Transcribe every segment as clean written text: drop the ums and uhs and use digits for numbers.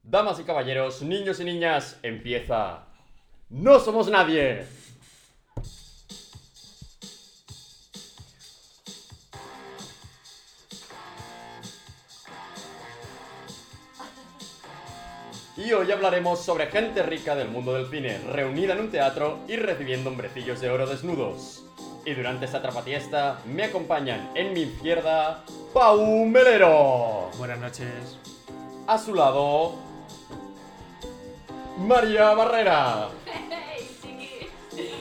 Damas y caballeros, niños y niñas, empieza... ¡No somos nadie! Y hoy hablaremos sobre gente rica del mundo del cine, reunida en un teatro y recibiendo hombrecillos de oro desnudos. Y durante esta trapatiesta me acompañan en mi izquierda, Pau Melero. Buenas noches. A su lado, María Barrera. ¡Hey, chiquis!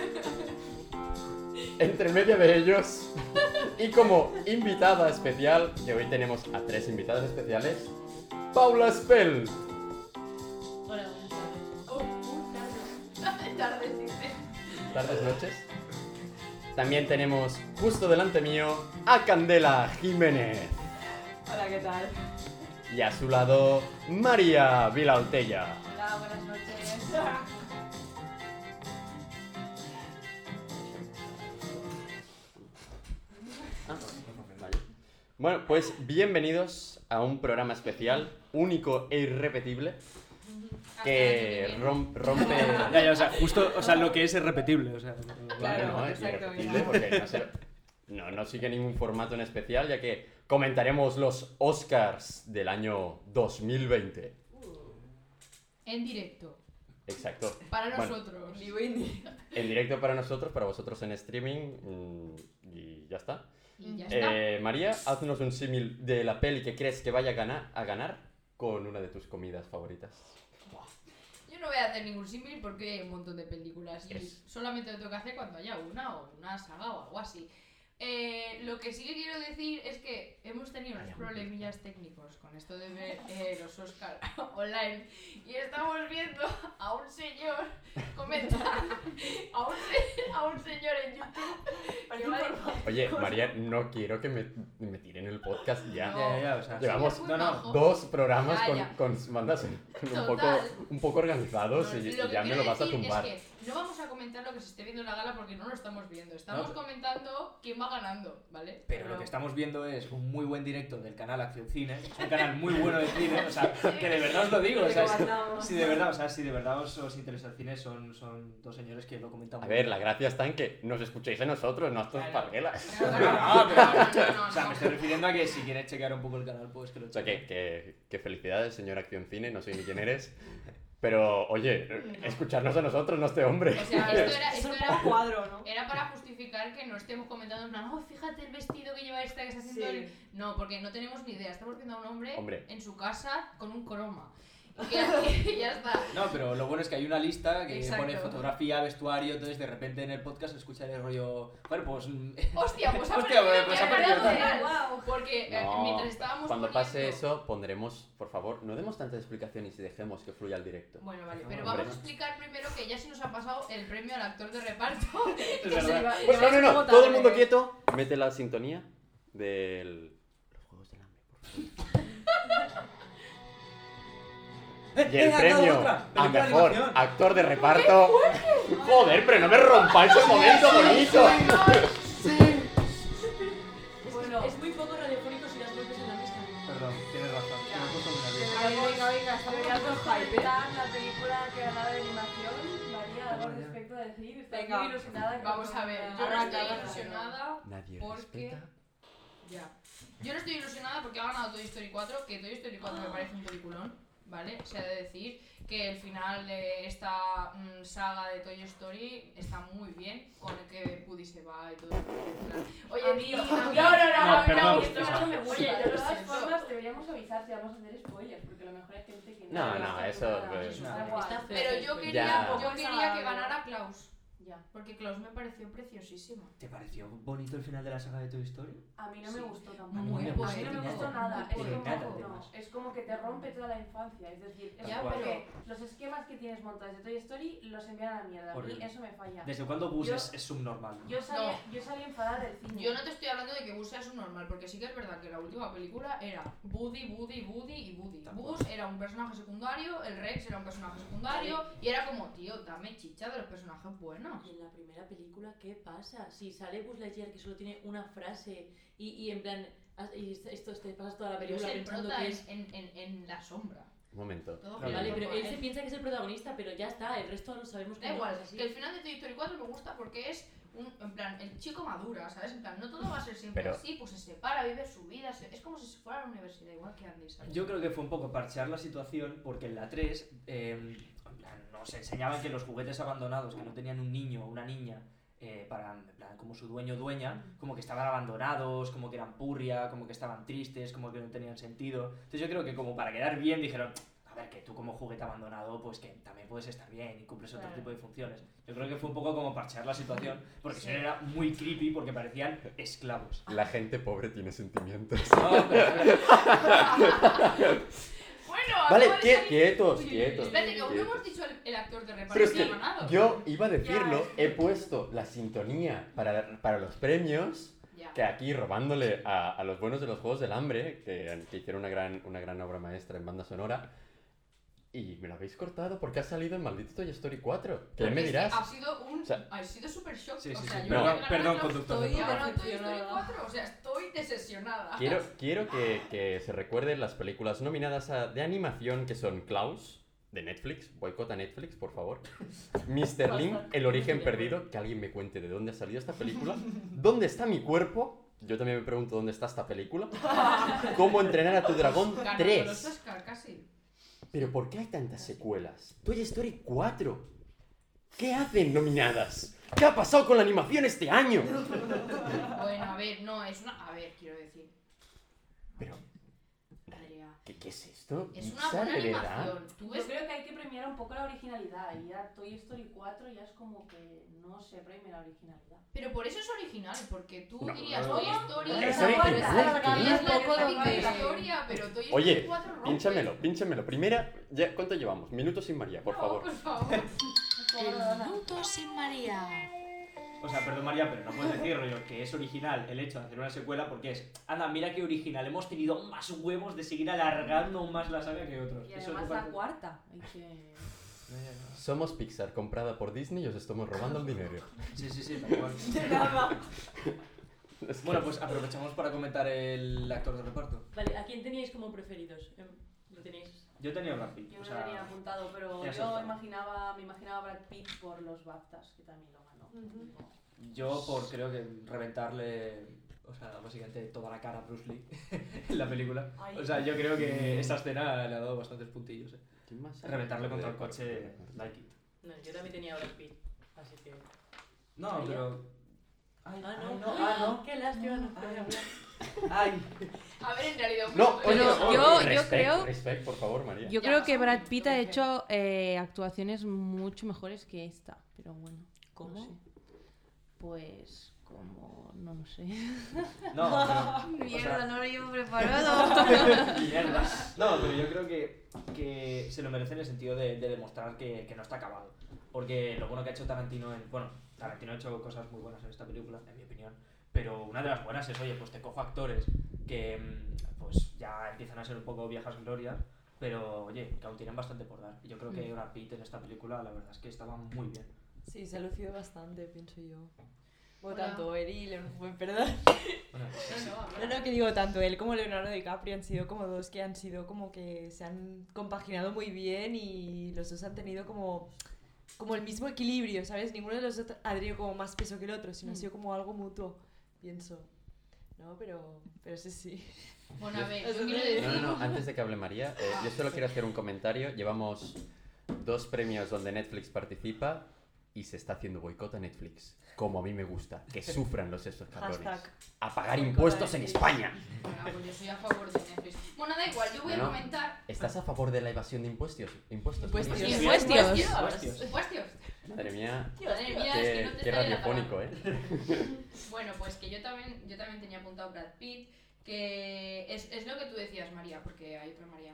Entre medio de ellos, y como invitada especial, que hoy tenemos a 3 invitadas especiales, Paula Spell. Hola, buenas tardes. Tardes, dice. Tardes, noches. También tenemos justo delante mío a Candela Jiménez. Hola, ¿qué tal? Y a su lado, María Vilautella. Hola, buenas noches. Vale. Bueno, pues bienvenidos a un programa especial, único e irrepetible, que rompe... Ya, o sea, justo, o sea, lo que es irrepetible, o sea. Claro, no, es exactamente. irrepetible porque no sigue ningún formato en especial, ya que comentaremos los Oscars del año 2020. En directo. Exacto. Para Bueno, nosotros. Vivo indie. en directo para nosotros, para vosotros en streaming, y ya está. Y ya está. María, haznos un símil de la peli que crees que vaya a ganar con una de tus comidas favoritas. Yo no voy a hacer ningún símil porque hay un montón de películas y Es- solamente lo tengo que hacer cuando haya una o una saga o algo así. Lo que sí que quiero decir es que hemos tenido unos problemillas técnicos con esto de ver los Oscar online y estamos viendo a un señor comentar a un señor en YouTube que va a decir- Oye, María, no quiero que me tiren el podcast ya. No. Ya, o sea. Llevamos muy no, majo. 2 programas Calla. con bandas Total. un poco organizados y Lo que ya me quiero lo vas a decir tumbar. Es que no vamos a comentar lo que se esté viendo en la gala porque no lo estamos viendo. Estamos No, comentando quién va ganando, ¿vale? Pero lo que estamos viendo es un muy buen directo del canal Acción Cine, es un canal muy bueno de cine, o sea, que de verdad os lo digo, o sea, si de verdad os interesa el cine, son dos señores que lo comentan A muy ver, bien. la gracia está en que nos escuchéis a nosotros, no a estos Claro. parguelas. No, O sea, me estoy refiriendo a que si quieres chequear un poco el canal, pues que lo O sea, cheques. que felicidades, señor Acción Cine, no sé ni quién eres. Pero, oye, escucharnos a nosotros, no a este hombre. O sea, esto era un cuadro, ¿no? Era para justificar que no estemos comentando en plan, oh, fíjate el vestido que lleva esta que está haciendo Sí. el... No, porque no tenemos ni idea. Estamos viendo a un hombre Hombre. en su casa con un croma. Y ya está. No, pero lo bueno es que hay una lista que Exacto. pone fotografía, vestuario, entonces de repente en el podcast escuchar el rollo... Bueno, pues... Hostia, pues ha Hostia, parecido pues que ha era parecido real. Wow. Porque No, mientras estábamos cuando poniendo... pase eso, pondremos, por favor, no demos tantas explicaciones y dejemos que fluya el directo. Bueno, vale, pero Hombre. vamos a explicar primero que ya se nos ha pasado el premio al actor de reparto. Es verdad. Pues no, todo el mundo quieto. Mete la sintonía del... Los Juegos del Hambre, por favor. Y el premio a mejor actor de reparto... Joder, pero no me rompáis el momento bonito. Bueno, es muy poco radiofónico si las golpes en la mesa. Perdón, tienes razón. Ya. Me he puesto muy nervioso. A ver, venga, estamos ya con hype, ¿eh? La película que ganaba de animación, María, algo al respecto a decir. Estás Venga, muy ilusionada. Vamos a ver, yo no Arranca, estoy arranca. ilusionada Nadie porque... respeta. Ya. Yo no estoy ilusionada porque ha ganado Toy Story 4, que Toy Story 4 me parece un peliculón, ¿vale? Se ha de decir que el final de esta saga de Toy Story está muy bien, con el que Woody se va y todo. Oye, A mí- tío, a mí- No, perdón. Esto no me gusta. Oye, yo De lo todas siento. formas, deberíamos avisar si vamos a hacer spoilers, porque a lo mejor hay gente que No, está eso, acostumbrada. pues, Da no. igual. Está feo. Pero yo Ya. quería que ganara Klaus, Ya. porque Klaus me pareció preciosísima. ¿Te pareció bonito el final de la saga de Toy Story? A mí no me Sí. gustó tampoco. Muy A mí poético, no me gustó muy nada. Es poético. Nada, como, además. es como que te rompe toda la infancia. Es decir, es Ya, como pero- que los esquemas que tienes montados de Toy Story los envían a la mierda. A mí Horrible. eso me falla. ¿Desde cuándo Buzz Yo- es subnormal? Yo salí enfadada del cine. Yo no te estoy hablando de que Buzz sea su normal, porque sí que es verdad que la última película era Woody y Woody. Tal Buzz era un personaje secundario, el Rex era un personaje secundario, y era como, tío, dame chicha de los personajes buenos. Y en la primera película, ¿qué pasa? Si sale Buzz Lightyear que solo tiene una frase y en plan... Y esto te pasas toda la Pero es película el pensando prota que es... en la sombra. Un momento. Todo Vale, genial. Vale, pero él se piensa que es el protagonista, pero ya está, el resto lo sabemos que Da no igual, es así. que el final de Toy Story 4 me gusta porque es en plan, el chico madura, ¿sabes? En plan, no todo va a ser siempre Pero- así, pues se separa, vive su vida, es como si se fuera a la universidad, igual que Andy, ¿sabes? Yo creo que fue un poco parchear la situación porque en la 3 en plan, nos enseñaban que los juguetes abandonados que no tenían un niño o una niña para, en plan, como su dueño o dueña, como que estaban abandonados, como que eran purria, como que estaban tristes, como que no tenían sentido. Entonces yo creo que como para quedar bien dijeron, a ver, que tú como juguete abandonado, pues que también puedes estar bien y cumples otro Claro. tipo de funciones. Yo creo que fue un poco como parchear la situación, porque Sí. si no era muy creepy porque parecían esclavos. La gente pobre tiene sentimientos. No, pero- Bueno, Vale, acabo de salir- quietos, Uy, uy, uy, quietos. Espérate, que aún no quietos. hemos dicho el actor de reparto Pero es que que ha ganado. yo iba a decirlo, Ya, he puesto la sintonía para los premios, Ya. que aquí robándole a los buenos de los Juegos del Hambre, que hicieron una gran obra maestra en banda sonora, y me lo habéis cortado porque ha salido el maldito Toy Story 4. ¿Qué Porque me es que dirás? Ha sido un. O sea- ha sido súper shock. Sí, sí, o sea, sí. yo No. creo que Perdón, la conductor de Estoy programa. ganando Toy Story Decepcionada. 4, o sea, estoy decepcionada. Quiero que se recuerden las películas nominadas de animación que son Klaus, de Netflix, boicota Netflix, por favor. Mr. Link, El origen perdido, que alguien me cuente de dónde ha salido esta película. ¿Dónde está mi cuerpo? Yo también me pregunto dónde está esta película. ¿Cómo entrenar a tu dragón Ganando 3? los Oscar casi. Pero ¿por qué hay tantas secuelas? Toy Story 4. ¿Qué hacen nominadas? ¿Qué ha pasado con la animación este año? Bueno, a ver, no, es una. A ver, quiero decir. Pero, Adrià, ¿qué es esto? es una ¿Pixar, buena de verdad? animación. Tú Yo ves. creo que hay que premiar un poco la originalidad y ya Toy Story 4 ya es como que no se premia la originalidad. Pero por eso es original, porque tú No, dirías no, Toy no. Story. Es pero original, es ¿qué? la Un poco típica donde- historia, pero Toy Story Oye, 4 rompe. pínchamelo. Primera, ¿cuánto llevamos? Minutos sin María, por No, favor. por favor. Minutos sin María. O sea, perdón María, pero no puedes decir, rollo, que es original el hecho de hacer una secuela porque es, anda, mira qué original, hemos tenido más huevos de seguir alargando aún más la saga que otros. Y Eso además te la parece- cuarta. Hay que... Somos Pixar, comprada por Disney y os estamos robando el dinero. Sí, tal cual. De nada. Es que- Bueno, pues aprovechamos para comentar el actor de reparto. Vale, ¿a quién teníais como preferidos? ¿Lo tenéis? Yo tenía Brad Pitt, Yo o me sea, lo tenía apuntado, pero ya yo soltado. me imaginaba Brad Pitt por los BAFTAs, que también lo ganó. yo por creo que reventarle, o sea, básicamente toda la cara a Bruce Lee en la película. Ay. O sea, yo creo que esa escena le ha dado bastantes puntillos, ¿Quién más? Reventarle contra el coche, like it. No, yo también tenía Brad Pitt, así que... No, ¿María? pero... Ay, Ah, no. Qué lástima, no puede hablar. Ay. A ver, en realidad. No, pues, oye, Pero oye, yo respect, creo- respect, por favor, María. Yo Ya creo pasó que un Brad poquito, Pitt ha ¿qué? hecho actuaciones mucho mejores que esta, pero bueno. ¿Cómo? No sé. Pues como... no lo sé. No, pero... Mierda, no lo llevo preparado. Mierda. No, pero yo creo que se lo merece en el sentido de demostrar que no está acabado. Porque lo bueno que ha hecho Tarantino Bueno, Tarantino ha hecho cosas muy buenas en esta película, en mi opinión. Pero una de las buenas es, oye, pues te cojo actores que pues ya empiezan a ser un poco viejas glorias, pero oye, que aún tienen bastante por dar. Y yo creo que Brad Pitt en esta película, la verdad es que estaba muy bien. Sí, se ha lucido bastante, pienso yo. Bueno, Hola. tanto él y perdón. Bueno, pues, No, que digo, tanto él como Leonardo DiCaprio han sido como dos que han sido como que se han compaginado muy bien y los dos han tenido como el mismo equilibrio, ¿sabes? Ninguno de los dos ha tenido como más peso que el otro, sino ha sido como algo mutuo, pienso. No, pero sí. Bueno, a ver, Eso yo quiero no- decir. No, antes de que hable María, yo solo quiero hacer un comentario. Llevamos 2 premios donde Netflix participa y se está haciendo boicot a Netflix. Como a mí me gusta, que sufran los esos cabrones. Hashtag. A pagar Boicot a impuestos en Netflix. España. Bueno, pues yo soy a favor de Netflix. Bueno, da igual, yo voy a No. comentar. ¿Estás a favor de la evasión de impuestos? Impuestos. María? Sí, Impuestos. Impuestos. Madre mía, Madre mía, es que no te qué sale la radiofónico, palabra. Bueno, pues que yo también tenía apuntado Brad Pitt, que es lo que tú decías, María, porque hay otra María.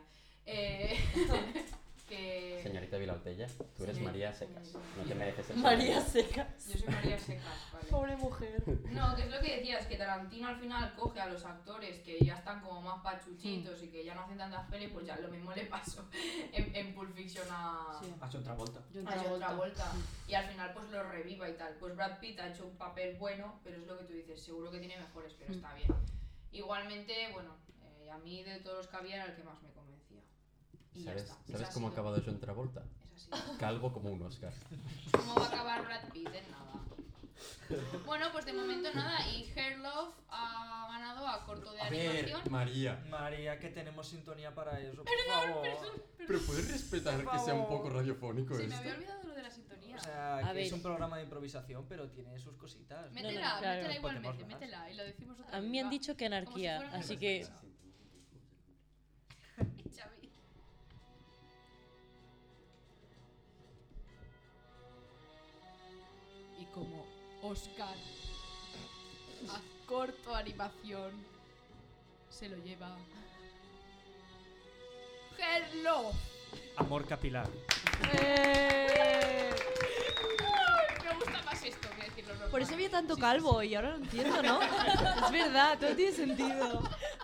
Que Señorita Vilaltella, tú eres Sí. María Secas. No te mereces el María Secas. yo soy María Secas, ¿vale? Pobre mujer. No, que es lo que decías, que Tarantino al final coge a los actores que ya están como más pachuchitos y que ya no hacen tantas pelis, pues ya lo mismo le pasó en Pulp Fiction a Sí. ha hecho otra vuelta. otra vuelta. Y al final pues lo reviva y tal. Pues Brad Pitt ha hecho un papel bueno, pero es lo que tú dices, seguro que tiene mejores, pero está bien. Igualmente, bueno, a mí de todos los que había era el que más me convencía. Y ya está. ¿Sabes Esa cómo ha sido- acabado John Travolta? Es así. Calvo como un Oscar. ¿Cómo va a acabar Brad Pitt? En nada. Bueno, pues de momento nada. Y Her Love ha ganado a corto de animación. María. María, que tenemos sintonía para eso, por favor. Pero puedes respetar Por que sea un favor. poco radiofónico Se me esto. había olvidado lo de la sintonía. O sea, A que ver. es un programa de improvisación, pero tiene sus cositas. Métela, claro. métela Nos igualmente, ponemos más. métela. Y lo decimos otra A vez. mí me han va. dicho que Como si anarquía, fuera una así que sorpresa. Xavi. Y como Oscar a corto animación se lo lleva Her Love. Amor capilar. Me gusta más esto que decirlo normal. Por eso había tanto Sí, calvo y ahora lo entiendo, ¿no? Es verdad, todo tiene sentido.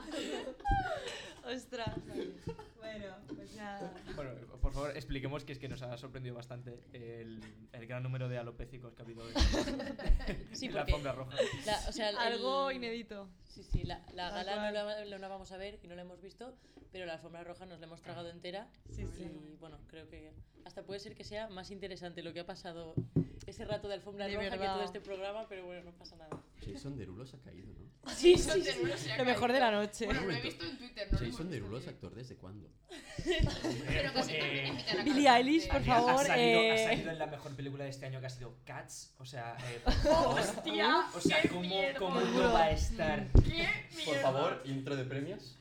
Ostras. Bueno, pues nada. Bueno, por favor, expliquemos que es que nos ha sorprendido bastante el gran número de alopécicos que ha habido Sí, en la porque alfombra roja. o sea, Algo inédito. Sí, la Tal gala cual. no la vamos a ver y no la hemos visto, pero la alfombra roja nos la hemos tragado entera. Sí, sí. Y bueno, creo que hasta puede ser que sea más interesante lo que ha pasado ese rato de alfombra De roja que verdad. todo este programa, pero bueno, no pasa nada. Jason Derulo se ha caído, ¿no? Sí, Jason Derulo se ha Lo mejor de caído. la noche. Bueno, lo he visto en Twitter, no lo hemos Jason visto Derulo es bien. actor ¿desde cuándo? Pero casi también invitan a Billie cantantes. Eilish, por Ha favor. salido en la mejor película de este año que ha sido Cats. O sea, por favor. ¡Hostia! O sea, ¡Qué ¿cómo mierda! no va a estar? ¡Qué Por mierda! favor, intro de premios.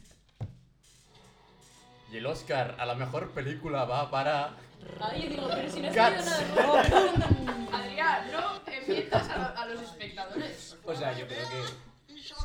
Y el Oscar a la mejor película va para... Ay, yo digo, pero si no ha Cats. salido nada. Adrián, no mientas a los espectadores. O sea, yo creo que...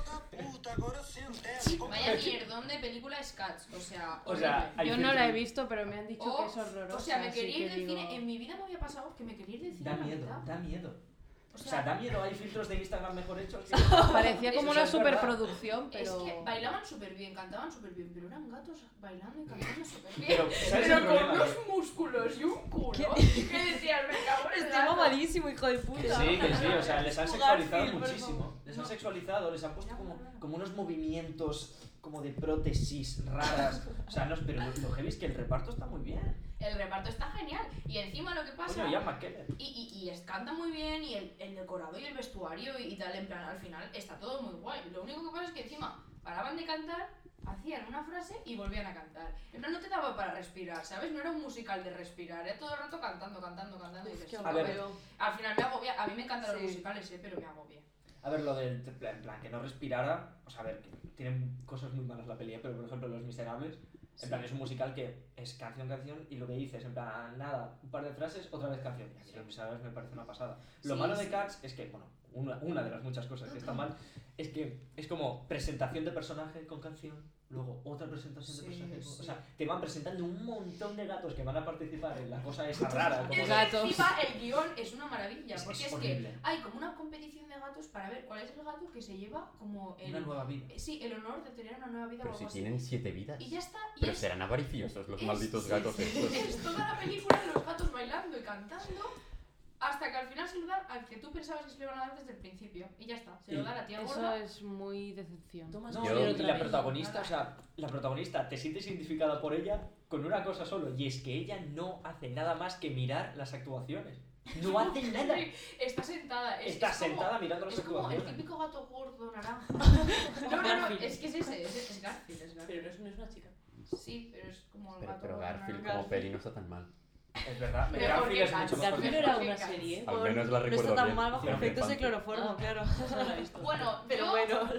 Vaya mierdón de película es Cats, o sea, O sea, hay Yo no la he filtros- visto, pero me han dicho que es horrorosa. o sea, me así quería ir que del digo- cine, en mi vida me había pasado que me quería ir del cine Da a la miedo, mitad. da miedo. O O sea, da miedo. Hay filtros de Instagram mejor hechos que... Parecía como Eso una es verdad. superproducción, Es pero... que bailaban súper bien, cantaban súper bien, pero eran gatos bailando y cantando súper bien. Pero, ¿sabes Pero el con problema? unos músculos y un culo que decías, me cago en el Estoy gato. mamadísimo, hijo de Que puta. sí, que sí, o sea, les han Jugar sexualizado film, por muchísimo. favor. Les han sexualizado, les han puesto como unos movimientos como de prótesis raras. O sea, no, pero lo heavy es que el reparto está muy bien. El reparto está genial. Y encima lo que pasa... Coño, Ian McKellen. Y canta muy bien, y el decorado y el vestuario y tal, en plan, al final está todo muy guay. Lo único que pasa es que encima paraban de cantar, hacían una frase y volvían a cantar. En plan, no te daba para respirar, ¿sabes? No era un musical de respirar, era todo el rato cantando. Y dices, Qué "Sí, A ver. pero al final me agobia. A mí me encantan los Sí. musicales, pero me agobia. A ver, lo del en plan que no respirara, o sea, a ver, que tienen cosas muy malas la peli, pero por ejemplo Los Miserables, en plan es un musical que es canción y lo que dices, en plan, nada, un par de frases, otra vez canción. Y a mí Los Miserables me parece una pasada. Lo Sí, malo de sí. Cats es que, bueno, una de las muchas cosas que está mal es que es como presentación de personaje con canción, luego otra presentación de Sí, personaje con... sí. O sea, te van presentando un montón de gatos que van a participar en la cosa esa rara. Como Es que gatos. encima el guión es una maravilla, Es- porque es es, horrible. que hay como una competición de gatos para ver cuál es el gato que se lleva como una nueva vida. Sí, el honor de tener una nueva vida Pero o si algo así. tienen 7 vidas. Y ya está. Y Pero es- serán avariciosos los es- malditos sí, gatos sí. estos. Es toda la película de los gatos bailando y cantando hasta que al final se lo dan al que tú pensabas que se lo iban a dar desde el principio. Y ya está, se lo Y da a la tía Eso gorda. es muy decepción. Toma No, Sawyer y otra la vez. protagonista, o sea, la protagonista te sientes identificada por ella con una cosa solo, y es que ella no hace nada más que mirar las actuaciones. No hace nada. Sí, está sentada. Está es como- sentada mirando las Es como el actuaciones. típico gato gordo naranja. No, Garfield. es que es ese, es Garfield, es Pero Garfield. no es una chica. Sí, pero es como el gato Pero gordo Garfield naranja. como peli no está tan mal. Es verdad, Mejor Garfield que es mucho Cats. mejor. Garfield mejor era que una Cats. serie. Al menos la No recuerdo está tan bien. mal bajo Hicieron efectos de infancia. cloroformo, claro. No la he visto. Bueno, Pero yo bueno.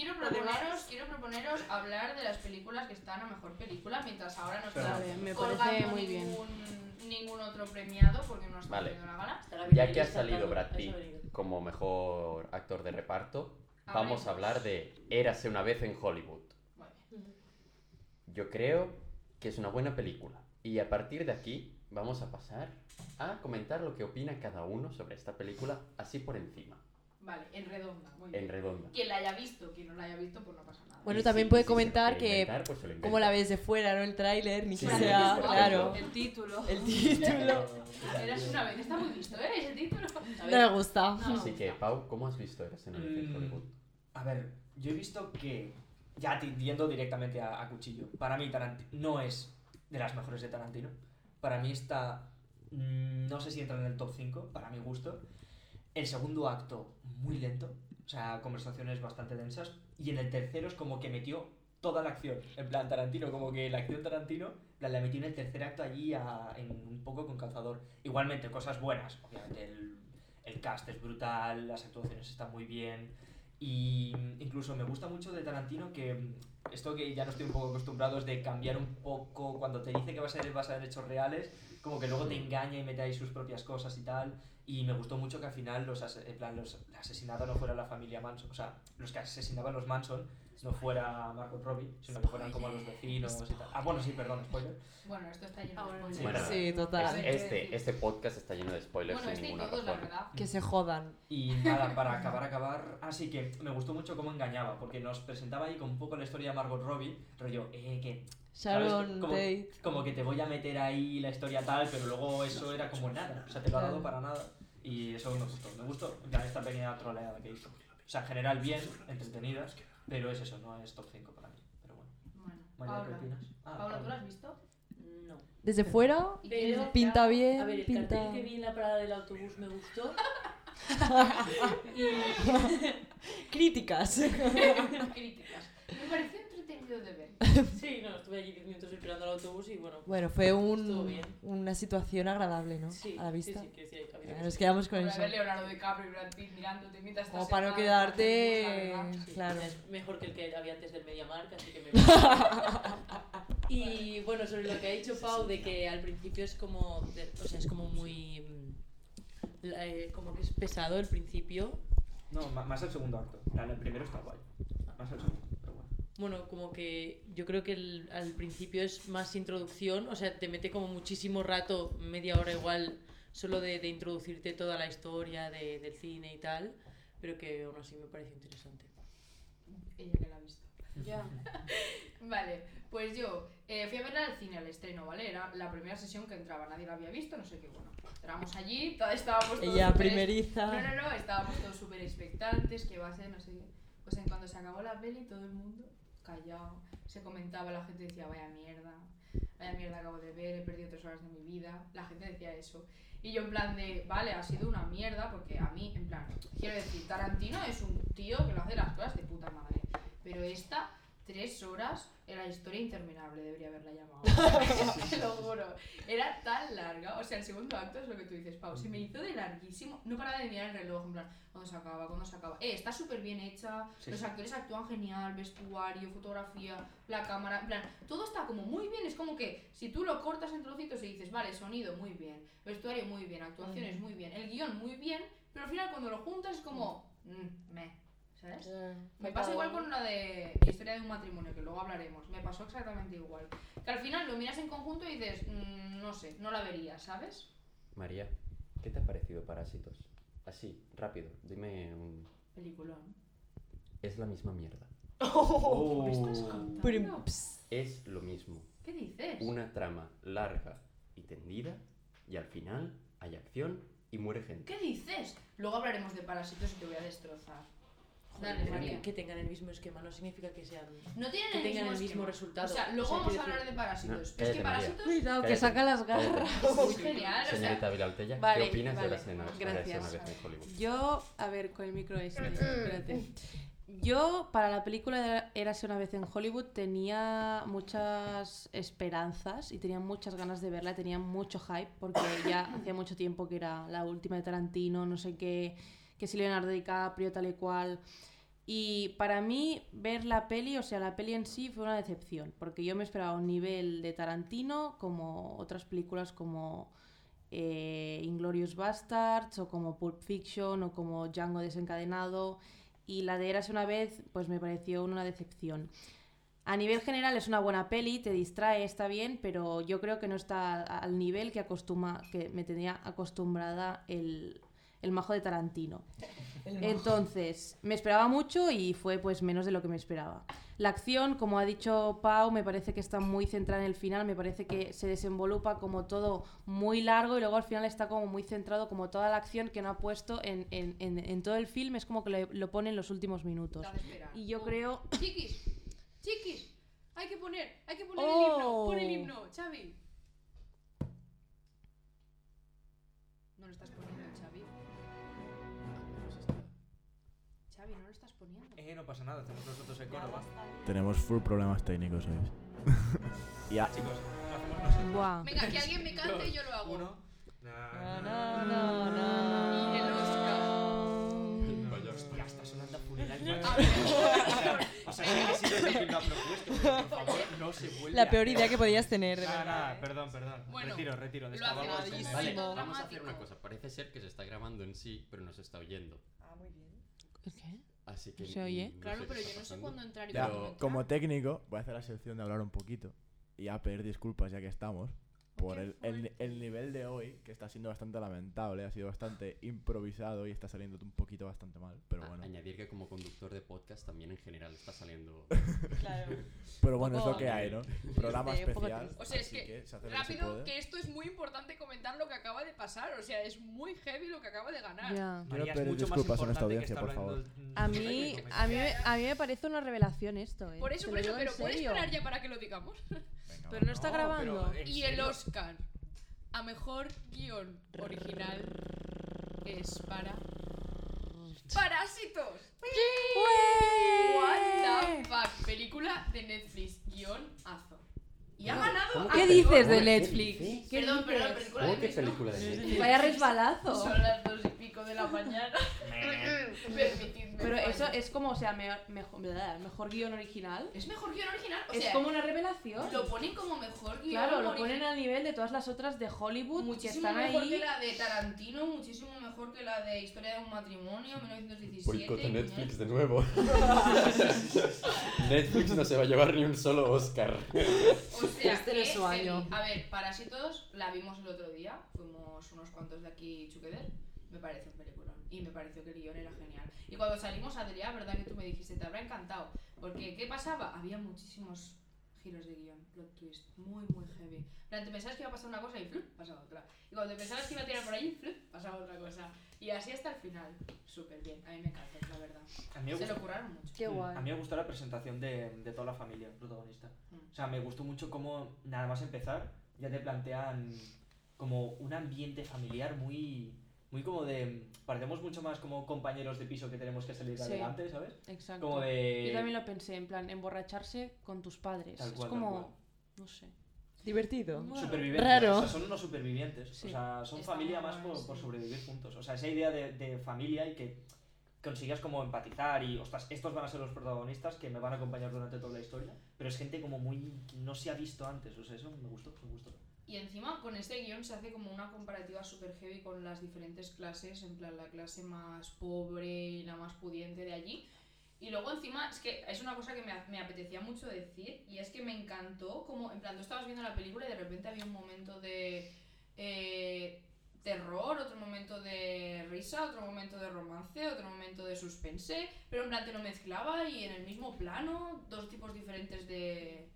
quiero proponeros hablar de las películas que están a mejor película, mientras ahora no Pero- está Vale, me colgando parece muy bien. ningún otro premiado porque no está Vale. haciendo la gala. Está la Ya Billie que ha Eilish salido cantando, Brad a eso Pitt he venido. como mejor actor de reparto, Hablemos. vamos a hablar de Érase una vez en Hollywood. Vale. Yo creo que es una buena película. Y a partir de aquí vamos a pasar a comentar lo que opina cada uno sobre esta película, así por encima, Vale, en redonda, muy en bien. redonda. Quien la haya visto, quien no la haya visto, pues no pasa nada. Bueno, Y también si- puede y si se lo comentar quiere que inventar, pues se lo cómo la inventa. ves de fuera, ¿no? El tráiler, ni Sí, que sí, sea, por claro, ejemplo. El título. el título. Eras una vez, está muy visto, ¿eh? Ese título. A No ver, me gusta. No. Así que, Pau, ¿cómo has visto Érase una vez en Hollywood? A ver, yo he visto que, ya yendo directamente a cuchillo, para mí Tarantino no es de las mejores de Tarantino. Para mí está, no sé si entra en el top 5, para mi gusto. El segundo acto, muy lento, o sea, conversaciones bastante densas. Y en el tercero es como que metió toda la acción. En plan, Tarantino, como que la acción Tarantino la metió en el tercer acto allí en un poco con calzador. Igualmente, cosas buenas. Obviamente, el cast es brutal, las actuaciones están muy bien. Y incluso me gusta mucho de Tarantino que esto que ya no estoy un poco acostumbrado es de cambiar un poco cuando te dice que va a ser basado en hechos reales, como que luego te engaña y mete ahí sus propias cosas y tal. Y me gustó mucho que al final los asesinados no fuera la familia Manson, o sea, los que asesinaban los Manson no fuera Margot Robbie, sino que fueran como los vecinos y tal. Ah, bueno, sí, perdón, spoiler. Bueno, esto está lleno de spoilers. Bueno, Sí, total. Este podcast está lleno de spoilers Bueno, sin y ninguna todos, la razón. verdad. Que se jodan. Y nada, para acabar, así que me gustó mucho cómo engañaba, porque nos presentaba ahí con un poco la historia de Margot Robbie, rollo, que... ¿sabes? Sharon Tate. Como que te voy a meter ahí la historia tal, pero luego eso era como nada, o sea, te lo ha dado para nada. Y eso me gustó, en plan esta pequeña troleada que hizo. O sea, en general bien, entretenida, pero es eso, no es top 5 para mí, pero bueno. Bueno, María, ¿qué Paula. opinas? Paula, ¿tú lo has visto? No. Desde fuera, Pero, pinta bien, a ver, el pinta... cartel que vi en la parada del autobús me gustó. Críticas. Críticas. Me pareció entretenido de ver. Sí, no, estuve allí 10 minutos esperando al autobús y bueno. Bueno, fue Estuvo bien. una situación agradable, ¿no? Sí, A la vista. Sí, que sí, había Nos quedamos con Para eso. ver Leonardo DiCaprio y Brad Pitt mirándote mientras estás Como para no sentada, quedarte... la verdad. Sí, Claro. es mejor que el que había antes del MediaMarkt, así que me... Y bueno, sobre lo que ha dicho Pau, de que al principio es como... o sea, es como muy... como que es pesado el principio. No, más el segundo acto. El primero está guay. Más el segundo, pero bueno. Bueno, como que yo creo que al principio es más introducción, o sea, te mete como muchísimo rato, media hora igual, solo de introducirte toda la historia del cine y tal, pero que aún así me parece interesante. Ella que la ha visto. Ya. Vale, pues yo fui a verla al cine, al estreno, ¿vale? Era la primera sesión que entraba, nadie la había visto, no sé qué, bueno. Entramos allí, estábamos todos Ella súper- primeriza. No, estábamos todos súper expectantes, que va a ser, no sé qué. Pues en cuando se acabó la peli, todo el mundo callado, se comentaba, la gente decía, vaya mierda acabo de ver, he perdido 3 horas de mi vida, la gente decía eso. Y yo en plan de, vale, ha sido una mierda, porque a mí, en plan, quiero decir, Tarantino es un tío que lo hace las cosas de puta madre, pero esta, 3 horas, era historia interminable, debería haberla llamado. Te lo juro. Era tan larga, o sea, el segundo acto es lo que tú dices, Pau, se me hizo de larguísimo, no paraba de mirar el reloj, en plan, ¿cuándo se acaba? Está súper bien hecha, Sí, los sí. actores actúan genial, vestuario, fotografía, la cámara, en plan, todo está como muy bien, es como que si tú lo cortas en trocitos y dices, vale, sonido muy bien, vestuario muy bien, actuaciones muy bien, el guión muy bien, pero al final cuando lo juntas es como, ¿sabes? Me pasa igual con una de Historia de un matrimonio, que luego hablaremos. Me pasó exactamente igual. Que al final lo miras en conjunto y dices, no sé, no la vería, ¿sabes? María, ¿qué te ha parecido Parásitos? Así, rápido, dime un... Peliculón. Es la misma mierda. ¿Qué estás contando? Pero, pss, Es lo mismo. ¿Qué dices? Una trama larga y tendida y al final hay acción y muere gente. ¿Qué dices? Luego hablaremos de Parásitos y te voy a destrozar. Dale, Pero María. que tengan el mismo esquema no significa que sean... No tienen que tengan el mismo esquema. resultado. O sea, luego O sea, vamos a quiero hablar decir- de Parásitos. No, Es cállate, que María. Parásitos Cuidado, que Cállate, saca las cállate. garras. es muy genial. O sea, Señorita Vilaltella, Vale, ¿qué opinas de vale. la escena? Gracias. Una vez en Hollywood. Yo, a ver, con el micro espérate. Yo, para la película de Érase una vez en Hollywood, tenía muchas esperanzas y tenía muchas ganas de verla, tenía mucho hype, porque ya hacía mucho tiempo que era la última de Tarantino, no sé qué, que si Leonardo DiCaprio, tal y cual. Y para mí, ver la peli, o sea, la peli en sí fue una decepción, porque yo me esperaba un nivel de Tarantino como otras películas como Inglourious Basterds o como Pulp Fiction o como Django desencadenado, y la de Érase una vez pues me pareció una decepción. A nivel general es una buena peli, te distrae, está bien, pero yo creo que no está al nivel que me tenía acostumbrada el majo de Tarantino. Entonces, me esperaba mucho y fue pues menos de lo que me esperaba. La acción, como ha dicho Pau, me parece que está muy centrada en el final, me parece que se desenvolupa como todo muy largo y luego al final está como muy centrado, como toda la acción que no ha puesto en todo el film, es como que lo pone en los últimos minutos. da de esperar. Y yo creo... Chiquis, Hay que poner el himno. Pon el himno, Xavi. No lo estás poniendo, Xavi. Xavi, no lo estás poniendo. No pasa nada, tenemos nosotros el coro, ¿va? Tenemos full problemas técnicos hoy. Ya. Chicos, lo hacemos nosotros. Buah. Venga, que alguien me cante y yo lo hago. 1. Y el Oscar. Hostia, está sonando funerario. A ver, O sea, que ha sido lo que lo ha propuesto, pero por favor, no se vuelve La peor idea que podías tener, de verdad. Nada, perdón. Bueno, Retiro. lo Descabamos hace el- mal. Vale, Momento vamos a hacer dramático. una cosa. Parece ser que se está grabando en sí, pero no se está oyendo. Ah, muy bien. ¿Qué? Así que ¿Se oye? no Claro, sé pero qué yo está no sé pasando. cuándo entrar y Ya, cuándo no entrar. como técnico, voy a hacer la sección de hablar un poquito y a pedir disculpas ya que estamos por el nivel de hoy, que está siendo bastante lamentable, ha sido bastante improvisado y está saliendo un poquito bastante mal, pero bueno. Añadir que como conductor de podcast también en general está saliendo... Claro. Pero bueno, es poco- lo que hay, ¿no? Programa un poco especial. O sea, es así que, se hace lo que se rápido, puede. que esto es muy importante comentar lo que acaba de pasar. O sea, es muy heavy lo que acaba de ganar. Ya. Quiero María, es pedir mucho más disculpas a nuestra importante que audiencia, estar por favor. hablando A de mí, técnico, a mí me parece una revelación esto, Por eso, Te lo digo en pero ¿puedes serio. esperar ya para que lo digamos? Venga, Pero va. no está grabando. pero, ¿en Y el serio? Oscar a mejor guión original es para Parásitos. What the fuck, película de Netflix, guionazo. Y ha ganado. ¿Cómo a que ¿Qué mejor- dices de ¿Qué Netflix? dices? ¿Qué Perdón, dices? película de ¿Cómo que Netflix, ¿no? película de Netflix? Vaya resbalazo. Son las 2:00 de la mañana. Permitidme. Pero eso fallar. es como, o sea, mejor guión original. Es mejor guión original. O Es sea, como una revelación. lo ponen como mejor guión. Claro, lo original. ponen al nivel de todas las otras de Hollywood que Muchísimo están mejor ahí. que la de Tarantino, muchísimo mejor que la de Historia de un matrimonio, 1917. Boicota Netflix puñal. de nuevo. Netflix no se va a llevar ni un solo Oscar. O sea, Este no es que su año. heavy. A ver, Parásitos la vimos el otro día, fuimos unos cuantos de aquí Chuqueder, me parece un peliculón y me pareció que el guión era genial. Y cuando salimos, Adrián, verdad que tú me dijiste, te habrá encantado, porque ¿qué pasaba? Había muchísimos giros de guión, plot twist, muy heavy. En plan, te pensabas que iba a pasar una cosa y ¡flup! Pasaba otra. Y cuando te pensabas que iba a tirar por allí, ¡flup! Pasaba otra cosa. Y así hasta el final. Súper bien, a mí me encanta, la verdad. A mí me Se gusta- lo curaron mucho. Qué guay. A mí me gustó la presentación de toda la familia protagonista. Mm. O sea, me gustó mucho cómo, nada más empezar, ya te plantean como un ambiente familiar muy como de... Parecemos mucho más como compañeros de piso que tenemos que salir Sí. adelante, ¿sabes? Exacto. Como de... Yo también lo pensé, en plan, emborracharse con tus padres. Tal cual, es como, tal cual. no sé. Divertido. Bueno, Supervivencia. Raro. O sea, son unos supervivientes. Sí. O sea, son Está familia muy más guay, por sí. sobrevivir juntos. O sea, esa idea de familia y que consigas como empatizar y, ostras, estos van a ser los protagonistas que me van a acompañar durante toda la historia. Pero es gente como muy... que no se ha visto antes. O sea, eso me gustó. Y encima con este guión se hace como una comparativa super heavy con las diferentes clases, en plan la clase más pobre y la más pudiente de allí. Y luego encima, es que es una cosa que me apetecía mucho decir, y es que me encantó como, en plan, tú estabas viendo la película y de repente había un momento de terror, otro momento de risa, otro momento de romance, otro momento de suspense, pero en plan te lo mezclaba y en el mismo plano, dos tipos diferentes de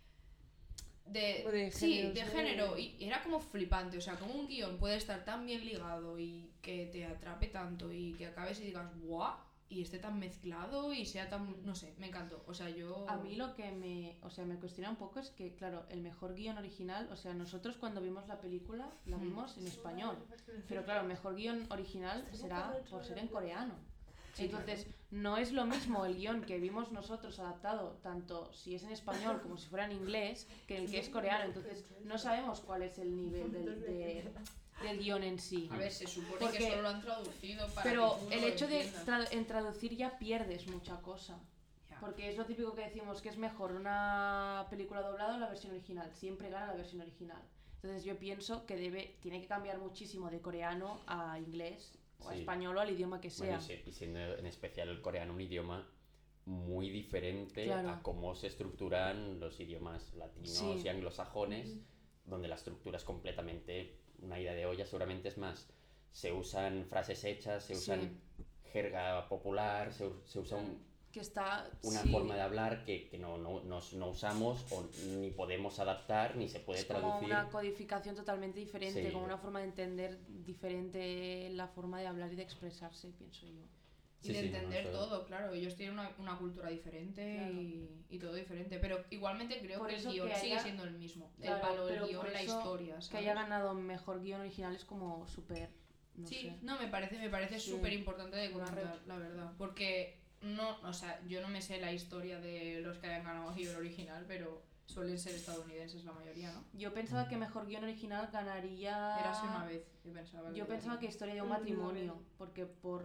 sí, géneros, de ¿no? género, y era como flipante, o sea, como un guión puede estar tan bien ligado y que te atrape tanto y que acabes y digas ¡guau! Y esté tan mezclado y sea tan, no sé, me encantó, o sea, yo... A mí lo que me cuestiona un poco es que, claro, el mejor guión original, o sea, nosotros cuando vimos la película la vimos en español, pero claro, el mejor guión original será por ser en coreano. Sí, Entonces, no es lo mismo el guión que vimos nosotros adaptado, tanto si es en español como si fuera en inglés, que el que es coreano. Entonces, no sabemos cuál es el nivel del guión en sí. A ver, se supone Porque- que solo lo han traducido para Pero que tú el lo hecho de entiendas. en traducir ya pierdes mucha cosa. Ya. Porque es lo típico que decimos que es mejor una película doblada o la versión original. Siempre gana la versión original. Entonces yo pienso que tiene que cambiar muchísimo de coreano a inglés o a Sí. español o al idioma que sea. Bueno, y siendo en especial el coreano un idioma muy diferente Claro. a cómo se estructuran los idiomas latinos Sí. y anglosajones, donde la estructura es completamente una ida de olla, seguramente es más. Se usan frases hechas, se usan Sí. jerga popular, se usa Que está... una sí, forma de hablar que no usamos o ni podemos adaptar ni se puede es como traducir. una codificación totalmente diferente, Sí. como una forma de entender diferente la forma de hablar y de expresarse, pienso yo. y Sí, de sí, no, entender eso- todo, claro. Ellos tienen una cultura diferente Claro. y todo diferente. Pero igualmente creo Por que el eso guión que sigue haya- siendo el mismo. Claro, el palo, el pero guión, por la eso historia, Que ¿sabes? haya ganado mejor guión original es como súper. No Sí, sé. no, me parece Sí. súper importante de Una comentar, la verdad. Porque no, o sea, yo no me sé la historia de los que hayan ganado guión original, pero suelen ser estadounidenses la mayoría, ¿no? Yo pensaba que mejor guión original ganaría. Érase una vez, yo pensaba. Yo pensaba que Historia de un No, matrimonio, no. porque por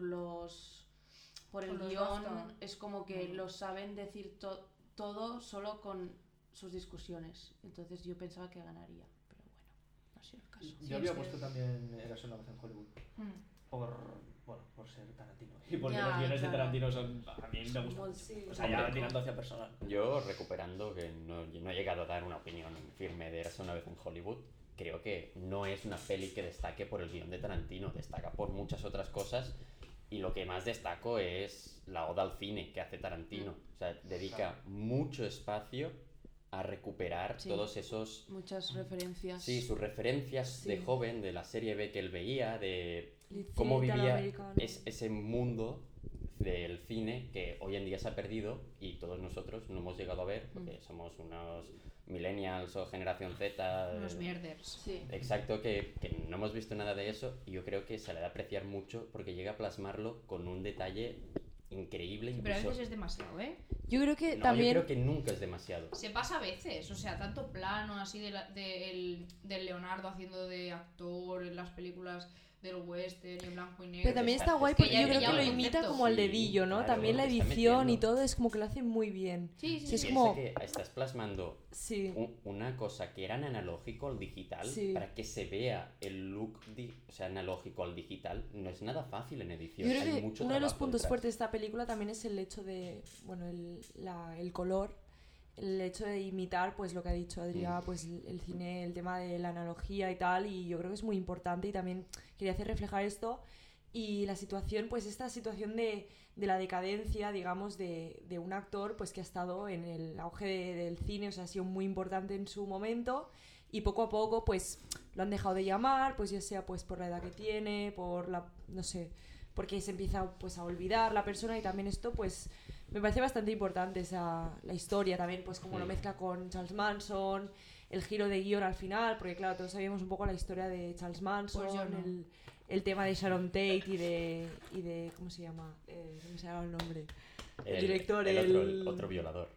el Por los guión BAFTA. es como que No. lo saben decir todo solo con sus discusiones. Entonces yo pensaba que ganaría, pero bueno, no ha sido el caso. Yo había es que- puesto también Érase una vez en Hollywood. Mm. Por ser Tarantino. Y porque Ya, los guiones de claro. Tarantino son. A mí me gustan mucho. Sí. O sea, ya tirando hacia personal. Yo, recuperando, que no he llegado a dar una opinión firme de Érase una vez en Hollywood, creo que no es una peli que destaque por el guión de Tarantino, destaca por muchas otras cosas, y lo que más destaco es la oda al cine que hace Tarantino. O sea, dedica mucho espacio a recuperar Sí. todos esos... Muchas referencias. Sí, sus referencias de Sí. joven, de la serie B que él veía, de El cómo cine vivía italoamericano. ese mundo del cine que hoy en día se ha perdido y todos nosotros no hemos llegado a ver porque somos unos millennials o generación Z. Unos mierders. Sí. Exacto, que no hemos visto nada de eso y yo creo que se le da a apreciar mucho porque llega a plasmarlo con un detalle increíble. Sí, pero a Incluso... veces es demasiado, ¿eh? Yo creo que No, también... yo creo que nunca es demasiado. Se pasa a veces, o sea, tanto plano así del Leonardo haciendo de actor en las películas del western y en blanco y negro. Pero también está guay es que porque ya- yo creo ya que lo un imita concepto. como al Sí, dedillo, ¿no? claro, También la lo está edición y metiendo. todo es como que lo hace muy bien. Sí, sí, Sí, es sí. como- Piensa que estás plasmando Sí. una cosa que era en analógico al digital Sí. para que se vea el look o sea, analógico al digital no es nada fácil en edición. Yo creo Hay que mucho uno de los trabajo puntos detrás. fuertes de esta película también es el hecho de, bueno, el color, el hecho de imitar, pues lo que ha dicho Adrià, pues el cine, el tema de la analogía y tal, y yo creo que es muy importante y también quería hacer reflejar esto y la situación, pues esta situación de la decadencia, digamos, de un actor pues que ha estado en el auge del cine, o sea, ha sido muy importante en su momento y poco a poco pues lo han dejado de llamar, pues ya sea pues por la edad que tiene, por la, no sé, porque se empieza pues a olvidar la persona y también esto pues me parece bastante importante la historia también, pues como lo mezcla con Charles Manson, el giro de guión al final, porque claro, todos sabíamos un poco la historia de Charles Manson, Pues yo no. el tema de Sharon Tate y de ¿cómo se llama? No me sale el nombre. El director, otro violador.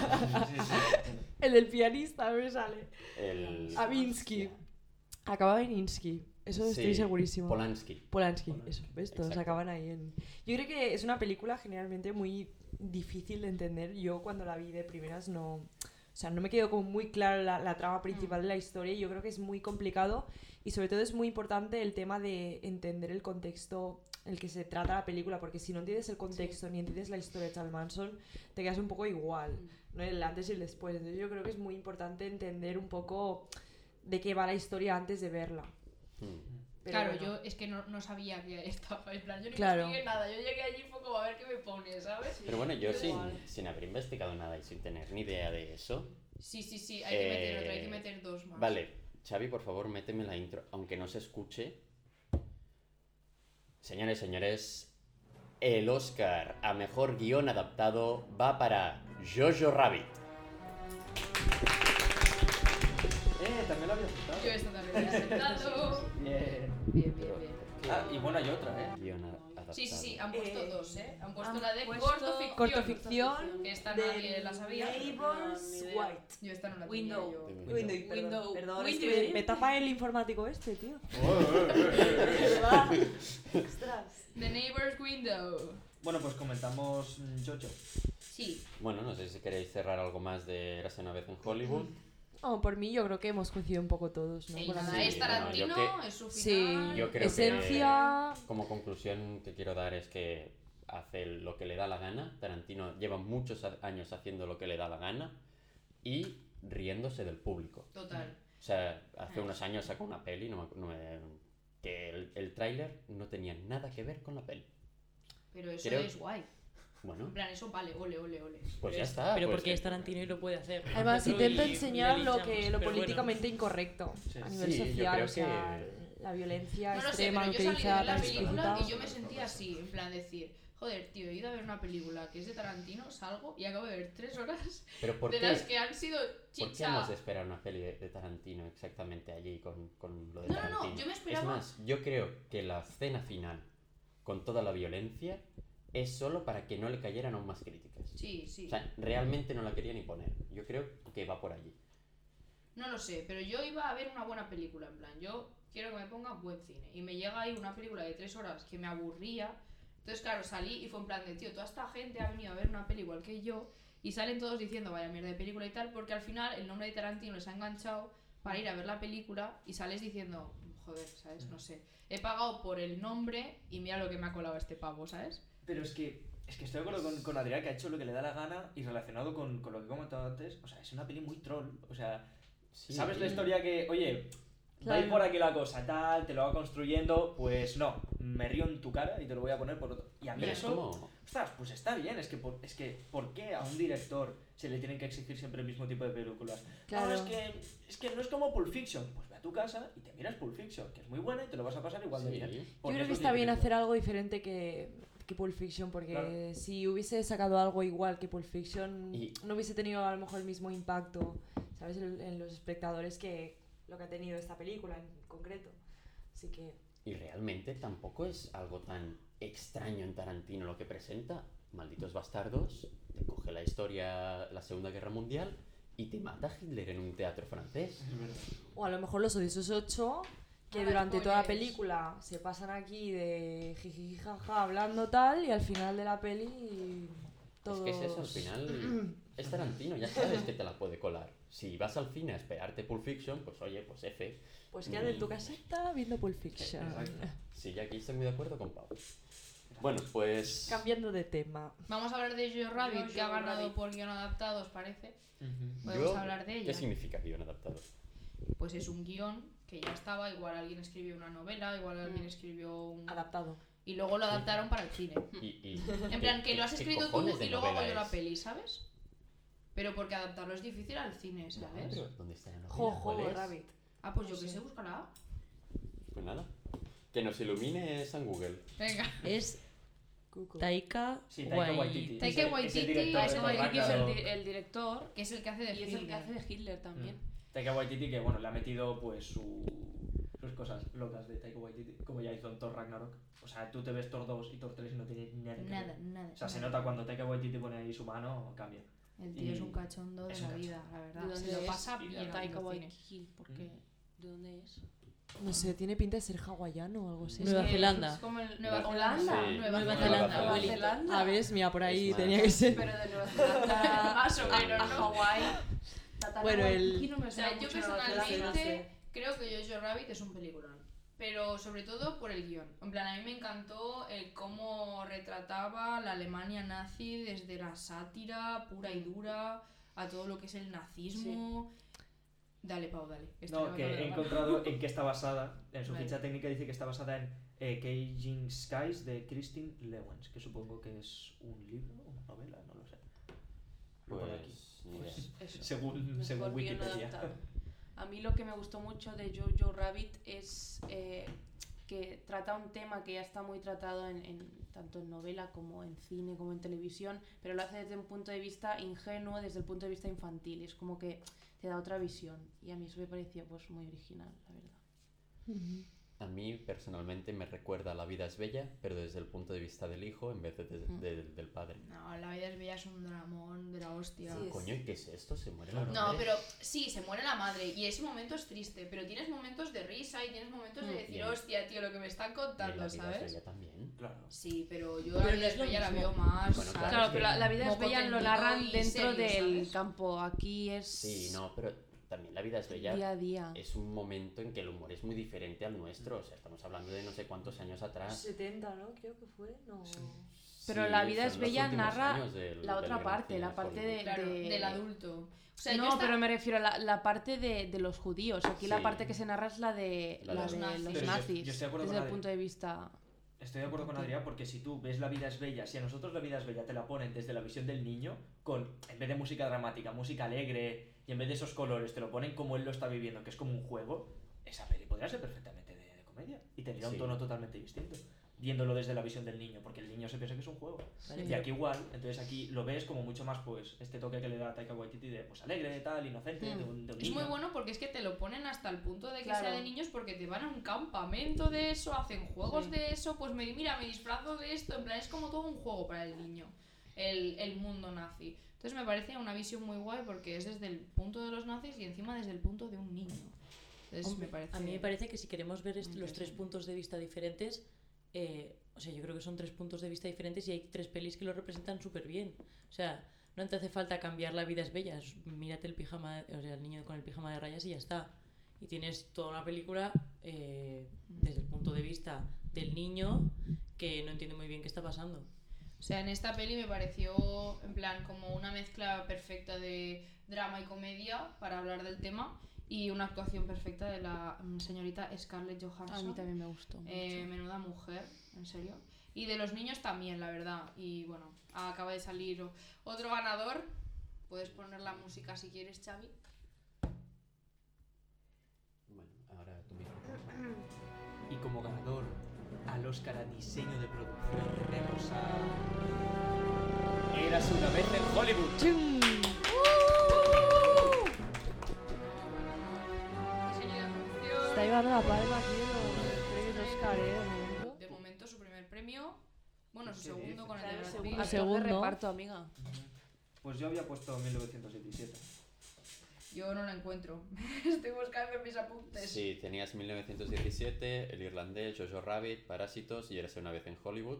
El del pianista, me sale. El... Avinsky. Acaba Beninsky. Eso estoy Sí, segurísimo. Polanski. Polanski, eso, ¿ves? Todos Exacto. acaban ahí en... Yo creo que es una película generalmente muy difícil de entender. Yo cuando la vi de primeras no... O sea, no me quedó como muy clara la trama principal de la historia y yo creo que es muy complicado y sobre todo es muy importante el tema de entender el contexto en el que se trata la película, porque si no entiendes el contexto ni entiendes la historia de Charles Manson, te quedas un poco igual, ¿no? El antes y el después. Entonces yo creo que es muy importante entender un poco de qué va la historia antes de verla. Pero Claro, bueno. yo es que no sabía que estaba, en plan, yo ni Claro. investigué nada, yo llegué allí fue como a ver qué me pone, ¿sabes? Pero bueno, yo Igual. sin haber investigado nada y sin tener ni idea de eso... Sí, hay que meter otro, hay que meter dos más. Vale, Xavi, por favor, méteme la intro, aunque no se escuche. Señores, señores, el Oscar a Mejor Guión Adaptado va para Jojo Rabbit. También lo había apuntado. Yo esto también lo he aceptado. Bien. Bien, bien, bien. Ah, y bueno, hay otra, Guión adaptado. Sí, han puesto dos, ¿eh? Han puesto han la de puesto cortoficción. Cortoficción Que esta de nadie la sabía. Neighbors Ni idea. White. Yo esta no la Window. tenía yo. Window. Perdón, es Window. que me tapa el informático este, tío. Ostras. The Neighbor's Window. Bueno, pues comentamos Jojo. Sí. Bueno, no sé si queréis cerrar algo más de Érase una vez en Hollywood. Oh, por mí yo creo que hemos coincidido un poco todos, ¿no? Sí, Con la nada, sí, es Tarantino, bueno, yo es su Sí, final. Yo creo esencia... Como conclusión que quiero dar es que hace lo que le da la gana. Tarantino lleva muchos años haciendo lo que le da la gana y riéndose del público. Total. O sea, hace unos años sacó una peli que el tráiler no tenía nada que ver con la peli. Pero eso Creo- es guay. Bueno, En plan, eso vale, ole. pues ya está. Pero pues, porque es Tarantino y lo puede hacer. Además Nosotros intenta y enseñar le lo linchamos, que lo pero políticamente incorrecto Sí. a nivel Sí, yo social, creo o sea, que- la violencia No lo sé, extrema, pero lo yo que salí dice de la tan película explícita. y yo me sentía así, en plan decir, joder, tío, he ido a ver una película que es de Tarantino, salgo y acabo de ver 3 horas Pero ¿por de qué? las que han sido ¿Por qué chicha. hemos de esperar una peli de Tarantino exactamente allí con lo de No, Tarantino? yo me Es esperaba... más, yo creo que la escena final, con toda la violencia, es solo para que no le cayeran aún más críticas. Sí, sí. O sea, realmente no la quería ni poner. Yo creo que va por allí. No lo sé, pero yo iba a ver una buena película, en plan, yo quiero que me ponga buen cine. Y me llega ahí una película de 3 horas que me aburría. Entonces, claro, salí y fue en plan de, tío, toda esta gente ha venido a ver una peli igual que yo y salen todos diciendo, vaya mierda de película y tal, porque al final el nombre de Tarantino les ha enganchado para ir a ver la película y sales diciendo, joder, ¿sabes? No sé. He pagado por el nombre y mira lo que me ha colado este pavo, ¿sabes? Pero es que estoy de acuerdo con Adrián, que ha hecho lo que le da la gana y relacionado con lo que he comentado antes. O sea, es una peli muy troll. O sea, Sí, ¿sabes la historia que, oye, va a ir Claro. por aquí la cosa, tal, te lo va construyendo? Pues no, me río en tu cara y te lo voy a poner por otro. Y a mí Pero es eso, como... ostras, pues está bien. Es que ¿por qué a un director se le tienen que exigir siempre el mismo tipo de películas? Claro. No, es que no es como Pulp Fiction. Pues ve a tu casa y te miras Pulp Fiction, que es muy buena y te lo vas a pasar igual de Sí. bien. Yo Porque creo es que lo está bien típico. hacer algo diferente que Pulp Fiction, porque Claro. si hubiese sacado algo igual que Pulp Fiction, Y- no hubiese tenido a lo mejor el mismo impacto, ¿sabes? En los espectadores que lo que ha tenido esta película en concreto. Así que... Y realmente tampoco es algo tan extraño en Tarantino lo que presenta. Malditos bastardos, te coge la historia, la Segunda Guerra Mundial y te mata Hitler en un teatro francés. Es verdad. O a lo mejor los Odiosos 8, que Ah, durante toda la spoilers. película se pasan aquí de jiji jaja hablando tal, y al final de la peli todos... Es que es eso, al final es Tarantino, ya sabes que te la puede colar. Si vas al cine a esperarte Pulp Fiction, pues oye, pues F. Pues quédate en tu casita viendo Pulp Fiction. Exacto. Sí, yo aquí estoy muy de acuerdo con Pau. Bueno, pues... Cambiando de tema. Vamos a hablar de Jojo Rabbit, Jojo que ha ganado Rabbit. por guión adaptado, os parece. Ujú. Podemos hablar de ella. ¿Qué significa guión adaptado? Pues es un guión que ya estaba, igual alguien escribió una novela, igual alguien escribió un... Adaptado. Y luego lo adaptaron para el cine. En plan, que lo has ¿qué escrito tú cojones de y luego hago novela yo la es? peli, ¿sabes? Pero porque adaptarlo es difícil al cine, No, ¿sabes? pero ¿dónde está la novela? Jojo, ¿Cuál es? Rabbit. Ah, pues yo que sé, búscala. Pues nada. Que nos ilumine San Google. Venga. Es Cuco. Taika Sí, Taika Waititi. Taika Es el Waititi, director es de el Thor director, que es Ragnarok. el director Que es el que hace de y es el que hace Hitler. de Hitler también. Taika Waititi, que bueno, le ha metido pues sus cosas locas de Taika Waititi, como ya hizo en Thor Ragnarok. O sea, tú te ves Thor 2 y Thor 3 y no tiene nada que ver. Nada, nada. O sea, se nada. nota cuando Taika Waititi pone ahí su mano, cambia. El tío y- es un cachondo de es un la cachondo. vida, la ¿De verdad. dónde Se lo es? pasa Y bien Taika haciendo cine. Waititi, porque ¿de dónde es? No sé, tiene pinta de ser hawaiano o algo así. Nueva Es que Zelanda. Es como el Nueva Holanda. Sí. Nueva Nueva Zelanda. Zelanda, Nueva abuelito. Zelanda. A ver, mira, por ahí Es tenía más- que ser. Pero de Nueva Zelanda Más o menos, a ¿no? Hawái. Tatara Bueno, el- Waititi no me O sea, suena yo mucho Nueva personalmente Zelanda. creo que Jojo Rabbit es un peliculón. Pero sobre todo por el guión. En plan, a mí me encantó el cómo retrataba la Alemania nazi desde la sátira pura y dura a todo lo que es el nazismo. Dale, Pau, dale. Esto No, le que va a he dar. encontrado en qué está basada. En su Vale. ficha técnica dice que está basada en Caging Skies de Christine Lewens, que supongo que es un libro o una novela, no lo sé. Lo pone aquí. Pues... ni idea. Eso. Según Mejor guión Wikipedia. adaptado. A mí lo que me gustó mucho de Jojo Rabbit es que trata un tema que ya está muy tratado tanto en novela como en cine como en televisión, pero lo hace desde un punto de vista ingenuo, desde el punto de vista infantil. Es como que te da otra visión y a mí eso me pareció pues muy original, la verdad. A mí personalmente me recuerda La vida es bella, pero desde el punto de vista del hijo en vez de del padre. No, La vida es bella es un dramón de la hostia. Sí, Coño, ¿y qué es esto? ¿Se muere la Claro. No, madre? pero sí, se muere la madre y ese momento es triste, pero tienes momentos de risa y tienes momentos de decir, Bien. hostia, tío, lo que me están ¿Y en contando, La vida es ¿sabes? bella también? Claro. Sí, pero yo Pero la no vida es es lo bella la mismo. veo más. Bueno, ¿sabes? Claro, pero la vida es Moco bella lo tendido narran y dentro serio, del ¿sabes? campo. Aquí es Sí, no, pero también La vida es bella día a día. es un momento en que el humor es muy diferente al nuestro. O sea, estamos hablando de no sé cuántos años atrás. 70, ¿no? Creo que fue. No. Pero Sí, La vida son es los bella últimos narra años del la otra gran parte, cine la de parte Hollywood. Claro, de- del adulto. O sea, no, yo esta- pero me refiero a la parte de los judíos. Aquí la Sí. parte que se narra es la de La la de de los nazis. los Pero yo nazis, estoy de acuerdo desde con el Adri. punto de vista... Estoy de acuerdo con Ok. Adrián porque si tú ves La vida es bella, si a nosotros La vida es bella te la ponen desde la visión del niño, en vez de música dramática, música alegre, y en vez de esos colores te lo ponen como él lo está viviendo, que es como un juego, esa peli podría ser perfectamente de comedia y tendría un Sí. tono totalmente distinto. viéndolo desde la visión del niño, porque el niño se piensa que es un juego. Vale. Y aquí igual, entonces aquí lo ves como mucho más, pues, este toque que le da Taika Waititi de, pues, alegre, tal, inocente, de un Es niño. muy bueno porque es que te lo ponen hasta el punto de que Claro. sea de niños porque te van a un campamento de eso, hacen juegos Sí. de eso, pues mira, me disfrazo de esto, en plan es como todo un juego para el niño, el mundo nazi. Entonces me parece una visión muy guay porque es desde el punto de los nazis y encima desde el punto de un niño. Entonces Hombre, me parece... a mí me parece que si queremos ver los tres interesante. puntos de vista diferentes, o sea, yo creo que son 3 puntos de vista diferentes y hay 3 pelis que lo representan súper bien. O sea, no te hace falta cambiar La vida es bella, mírate el pijama, o sea, el niño con el pijama de rayas y ya está. Y tienes toda una película desde el punto de vista del niño que no entiende muy bien qué está pasando. O sea, en esta peli me pareció, en plan, como una mezcla perfecta de drama y comedia para hablar del tema y una actuación perfecta de la señorita Scarlett Johansson. A mí también me gustó mucho. Menuda mujer, en serio. Y de los niños también, la verdad. Y bueno, acaba de salir otro ganador. Puedes poner la música si quieres, Xavi. Bueno, ahora tú mismo. Y como ganador al Oscar a diseño de producción tenemos a... Érase una vez en Hollywood. Diseño de producción. Está llevando la palma aquí de los premios Oscar, de momento. De momento su primer premio. Bueno, su ¿Qué segundo dices? con el de Claro, Brad segundo. Pitt. Actor segundo. de reparto, amiga. Pues yo había puesto 1917. Yo no lo encuentro. Estoy buscando en mis apuntes. Sí, tenías 1917, El Irlandés, Jojo Rabbit, Parásitos y Érase una vez en Hollywood.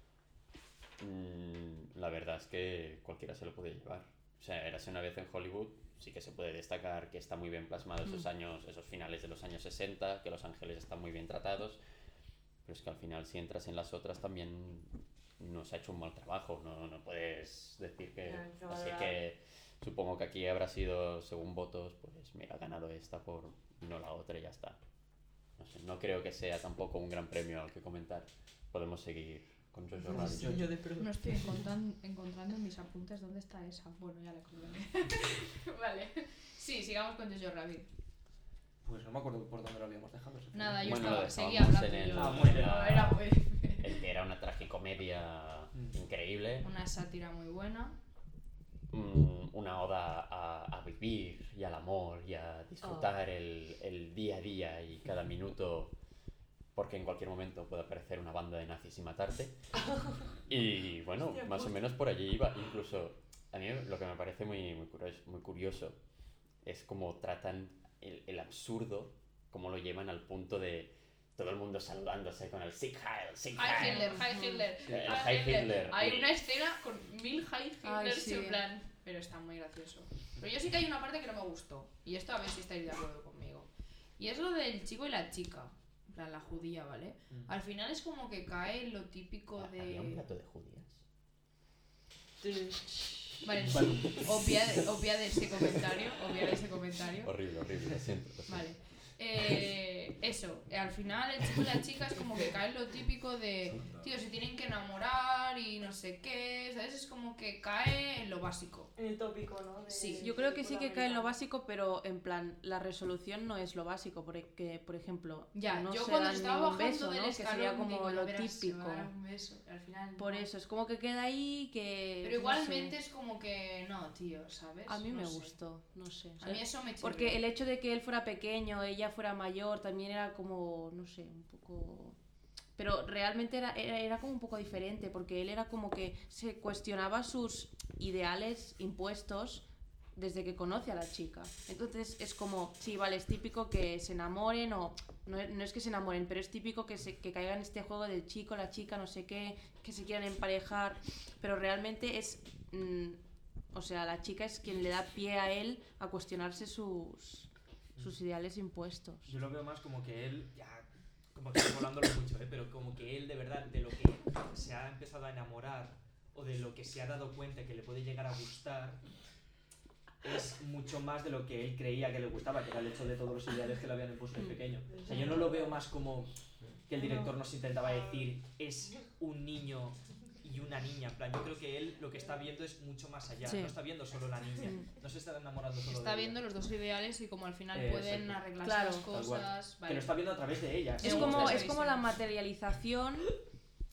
La verdad es que cualquiera se lo puede llevar. O sea, Érase una vez en Hollywood sí que se puede destacar que está muy bien plasmado esos años, esos finales de los años 60, que los ángeles están muy bien tratados, pero es que al final si entras en las otras también no se ha hecho un mal trabajo, no puedes decir que... Ya, no Así valorar. que supongo que aquí habrá sido, según votos, pues mira, ha ganado esta por no la otra y ya está. No sé, no creo que sea tampoco un gran premio al que comentar. Podemos seguir con Jojo Rabbit. No estoy encontrando en mis apuntes dónde está esa. Bueno, ya la colgaré. Vale. Sí, sigamos con Jojo Rabbit. Pues no me acuerdo por dónde lo habíamos dejado. ese Nada, yo Bueno, lo seguía dejábamos hablando. en el- yo. Ah, muy bien. Era muy... El que era una tragicomedia increíble, Una sátira muy buena. una oda a vivir y al amor y a disfrutar el día a día y cada minuto, porque en cualquier momento puede aparecer una banda de nazis y matarte. Y bueno, más o menos por allí iba. Incluso a mí lo que me parece muy curioso es cómo tratan el absurdo, cómo lo llevan al punto de todo el mundo saludándose con el Sieg Heil, Sieg Hi Heil. Hitler, Hi Hitler. El Heil Hitler. Hay una escena con 1000 Hi Ay, Hitlers sí. en plan. Pero está muy gracioso. Pero yo sí que hay una parte que no me gustó. Y esto a ver si estáis de acuerdo conmigo. Y es lo del chico y la chica. En plan, la judía, ¿vale? Al final es como que cae en lo típico de. ¿Había un plato de judías? Vale, obviad ese comentario. Obviad ese comentario. Horrible, lo siento. Lo siento. Vale. Eso, al final el chico y la chica es como que cae en lo típico de, tío, se tienen que enamorar y no sé qué, ¿sabes? Es como que cae en lo básico. En el tópico, ¿no? Sí, Yo creo que sí que cae en lo americano. básico, pero en plan, la resolución no es lo básico, porque, por ejemplo, Ya, no yo se cuando dan estaba ningún bajando beso, del ¿no? Que escalón, sería como digo, lo verás, se típico. va a dar un beso, al final Por no. eso, es como que queda ahí que... Pero no igualmente sé. es como que no, tío, ¿sabes? A mí No me sé. gustó, no sé. A mí eso me Porque chirrió. el hecho de que él fuera pequeño, ella fuera mayor, también era como, no sé, un poco... Pero realmente era como un poco diferente, porque él era como que se cuestionaba sus ideales impuestos desde que conoce a la chica. Entonces es como, sí, vale, es típico que se enamoren, o no es que se enamoren, pero es típico que caigan en este juego del chico, la chica, no sé qué, que se quieran emparejar, pero realmente es... o sea, la chica es quien le da pie a él a cuestionarse sus ideales impuestos. Yo lo veo más como que él, ya, como que estoy volándolo mucho, pero como que él de verdad, de lo que se ha empezado a enamorar o de lo que se ha dado cuenta que le puede llegar a gustar, es mucho más de lo que él creía que le gustaba, que era el hecho de todos los ideales que le habían impuesto de pequeño. O sea, yo no lo veo más como que el director nos intentaba decir, es un niño y una niña, en plan, yo creo que él lo que está viendo es mucho más allá, Sí. no está viendo solo la niña, no se está enamorando solo Está de viendo ella. los dos ideales y como al final Exacto. pueden arreglarse Claro. las Tal cual. cosas. Que lo está viendo a través de ella. Es Me como, gusta esa es como visión. la materialización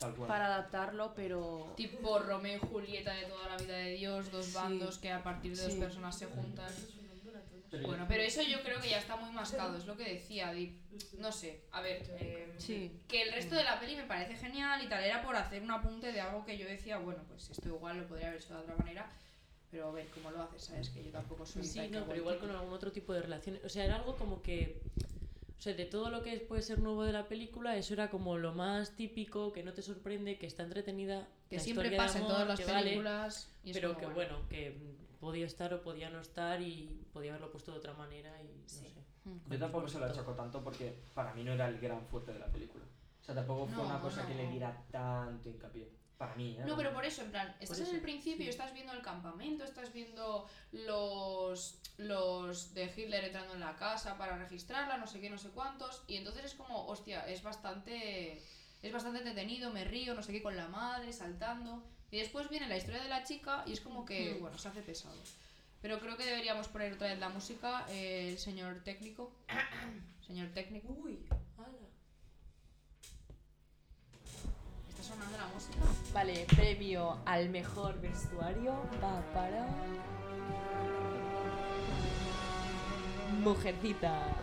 Tal cual. para adaptarlo, pero... Tipo Romeo y Julieta de toda la vida de Dios, dos bandos que a partir de dos Sí. personas se juntan. Pero Bueno, pero eso yo creo que ya está muy mascado, es lo que decía. No sé, a ver, Sí. que el resto de la peli me parece genial y tal, era por hacer un apunte de algo que yo decía, bueno, pues esto igual lo podría haber hecho de otra manera, pero a ver cómo lo haces, ¿sabes? Que yo tampoco soy Sí, Taika no, pero igual Waititi. con algún otro tipo de relación. O sea, era algo como que... O sea, de todo lo que puede ser nuevo de la película, eso era como lo más típico, que no te sorprende, que está entretenida. Que la siempre historia de pasa en amor, todas las que vale, películas. Y es pero como, que bueno, que podía estar o podía no estar y podía haberlo puesto de otra manera y no Sí. sé. Yo tampoco se lo achaco tanto porque para mí no era el gran fuerte de la película. O sea, tampoco fue No, una cosa que le no. diera tanto hincapié. Para mí, ¿eh? No, pero por eso, en plan, estás en eso, el principio, sí. estás viendo el campamento, estás viendo los de Hitler entrando en la casa para registrarla, no sé qué, no sé cuántos, y entonces es como, hostia, es bastante entretenido, me río, no sé qué, con la madre, saltando, y después viene la historia de la chica y es como que, bueno, se hace pesado. Pero creo que deberíamos poner otra vez la música, el señor técnico. Señor técnico. Uy, ala. Está sonando la música. Vale, premio al mejor vestuario va para... Mujercita.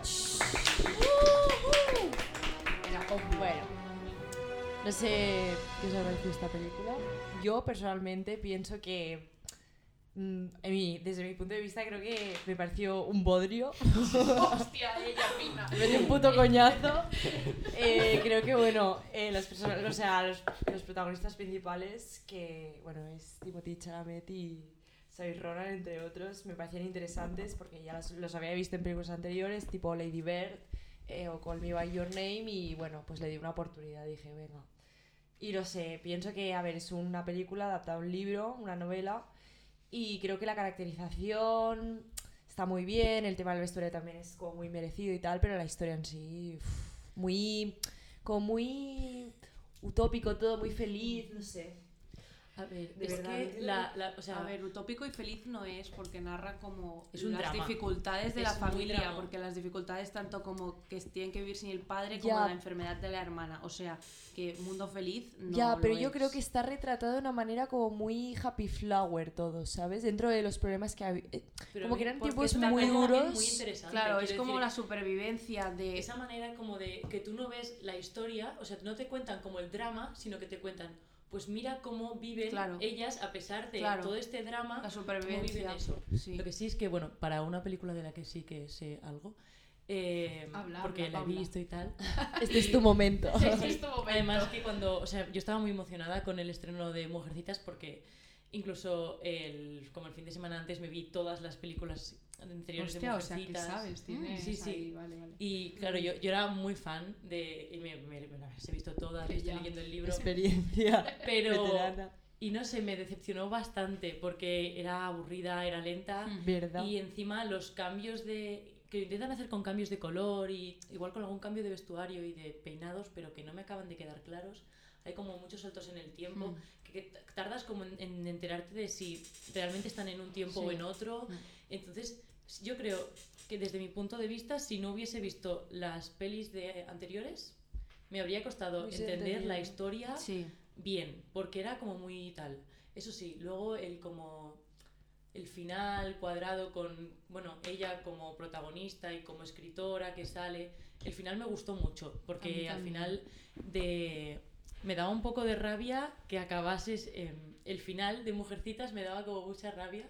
Era obvio. Bueno, no sé qué os ha parecido esta película. Yo personalmente pienso que, desde mi punto de vista, creo que me pareció un bodrio. Hostia, ella fina. Me dio un puto coñazo. Creo que, bueno, las personas, o sea, los protagonistas principales, que, bueno, es Timothée Chalamet y Saoirse Ronan, entre otros, me parecían interesantes porque ya los había visto en películas anteriores, tipo Lady Bird o Call Me By Your Name, y, bueno, pues le di una oportunidad, dije, venga. Y no sé, pienso que, a ver, es una película adaptada a un libro, una novela, y creo que la caracterización está muy bien, el tema del vestuario también es como muy merecido y tal, pero la historia en sí, muy utópico todo, muy feliz, no sé. A ver, De es verdad, que o sea, A ver, utópico y feliz no es porque narra como Es un las drama. dificultades de Es la muy familia, drama. porque las dificultades tanto como que tienen que vivir sin el padre Ya. como la enfermedad de la hermana. O sea, que mundo feliz no Ya, pero lo yo es. creo que está retratado de una manera como muy happy flower todo, ¿sabes? Dentro de los problemas que había. pero Como que eran porque tiempos es una muy cosa también duros. muy interesante. Claro, es quiero como decir, la supervivencia de... esa manera como de que tú no ves la historia, o sea, no te cuentan como el drama, sino que te cuentan, pues mira cómo viven Claro. ellas a pesar de Claro. todo este drama, La cómo supervivencia. viven eso. Sí. Lo que sí es que, bueno, para una película de la que sí que sé algo, Habla, porque habla, la he Paula. visto y tal. Este es tu momento. Este es tu momento. Además que cuando, o sea, yo estaba muy emocionada con el estreno de Mujercitas porque incluso como el fin de semana antes me vi todas las películas anteriores Hostia, de o sea, que Mujercitas. sabes, tienes Sí, sí. ahí, vale, vale. Y claro, yo era muy fan de... Y me las he visto todas, Que estoy ya. leyendo el libro. Experiencia Pero... veterana. Y no sé, me decepcionó bastante porque era aburrida, era lenta. ¿Verdad? Y encima los cambios que intentan hacer con cambios de color y igual con algún cambio de vestuario y de peinados, pero que no me acaban de quedar claros. Hay como muchos saltos en el tiempo que tardas como en enterarte de si realmente están en un tiempo o en otro. Entonces, yo creo que desde mi punto de vista, si no hubiese visto las pelis anteriores, me habría costado Hubiese entender entendido. la historia Sí. bien, porque era como muy tal. Eso sí, luego el final cuadrado con, bueno, ella como protagonista y como escritora que sale, el final me gustó mucho, A porque mí al también. final me daba un poco de rabia que acabases el final de Mujercitas, me daba como mucha rabia.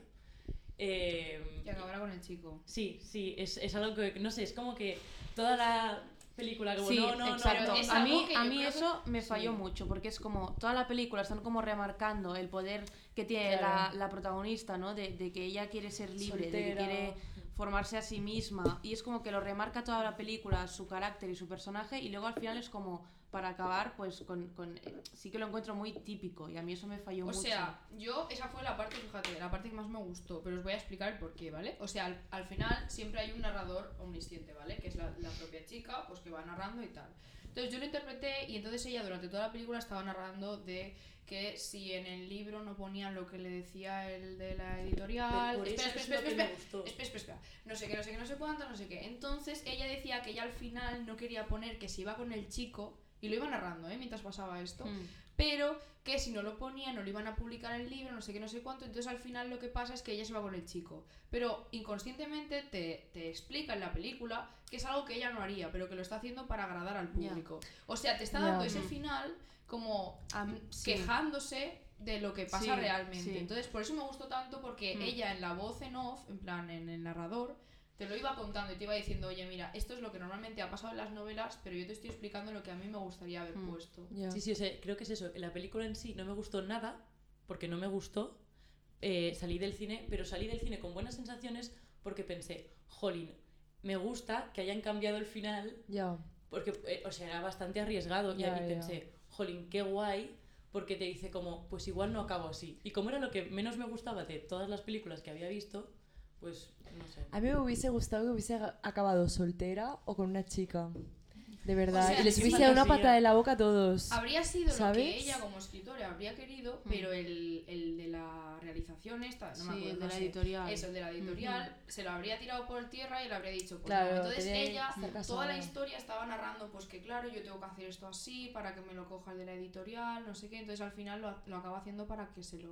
Y acabará con el chico. Sí, es algo que, no sé, es como que toda la película como Sí, no, exacto. pero es a algo mí, que yo a mí creo eso me sí. falló mucho, porque es como toda la película están como remarcando el poder que tiene Claro. la protagonista, ¿no? De que ella quiere ser libre, de que Soltera. quiere formarse a sí misma, y es como que lo remarca toda la película, su carácter y su personaje, y luego al final es como para acabar pues sí que lo encuentro muy típico, y a mí eso me falló O mucho. sea, esa fue la parte, fíjate, la parte que más me gustó, pero os voy a explicar el porqué, ¿vale? O sea, al final siempre hay un narrador omnisciente, ¿vale? Que es la propia chica, pues que va narrando y tal. Entonces yo lo interpreté y entonces ella durante toda la película estaba narrando de que si en el libro no ponían lo que le decía el de la editorial... Por eso es lo que me gustó. Espera. No sé qué, no sé qué, no sé cuánto, no sé qué. Entonces ella decía que ella al final no quería poner que si iba con el chico, y lo iba narrando, mientras pasaba esto, pero que si no lo ponía no lo iban a publicar en el libro, no sé qué, no sé cuánto, entonces al final lo que pasa es que ella se va con el chico, pero inconscientemente te explica en la película que es algo que ella no haría, pero que lo está haciendo para agradar al público. O sea, te está dando ese final como quejándose de lo que pasa realmente. Entonces, por eso me gustó tanto, porque ella en la voz en off, en plan en el narrador, te lo iba contando y te iba diciendo, oye, mira, esto es lo que normalmente ha pasado en las novelas, pero yo te estoy explicando lo que a mí me gustaría haber puesto. Sí, o sea, creo que es eso. La película en sí no me gustó nada, porque no me gustó. Salí del cine, pero salí del cine con buenas sensaciones porque pensé, jolín, me gusta que hayan cambiado el final, porque, o sea, era bastante arriesgado. Y pensé, jolín, qué guay, porque te dice como, pues igual no acabo así. Y como era lo que menos me gustaba de todas las películas que había visto, pues no sé. A mí me hubiese gustado que hubiese acabado soltera o con una chica. De verdad. O sea, y les hubiese dado una patada en la boca a todos. Habría sido ¿sabes? lo que ella como escritora habría querido, pero el de la realización esta, no me acuerdo, el de no la sé, editorial. eso, el de la editorial, se lo habría tirado por tierra y le habría dicho, pues Claro, no. Entonces tenía que ella, estar casada. toda la historia estaba narrando, pues que claro, yo tengo que hacer esto así para que me lo coja el de la editorial, no sé qué, entonces al final lo acaba haciendo para que se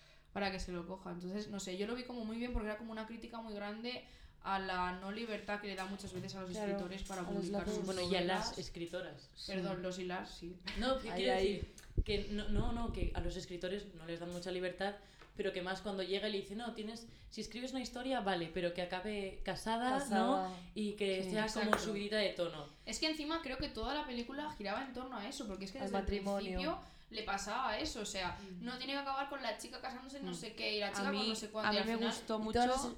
lo coja. Entonces, no sé, yo lo vi como muy bien porque era como una crítica muy grande a la no libertad que le da muchas veces a los escritores para publicar sus Bueno, novelas. y a las escritoras. Perdón, los y las, sí. No, quiero decir que no, que a los escritores no les dan mucha libertad, pero que más cuando llega y le dice, no, si escribes una historia, vale, pero que acabe casada. ¿No? Y que sea como subidita de tono. Es que encima creo que toda la película giraba en torno a eso, porque es que desde el matrimonio. principio le pasaba eso, o sea, no tiene que acabar con la chica casándose en no sé qué y la chica A mí, con no sé cuánto. a mí y al me final, gustó mucho...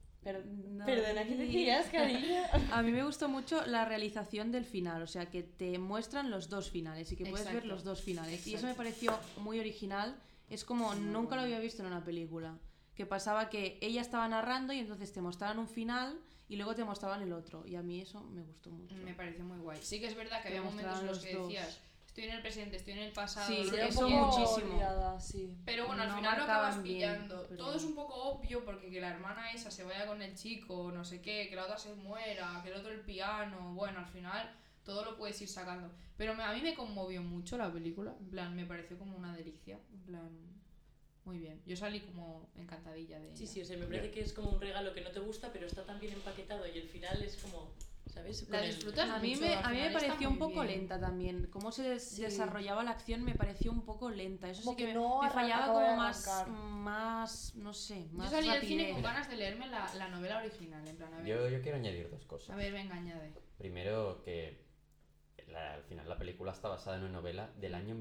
Perdona, ¿qué decías, cariño? A mí me gustó mucho la realización del final, o sea, que te muestran los dos finales y que puedes ver los dos finales. Y eso me pareció muy original, es como nunca lo había visto en una película. Que pasaba que ella estaba narrando y entonces te mostraban un final y luego te mostraban el otro. Y a mí eso me gustó mucho. Me pareció muy guay. Sí que es verdad que Te había momentos en los mostraban que los decías, estoy en el presente, estoy en el pasado. Sí, no sé eso qué. muchísimo. Olvidada, sí. Pero bueno, al No final lo marcaban acabas bien, pillando. pero- Todo es un poco obvio porque que la hermana esa se vaya con el chico, no sé qué, que la otra se muera, que el otro el piano. Bueno, al final todo lo puedes ir sacando. Pero a mí me conmovió mucho la película. En plan, me pareció como una delicia. En plan, muy bien. Yo salí como encantadilla de ella. Sí, o sea, me parece que es como un regalo que no te gusta, pero está tan bien empaquetado y el final es como, ¿sabes? La Con disfrutas A mí mucho, me, al a mí me final está pareció un muy poco bien. lenta también. Cómo se desarrollaba la acción me pareció un poco lenta. Eso Como sí que que no me fallaba acaba de como más, arrancar. no sé, Yo más salí del cine rapidez. con ganas de leerme la novela original. En plan, a ver, Yo quiero añadir dos cosas. a ver, venga, añade. Primero, que al final la película está basada en una novela del año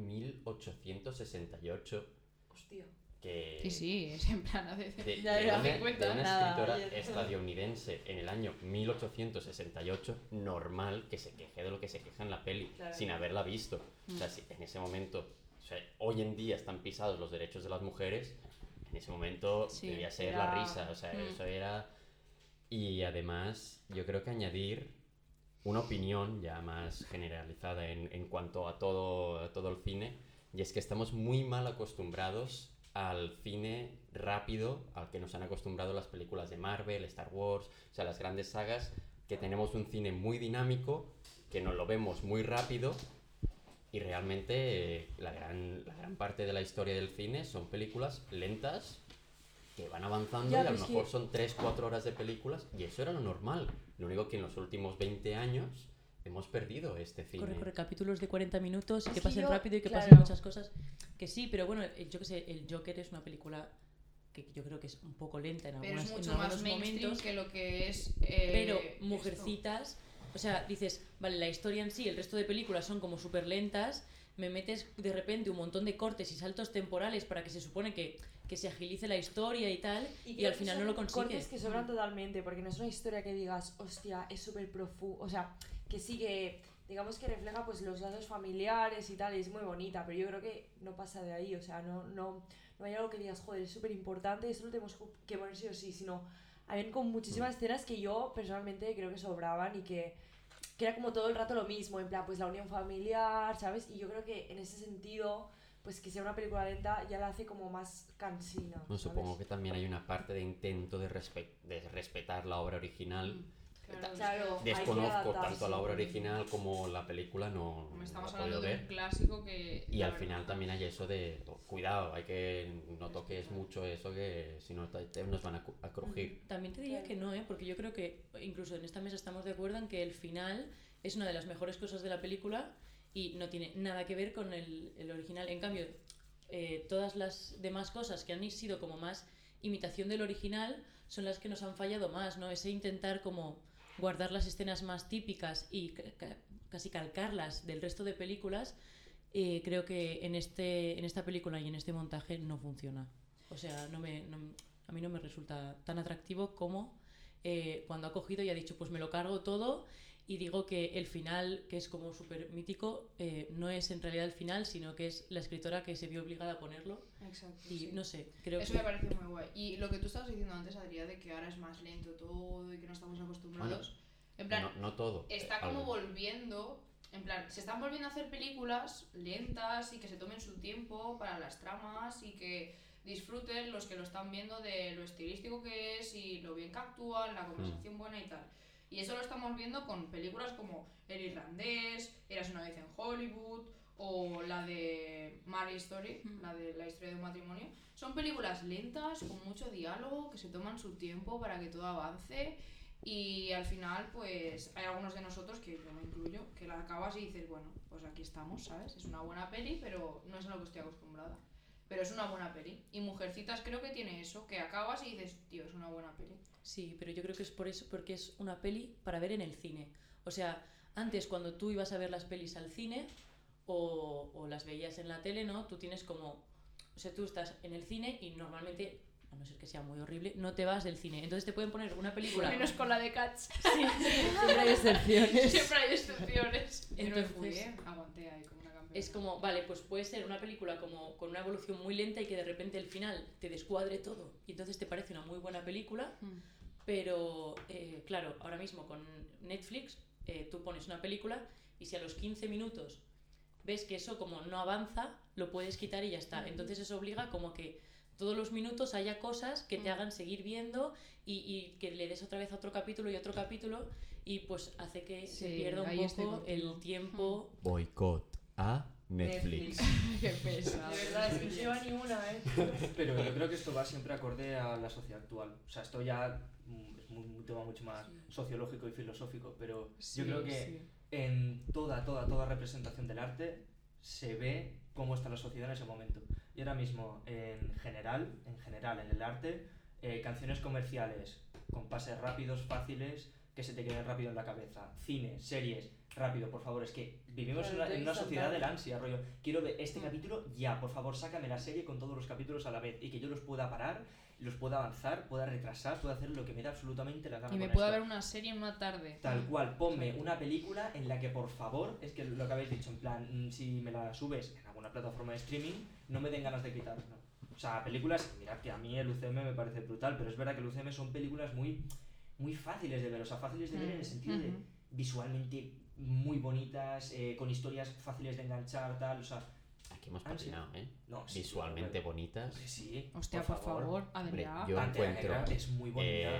1868 Hostia. que Sí, es en plan de Ya era. una, de 50. una Nada, escritora ya está. estadounidense en el año 1868, normal que se queje de lo que se queja en la peli, Claro. sin haberla visto. O sea, si en ese momento, o sea, hoy en día están pisados los derechos de las mujeres, en ese momento Sí, debía ser era- la risa, o sea, eso era... Y además, yo creo que añadir una opinión ya más generalizada en cuanto a todo el cine, y es que estamos muy mal acostumbrados al cine rápido al que nos han acostumbrado las películas de Marvel, Star Wars, o sea, las grandes sagas, que tenemos un cine muy dinámico, que nos lo vemos muy rápido, y realmente la gran parte de la historia del cine son películas lentas que van avanzando Ya, y a pero lo es mejor que- son 3-4 horas de películas, y eso era lo normal. Lo único que en los últimos 20 años hemos perdido este cine. corre capítulos de 40 minutos y que Es que pasen yo- rápido y que claro. pasen muchas cosas. Que sí, pero bueno, yo que sé, el Joker es una película que yo creo que es un poco lenta en Pero algunos, es mucho en más algunos mainstream momentos. que lo que es. Pero esto. Mujercitas, o sea, dices, vale, la historia en sí, el resto de películas son como súper lentas, me metes de repente un montón de cortes y saltos temporales para que se supone que se agilice la historia y tal, y creo al que final son no lo consigues. cortes que sobran totalmente, porque no es una historia que digas, hostia, es súper profundo. O sea, que sí que, digamos que refleja pues los lazos familiares y tal, y es muy bonita, pero yo creo que no pasa de ahí. O sea, no hay algo que digas, joder, es súper importante, esto lo tenemos que poner sí o sí, sino habían como muchísimas escenas que yo personalmente creo que sobraban y que era como todo el rato lo mismo, en plan, pues la unión familiar, ¿sabes? Y yo creo que en ese sentido, pues que sea una película lenta ya la hace como más cansina. No, ¿sabes? supongo que también hay una parte de intento de respetar la obra original, Claro, hay que Desconozco adaptarse. tanto la obra original como la película, no Estamos la he hablando podido de un ver. clásico que... Y la al verdad, final también hay eso de, cuidado, hay que no toques mucho eso, que si no nos van a crujir. También te diría que no, porque yo creo que incluso en esta mesa estamos de acuerdo en que el final es una de las mejores cosas de la película y no tiene nada que ver con el original. En cambio, todas las demás cosas que han sido como más imitación del original son las que nos han fallado más, ¿no? Ese intentar como guardar las escenas más típicas y casi calcarlas del resto de películas, creo que en esta película y en este montaje no funciona. O sea, a mí no me resulta tan atractivo como cuando ha cogido y ha dicho, pues me lo cargo todo y digo que el final, que es como súper mítico, no es en realidad el final, sino que es la escritora que se vio obligada a ponerlo. Exacto. Y Sí. no sé, creo Eso que... me parece muy guay. Y lo que tú estabas diciendo antes, Adrián, de que ahora es más lento todo y que no estamos acostumbrados. En plan, No todo. está como algo. volviendo. En plan, se están volviendo a hacer películas lentas y que se tomen su tiempo para las tramas y que disfruten los que lo están viendo de lo estilístico que es y lo bien que actúan, la conversación buena y tal. Y eso lo estamos viendo con películas como El Irlandés, Eras una vez en Hollywood o la de Marriage Story, la de la historia de un matrimonio. Son películas lentas, con mucho diálogo, que se toman su tiempo para que todo avance y al final pues hay algunos de nosotros, que yo me incluyo, que la acabas y dices, bueno, pues aquí estamos, ¿sabes? Es una buena peli, pero no es a lo que estoy acostumbrada. Pero es una buena peli. Y Mujercitas creo que tiene eso, que acabas y dices, tío, es una buena peli. Sí, pero yo creo que es por eso, porque es una peli para ver en el cine. O sea, antes cuando tú ibas a ver las pelis al cine o las veías en la tele, ¿no? Tú tienes como... O sea, tú estás en el cine y normalmente, a no ser que sea muy horrible, no te vas del cine. Entonces te pueden poner una película... Menos con la de Cats. Siempre hay excepciones. Siempre hay excepciones. Yo no me fui, Entonces- aguanté ahí como una campeona. Es como, vale, pues puede ser una película como con una evolución muy lenta y que de repente el final te descuadre todo y entonces te parece una muy buena película, pero claro, ahora mismo con Netflix tú pones una película y si a los 15 minutos ves que eso como no avanza, lo puedes quitar y ya está. Entonces eso obliga como que todos los minutos haya cosas que te hagan seguir viendo y que le des otra vez a otro capítulo y otro capítulo y pues hace que se Sí, pierda un ahí estoy poco contigo. el tiempo. Boicot a Netflix. Qué pesado. De verdad, es que no lleva ni una, Pero yo creo que esto va siempre acorde a la sociedad actual. O sea, esto ya es un tema mucho más sociológico y filosófico, pero yo creo que en toda representación del arte se ve cómo está la sociedad en ese momento. Y ahora mismo, en general, en el arte, canciones comerciales con pases rápidos, fáciles, que se te queden rápido en la cabeza. Cine, series, rápido, por favor. Es que vivimos Claro, en una sociedad instantáneo. del ansia, rollo. Quiero ver este capítulo ya, por favor, sácame la serie con todos los capítulos a la vez y que yo los pueda parar, los pueda avanzar, pueda retrasar, pueda hacer lo que me da absolutamente la gana. Y me con puedo esto. ver una serie en una tarde. Tal cual, ponme una película en la que por favor, es que lo que habéis dicho, en plan, si me la subes en alguna plataforma de streaming, no me den ganas de quitarla. O sea, películas, mirad que a mí el UCM me parece brutal, pero es verdad que el UCM son películas muy fáciles de ver, o sea, fáciles de ver en el sentido de visualmente muy bonitas, con historias fáciles de enganchar, tal, o sea... Aquí hemos Ansia. patinado, ¿eh? No, sí, Visualmente pero- bonitas. Hombre, sí, Hostia, por favor, Adrián. Hombre, yo Pantera encuentro... Negra es muy bonita.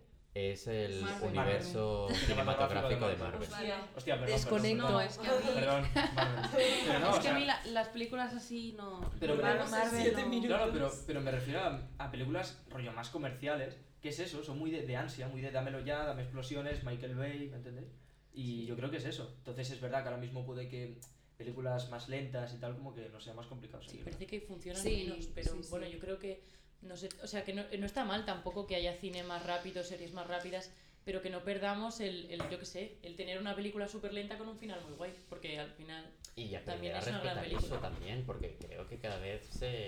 Es el Marvel. universo Marvel. cinematográfico de Marvel. Hostia, perdón, Desconecto. perdón, No, es que a mí, perdón, Marvel. Pero no, es o que a sea, mí las películas así no... Pero Marvel, veremos en 7 no. minutos. Claro, pero me refiero a películas rollo más comerciales, que es eso, son muy de ansia, muy de dámelo ya, dame explosiones, Michael Bay, ¿me entendéis? Y yo creo que es eso. Entonces es verdad que ahora mismo puede que películas más lentas y tal como que no sea más complicado Sí, seguir. parece que funcionan Sí, menos, pero sí, sí. bueno, yo creo que no sé, o sea, que no está mal tampoco que haya cine más rápido, series más rápidas, pero que no perdamos yo qué sé, el tener una película súper lenta con un final muy guay, porque al final Y También aprender a es una gran respetar película. eso también, porque creo que cada vez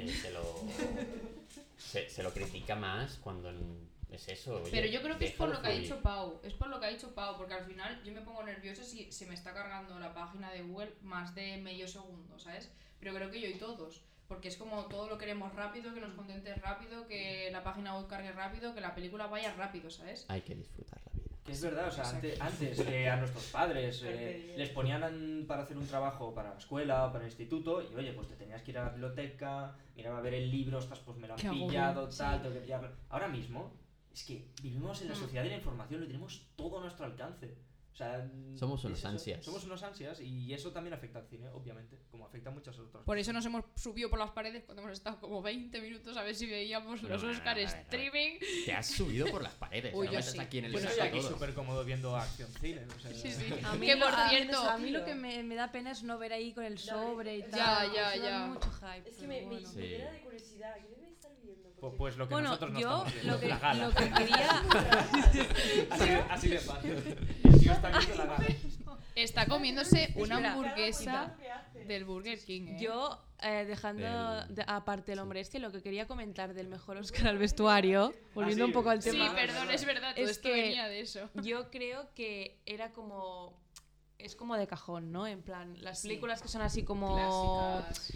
se lo critica más cuando es eso. Oye, Pero yo creo que es por déjalo lo que ha fluir. dicho Pau. Es por lo que ha dicho Pau, porque al final yo me pongo nerviosa si se me está cargando la página de Google más de medio segundo, ¿sabes? Pero creo que yo y todos. Porque es como todo lo queremos rápido, que nos contente rápido, que la página web cargue rápido, que la película vaya rápido, ¿sabes? Hay que disfrutar la vida. Que es verdad, o sea, Exacto. antes a nuestros padres Carpe diem. les ponían para hacer un trabajo para la escuela o para el instituto y oye, pues te tenías que ir a la biblioteca, mirar a ver el libro, ostras, pues me lo han Qué agobio, pillado, sí. tal, tengo que pillarlo. Ahora mismo es que vivimos en la sociedad de la información, lo tenemos todo a nuestro alcance. O sea, Somos unos es eso, ansias. Somos unos ansias y eso también afecta al cine, obviamente, como afecta a muchas otras Por eso cosas. nos hemos subido por las paredes cuando hemos estado como 20 minutos a ver si veíamos No, los no, no, Oscar no, no, no. streaming. Te has subido por las paredes. Uy, no yo metas sí. aquí en el Yo saco estoy aquí todo. súper cómodo viendo acción cine. O sea, Sí, sí. A mí, Que por a- cierto, a mí lo que me da pena es no ver ahí con el sobre y Ya, tal. ya, Eso da ya. mucho hype. Es que pero me bueno. Sí. llena de curiosidad. ¿Qué debe estar viendo? Porque- Pues lo que Bueno, nosotros no yo estamos viendo, lo que, la gala. lo que quería... Así de fácil. El tío está viendo la gala. Está comiéndose una Espera. hamburguesa ¿Qué hace? del Burger King, ¿eh? Yo, dejando Del- aparte el hombre este, lo que quería comentar del mejor Oscar al vestuario, volviendo sí, un poco al Sí, tema, perdón, es verdad, todo Es esto que- venía de eso. yo creo que era como... Es como de cajón, ¿no? En plan, las Sí. películas que son así como... Clásicas.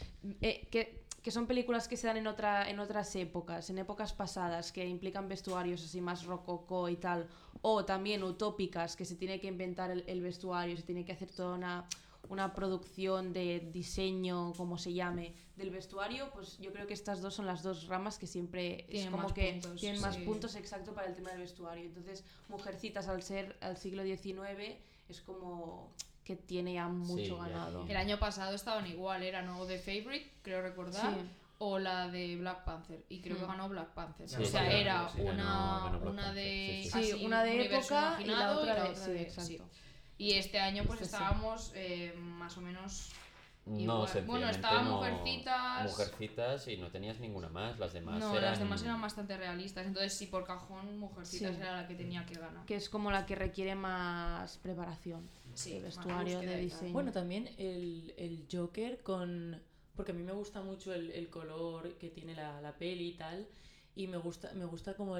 Que son películas que se dan en otras épocas, en épocas pasadas, que implican vestuarios así más rococó y tal, o también utópicas, que se tiene que inventar el vestuario, se tiene que hacer toda una producción de diseño, como se llame, del vestuario, pues yo creo que estas dos son las dos ramas que siempre es Tienen como más que puntos, tienen más sí. puntos exacto para el tema del vestuario. Entonces, Mujercitas al ser al siglo XIX es como que tiene ya mucho ya ganado. tiene. El año pasado estaban igual, eran o The Favorite, creo recordar, Sí. o la de Black Panther, y creo que ganó Black Panther. Sí, o sea, sí, era sí, una, Black una Panther, de... sí, sí. Sí, así, una de universo época y la imaginado otra de... otra Sí, de- exacto. sí. Y este año pues Este sí. estábamos más o menos... No, igual. Bueno, sencillamente estaba no- Mujercitas... Mujercitas y no tenías ninguna más. Las demás No, eran... las demás eran bastante realistas, entonces sí, por cajón, Mujercitas Sí. era la que tenía que ganar. Que es como la que requiere más preparación Sí, de más vestuario, búsqueda de y tal. diseño. Bueno, también el Joker con... Porque a mí me gusta mucho el color que tiene la peli y tal. Y me gusta como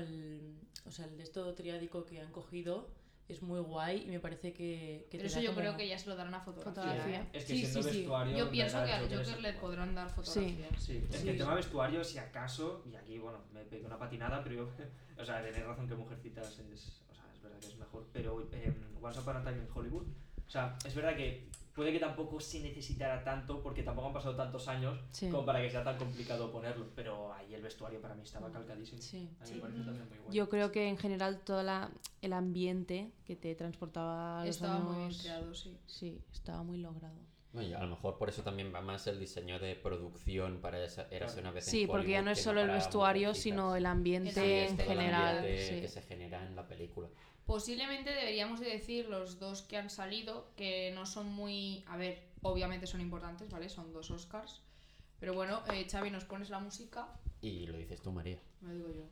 o sea, el de esto triádico que han cogido es muy guay y me parece que Pero te eso da yo como- creo que ya se lo darán a fotografía. Fotografía. ¿eh? Es que Sí, siendo sí, sí. vestuario. Yo en pienso verdad, que al Joker Joker es le igual. podrán dar fotografía. Sí, es que Sí. el tema vestuario, si acaso, y aquí, bueno, me pegué una patinada, pero yo, o sea, tenéis razón que Mujercitas es, o sea, es verdad que es mejor, pero Once Upon a Time in Hollywood, o sea, es verdad que puede que tampoco se necesitara tanto, porque tampoco han pasado tantos años Sí. como para que sea tan complicado ponerlo, pero ahí el vestuario para mí estaba calcadísimo. Sí. A mí me parece también muy bueno. Yo creo que en general todo el ambiente que te transportaba a los Estaba muy bien años... creado, sí. Sí, estaba muy logrado. Bueno, y a lo mejor por eso también va más el diseño de producción para Érase una vez en Sí, porque ya Hollywood no es que solo el para vestuario, Mujercitas. sino el ambiente Sí, en todo el general. ambiente Sí. que se genera en la película. Posiblemente deberíamos de decir los dos que han salido, que no son muy... A ver, obviamente son importantes, ¿vale? Son 2 Oscars. Pero bueno, Xavi, ¿nos pones la música? Y lo dices tú, María. Lo digo yo.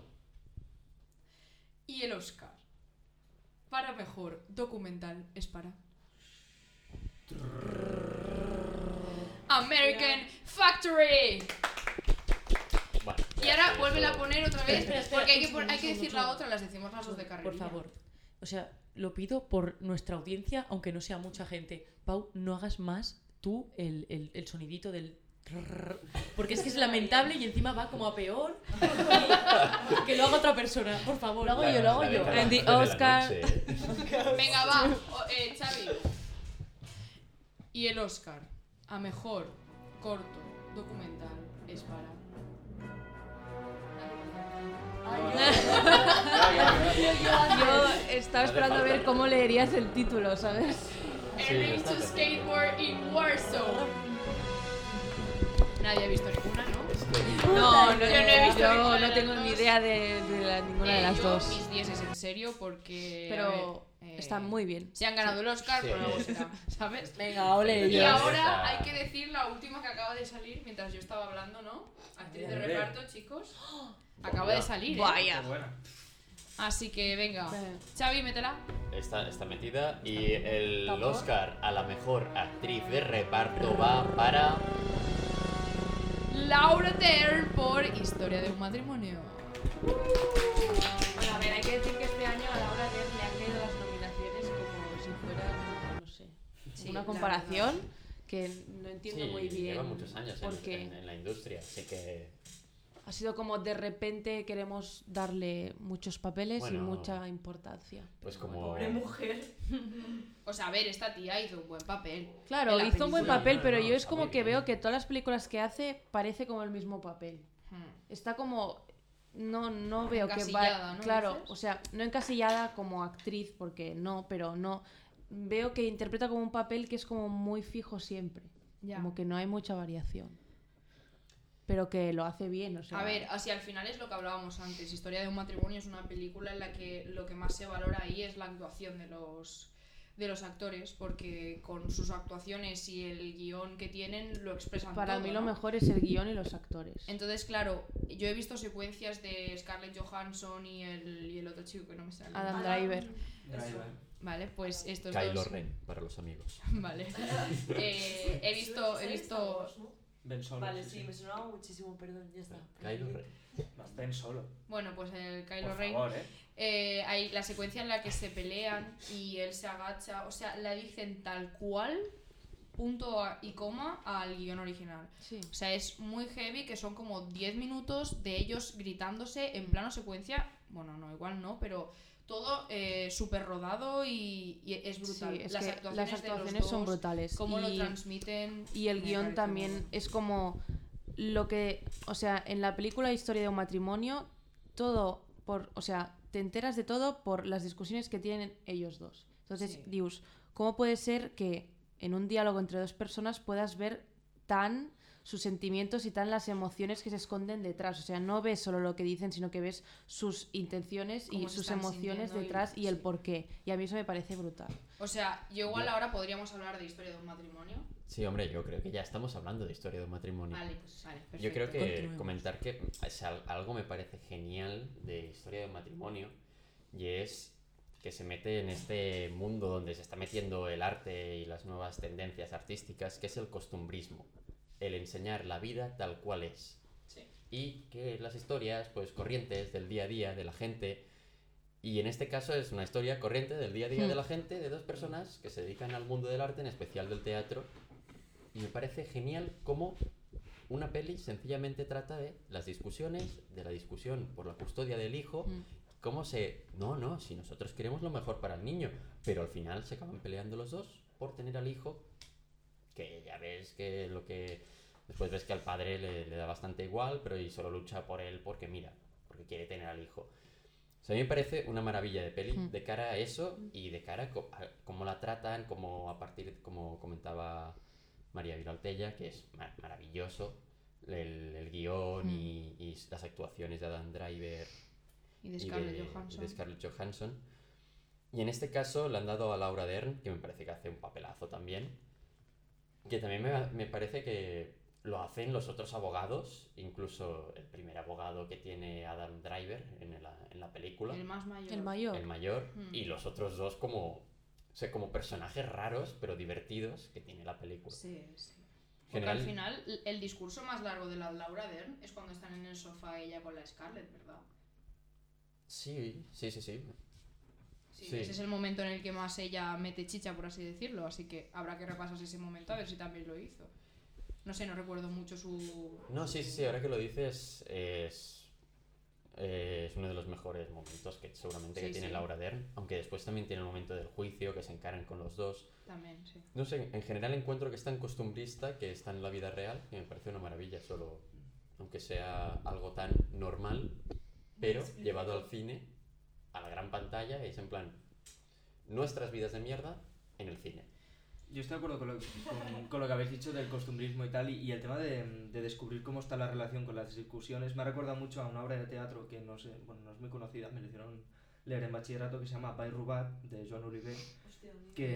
Y el Oscar para mejor documental es para... American Factory. Bueno, Y ya ahora sé, vuelve a eso- poner otra vez, Espera, porque hay un que, segundo, hay que un decir segundo. la otra, las decimos las dos de carrera. Por favor. O sea, lo pido por nuestra audiencia, aunque no sea mucha gente. Pau, no hagas más tú el sonidito del... Porque es que es lamentable y encima va como a peor. Que lo haga otra persona, por favor. Lo hago yo, lo hago La yo. década And the de la Oscar- noche, Venga, va, Xavi. Y el Oscar a mejor corto documental es para... Yo estaba esperando a ver cómo leerías el título, ¿sabes? Learning to skateboard in Warsaw. Nadie ha visto ninguna, ¿no? Es que- No, Yo no he visto yo ninguna de no las tengo dos. ni idea de ninguna de las Yo, dos. mis 10 es en serio porque... Pero a ver, están muy bien. Se han ganado el Oscar, Sí. por algo será, ¿sabes? Venga, ole Y Ya, ahora esa- hay que decir la última que acaba de salir mientras yo estaba hablando, ¿no? Actriz de Hombre. reparto, chicos. Acaba de salir, ¿eh? Vaya. Qué buena. Así que venga. Xavi, métela. Está metida y el ¿Tampoco? Oscar a la mejor actriz de reparto va para... Laura Dern por Historia de un matrimonio. Bueno, a ver, hay que decir que este año a la hora de le han caído las nominaciones como si fuera, no sé, Sí, una la comparación verdad. que no entiendo Sí, muy bien. lleva muchos años porque en la industria, así que... ha sido como de repente queremos darle muchos papeles y Bueno, mucha importancia. Pues como... Pobre mujer. O sea, a ver, esta tía hizo un buen papel. Claro, En la hizo un buen película. papel, No, pero no, yo es está como muy que bien. veo que todas las películas que hace parece como el mismo papel. Hmm. Está como no veo que Encasillada, va... ¿no? Claro, ¿Dices? o sea, no encasillada como actriz, porque no, pero no... Veo que interpreta como un papel que es como muy fijo siempre. Ya. Como que no hay mucha variación. Pero que lo hace bien, o sea... A ver, así al final es lo que hablábamos antes. Historia de un matrimonio es una película en la que lo que más se valora ahí es la actuación de los actores, porque con sus actuaciones y el guión que tienen lo expresan Para todo, mí lo ¿no? mejor es el guión y los actores. Entonces, claro, yo he visto secuencias de Scarlett Johansson y el otro chico que no me sale. Adam Driver. Vale, pues estos Kylo dos. Ren, para los amigos. Vale. He visto. Ben Solo. Vale, sí, me sonaba muchísimo, perdón, ya está. Kylo Ren. Ben Solo. Bueno, pues el Kylo Por Ren. favor, Hay la secuencia en la que se pelean y él se agacha. O sea, la dicen tal cual, punto y coma, al guión original. Sí. O sea, es muy heavy, que son como 10 minutos de ellos gritándose en plano secuencia. Bueno, no, igual no, pero todo súper rodado y es brutal. Sí, es las que actuaciones, las actuaciones son brutales. Cómo lo Y- transmiten. Y el me guión parece también bueno. es como lo que, o sea, en la película Historia de un matrimonio, todo o sea, te enteras de todo por las discusiones que tienen ellos dos. Entonces, Sí. dius, ¿cómo puede ser que en un diálogo entre dos personas puedas ver tan sus sentimientos y tan las emociones que se esconden detrás? O sea, no ves solo lo que dicen, sino que ves sus intenciones y Cómo se sus están emociones sintiendo y- detrás y el sí. porqué. Y a mí eso me parece brutal. O sea, yo igual Ya. ahora podríamos hablar de Historia de un matrimonio. Sí, hombre, yo creo que ya estamos hablando de historia de un matrimonio. Vale, pues vale, perfecto. Yo creo que Continuemos. comentar que algo me parece genial de historia de un matrimonio y es que se mete en este mundo donde se está metiendo el arte y las nuevas tendencias artísticas, que es el costumbrismo, el enseñar la vida tal cual es. Sí. Y que las historias, pues, corrientes del día a día de la gente, y en este caso es una historia corriente del día a día de la gente, de dos personas que se dedican al mundo del arte, en especial del teatro, y me parece genial cómo una peli sencillamente trata de las discusiones, de la discusión por la custodia del hijo, cómo no, si nosotros queremos lo mejor para el niño, pero al final se acaban peleando los dos por tener al hijo, que ya ves que después ves que al padre le da bastante igual, pero y solo lucha por él porque quiere tener al hijo. O sea, a mí me parece una maravilla de peli de cara a eso y de cara a cómo la tratan, como comentaba María Viraltella, que es maravilloso el guión y las actuaciones de Adam Driver Y de Scarlett y Johansson. de Scarlett Johansson. Y en este caso le han dado a Laura Dern, que me parece que hace un papelazo también, que también me parece que lo hacen los otros abogados, incluso el primer abogado que tiene Adam Driver en la película, El más mayor. El mayor. el mayor, y los otros dos como personajes raros pero divertidos que tiene la película. Sí, sí. Porque General- al final el discurso más largo de la Laura Dern es cuando están en el sofá ella con la Scarlett, ¿verdad? Sí. Sí, Sí. ese es el momento en el que más ella mete chicha, por así decirlo, así que habrá que repasarse ese momento a ver si también lo hizo. No sé, no recuerdo mucho su... No, sí, ahora que lo dices es uno de los mejores momentos que seguramente que Sí, tiene sí. Laura Dern, aunque después también tiene el momento del juicio, que se encaran con los dos. También, sí. No sé, en general encuentro que es tan costumbrista que está en la vida real, que me parece una maravilla, solo aunque sea algo tan normal, pero llevado al cine, a la gran pantalla, es en plan nuestras vidas de mierda en el cine. Yo estoy de acuerdo con lo que habéis dicho del costumbrismo y tal, y el tema de descubrir cómo está la relación con las discusiones me ha recordado mucho a una obra de teatro que no sé, bueno, no es muy conocida, me la hicieron leer en bachillerato, que se llama Bay Rubat, de Joan Oliver, que,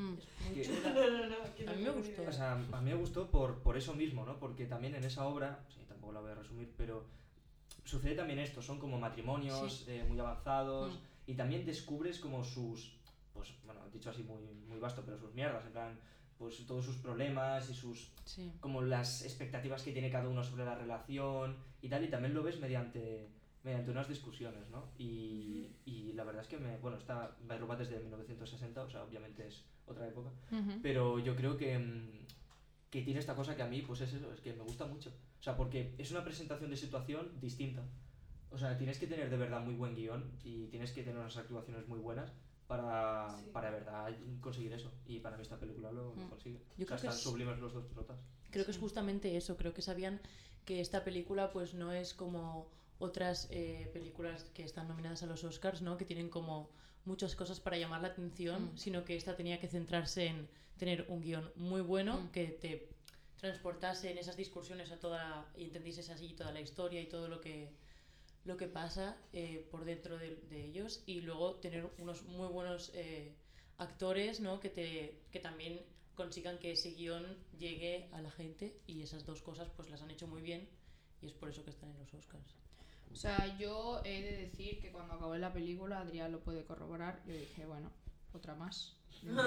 A mí me gustó. o sea, a mí me gustó por eso mismo, ¿no? Porque también en esa obra, sí, tampoco la voy a resumir, pero sucede también esto, son como matrimonios muy avanzados, y también descubres como sus, pues bueno, dicho así muy vasto, pero sus mierdas, en plan, pues todos sus problemas y sus, Sí. como las expectativas que tiene cada uno sobre la relación y tal, y también lo ves mediante unas discusiones, ¿no? Y la verdad es que esta Bay Rubat desde 1960, o sea, obviamente es otra época, pero yo creo que tiene esta cosa que a mí, pues es eso, es que me gusta mucho. O sea, porque es una presentación de situación distinta. O sea, tienes que tener de verdad muy buen guión y tienes que tener unas actuaciones muy buenas para de verdad conseguir eso. Y para mí esta película lo consigue. Yo O sea, creo que están es- sublimes los dos protas. Creo que es justamente eso, creo que sabían que esta película pues no es como otras películas que están nominadas a los Oscars, ¿no? Que tienen como muchas cosas para llamar la atención, sino que esta tenía que centrarse en tener un guión muy bueno que te transportase en esas discusiones y entendieses así toda la historia y todo lo que pasa por dentro de ellos, y luego tener unos muy buenos actores, ¿no? que también consigan que ese guión llegue a la gente, y esas dos cosas pues las han hecho muy bien y es por eso que están en los Oscars. O sea, yo he de decir que cuando acabé la película, Adrián lo puede corroborar, yo dije, bueno, otra más. No,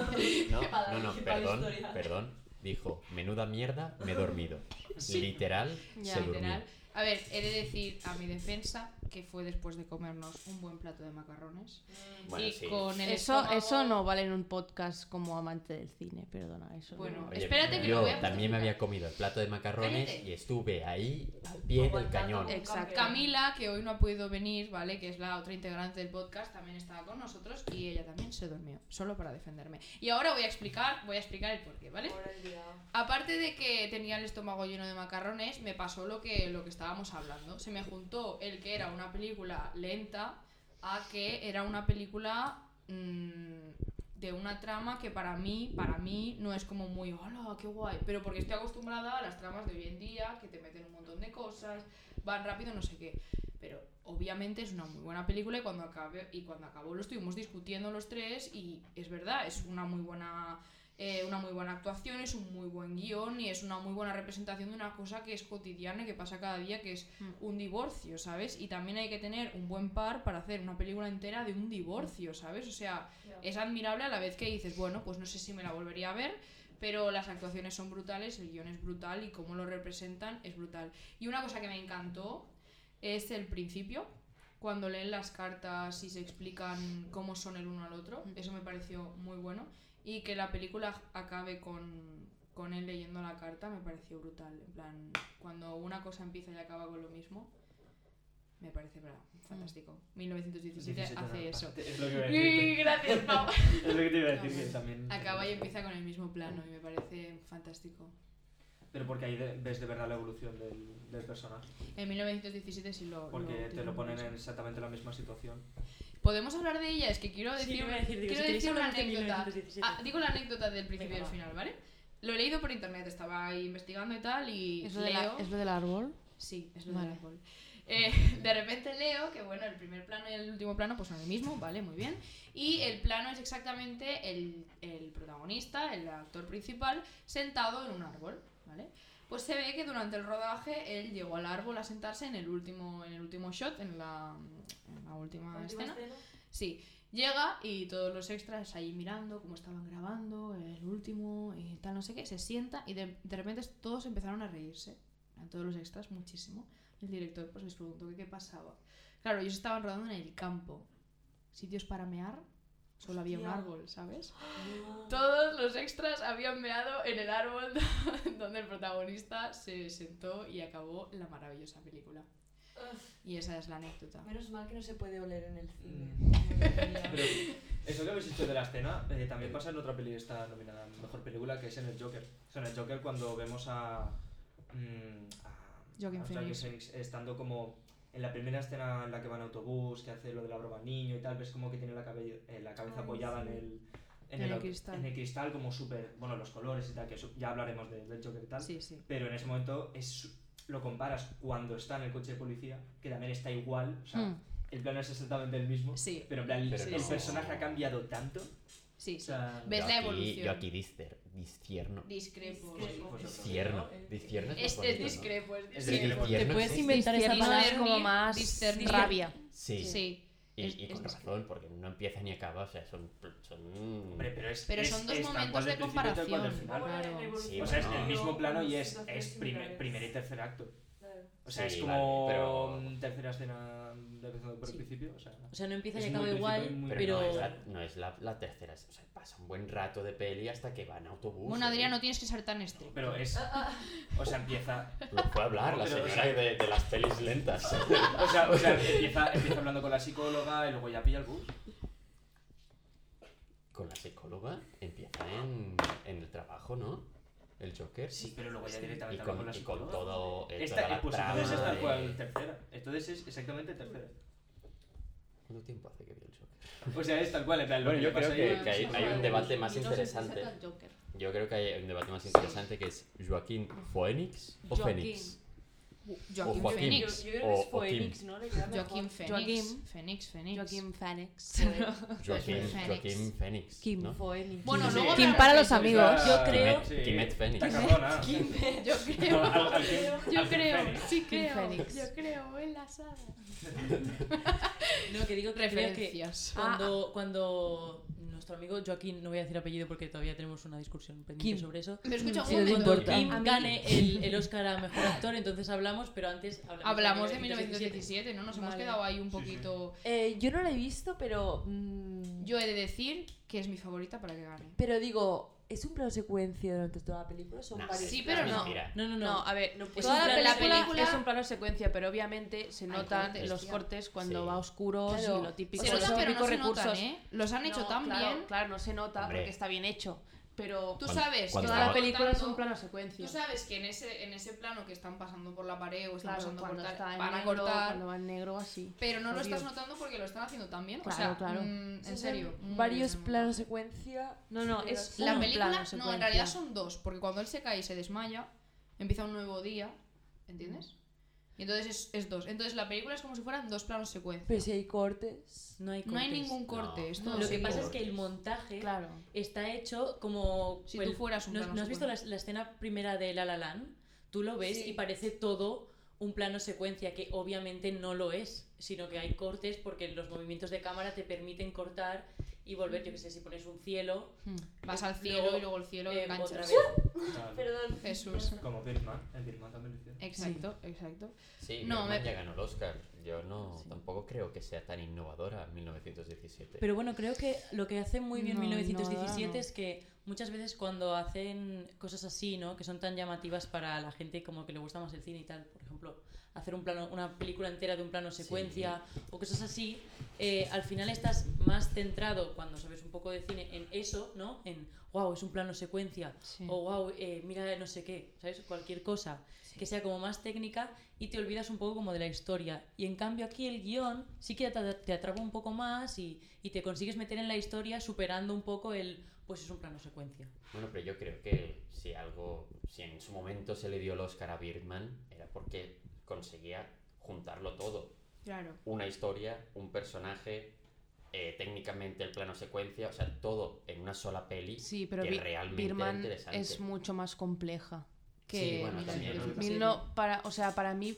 perdón. Dijo, menuda mierda, me he dormido. Sí. Literal, Ya, se durmió. literal. A ver, he de decir a mi defensa que fue después de comernos un buen plato de macarrones. Bueno, y sí. con el Eso estómago- no vale en un podcast como amante del cine, perdona. Eso Bueno, no. Oye, espérate que yo lo voy a también me justificar. había comido el plato de macarrones Cállate. y estuve ahí al pie del cañón. Exacto. Camila, que hoy no ha podido venir, ¿vale? Que es la otra integrante del podcast, también estaba con nosotros y ella también se durmió, solo para defenderme. Y ahora voy a explicar el porqué, ¿vale? Aparte de que tenía el estómago lleno de macarrones, me pasó lo que estábamos hablando. Se me juntó el que era una película lenta a que era una película de una trama que para mí no es como muy ¡hola, qué guay! Pero porque estoy acostumbrada a las tramas de hoy en día, que te meten un montón de cosas, van rápido, no sé qué. Pero obviamente es una muy buena película y cuando acabó lo estuvimos discutiendo los tres y es verdad, es una muy buena actuación, es un muy buen guión y es una muy buena representación de una cosa que es cotidiana y que pasa cada día, que es un divorcio, ¿sabes? Y también hay que tener un buen par para hacer una película entera de un divorcio, ¿sabes? O sea, es admirable a la vez que dices, bueno, pues no sé si me la volvería a ver, pero las actuaciones son brutales, el guión es brutal y cómo lo representan es brutal. Y una cosa que me encantó es el principio, cuando leen las cartas y se explican cómo son el uno al otro, eso me pareció muy bueno. Y que la película acabe con él leyendo la carta me pareció brutal. En plan, cuando una cosa empieza y acaba con lo mismo, me parece fantástico. 1917 hace eso. Es lo que iba a decirte. Gracias, Pau. Es lo que te iba a decir, que también... Acaba y empieza con el mismo plano y me parece fantástico. Pero porque ahí ves de verdad la evolución del personaje. En 1917 sí Porque te tiene lo ponen mucho. en exactamente la misma situación. ¿Podemos hablar de ella? Es que quiero Sí, decir, iba a decir, digo, quiero si queréis decir una hablar de anécdota. 1917. Digo la anécdota del principio y Venga, del va. final, ¿vale? Lo he leído por internet, estaba ahí investigando y tal, y ¿Es lo, leo... ¿Es lo del árbol? Sí, es lo Vale. del árbol. De repente leo que, bueno, el primer plano y el último plano pues son el mismo, vale, muy bien. Y el plano es exactamente el protagonista, el actor principal, sentado en un árbol, ¿vale? Pues se ve que durante el rodaje él llegó al árbol a sentarse en el último shot, en la última escena. Sí, llega y todos los extras ahí mirando cómo estaban grabando, el último y tal, no sé qué, se sienta y de repente todos empezaron a reírse, todos los extras, muchísimo. El director pues les preguntó que qué pasaba. Claro, ellos estaban rodando en el campo, sitios para mear, solo había un árbol, ¿sabes? Todos los extras habían meado en el árbol donde el protagonista se sentó y acabó la maravillosa película. Y esa es la anécdota. Menos mal que no se puede oler en el cine. Pero eso que habéis dicho de la escena también pasa en otra peli, está nominada a Mejor Película, que es en el Joker. O sea, en el Joker cuando vemos a Joaquin Phoenix. estando como en la primera escena en la que va en autobús, que hace lo de la broma al niño y tal, ves como que tiene la cabeza apoyada en el cristal. En el cristal, como súper, bueno, los colores y tal, que ya hablaremos del Joker y tal. Sí, sí. Pero en ese momento lo comparas cuando está en el coche de policía, que también está igual, o sea, el plano es exactamente el mismo, Sí. pero en plan, Pero el no. personaje ha cambiado tanto. Sí, O sí. sea, ¿Ves la evolución? Yo aquí discierno. Discrepo. Discierno. Discierno es más Es bonito, ¿no? discrepo, es Es discrepo. discrepo. Te puedes existe. inventar esa Discernir, palabra como más discernir. rabia. Sí. Sí. Y Es con discrepo. razón, porque no empieza ni acaba, o sea, son... Hombre, pero son dos es tal momentos cual de del principio y tal cual del comparación. final. Claro. Sí, O sea, es bueno. el mismo plano y es Situaciones primer y tercer acto. O sea, Sí, es como vale, pero- tercera escena empezando por el principio. O sea, O sea, no empieza Es y muy acaba principio y igual, muy Pero pero... no es la tercera, o sea, pasa un buen rato de peli hasta que va en autobús. Bueno, Adrián, no tienes que ser tan estricto. pero es. O sea, empieza. Lo fue a hablar la Pero, o señora sea- de las pelis lentas. O sea, empieza hablando con la psicóloga y luego ya pilla el bus. Con la psicóloga empieza en el trabajo, ¿no? el Joker. Sí, pero luego ya y directamente con, con la y con psicóloga. todo toda Esta, la pues trama entonces es tal de- cual tercera. Entonces es exactamente tercera. ¿Cuánto tiempo hace que vi el Joker? O sea, es tal cual. En plan, lo Bueno, que yo le pasa creo ahí- que hay un debate más Yo no sé si interesante. saca el Joker. Yo creo que hay un debate más interesante que es Joaquín Phoenix o Joaquín. Fénix. Joaquín Joaquín. Phoenix. Yo creo que O- es o Kim. Phoenix, ¿no? Le queda mejor. Joaquín Phoenix. Joaquín. Phoenix. Joaquín Phoenix. Joaquín Fénix. Kim. ¿no? Phoenix. Bueno, Sí, luego sí. Kim hablaremos para de los eso. amigos. Está- Yo creo- sí. Kimet Fénix. Está cabrona. Yo creo. Yo Al creo, Fénix. sí Kim creo. Fénix. Yo creo en las hadas. No, que digo que creo que Referencias. cuando nuestro amigo Joaquín, no voy a decir apellido porque todavía tenemos una discusión pendiente Kim. sobre eso. Me escucha un Sí, no te momento. importa. Kim A mí- gane el Oscar a Mejor Actor, entonces hablamos, pero antes Hablamos de 1917, ¿no? Nos hemos Vale. quedado ahí un poquito. Yo no la he visto, pero. Yo he de decir que es mi favorita para que gane. Pero digo, ¿es un plano secuencia durante toda la película? Son No, varios sí, pero planos? no. Mira, No, No, a ver, No, es pues toda es un la plano película secuencia. es un plano secuencia, pero obviamente se notan cortes, los tía. cortes cuando Sí. va a oscuros Claro. y lo típico. Se los nota, pero no típicos se recursos. notan, ¿eh? Los han hecho No, tan claro, bien. Claro, no se nota Hombre. porque está bien hecho. Pero Tú Cuando- sabes cuando que toda la estaba- película es un cortando- plano secuencia. Tú sabes que en ese plano que están pasando por la pared o están Claro, pasando por cuando tal, está en van a negro, cortar, cuando va en negro así. pero no lo Obvio. estás notando porque lo están haciendo tan bien. Claro, o sea, claro. en serio. muy Varios bien planos secuencia. No, no, pero es sí. La un película, plano no, secuencia. en realidad son dos, porque cuando él se cae y se desmaya, empieza un nuevo día, ¿entiendes? Y entonces es dos. Entonces la película es como si fueran dos planos secuencia. Pero si hay cortes. No hay No hay cortes. ningún corte, No. es todo Lo que seguido. pasa es que el montaje Claro. está hecho como... Si tú fueras un ¿no, plano ¿no has visto secuencia? la escena primera de La La Land? Tú lo ves Sí. y parece todo un plano secuencia, que obviamente no lo es, sino que hay cortes porque los movimientos de cámara te permiten cortar y volver, yo que sé, si pones un cielo... Vas al cielo luego, y luego el cielo otra enganchas. vez. Claro. Perdón. Jesús. Como Birdman. En Birdman también lo hicieron. Exacto, exacto. Sí, No, Birdman me- ya ganó el Oscar. Yo no, Sí. tampoco creo que sea tan innovadora 1917. Pero bueno, creo que lo que hace muy bien No, 1917 innovadora no. es que muchas veces cuando hacen cosas así, ¿no? Que son tan llamativas para la gente como que le gusta más el cine y tal, por ejemplo, hacer un plano, una película entera de un plano secuencia o cosas así, al final estás más centrado cuando sabes un poco de cine en eso, ¿no? En, wow, es un plano secuencia, Sí. o wow, mira no sé qué, ¿sabes? Cualquier cosa que sea como más técnica y te olvidas un poco como de la historia. Y en cambio aquí el guión sí que te atrapa un poco más y te consigues meter en la historia superando un poco el, pues es un plano secuencia. Bueno, pero yo creo que si en su momento se le dio el Oscar a Birdman, era porque conseguía juntarlo todo. Claro. Una historia, un personaje, técnicamente el plano secuencia, o sea, todo en una sola peli Sí, pero que realmente era Birdman interesante. es mucho más compleja. Sí, Que bueno, también, ¿no? para mí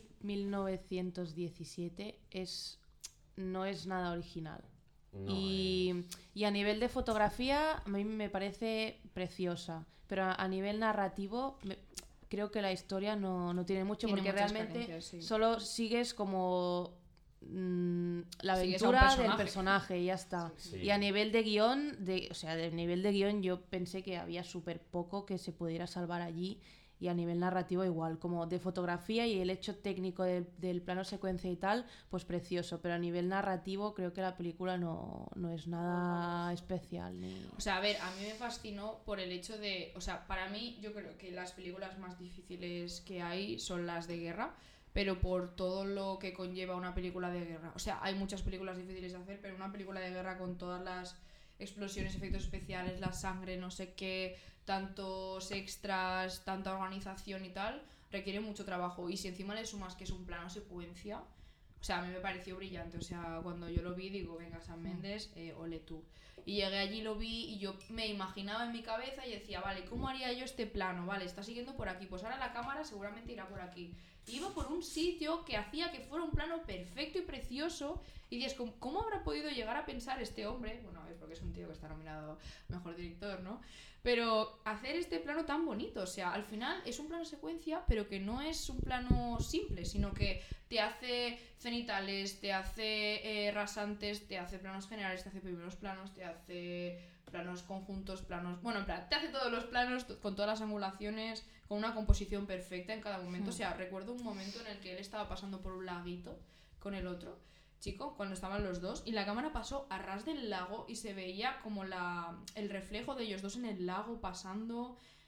1917 no es nada original. No, Y a nivel de fotografía a mí me parece preciosa, pero a nivel narrativo creo que la historia no tiene mucho Tiene porque muchas realmente carencias, sí. solo sigues como la Sigues a un aventura del personaje. personaje y ya está. Sí. Y a nivel de guión, yo pensé que había súper poco que se pudiera salvar allí. Y a nivel narrativo igual, como de fotografía y el hecho técnico del plano secuencia y tal, pues precioso. Pero a nivel narrativo creo que la película no es nada especial. O sea, a ver, a mí me fascinó por el hecho de... O sea, para mí yo creo que las películas más difíciles que hay son las de guerra, pero por todo lo que conlleva una película de guerra. O sea, hay muchas películas difíciles de hacer, pero una película de guerra con todas las explosiones, efectos especiales, la sangre, no sé qué, tantos extras, tanta organización y tal, requiere mucho trabajo. Y si encima le sumas que es un plano secuencia, o sea, a mí me pareció brillante. O sea, cuando yo lo vi digo, venga, Sam Mendes, ole tú. Y llegué allí, lo vi y yo me imaginaba en mi cabeza y decía, vale, ¿cómo haría yo este plano? Vale, está siguiendo por aquí, pues ahora la cámara seguramente irá por aquí. Iba por un sitio que hacía que fuera un plano perfecto y precioso y dices, ¿cómo habrá podido llegar a pensar este hombre? Bueno, a ver, porque es un tío que está nominado a Mejor Director, ¿no? Pero hacer este plano tan bonito, o sea, al final es un plano secuencia, pero que no es un plano simple, sino que te hace cenitales, te hace rasantes, te hace planos generales, te hace primeros planos, te hace planos conjuntos, planos... Bueno, en plan, te hace todos los planos con todas las angulaciones, con una composición perfecta en cada momento. O sea, recuerdo un momento en el que él estaba pasando por un laguito con el otro chico, cuando estaban los dos, y la cámara pasó a ras del lago y se veía como el reflejo de ellos dos en el lago pasando,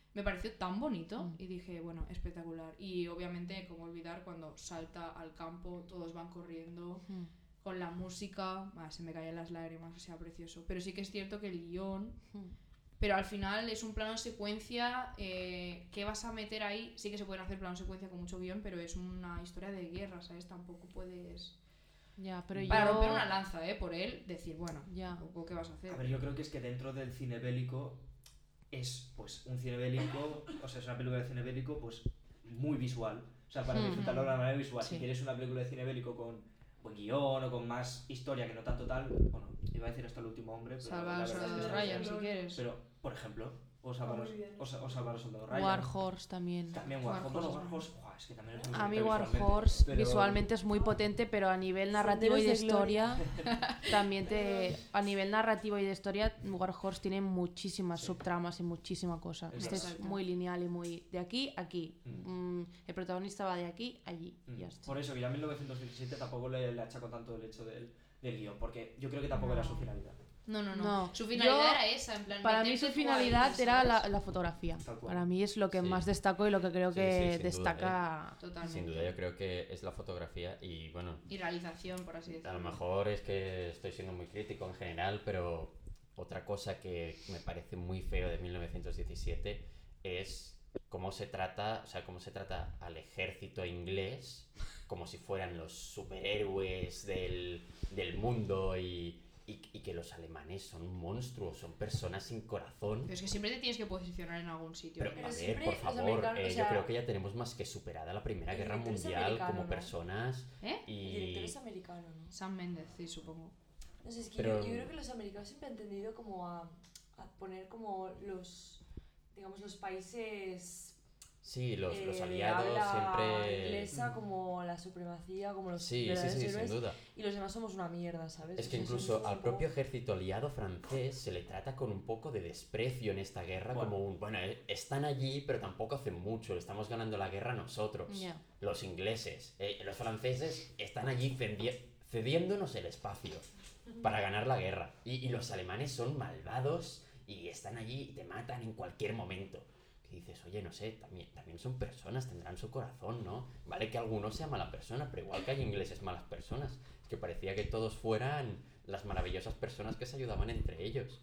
me pareció tan bonito y dije, bueno, espectacular. Y obviamente, como olvidar, cuando salta al campo, todos van corriendo con la música, se me caían las lágrimas, o sea, precioso. Pero sí que es cierto que el guión, pero al final es un plano secuencia, ¿qué vas a meter ahí? Sí que se pueden hacer plano secuencia con mucho guión, pero es una historia de guerra, ¿sabes? Tampoco puedes... Ya, pero Para yo... romper una lanza, por él, decir, bueno, Ya. ¿qué vas a hacer? A ver, yo creo que es que dentro del cine bélico es pues un cine bélico, o sea, es una película de cine bélico pues muy visual. O sea, para disfrutarlo de una manera visual. Sí. Si quieres una película de cine bélico con buen guión o con más historia que no tanto tal, bueno, iba a decir hasta el último hombre, pero Salvar la a verdad es que Soldado no Ryan, sé. si quieres. Pero, por ejemplo, o Salvar a Soldado Ryan. War Horse también. También War Horse. Bueno, War Horse, es que también es muy A mí bonita War visualmente, Horse pero- visualmente es muy potente, pero a nivel narrativo y de Senderos de Gloria. historia también te... A nivel narrativo y de historia, War Horse tiene muchísimas subtramas y muchísima cosa. Este es Exacto. muy lineal y muy... De aquí a aquí. El protagonista va de aquí a allí. Y ya está. Por eso, que ya en 1917 tampoco le achaco tanto el hecho del guión, porque yo creo que tampoco era su finalidad. No, Su finalidad yo- era esa, en plan. Para mí meterte su tú ahí, finalidad era ¿sabes? la fotografía. Tal cual. Para mí es lo que Sí. más destaco y lo que creo Sí, que sí, sin destaca... Totalmente. Sin duda yo creo que es la fotografía y bueno, Y realización, por así decirlo. a lo mejor es que estoy siendo muy crítico en general, pero otra cosa que me parece muy feo de 1917 es cómo se trata, o sea, cómo se trata al ejército inglés como si fueran los superhéroes del mundo y que los alemanes son monstruos, son personas sin corazón. Pero es que siempre te tienes que posicionar en algún sitio. Pero, ¿eh? a ver, siempre por los favor, americanos, o yo sea, creo que ya tenemos más que superada la Primera el Guerra director es Mundial americano, como ¿no? personas ¿Eh? El director y... es americano, ¿no? Sam Mendes, sí, supongo. No sé, es que Pero- yo creo que los americanos siempre han tendido como a poner como los, digamos, los países Sí, los de aliados habla siempre... inglesa como la supremacía, como los Sí, sí, verdaderos sí, sin héroes, duda. y los demás somos una mierda, ¿sabes? Es O que sea, incluso somos al un poco- propio ejército aliado francés se le trata con un poco de desprecio en esta guerra, Bueno. como un, bueno, están allí, pero tampoco hacen mucho, le estamos ganando la guerra nosotros, Ya. los ingleses. Los franceses están allí cediéndonos el espacio para ganar la guerra. Y los alemanes son malvados y están allí y te matan en cualquier momento. Que dices, oye, no sé, también son personas, tendrán su corazón, ¿no? Vale que alguno sea mala persona, pero igual que hay ingleses malas personas. Es que parecía que todos fueran las maravillosas personas que se ayudaban entre ellos.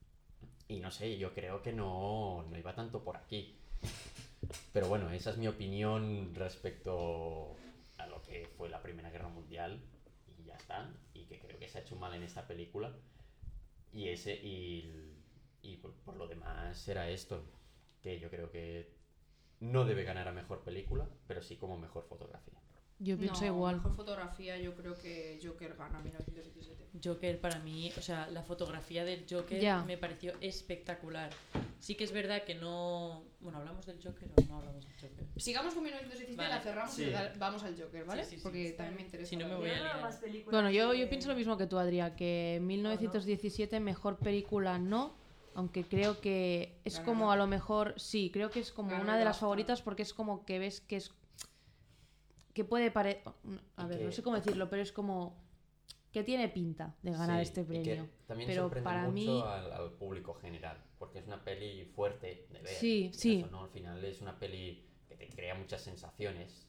Y no sé, yo creo que no iba tanto por aquí. Pero bueno, esa es mi opinión respecto a lo que fue la Primera Guerra Mundial. Y ya está. Y que creo que se ha hecho mal en esta película. Y por lo demás era esto. Que yo creo que no debe ganar a mejor película, pero sí como mejor fotografía. Yo pienso No, igual. mejor fotografía, yo creo que Joker gana 1917. Joker para mí, o sea, la fotografía del Joker Ya. me pareció espectacular. Sí que es verdad que no... Bueno, ¿hablamos del Joker o no hablamos del Joker? Sigamos con 1917, Vale. la cerramos Sí. y vamos al Joker, ¿vale? Sí, sí, sí. Porque también me interesa. Si no me la voy a verdad. liar. más películas Bueno, yo que- pienso lo mismo que tú, Adrià, que 1917 mejor película no, aunque creo que es Ganará. como a lo mejor, sí, creo que es como Gana una el de las BAFTA. favoritas porque es como que ves que es... que puede parecer... A Y ver, que- no sé cómo decirlo, pero es como que tiene pinta de ganar Sí, este y que premio. también Pero sorprende para mucho mí... al público general, porque es una peli fuerte de ver. Sí, quieras sí. o no, al final es una peli que te crea muchas sensaciones,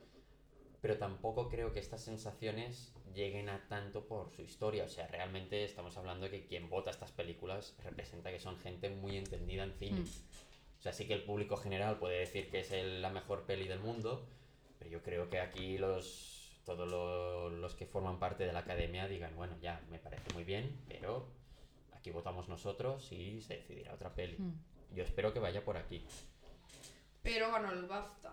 pero tampoco creo que estas sensaciones lleguen a tanto por su historia. O sea, realmente estamos hablando de que quien vota estas películas representa que son gente muy entendida en cine. O sea, sí que el público general puede decir que es la mejor peli del mundo, pero yo creo que aquí todos los que forman parte de la academia digan, bueno, ya, me parece muy bien, pero aquí votamos nosotros y se decidirá otra peli. Yo espero que vaya por aquí. Pero ganó el BAFTA.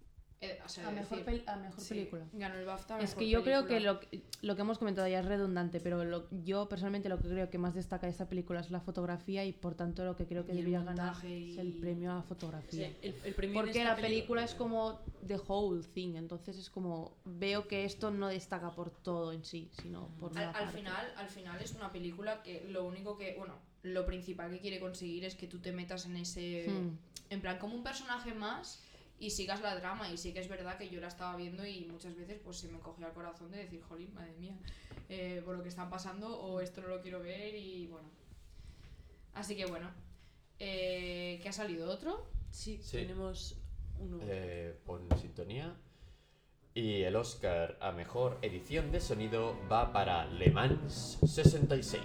O sea, A mejor, decir, a mejor sí, película. ganó el BAFTA. a Es mejor que yo creo que película. lo que hemos comentado ya es redundante, pero yo personalmente lo que creo que más destaca de esta película es la fotografía y por tanto lo que creo que Y el debería ganar montaje es el y- premio a Sí, fotografía. el premio en Porque esta la película es como the whole thing, entonces es como veo que esto no destaca por todo en sí, sino por una Al parte. final es una película que lo único que, bueno, lo principal que quiere conseguir es que tú te metas en ese, en plan, como un personaje más y sigas la trama. Y sí que es verdad que yo la estaba viendo y muchas veces pues se me cogía el corazón de decir, jolín, madre mía, por lo que están pasando o esto no lo quiero ver y bueno. Así que bueno, ¿qué ha salido otro? Sí, Sí. tenemos uno. Pon sintonía. Y el Oscar a mejor edición de sonido va para Le Mans 66.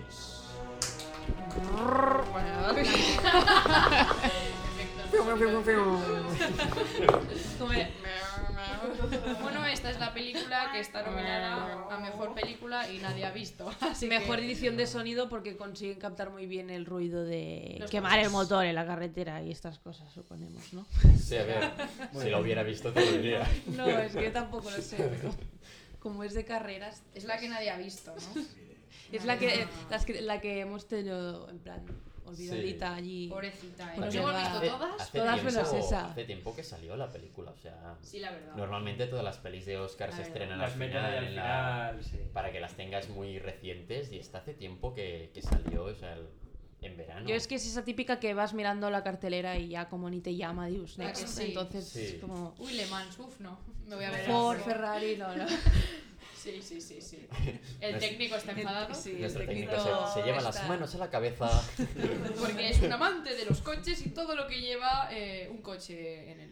Bueno, esta es la película que está nominada a mejor película y nadie ha visto. Así Mejor que... edición de sonido porque consiguen captar muy bien el ruido de Los quemar coches. el motor en la carretera y estas cosas, suponemos, ¿no? Sí, a ver, si lo hubiera visto te lo diría. No, es que yo tampoco lo sé, pero como es de carreras, Es la que nadie ha visto, ¿no? es la que hemos tenido en plan olvidadita allí. Pobrecita, ¿eh? Pues ¿Nos es hemos verdad. visto todas? Hace Todas tiempo, menos esa. hace tiempo que salió la película, o sea... Sí, la verdad. Normalmente todas las pelis de Oscar se estrenan Las al meten ahí final, al final, sí. para que las tengas muy recientes, y está hace tiempo que salió, o sea, en verano. Yo es que es esa típica que vas mirando la cartelera y ya como ni te llama Dios ¿A que sí? entonces Sí. es como Uy, Le Mans, uf, no. Me voy a ver. Ford, el- Ferrari, no. Sí. El técnico está enfadado Sí, Nuestro el técnico técnico se lleva las está- manos a la cabeza. porque es un amante de los coches y todo lo que lleva un coche en él.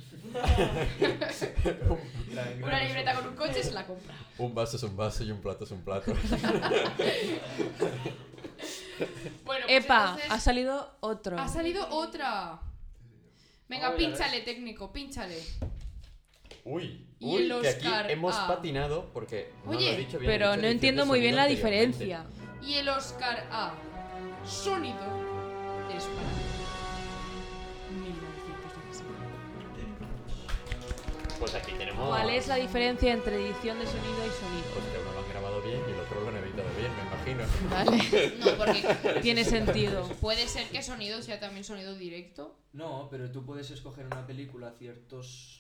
Una libreta con un coche se la compra. Un vaso es un vaso y un plato es un plato. Bueno, pues Epa, entonces ha salido otro. ha salido otra. Venga, Hola, pínchale, técnico, pínchale. Uy, Y el que aquí Oscar hemos A. patinado porque no lo Oye, he dicho bien. he Pero dicho no edición entiendo de muy bien sonido la anteriormente. diferencia. Y el Oscar a sonido es para 1917. Pues aquí tenemos... ¿Cuál es la diferencia entre edición de sonido y sonido? Pues que uno lo han grabado bien y el otro lo han editado bien, me imagino. Vale, No, porque tiene sentido. puede ser que sonido sea también sonido directo. No, pero tú puedes escoger una película ciertos...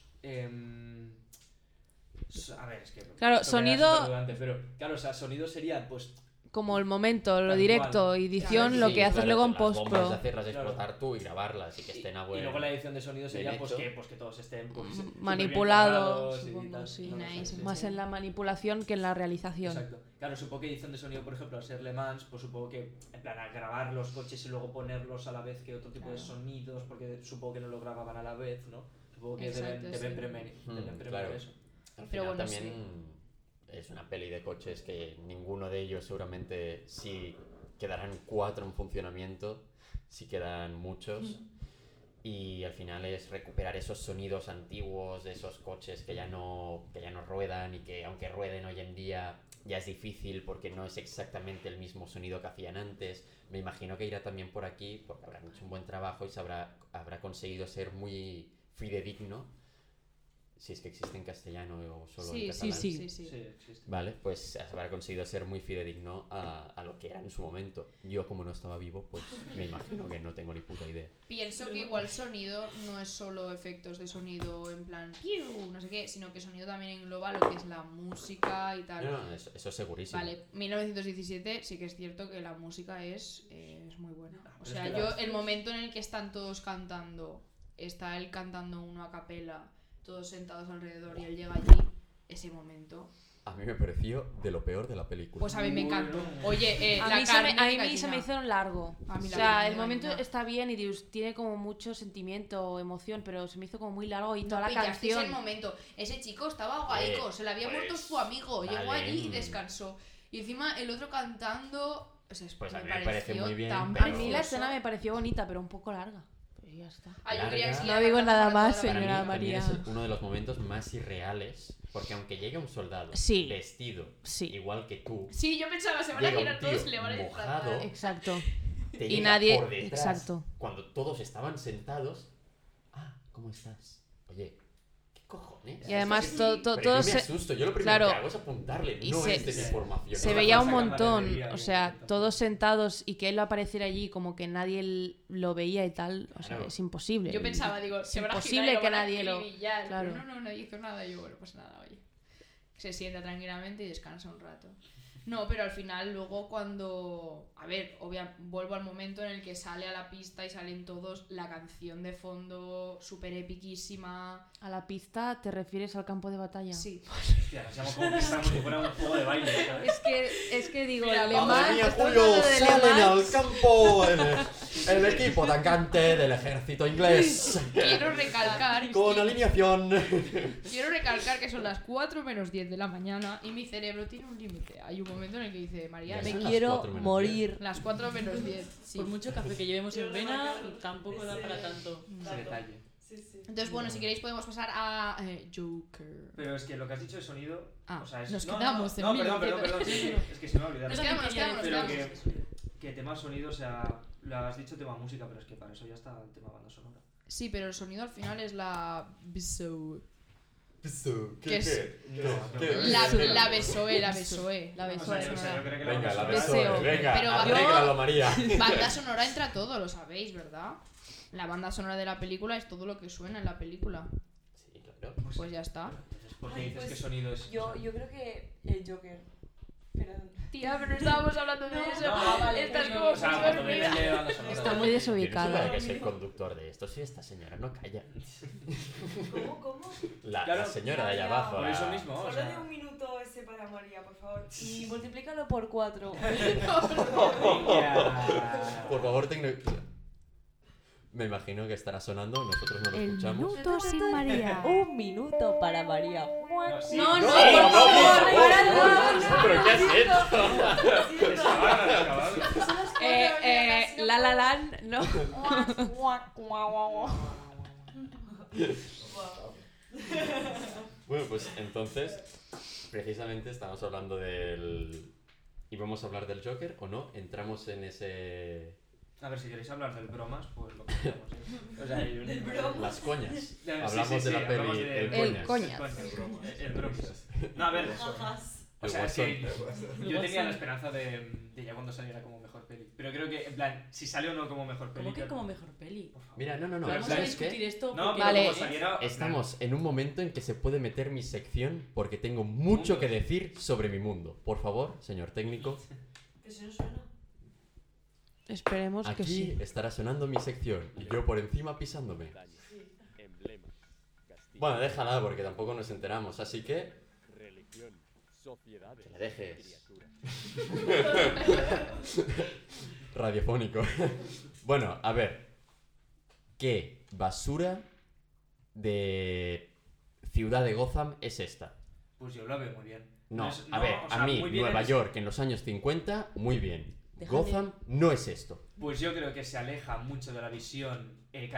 a ver, es que... Claro, esto me da sonido- superredundante, pero claro, o sea, sonido sería, pues... Como el momento, lo Tal directo, cual. edición, Claro, lo Sí, que haces claro, luego en las bombas postpro. de hacerlas Claro. explotar tú y grabarlas y que estén a Y buen... luego la edición de sonido sería bien pues hecho. que todos estén pues, superbién Manipulado, cuadrados y supongo, tal. sí. No lo sé, Nice, sí. Más en la manipulación que en la realización. Exacto. Claro, supongo que edición de sonido, por ejemplo, al ser Le Mans, pues supongo que, en plan, al grabar los coches y luego ponerlos a la vez que otro tipo de sonidos, porque supongo que no lo grababan a la vez, ¿no? Supongo que Exacto, deben sí. premiar claro. eso. Al Pero final bueno, también es una peli de coches que ninguno de ellos seguramente sí quedarán 4 en funcionamiento, sí quedan muchos. Y al final es recuperar esos sonidos antiguos de esos coches que ya no ruedan y que aunque rueden hoy en día ya es difícil porque no es exactamente el mismo sonido que hacían antes. Me imagino que irá también por aquí porque habrán hecho un buen trabajo y habrá conseguido ser muy fidedigno. Si es que existe en castellano o solo en catalán. sí. Sí, existe. Vale, pues habrá conseguido ser muy fidedigno a lo que era en su momento. Yo, como no estaba vivo, pues me imagino que no tengo ni puta idea. Pienso que igual sonido no es solo efectos de sonido en plan "Piu", no sé qué, sino que sonido también engloba lo que es la música y tal. No, eso es segurísimo. Vale, 1917 sí que es cierto que la música es muy buena. O Pero sea, es que yo la- el momento en el que están todos cantando, está él cantando uno a capela, todos sentados alrededor y él llega allí, ese momento. A mí me pareció de lo peor de la película. Pues a mí me encantó. Bueno. Oye, A la mí, carne a de mí gallina. se me hizo largo. A mí O la sea, carne el de momento gallina. está bien y Dios, tiene como mucho sentimiento, emoción, pero se me hizo como muy largo y No toda la pillasteis canción. el momento. Ese chico estaba ahogaico, se le había pues, muerto su amigo, llegó vale. allí y descansó. Y encima el otro cantando. O sea, Pues a mí me pareció parece muy bien, tan pero- A mí la precioso. escena me pareció bonita, pero un poco larga. Pues ya está. Ah, yo quería que Larga. siguiera No digo cantando nada para toda más, la Para mí señora también María. es uno de los momentos más irreales, porque aunque llegue un soldado Sí. vestido Sí. igual que tú, Sí, yo pensaba, se van a Llega girar un tío todos y le van a mojado. disfrazar. Exacto. te Y llega nadie- por detrás, exacto. cuando todos estaban sentados. Ah, ¿cómo estás? Oye, ¿qué cojones? Y además Pero todo yo me se, asusto, yo lo primero claro, que hago es apuntarle, y no se- es desinformación. se ¿no? veía un Saca montón. camaradería O y sea, tal. todos sentados y que él apareciera allí como que nadie lo veía y tal. O sea, Claro. es imposible. Yo pensaba, digo, se van a imposible girar y que van a nadie lo- acribillar. claro. Pero no, nadie hizo nada. Y yo, bueno, pues nada, oye. Se sienta tranquilamente y descansa un rato. No, pero al final luego cuando... A ver, vuelvo al momento en el que sale a la pista y salen todos, la canción de fondo súper epiquísima. ¿A la pista te refieres al campo de batalla? Sí. Hostia, nos llamo como que estamos si fuera un juego de baile, ¿sabes? Es que digo, Mira, el madre alemán... Madre mía, estamos Julio, hablando de salen alemán. al campo el equipo atacante del ejército inglés. Quiero recalcar... Con alineación. Quiero recalcar que son las 4 menos 10 de la mañana y mi cerebro tiene un límite. Hay un momento en el que dice, María, Ya Me son las quiero 4 menos morir. las 4 menos 10. Sí. Por mucho café que llevemos en vena, tampoco da para tanto. Ese detalle. Entonces, bueno, si queréis podemos pasar a Joker. Pero es que lo que has dicho de sonido... Ah, o sea, es... nos no, quedamos en no, perdón, 1900. sí. Es que se me ha olvidado. Nos quedamos. Pero que tema sonido, o sea, lo has dicho tema música, pero es que para eso ya está el tema banda sonora. Sí, pero el sonido al final es la BSOE. ¿Qué es? ¿Qué? La BSOE. La O sea, BSOE. yo creo que Venga, la Deseo. besó, venga, Pero arréglalo, María. Banda sonora entra todo, lo sabéis, ¿verdad? La banda sonora de la película es todo lo que suena en la película. Sí, claro. Pues ya está. Entonces, ¿por qué Ay, dices pues, que sonido es...? Yo creo que el Joker. Perdón. Tía, pero no estábamos hablando de eso. vale, Estás pues como O sea, muy cuando ve dormida. la banda sonora. Está muy Yo no sé desubicada. para qué es el conductor de esto, si esta señora no calla. ¿Cómo? La Claro, señora de allá ya, abajo. Por la- eso mismo, o Solo sea... de un minuto ese para María, por favor. Y multiplícalo por 4. Venga. Por favor, me imagino que estará sonando, nosotros no lo escuchamos. minuto sin María. Un minuto para María. No, sí. No, no, por favor, ¿Pero qué has hecho? Excavadlo. La La Land, no. Bueno, pues entonces, precisamente estamos hablando del... ¿Y vamos a hablar del Joker o no? Entramos en ese... A ver, si queréis hablar del bromas, pues lo que queramos, ¿eh? O sea, yo... ¿Del bromas? Las coñas. Sí, Hablamos sí, de la sí, peli hablamos de- El Coñas. El bromas. No, a ver, o sea, es que yo tenía la esperanza de ya cuando saliera como mejor peli. Pero creo que, en plan, si sale o no como mejor peli... ¿Cómo que creo- como mejor peli? Por favor. Mira, no, Pero Vamos a ¿sabes discutir esto No, porque... pero Vale. como saliera... Estamos en un momento en que se puede meter mi sección porque tengo mucho que decir sobre mi mundo. Por favor, señor técnico, Eso no suena. Esperemos que aquí sí. estará sonando mi sección y yo por encima pisándome. Bueno, déjala porque tampoco nos enteramos, así que... Que le dejes. Radiofónico. Bueno, a ver. ¿Qué basura de Ciudad de Gotham es esta? Pues yo lo veo muy bien. No, es- a ver, o sea, a mí, muy bien Nueva en York en los años 50, muy bien. Déjame- Gotham no es esto. Pues yo creo que se aleja mucho de la visión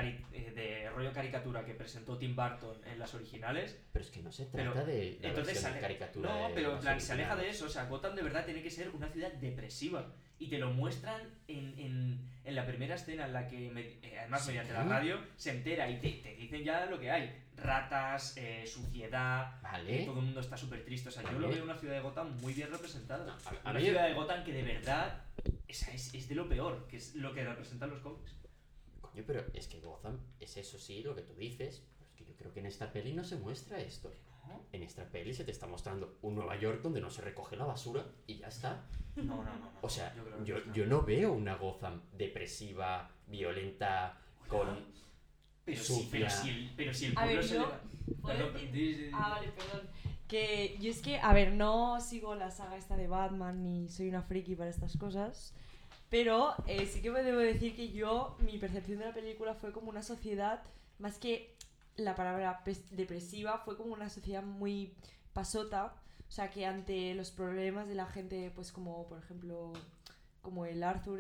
de rollo caricatura que presentó Tim Burton en las originales. Pero es que no se Pero, trata de la entonces versión de caricatura. No, de pero en las plan, se aleja de originales. eso. O sea, Gotham de verdad tiene que ser una ciudad depresiva. Y te lo muestran en la primera escena en la que, además Sí. mediante la radio, se entera y te dicen ya lo que hay. Ratas, suciedad, Vale. todo el mundo está súper triste. O sea, yo Vale. lo veo una ciudad de Gotham muy bien representada. A Una mí- ciudad de Gotham que de verdad es de lo peor, que es lo que representan los cómics. Coño, pero es que Gotham es eso sí, lo que tú dices. Pero es que yo creo que en esta peli no se muestra esto. ¿No? En esta peli se te está mostrando un Nueva York donde no se recoge la basura y ya está. No. O sea, creo que yo no veo una Gotham depresiva, violenta, con... Pero sucia. pero si el A pueblo ver, se yo- le- ¿puedo Perdón, decir? di. Vale, perdón. Que yo es que, a ver, no sigo la saga esta de Batman ni soy una friki para estas cosas. Pero sí que me debo decir que mi percepción de la película fue como una sociedad, más que la palabra depresiva, fue como una sociedad muy pasota. O sea, que ante los problemas de la gente, pues como, por ejemplo, como el Arthur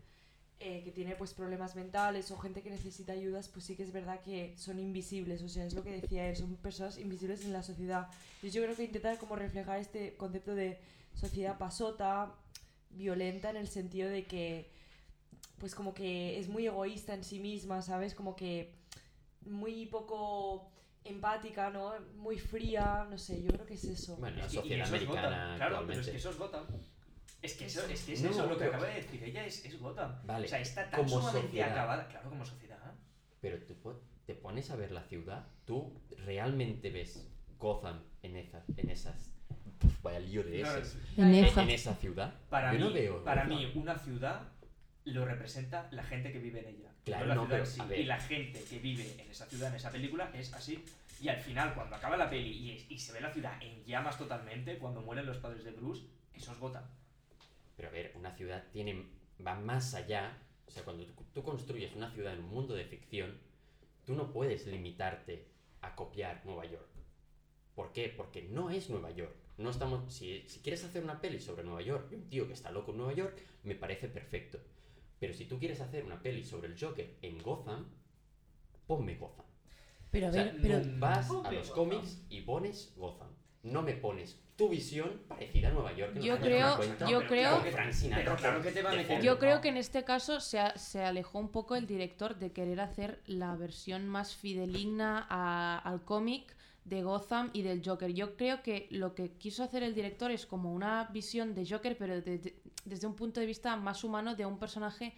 que tiene pues problemas mentales o gente que necesita ayudas, pues sí que es verdad que son invisibles, o sea, es lo que decía él, son personas invisibles en la sociedad. Y yo creo que intenta como reflejar este concepto de sociedad pasota, violenta en el sentido de que pues como que es muy egoísta en sí misma, ¿sabes? Como que muy poco empática, ¿no? Muy fría, no sé, yo creo que es eso. Bueno, la Y sociedad eso es Gotham. americana Claro, pero es que actualmente. eso es Gotham. Es que eso, es No, eso, lo que pero- acaba de decir ella es Gotham. Vale, O sea, está tan como sumamente sociedad. acabada. Claro, como sociedad. Pero tú te pones a ver la ciudad, tú realmente ves Gotham en esas vaya lío de Claro, ese. Neza. En esa ciudad. Para Yo mí, no veo para Gotham. mí, una ciudad lo representa la gente que vive en ella. Claro, la no, ciudad pero, en sí. a ver. Y la gente que vive en esa ciudad, en esa película, es así. Y al final, cuando acaba la peli y se ve la ciudad en llamas totalmente, cuando mueren los padres de Bruce, eso es Gotham. Pero a ver, una ciudad va más allá. O sea, cuando tú construyes una ciudad en un mundo de ficción, tú no puedes limitarte a copiar Nueva York. ¿Por qué? Porque no es Nueva York. No estamos, si quieres hacer una peli sobre Nueva York y un tío que está loco en Nueva York, me parece perfecto. Pero si tú quieres hacer una peli sobre el Joker en Gotham, ponme Gotham. Pero a O sea, ver, pero... no vas a los cómics y pones Gotham. No me pones tu visión parecida a Nueva York. En Yo los años creo- 50, yo pero creo- claro que Frank Sinatra pero claro que te va a de meter- fondo. Yo creo que en este caso se alejó un poco el director de querer hacer la versión más fideligna al cómic de Gotham y del Joker. Yo creo que lo que quiso hacer el director es como una visión de Joker, pero desde un punto de vista más humano, de un personaje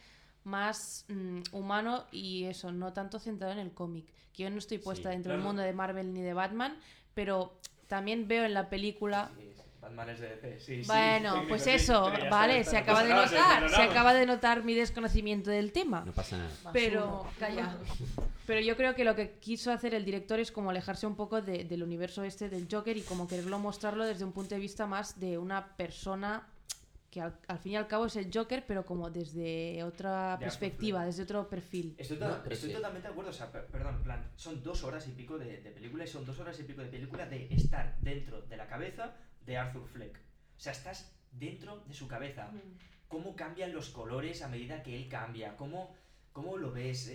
más humano y eso, no tanto centrado en el cómic. Que yo no estoy puesta Sí, dentro del claro. mundo de Marvel ni de Batman, pero también veo en la película... Sí, Batman es de DC, sí, sí. Bueno, técnico, pues sí, eso, pero ya vale, está, se no acaba pasa de nada, notar, se ignoramos. acaba de notar mi desconocimiento del tema. No pasa nada. Pero, calla. Pero yo creo que lo que quiso hacer el director es como alejarse un poco del universo este del Joker y como quererlo mostrarlo desde un punto de vista más de una persona que al fin y al cabo es el Joker, pero como desde otra De perspectiva, Arthur desde otro perfil. Estoy, No, pero estoy sí. totalmente de acuerdo, o sea, perdón, en plan, son 2 horas y pico de película y son 2 horas y pico de película de estar dentro de la cabeza de Arthur Fleck. O sea, estás dentro de su cabeza. Cómo cambian los colores a medida que él cambia, cómo lo ves.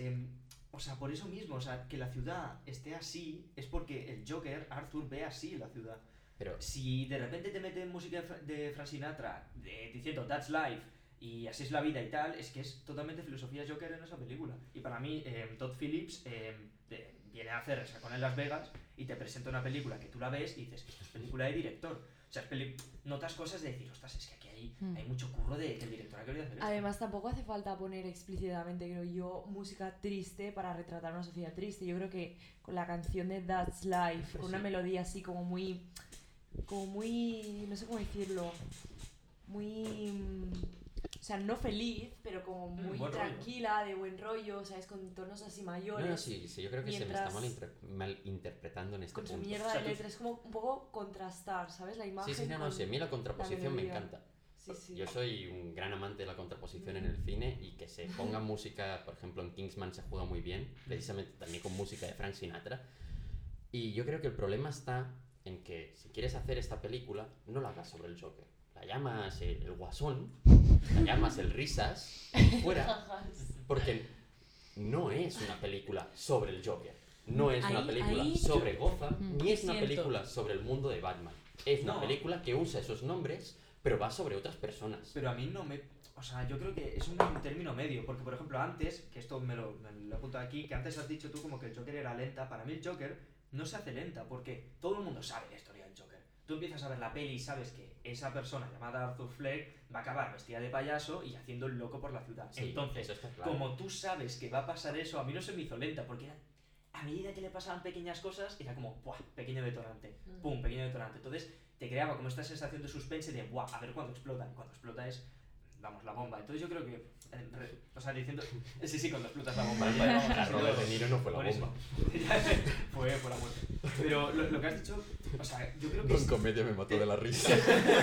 O sea, por eso mismo, o sea, que la ciudad esté así es porque el Joker, Arthur, ve así la ciudad. Pero Si de repente te meten música de Frank Sinatra diciendo That's Life y así es la vida y tal, es que es totalmente filosofía Joker en esa película. Y para mí, Todd Phillips viene a hacer Resacón en Las Vegas y te presenta una película que tú la ves y dices, esto es película de director. O sea, notas cosas de decir, ostras, es que aquí hay mucho curro de que el director ha querido hacer esto. Además, tampoco hace falta poner explícitamente, creo yo, música triste para retratar una sociedad triste. Yo creo que con la canción de That's Life, con una Sí. melodía así como muy, no sé cómo decirlo, muy, o sea, no feliz, pero como muy buen rollo. tranquila, de buen rollo, ¿sabes? Con tonos así mayores. no, sí, yo creo que se me está Mientras- malinterpretando en este Con su punto. mierda O sea, de letra, es como un poco contrastar, ¿sabes? La imagen. Sí, no, con sí, a mí la contraposición me melodía. encanta. Sí, sí. Yo soy un gran amante de la contraposición en el cine y que se ponga música, por ejemplo en Kingsman se juega muy bien, precisamente también con música de Frank Sinatra. Y yo creo que el problema está en que si quieres hacer esta película, no la hagas sobre el Joker. La llamas el Guasón, la llamas el Risas, fuera, porque no es una película sobre el Joker. No es una Ahí- película ahí- sobre Gotham, ni es una Siento. película sobre el mundo de Batman. Es una No. película que usa esos nombres, pero va sobre otras personas. Pero a mí no me... O sea, yo creo que es un término medio, porque por ejemplo antes, que esto me lo he apuntado aquí, que antes has dicho tú como que el Joker era lenta, para mí el Joker no se hace lenta, porque todo el mundo sabe la historia del Joker. Tú empiezas a ver la peli y sabes que esa persona llamada Arthur Fleck va a acabar vestida de payaso y haciendo el loco por la ciudad. Sí, Entonces, eso está claro. como tú sabes que va a pasar eso, a mí no se me hizo lenta, porque era, a medida que le pasaban pequeñas cosas, era como, ¡buah! Pequeño detonante, ¡pum! Pequeño detonante. Entonces, te creaba como esta sensación de suspense de, ¡buah! A ver cuándo explota. Y cuando explota es, vamos, la bomba. Entonces yo creo que, o sea, diciendo, sí, cuando explotas la bomba. ya, vamos, La ha sido- Robert De Niro no fue la por eso. bomba. fue la muerte. Pero lo que has dicho, o sea, yo creo que Con es, comedia me mató de la risa.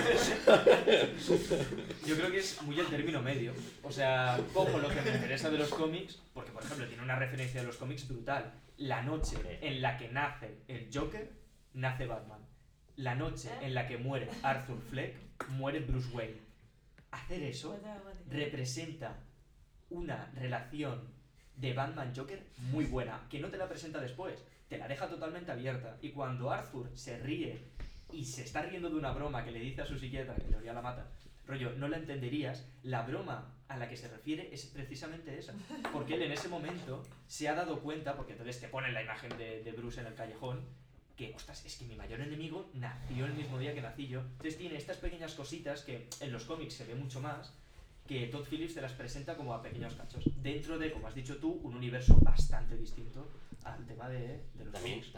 yo creo que es muy el término medio. O sea, cojo lo que me interesa de los cómics, porque por ejemplo tiene una referencia de los cómics brutal. La noche en la que nace el Joker, nace Batman. La noche en la que muere Arthur Fleck, muere Bruce Wayne. Hacer eso representa una relación de Batman-Joker muy buena, que no te la presenta después, te la deja totalmente abierta. Y cuando Arthur se ríe y se está riendo de una broma que le dice a su psiquiatra, que en teoría la mata, rollo, no la entenderías, la broma a la que se refiere es precisamente esa. Porque él en ese momento se ha dado cuenta, porque entonces te ponen la imagen de Bruce en el callejón, que, ostras, es que mi mayor enemigo nació el mismo día que nací yo. Entonces tiene estas pequeñas cositas que en los cómics se ve mucho más, que Todd Phillips te las presenta como a pequeños cachos. Dentro de, como has dicho tú, un universo bastante distinto al tema de los cómics. También he de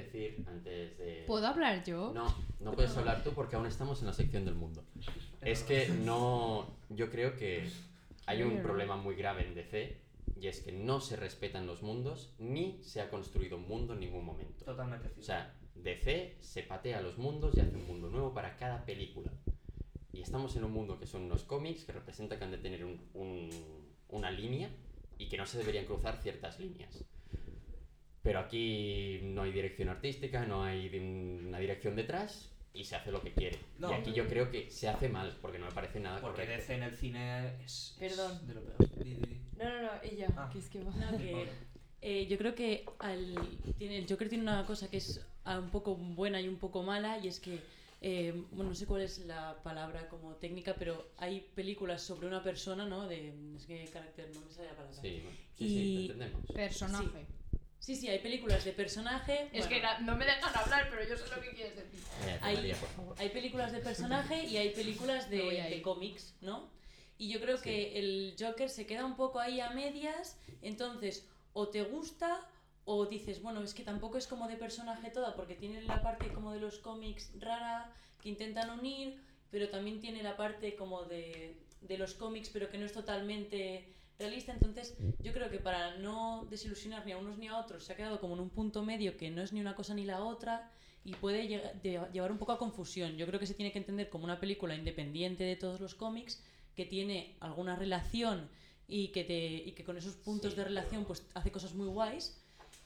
decir antes de... ¿Puedo hablar yo? No puedes hablar tú porque aún estamos en la sección del mundo. Es que no... Yo creo que hay un problema muy grave en DC y es que no se respetan los mundos ni se ha construido un mundo en ningún momento. Totalmente cierto. O sea, DC se patea los mundos y hace un mundo nuevo para cada película. Y estamos en un mundo que son unos cómics que representan que han de tener una línea y que no se deberían cruzar ciertas líneas. Pero aquí no hay dirección artística, no hay una dirección detrás y se hace lo que quiere. No. Y aquí yo creo que se hace mal porque no me parece nada Porque correcto. DC en el cine es Perdón. de lo peor. Di. No, ella, Ah. que es que va. No, que yo creo que el Joker tiene una cosa que es un poco buena y un poco mala, y es que, bueno, no sé cuál es la palabra como técnica, pero hay películas sobre una persona, ¿no? Es que carácter, no me sale la palabra. Sí, Y- lo entendemos. Personaje. Sí, hay películas de personaje. Es bueno, que no me dejan hablar, pero yo sé lo que quieres decir. Cállate, Hay- María, por favor. Hay películas de personaje y hay películas Me voy a de ir. cómics, ¿no? Y yo creo Sí. que el Joker se queda un poco ahí a medias, entonces o te gusta o dices, bueno, es que tampoco es como de personaje toda, porque tiene la parte como de los cómics rara, que intentan unir, pero también tiene la parte como de los cómics, pero que no es totalmente realista. Entonces yo creo que para no desilusionar ni a unos ni a otros se ha quedado como en un punto medio que no es ni una cosa ni la otra y puede llevar un poco a confusión. Yo creo que se tiene que entender como una película independiente de todos los cómics, que tiene alguna relación y que con esos puntos Sí, de relación pero- pues hace cosas muy guays,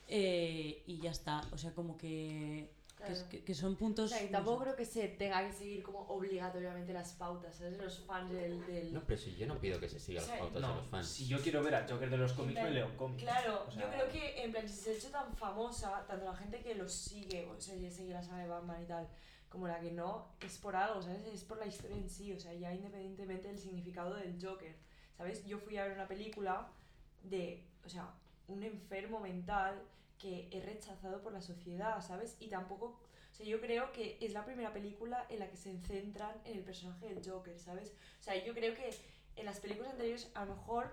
y ya está. O sea, como que que son O puntos... sea, y no tampoco sé. creo que se tenga que seguir como obligatoriamente las pautas, ¿sabes? Los fans del... No, pero si yo no pido que se sigan O sea, las pautas de No, los fans. si yo quiero ver a Joker de los cómics, me leo un cómic. Claro, O sea, yo creo que en plan, si se ha hecho tan famosa, tanto la gente que los sigue, o sea, ya sigue la saga de Batman y tal, como la que no, es por algo, ¿sabes? Es por la historia en sí, o sea, ya independientemente del significado del Joker, ¿sabes? Yo fui a ver una película de, o sea, un enfermo mental que es rechazado por la sociedad, ¿sabes? Y tampoco... O sea, yo creo que es la primera película en la que se centran en el personaje del Joker, ¿sabes? O sea, yo creo que en las películas anteriores a lo mejor,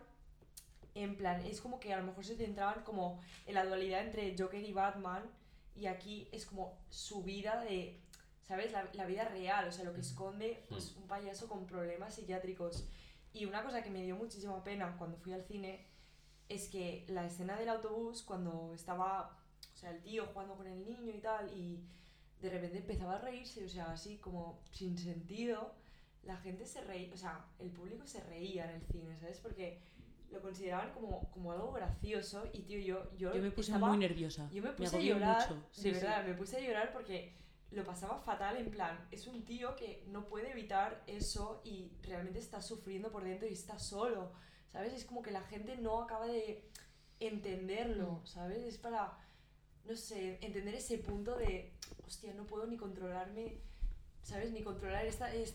en plan, es como que a lo mejor se centraban como en la dualidad entre Joker y Batman, y aquí es como su vida de, ¿sabes? La vida real, o sea, lo que esconde pues, un payaso con problemas psiquiátricos. Y una cosa que me dio muchísima pena cuando fui al cine es que la escena del autobús, cuando estaba, o sea, el tío jugando con el niño y tal, y de repente empezaba a reírse, o sea, así como sin sentido, la gente se reía, o sea, el público se reía en el cine, ¿sabes? Porque lo consideraban como algo gracioso y, tío, yo Yo me puse estaba- muy nerviosa. Yo me puse a agobié llorar, mucho. de verdad, me puse a llorar porque lo pasaba fatal, en plan, es un tío que no puede evitar eso y realmente está sufriendo por dentro y está solo, ¿sabes? Es como que la gente no acaba de entenderlo, ¿sabes? Es para, no sé, entender ese punto de, hostia, no puedo ni controlarme, ¿sabes? Ni controlar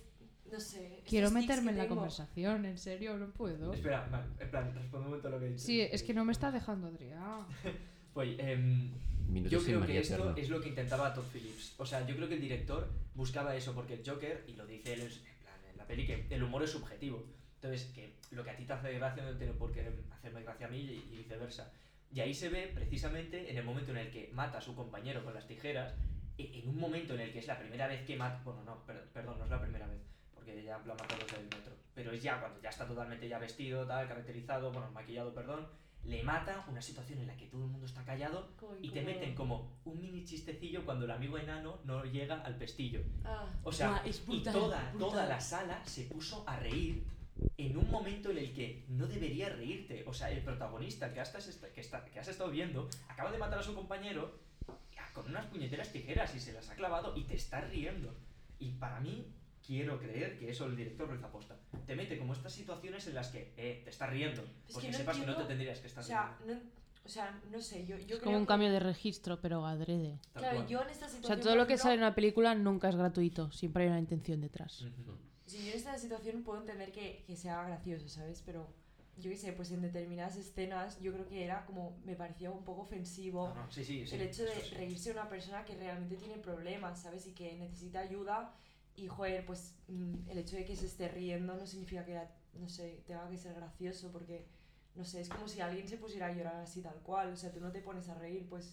no sé. Quiero estos tics meterme que en la tengo. conversación, en serio, no puedo. Espera, vale, en plan, responde un momento a lo que he dicho. Sí, es que no me está dejando Adrián. Pues, Minutos yo sin creo que María esto Eterno. es lo que intentaba Todd Phillips. O sea, yo creo que el director buscaba eso porque el Joker, y lo dice él en plan, en la peli, que el humor es subjetivo. Entonces, que lo que a ti te hace gracia no tiene por qué hacerme gracia a mí y viceversa. Y ahí se ve precisamente en el momento en el que mata a su compañero con las tijeras, en un momento en el que es la primera vez que mata... Bueno, no, perdón, no es la primera vez, porque ya lo ha matado desde el metro. Pero es ya cuando ya está totalmente ya vestido, tal, caracterizado, bueno, maquillado, perdón. Le mata una situación en la que todo el mundo está callado y te meten como un mini chistecillo cuando el amigo enano no llega al pestillo. Ah, O sea, Buah, es brutal, y toda brutal. la sala se puso a reír en un momento en el que no debería reírte. O sea, el protagonista que has estado viendo acaba de matar a su compañero con unas puñeteras tijeras y se las ha clavado y te está riendo. Y para mí, quiero creer que eso el director lo hizo aposta. Te mete como estas situaciones en las que te está riendo, Es porque que no sepas que no te entiendo, tendrías que estar o sea, riendo. o sea, no sé, yo Es creo como un que- cambio de registro, pero adrede. Tal Claro, cual. yo en esta situación... O sea, todo por lo que ejemplo, sale en una película nunca es gratuito, siempre hay una intención detrás. Ujú. Si yo en esta situación puedo entender que sea gracioso, ¿sabes? Pero yo qué sé, pues en determinadas escenas yo creo que era como, me parecía un poco ofensivo No, no, sí, sí, sí, el hecho de eso sí. reírse de una persona que realmente tiene problemas, ¿sabes? Y que necesita ayuda y, joder, pues el hecho de que se esté riendo no significa que, no sé, tenga que ser gracioso porque, no sé, es como si alguien se pusiera a llorar así tal cual, o sea, tú no te pones a reír, pues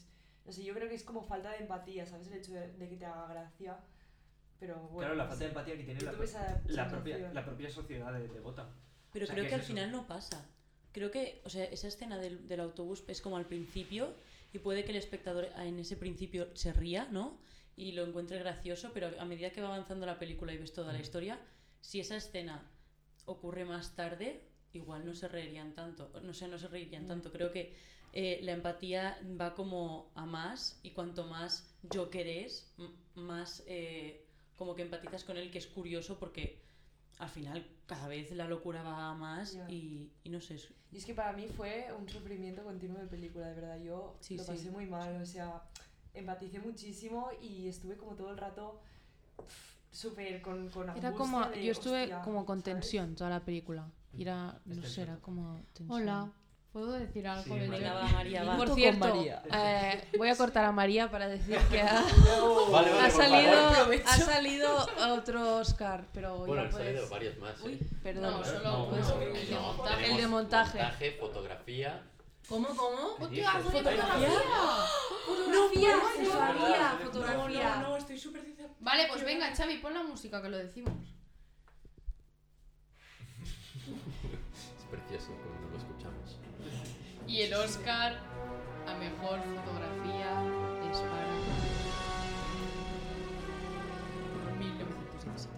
No sé, yo creo que es como falta de empatía, ¿sabes? El hecho de que te haga gracia. Pero bueno. Claro, la falta de empatía que tiene la propia sociedad de Gotham. Pero O sea, creo ¿qué que es al eso? final no pasa. Creo que, o sea, esa escena del autobús es como al principio y puede que el espectador en ese principio se ría, ¿no? Y lo encuentre gracioso, pero a medida que va avanzando la película y ves toda la historia, si esa escena ocurre más tarde, igual no se reirían tanto. No sé, no se reirían tanto. Creo que la empatía va como a más y cuanto más Joker es, más como que empatizas con él, que es curioso porque al final cada vez la locura va a más y no sé. Y es que para mí fue un sufrimiento continuo de película, de verdad. Yo lo pasé muy mal, o sea, empaticé muchísimo y estuve como todo el rato súper con angustia. Era como, de, yo estuve hostia, como con ¿sabes? tensión toda la película. Y era, no sé, era como tensión. Hola, ¿puedo decir algo Sí, del María. Joker? Va, María, va. Por con cierto, María. voy a cortar a María para decir que Vale, ha por favor. salido otro Oscar, pero Bueno, ya han puedes... salido varios más. Uy, ¿eh? perdón. No, solo No, uno. no, El de No, montaje. tenemos El de montaje. montaje, fotografía. ¿Cómo? ¡Hostia, ¿Qué dices? fotografía! Fotografía. No, estoy súper decepcionada. Vale, pues venga, Xavi, pon la música que lo decimos. Es precioso cuando lo escuchamos. Y el Oscar a mejor fotografía es para 1917.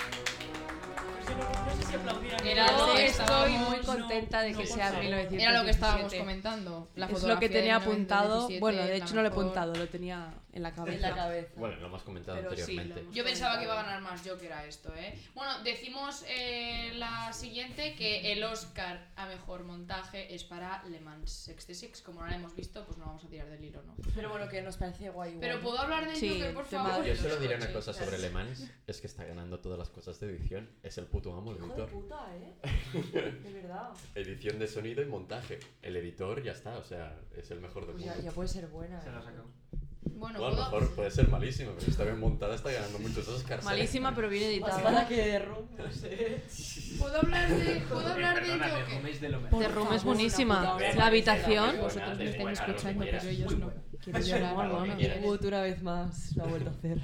No sé si aplaudirán. Era lo Yo que estoy estábamos- muy contenta de que no, sea por favor. 1917. Era lo que estábamos comentando. La Es lo fotografía que tenía de apuntado. 1917, Bueno, de la hecho no lo he mejor. apuntado, lo tenía en la cabeza. En la cabeza. Bueno, lo hemos comentado Pero sí, anteriormente. lo hemos Yo pensaba que iba a ganar más Joker a esto, ¿eh? Bueno, decimos la siguiente, que el Oscar a mejor montaje es para Le Mans 66. Como no la hemos visto, pues no vamos a tirar del hilo, ¿no? Pero bueno, que nos parece guay. igual, Pero ¿no? ¿puedo hablar del Sí, Joker, por tema favor? de- Yo solo diré una cosa sobre Le Mans, es que está ganando todas las cosas de edición. Es el puto amo, el Hijo de editor. puta, De verdad. Edición de sonido y montaje. El editor ya está, o sea, es el mejor del Pues mundo. ya puede ser buena. Se lo ha sacado. Bueno, O a lo mejor puede ser malísimo, pero si está bien montada, está ganando muchos Oscars. ¿eh? Malísima, pero bien Más editada. mala que de Room, no sé. ¿Puedo hablar del Perdona, Joker? The Room es de lo mejor. The Room es favor, buenísima. una puta La habitación. buena, Vosotros me de estáis buena, lo que escuchando, quieras. pero ellos Muy no. buena. Quiero llorar. Para lo que bueno. quieras. Wood una vez más lo ha vuelto a hacer.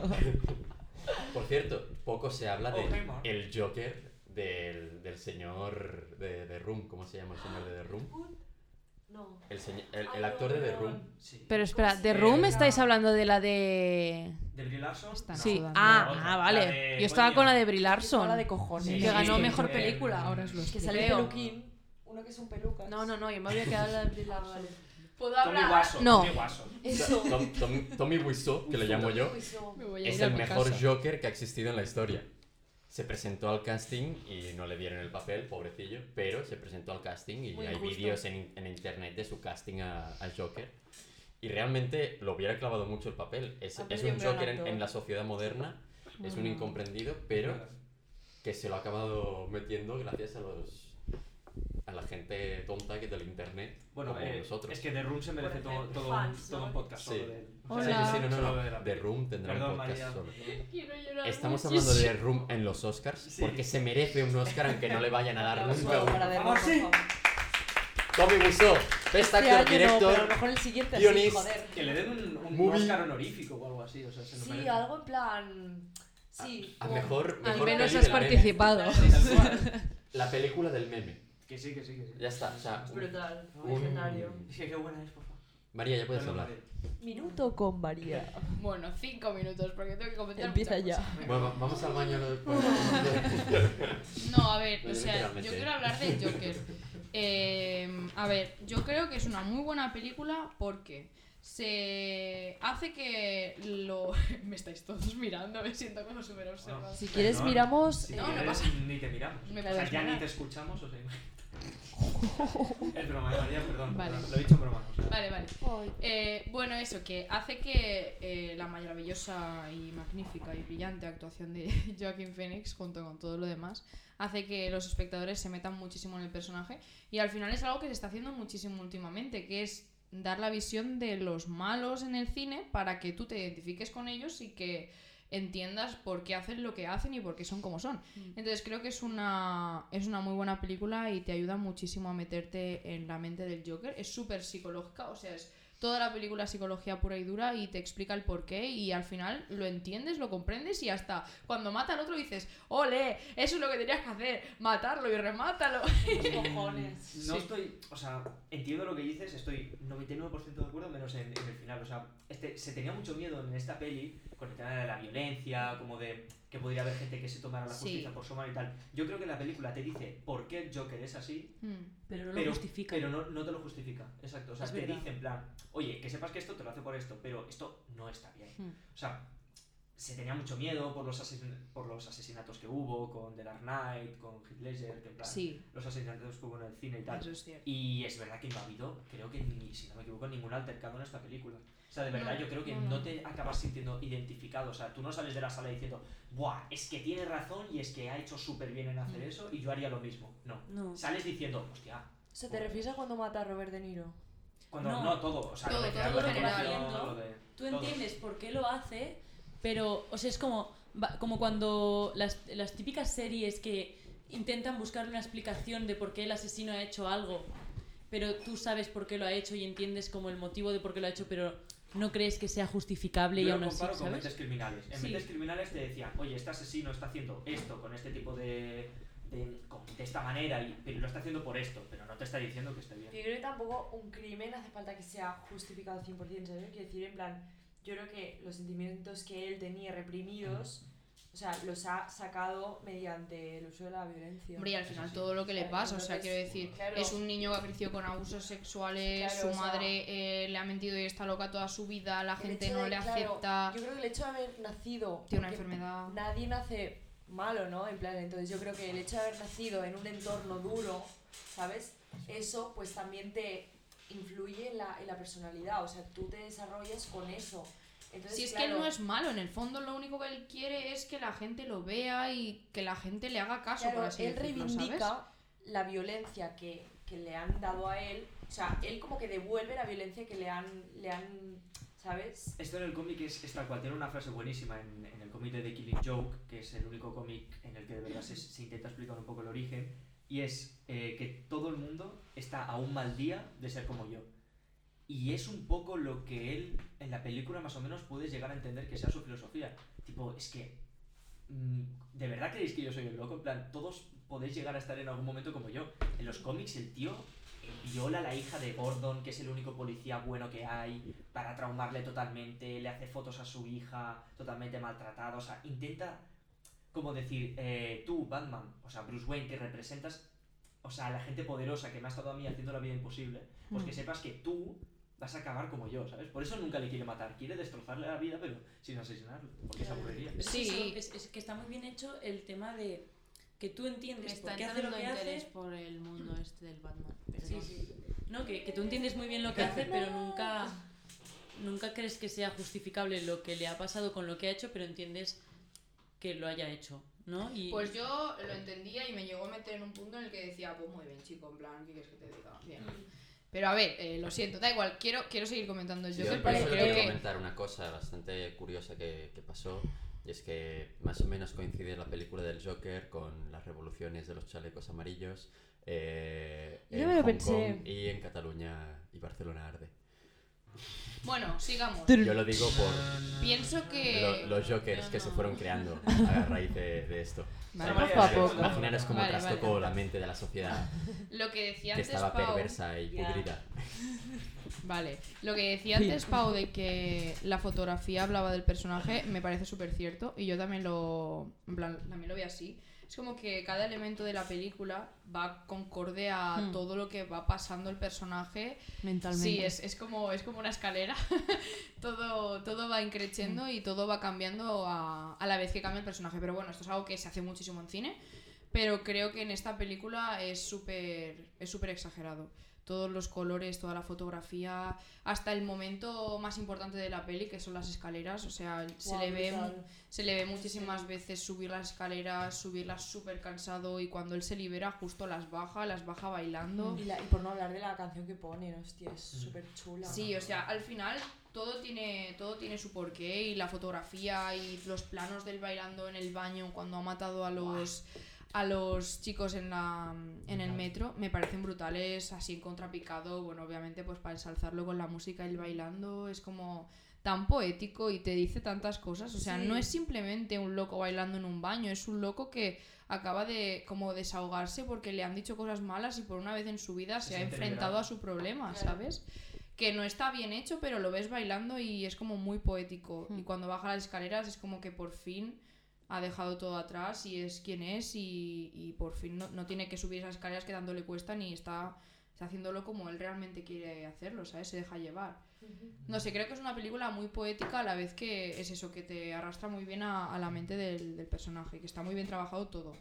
Por cierto, poco se habla Oh, hey, Mark. del Joker del señor de The Room. ¿Cómo se llama el señor de The Room? No. El actor de The Room. Sí. Pero espera, ¿de Room estáis hablando de la de...? ¿Del Brie Larson? Está No. Sí, sudando. La otra, la vale. de- Yo estaba coño. con la de Brie Habla Larson. de cojones. Sí, que sí, ganó sí, mejor eh, película. Ahora os lo Que explico. sale Creo. peluquín. Uno que es un pelucas. No, yo me había quedado en la de Brie Larson. ¿Puedo Tommy hablar? Wiseau. No. Tommy Wiseau. Eso. Tommy Wiseau, que le llamo yo, Me voy a es ir a el mi mejor casa. Joker que ha existido en la historia. Se presentó al casting y no le dieron el papel, pobrecillo, pero se presentó al casting y Muy hay injusto. vídeos en internet de su casting a Joker. Y realmente lo hubiera clavado mucho el papel. Es Ha un perdido un gran Joker actor. en la sociedad moderna, es un incomprendido, pero que se lo ha acabado metiendo gracias a la gente tonta que del internet, Bueno, como nosotros. es que The Room se merece todo fans, un ¿no? podcast Sí. solo de él. Hola. Sí, sí, no, Solo no, de la The Room tendrá Perdón, un podcast María. solo. Quiero llorar Estamos muchísimo. hablando de The Room en los Oscars Sí. porque se merece un Oscar aunque no le vayan a dar nunca Solo uno. para de Room, Vamos, por sí. favor. Tommy Wiseau, Best Este Actor, año no, pero a lo Director. mejor el siguiente sí, guionist. joder. Que le den un Movie. Oscar honorífico o algo así, o sea, se lo Sí, merece. algo en plan... Sí. A como- mejor Al mejor menos peli has del meme. participado. Sí, tal cual. La película del meme. Que sí, que sí, que sí. Ya está, o sea, Brutal, un- legendario. Es que qué buena es, por favor. María, ya puedes Perdón, hablar. María. Minuto con María. Bueno, 5 minutos, porque tengo que comentar Empieza muchas ya. cosas. Bueno, vamos al baño después. No, a ver, o Pues sea, literalmente. yo quiero hablar del Joker. A ver, yo creo que es una muy buena película porque se hace que lo... Me estáis todos mirando, me siento como súper observado. Si quieres No, miramos... Si No, no quieres, pasa. ni te miramos. Me O sea, puedes ya mirar. ni te escuchamos, o sea, es broma, María, perdón. Vale. Lo he dicho en broma. O sea. Vale, vale. Bueno, eso, que hace que la maravillosa y magnífica y brillante actuación de Joaquin Phoenix, junto con todo lo demás, hace que los espectadores se metan muchísimo en el personaje. Y al final es algo que se está haciendo muchísimo últimamente, que es dar la visión de los malos en el cine para que tú te identifiques con ellos y que entiendas por qué hacen lo que hacen y por qué son como son. Entonces creo que es una muy buena película y te ayuda muchísimo a meterte en la mente del Joker. Es súper psicológica, o sea, es toda la película es psicología pura y dura y te explica el porqué y al final lo entiendes, lo comprendes y hasta cuando mata al otro dices, ¡ole! Eso es lo que tenías que hacer, matarlo y remátalo. Cojones. No estoy, o sea, entiendo lo que dices, estoy 99% de acuerdo, menos en el final. O sea, se tenía mucho miedo en esta peli con el tema de la violencia, como de que podría haber gente que se tomara la justicia por su mano y tal. Yo creo que la película te dice por qué el Joker es así, Pero no lo justifica. pero no te lo justifica, exacto. O sea, Es te verdad. dice en plan, oye, que sepas que esto te lo hace por esto, pero esto no está bien. O sea, se tenía mucho miedo por los asesinatos que hubo con The Dark Knight, con Heath Ledger, que en plan, los asesinatos que hubo en el cine y tal. Eso es cierto. Y es verdad que no ha habido, creo que ni, si no me equivoco, ningún altercado en esta película. O sea, de verdad yo creo que no te acabas sintiendo identificado. O sea, tú no sales de la sala diciendo, ¡buah! Es que tiene razón y es que ha hecho súper bien en hacer eso y yo haría lo mismo. No. Sales diciendo, hostia. O sea, ¿te refieres a cuando mata a Robert De Niro? Cuando, No. no todo. O sea, Todo, lo de todo crear lo la general. información, lo de Tú todo. entiendes por qué lo hace, pero, o sea, es como cuando las típicas series que intentan buscar una explicación de por qué el asesino ha hecho algo, pero tú sabes por qué lo ha hecho y entiendes como el motivo de por qué lo ha hecho, pero no crees que sea justificable y Yo aún lo así, comparo con ¿sabes? Mentes Criminales. En Mentes Criminales te decían, oye, este asesino está haciendo esto con este tipo de esta manera, pero lo está haciendo por esto, pero no te está diciendo que esté bien. Yo creo que tampoco un crimen hace falta que sea justificado 100%, ¿sabes? Quiero decir, en plan, yo creo que los sentimientos que él tenía reprimidos, o sea, los ha sacado mediante el uso de la violencia. Hombre, y al final todo lo que le pasa, o sea, quiero decir, es un niño que ha crecido con abusos sexuales, Claro, su o sea, madre le ha mentido y está loca toda su vida, la el gente hecho no de, le claro, acepta, Yo creo que el hecho de haber nacido... tiene una porque enfermedad. Nadie nace malo, ¿no? En plan, entonces yo creo que el hecho de haber nacido en un entorno duro, ¿sabes? Eso pues también te influye en la personalidad, o sea, tú te desarrollas con eso. Entonces, Si es claro, que él no es malo, en el fondo lo único que él quiere es que la gente lo vea y que la gente le haga caso, claro, por así él decirlo, reivindica ¿sabes? la violencia que le han dado a él, o sea, él como que devuelve la violencia que le han ¿sabes? Esto en el cómic es tal cual, tiene una frase buenísima en el cómic de The Killing Joke, que es el único cómic en el que de verdad se intenta explicar un poco el origen, y es que todo el mundo está a un mal día de ser como yo. Y es un poco lo que él, en la película más o menos, puedes llegar a entender que sea su filosofía. Tipo, es que, ¿de verdad creéis que yo soy el loco? En plan, todos podéis llegar a estar en algún momento como yo. En los cómics el tío viola a la hija de Gordon, que es el único policía bueno que hay, para traumarle totalmente, le hace fotos a su hija totalmente maltratada, o sea, intenta como decir, tú, Batman, o sea, Bruce Wayne, que representas, o sea, a la gente poderosa que me ha estado a mí haciendo la vida imposible, pues que sepas que tú vas a acabar como yo, ¿sabes? Por eso nunca le quiere matar, quiere destrozarle la vida, pero sin asesinarlo, porque se aburriría. Sí. Es que está muy bien hecho el tema de que tú Me entiendes está por qué hace lo entrando que interés hace. por el mundo este del Batman. Sí, sí. No, que tú entiendes muy bien lo que hace, pero nunca crees que sea justificable lo que le ha pasado con lo que ha hecho, pero entiendes que lo haya hecho, ¿no? Y Pues yo lo entendía y me llegó a meter en un punto en el que decía, pues muy bien, chico, en plan, ¿qué quieres que te diga? Bien. Pero a ver, lo siento, da igual, quiero seguir comentando el Yo Joker por porque eso creo quiero que... comentar una cosa bastante curiosa que pasó, y es que más o menos coincide la película del Joker con las revoluciones de los chalecos amarillos Yo en me lo Hong pensé. Kong y en Cataluña y Barcelona arde. Bueno, sigamos. Yo lo digo por Pienso que... los Jokers que se fueron creando a raíz de esto. Vale, ¿Sabes? poco a poco. Imaginaros cómo Vale, trastocó vale. la mente de la sociedad, Lo que decía que antes estaba Pau... perversa y pudrida. Vale, lo que decía antes Pau de que la fotografía hablaba del personaje me parece súper cierto y yo también también lo veo así. Es como que cada elemento de la película va concorde a todo lo que va pasando el personaje. mentalmente. Sí, es como una escalera. todo va increciendo y todo va cambiando a la vez que cambia el personaje. Pero bueno, esto es algo que se hace muchísimo en cine, pero creo que en esta película es súper exagerado. Todos los colores, toda la fotografía, hasta el momento más importante de la peli, que son las escaleras. O sea, se le ve muchísimas veces subir las escaleras, subirlas súper cansado y cuando él se libera justo las baja bailando. Y por no hablar de la canción que ponen, hostia, es súper chula. Sí, o sea, al final todo tiene su porqué y la fotografía y los planos del bailando en el baño cuando ha matado a a los chicos en el metro, me parecen brutales, así en contrapicado, bueno, obviamente pues para ensalzarlo con la música y el bailando, es como tan poético y te dice tantas cosas, o sea, Sí. no es simplemente un loco bailando en un baño, es un loco que acaba de como desahogarse porque le han dicho cosas malas y por una vez en su vida se ha siente enfrentado liberado. a su problema, Claro. ¿sabes? Que no está bien hecho, pero lo ves bailando y es como muy poético. Y cuando baja las escaleras es como que por fin ha dejado todo atrás y es quien es y por fin no tiene que subir esas escaleras que tanto le cuestan y está haciéndolo como él realmente quiere hacerlo, ¿sabes? Se deja llevar. No sé, creo que es una película muy poética a la vez que es eso, que te arrastra muy bien a la mente del personaje, que está muy bien trabajado todo.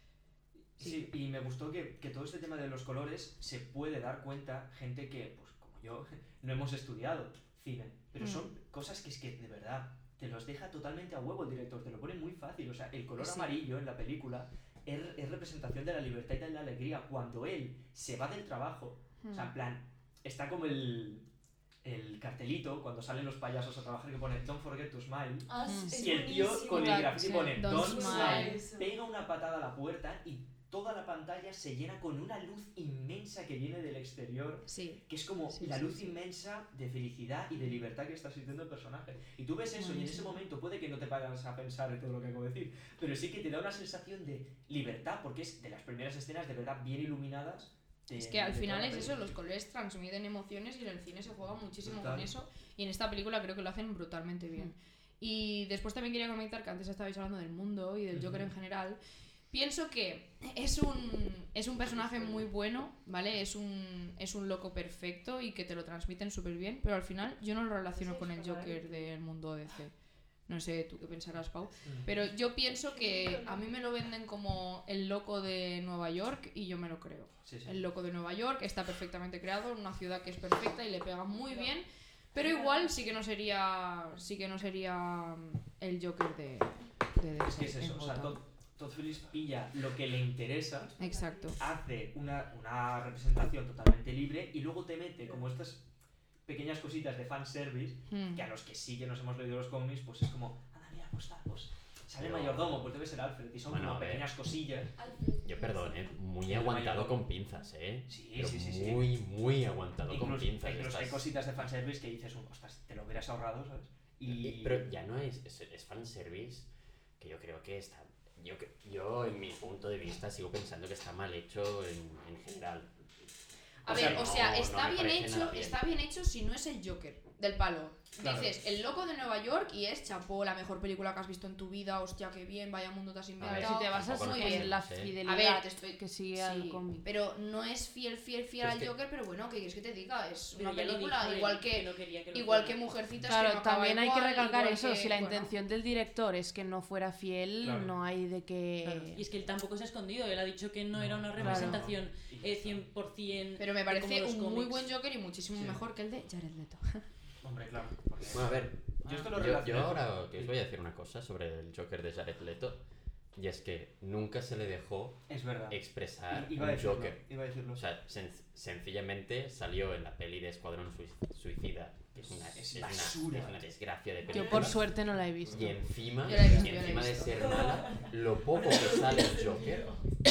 Sí, y me gustó que todo este tema de los colores se puede dar cuenta gente que, pues como yo, no hemos estudiado cine, pero son cosas que es que de verdad te los deja totalmente a huevo el director, te lo pone muy fácil, o sea, el color Sí. amarillo en la película es representación de la libertad y de la alegría. Cuando él se va del trabajo, o sea, en plan, está como el cartelito cuando salen los payasos a trabajar que pone Don't forget to smile. Es Y el tío buenísimo. con el grafiti Sí. pone Don't Don't smile. smile, pega una patada a la puerta y toda la pantalla se llena con una luz inmensa que viene del exterior, Sí. que es como Sí, la sí, luz sí. inmensa de felicidad y de libertad que está sintiendo el personaje. Y tú ves eso y en ese momento puede que no te vayas a pensar en todo lo que acabo de decir, pero sí que te da una sensación de libertad, porque es de las primeras escenas de verdad bien iluminadas. Es que al de final toda es la eso, peli. los colores transmiten emociones y en el cine se juega muchísimo Brutal. con eso y en esta película creo que lo hacen brutalmente bien. Y después también quería comentar que antes estabais hablando del mundo y del Joker en general. Pienso que es un personaje muy bueno, ¿vale? Es un loco perfecto y que te lo transmiten súper bien, pero al final yo no lo relaciono con el Joker del mundo DC. No sé tú qué pensarás, Pau. Pero yo pienso que a mí me lo venden como el loco de Nueva York y yo me lo creo. Sí, sí. El loco de Nueva York está perfectamente creado, en una ciudad que es perfecta y le pega muy bien, pero igual sí que no sería el Joker de DC. Es que es eso, en o sea, Gotham. Todd Phillips pilla lo que le interesa, Exacto. hace una representación totalmente libre y luego te mete como estas pequeñas cositas de fanservice Mm. que a los que sí que nos hemos leído los cómics, pues es como, anda, mira, pues tal, pues sale Pero- mayordomo, pues debe ser Alfred, y son Bueno, como a ver. pequeñas cosillas. Yo perdón, muy El aguantado mayordomo. con pinzas, Sí, Pero sí, sí, sí. muy aguantado con Incluso, pinzas. incluso hay estas. cositas de fanservice que dices, ostras, te lo hubieras ahorrado, ¿sabes? Pero ya no es fanservice, que yo creo que está... Yo, en mi punto de vista, sigo pensando que está mal hecho en general. A ver, no- o sea, no está me bien parece hecho, nada bien. está bien hecho si no es el Joker del palo. Claro. Dices, el loco de Nueva York y es chapó, la mejor película que has visto en tu vida, hostia, qué bien, vaya mundo te has A ver, inventado. Si te basas tampoco muy nos bien. en la pasemos, ¿eh? fidelidad A ver, te estoy... que sigue al Sí, cómic. pero no es fiel Pero al es que- Joker, pero bueno, ¿qué quieres que te diga? Es Pero una ya lo película, dijo él, igual que no quería que lo igual fuera. que Mujercitas, Claro, que no acaba también hay que igual, recalcar igual eso, que- si la bueno. intención del director es que no fuera fiel, Claro. no hay de que... Y es que él tampoco se ha escondido, él ha dicho que no era una Claro. representación Y ya está. 100%. Pero me de parece como los un muy cómics. buen Joker y muchísimo Sí. mejor que el de Jared Leto. Hombre, claro. porque- Bueno, a ver, Yo esto lo yo relaciono- ahora que os voy a decir una cosa sobre el Joker de Jared Leto, y es que nunca se le dejó Es verdad. expresar Iba a un decirlo, Joker. iba a decirlo. O sea, sencillamente salió en la peli de Escuadrón Suicida, que es una, Es una- basura. es una desgracia de película. Yo por suerte no la he visto. Y encima, Yo la he visto, y yo la he encima de visto. ser mala, lo poco que sale el Joker,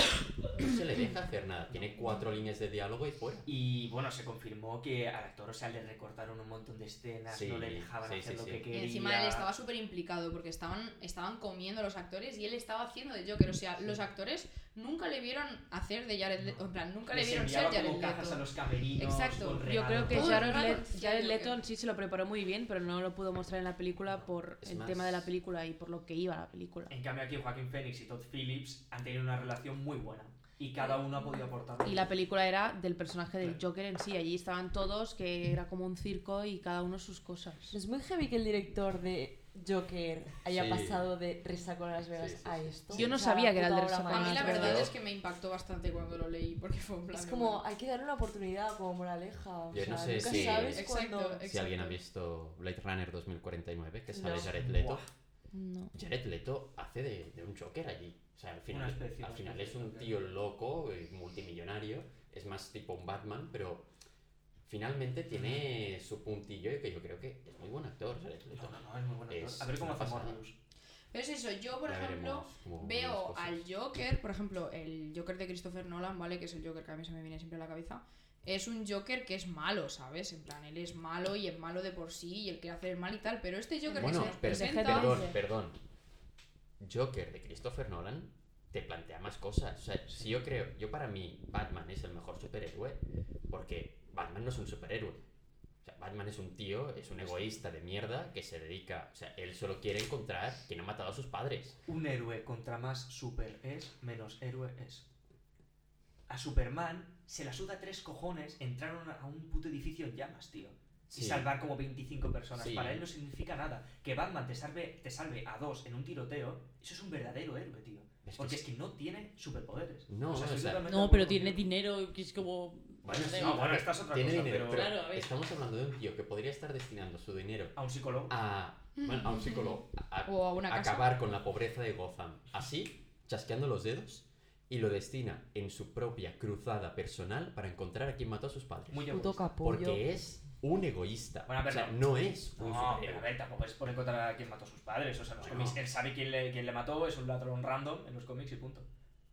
no se le deja hacer nada. Tiene 4 líneas de diálogo y fuera. Y bueno, se confirmó que al actor, o sea, le recortaron un montón de escenas, Sí, no le dejaban sí, hacer sí, lo sí. que Y quería. encima él estaba súper implicado porque estaban comiendo los actores y él estaba haciendo de Joker. O sea, los actores nunca le vieron hacer de Jared Leto. En plan, nunca le Les vieron ser enviaba Jared como cajas a Leto. los camerinos. Exacto. con Yo regalos. creo que Todo el Jared, rato Let- hacía Jared lo Leto que- en sí se lo preparó muy bien, pero no lo pudo mostrar en la película por Es el más- tema de la película y por lo que iba la película. En cambio aquí Joaquín Phoenix y Todd Phillips han tenido una relación muy buena. Y cada uno ha podido aportar. Y la película era del personaje del Claro. Joker en sí. Allí estaban todos, que era como un circo y cada uno sus cosas. Es muy heavy que el director de Joker haya Sí. pasado de Risa con Las Vegas Sí, sí, a sí. esto. Yo no O sea, sabía que era el de puta Risa obra con A mí la Las verdad Yo- es que me impactó bastante cuando lo leí porque fue un plan Es de, como, bueno. hay que darle una oportunidad como moraleja. O Yo no sea, sé nunca si- sabes Exacto, cuándo... Si alguien ha visto Blade Runner 2049, que sale No. Jared Leto, Buah. No. Jared Leto hace de un Joker allí. O sea, al final, Una especie, al una final especie es un de Joker. tío loco, multimillonario, es más tipo un Batman, pero finalmente tiene su puntillo y que yo creo que es muy buen actor, Jared Leto. No, es muy buen actor. Es A ver cómo una hace pasada. Morbius. Pero es eso, yo por Ya ejemplo veremos cómo van las veo cosas. al Joker, por ejemplo, el Joker de Christopher Nolan, ¿vale? Que es el Joker que a mí se me viene siempre a la cabeza. Es un Joker que es malo, ¿sabes? En plan, él es malo y es malo de por sí y él quiere hacer el mal y tal, pero este Joker que se Bueno, nos presenta... perdón. Joker de Christopher Nolan te plantea más cosas. O sea, si yo para mí Batman es el mejor superhéroe, porque Batman no es un superhéroe. O sea, Batman es un tío, es un egoísta de mierda que se dedica, o sea, él solo quiere encontrar quien ha matado a sus padres. Un héroe contra más super es, menos héroe es. A Superman se la suda 3 cojones entrar a un puto edificio en llamas, tío. Y Sí. salvar como 25 personas. Sí. Para él no significa nada. Que Batman te salve a 2 en un tiroteo, eso es un verdadero héroe, tío. Es que Porque es- es que no tiene superpoderes. No, o sea, absolutamente No, de pero acuerdo tiene contigo. dinero, que es como... Bueno, sí, No, bueno, esta es otra tiene cosa, dinero, pero- Claro, a ver. estamos hablando de un tío que podría estar destinando su dinero A un psicólogo. a un psicólogo, O a una casa. acabar con la pobreza de Gotham, así, chasqueando los dedos, y lo destina en su propia cruzada personal para encontrar a quien mató a sus padres. Muy Puto egoísta. capullo. Porque es un egoísta. Bueno, a ver, o sea, no. no es un No, pero a superhéroe. ver, tampoco es por encontrar a quien mató a sus padres. O sea, en los Bueno. cómics, él sabe quién le mató, es un ladrón random en los cómics y punto.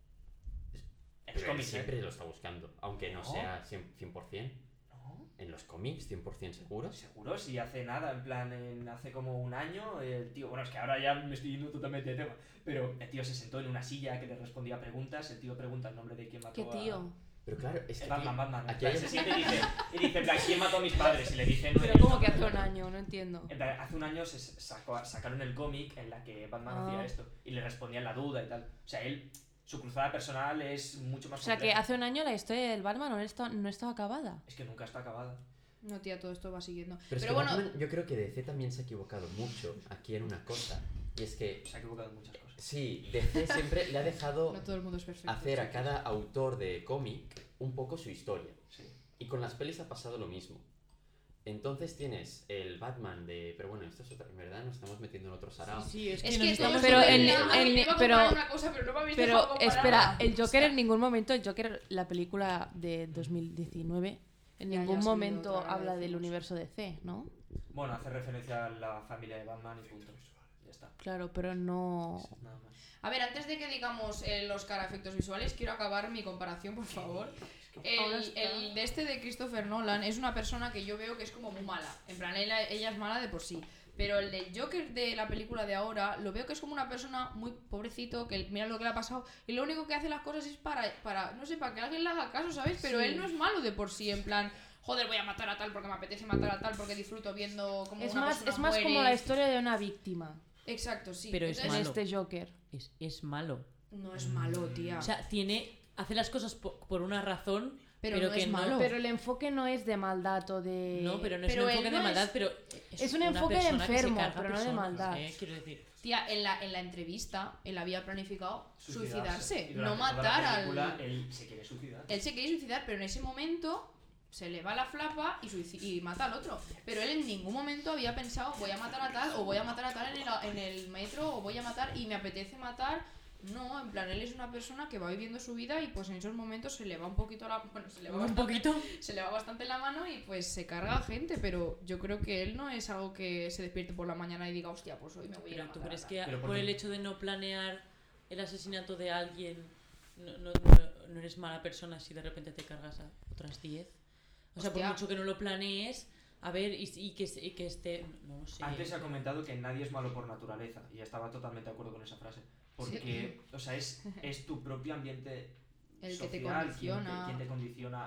En los Pero él cómics, siempre lo está buscando, aunque no No. sea 100%. ¿No? En los cómics, 100% seguros. Seguro, si hace nada, en plan, hace como un año, el tío, bueno, es que ahora ya me estoy yendo totalmente de tema, pero el tío se sentó en una silla que le respondía a preguntas, el tío pregunta el nombre de quién mató ¿Qué tío? Pero claro, es que Batman, aquí- Batman. aquí En plan, hay- se siente y dice, en plan, ¿quién mató a mis padres? Y le dicen... Pero como que hace un año, no entiendo. En plan, hace un año sacaron el cómic en la que Batman Ah. hacía esto y le respondían la duda y tal. O sea, su cruzada personal es mucho más O sea que compleja. hace un año la historia del Batman no estaba acabada. Es que nunca está acabada. No, tía, todo esto va siguiendo. Pero es Pero que bueno, Batman, yo creo que DC también se ha equivocado mucho aquí en una cosa. Y es que, Se ha equivocado en muchas cosas. sí, DC siempre le ha dejado no todo el mundo es perfecto. hacer a chicos. cada autor de cómic un poco su historia. Sí. Y con las pelis ha pasado lo mismo. Entonces tienes el Batman de... Pero bueno, esto es otra... En verdad nos estamos metiendo en otro sarao. Sí, es que, Es nos que estamos... Pero súper en- liados, en- y iba a pero- comparar una cosa, pero no me habéis dejado Pero compararla. espera, el Joker O sea, en ningún momento, el Joker, la película de 2019, en Ya, ningún ya ha salido momento otra, habla del decimos. universo DC, ¿no? Bueno, hace referencia a la familia de Batman y punto. Ya está. Claro, pero no... Nada más. A ver, antes de que digamos el Oscar a efectos visuales, quiero acabar mi comparación, por favor. Ahora está. El de este de Christopher Nolan es una persona que yo veo que es como muy mala. En plan, ella es mala de por sí. Pero el del Joker de la película de ahora, lo veo que es como una persona muy pobrecito, que mira lo que le ha pasado, y lo único que hace las cosas es para no sé, para que alguien le haga caso, ¿sabes? Pero Sí. él no es malo de por sí, en plan, joder, voy a matar a tal porque me apetece matar a tal, porque disfruto viendo como Es una más, persona es más muere. como la historia de una víctima Exacto, sí. Pero es en Entonces, malo. este Joker. Es malo. no es malo, tía. O sea, hace las cosas por una razón, Pero pero, no que es no... malo. Pero el enfoque no es de maldad o de... No, pero no es Pero un él enfoque no de maldad, es- pero Es un una enfoque persona que se enfermo, carga pero no de personas, maldad. quiero decir. Tía, en la entrevista, él había planificado suicidarse, Y no durante toda matar la película, al... Él se quiere suicidar. Él se quería suicidar, pero en ese momento se le va la flapa y mata al otro. Pero él en ningún momento había pensado, voy a matar a tal, o voy a matar a tal en el metro, o voy a matar y me apetece matar. No, en plan, él es una persona que va viviendo su vida y pues en esos momentos se le va un poquito la... Bueno, se le va Un bastante, poquito. se le va bastante la mano y pues se carga a gente, pero yo creo que él no es algo que se despierte por la mañana y diga, hostia, pues hoy me voy a ir a Pero tú matar a crees tal". que Pero por porque- el hecho de no planear el asesinato de alguien no eres mala persona si de repente te cargas a otras 10? O sea, por Hostia. mucho que no lo planees, a ver, y que esté... No sé. Antes se ha comentado que nadie es malo por naturaleza y estaba totalmente de acuerdo con esa frase. Porque, o sea, es tu propio ambiente El que social te condiciona. quien te condiciona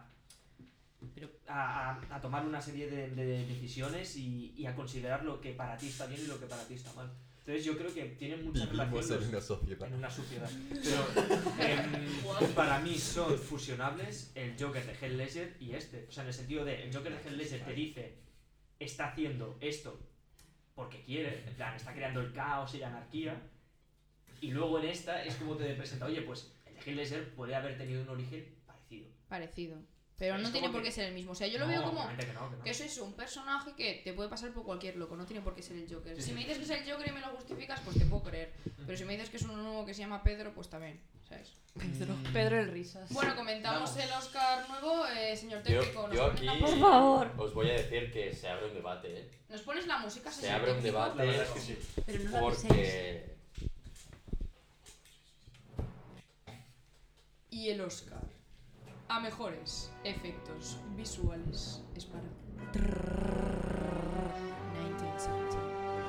Pero- a tomar una serie de decisiones y a considerar lo que para ti está bien y lo que para ti está mal. Entonces yo creo que tienen mucha relación los- sociedad. en una sociedad. Pero para mí son fusionables el Joker de Heath Ledger y este. O sea, en el sentido de, el Joker de Heath Ledger te dice, está haciendo esto porque quiere, en plan, está creando el caos y la anarquía. Y luego en esta es como te presenta, oye, pues el de Heath Ledger puede haber tenido un origen parecido. Parecido. Pero Es no como tiene por que- qué ser el mismo. O sea, yo lo No, veo como obviamente que no. que eso es un personaje que te puede pasar por cualquier loco, no tiene por qué ser el Joker. Sí, Si sí. me dices que es el Joker y me lo justificas, pues te puedo creer. Pero si me dices que es uno nuevo que se llama Pedro, pues también, ¿sabes? Pedro el Risas. Bueno, comentamos Vamos. el Oscar nuevo, señor Yo, técnico. yo aquí Por favor. os voy a decir que se abre un debate, ¿eh? ¿Nos pones la música, Se señor abre un técnico? debate La verdad es que sí. Pero no la aviséis. porque... Y el Oscar a mejores efectos visuales es para 1917.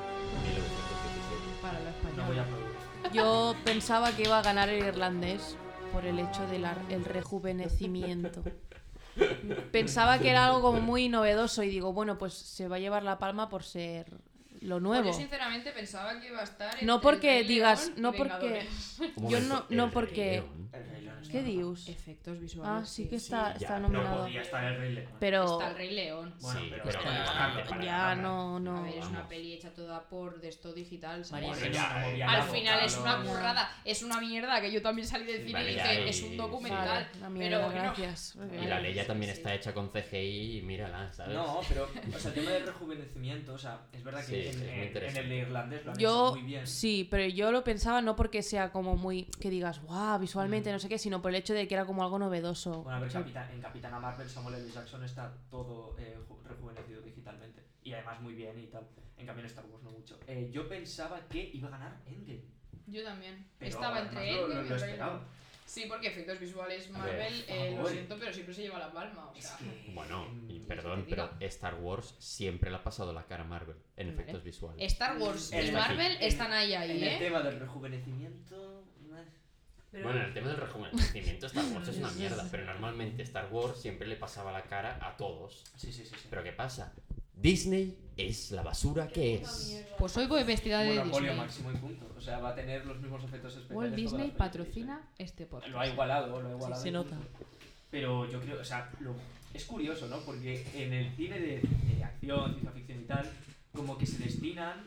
1917. Para la No voy española. a aplaudir. Yo pensaba que iba a ganar el irlandés por el hecho del el rejuvenecimiento. Pensaba que era algo como muy novedoso y digo, bueno, pues se va a llevar la palma por ser lo nuevo. Pues yo sinceramente pensaba que iba a estar No entre porque el Rey digas, León y no porque... Vengadores. Un Yo momento, no el porque- Rey León. El Rey León está ¿Qué nominado. dios? Efectos visuales. Ah, sí que está, sí, está ya, No nominado. podía estar el Rey León. Pero Está el Rey León. Bueno, Sí, pero pero está bastante para ya ganar. no, no. A ver, es una Vamos. peli hecha toda por de esto digital, ¿sabes? María, Bueno, ya, no movía Al la final boca, es no- una currada, es una mierda, que yo también salí del cine Vale, y ya, dije, y- es un documental. Vale, una mierda, pero bueno. gracias. Y la ley ya Sí, también sí. está hecha con CGI y mírala, ¿sabes? No, pero, o sea, el tema del rejuvenecimiento, o sea, es verdad que Sí, es muy en interesante. el de irlandés lo han Yo, hecho muy bien. sí, pero yo lo pensaba no porque sea como muy, que digas, guau, visualmente, no sé qué, sino por el hecho de que era como algo novedoso. Bueno, a ver, O sea, en Capitana Marvel, Samuel L. Jackson está todo rejuvenecido digitalmente. Y además muy bien y tal. En cambio en Star Wars no mucho. Yo pensaba que iba a ganar Endgame. Yo también. Pero Estaba además entre lo Endgame y Rey esperaba. León. Sí, porque efectos visuales A ver, Marvel, por lo favor. siento, pero siempre se lleva la palma. O Es sea, que... Bueno, y que perdón, te diga. pero Star Wars siempre le ha pasado la cara a Marvel en Vale. efectos visuales. Star Wars y En- Marvel en- están ahí, En el ¿eh? tema del rejuvenecimiento... Bueno, en el tema del rejuvenecimiento Star Wars es una mierda, pero normalmente Star Wars siempre le pasaba la cara a todos. Sí, sí, sí. sí. Pero ¿qué pasa? Disney es la basura que es. Pues hoy voy vestida de Monopolio Disney. máximo y punto. O sea, va a tener los mismos efectos especiales. Walt todas Disney las películas patrocina este Disney. podcast. Lo ha igualado. se nota. Pero yo creo, o sea, es curioso, ¿no? Porque en el cine de acción, ciencia ficción y tal, como que se destinan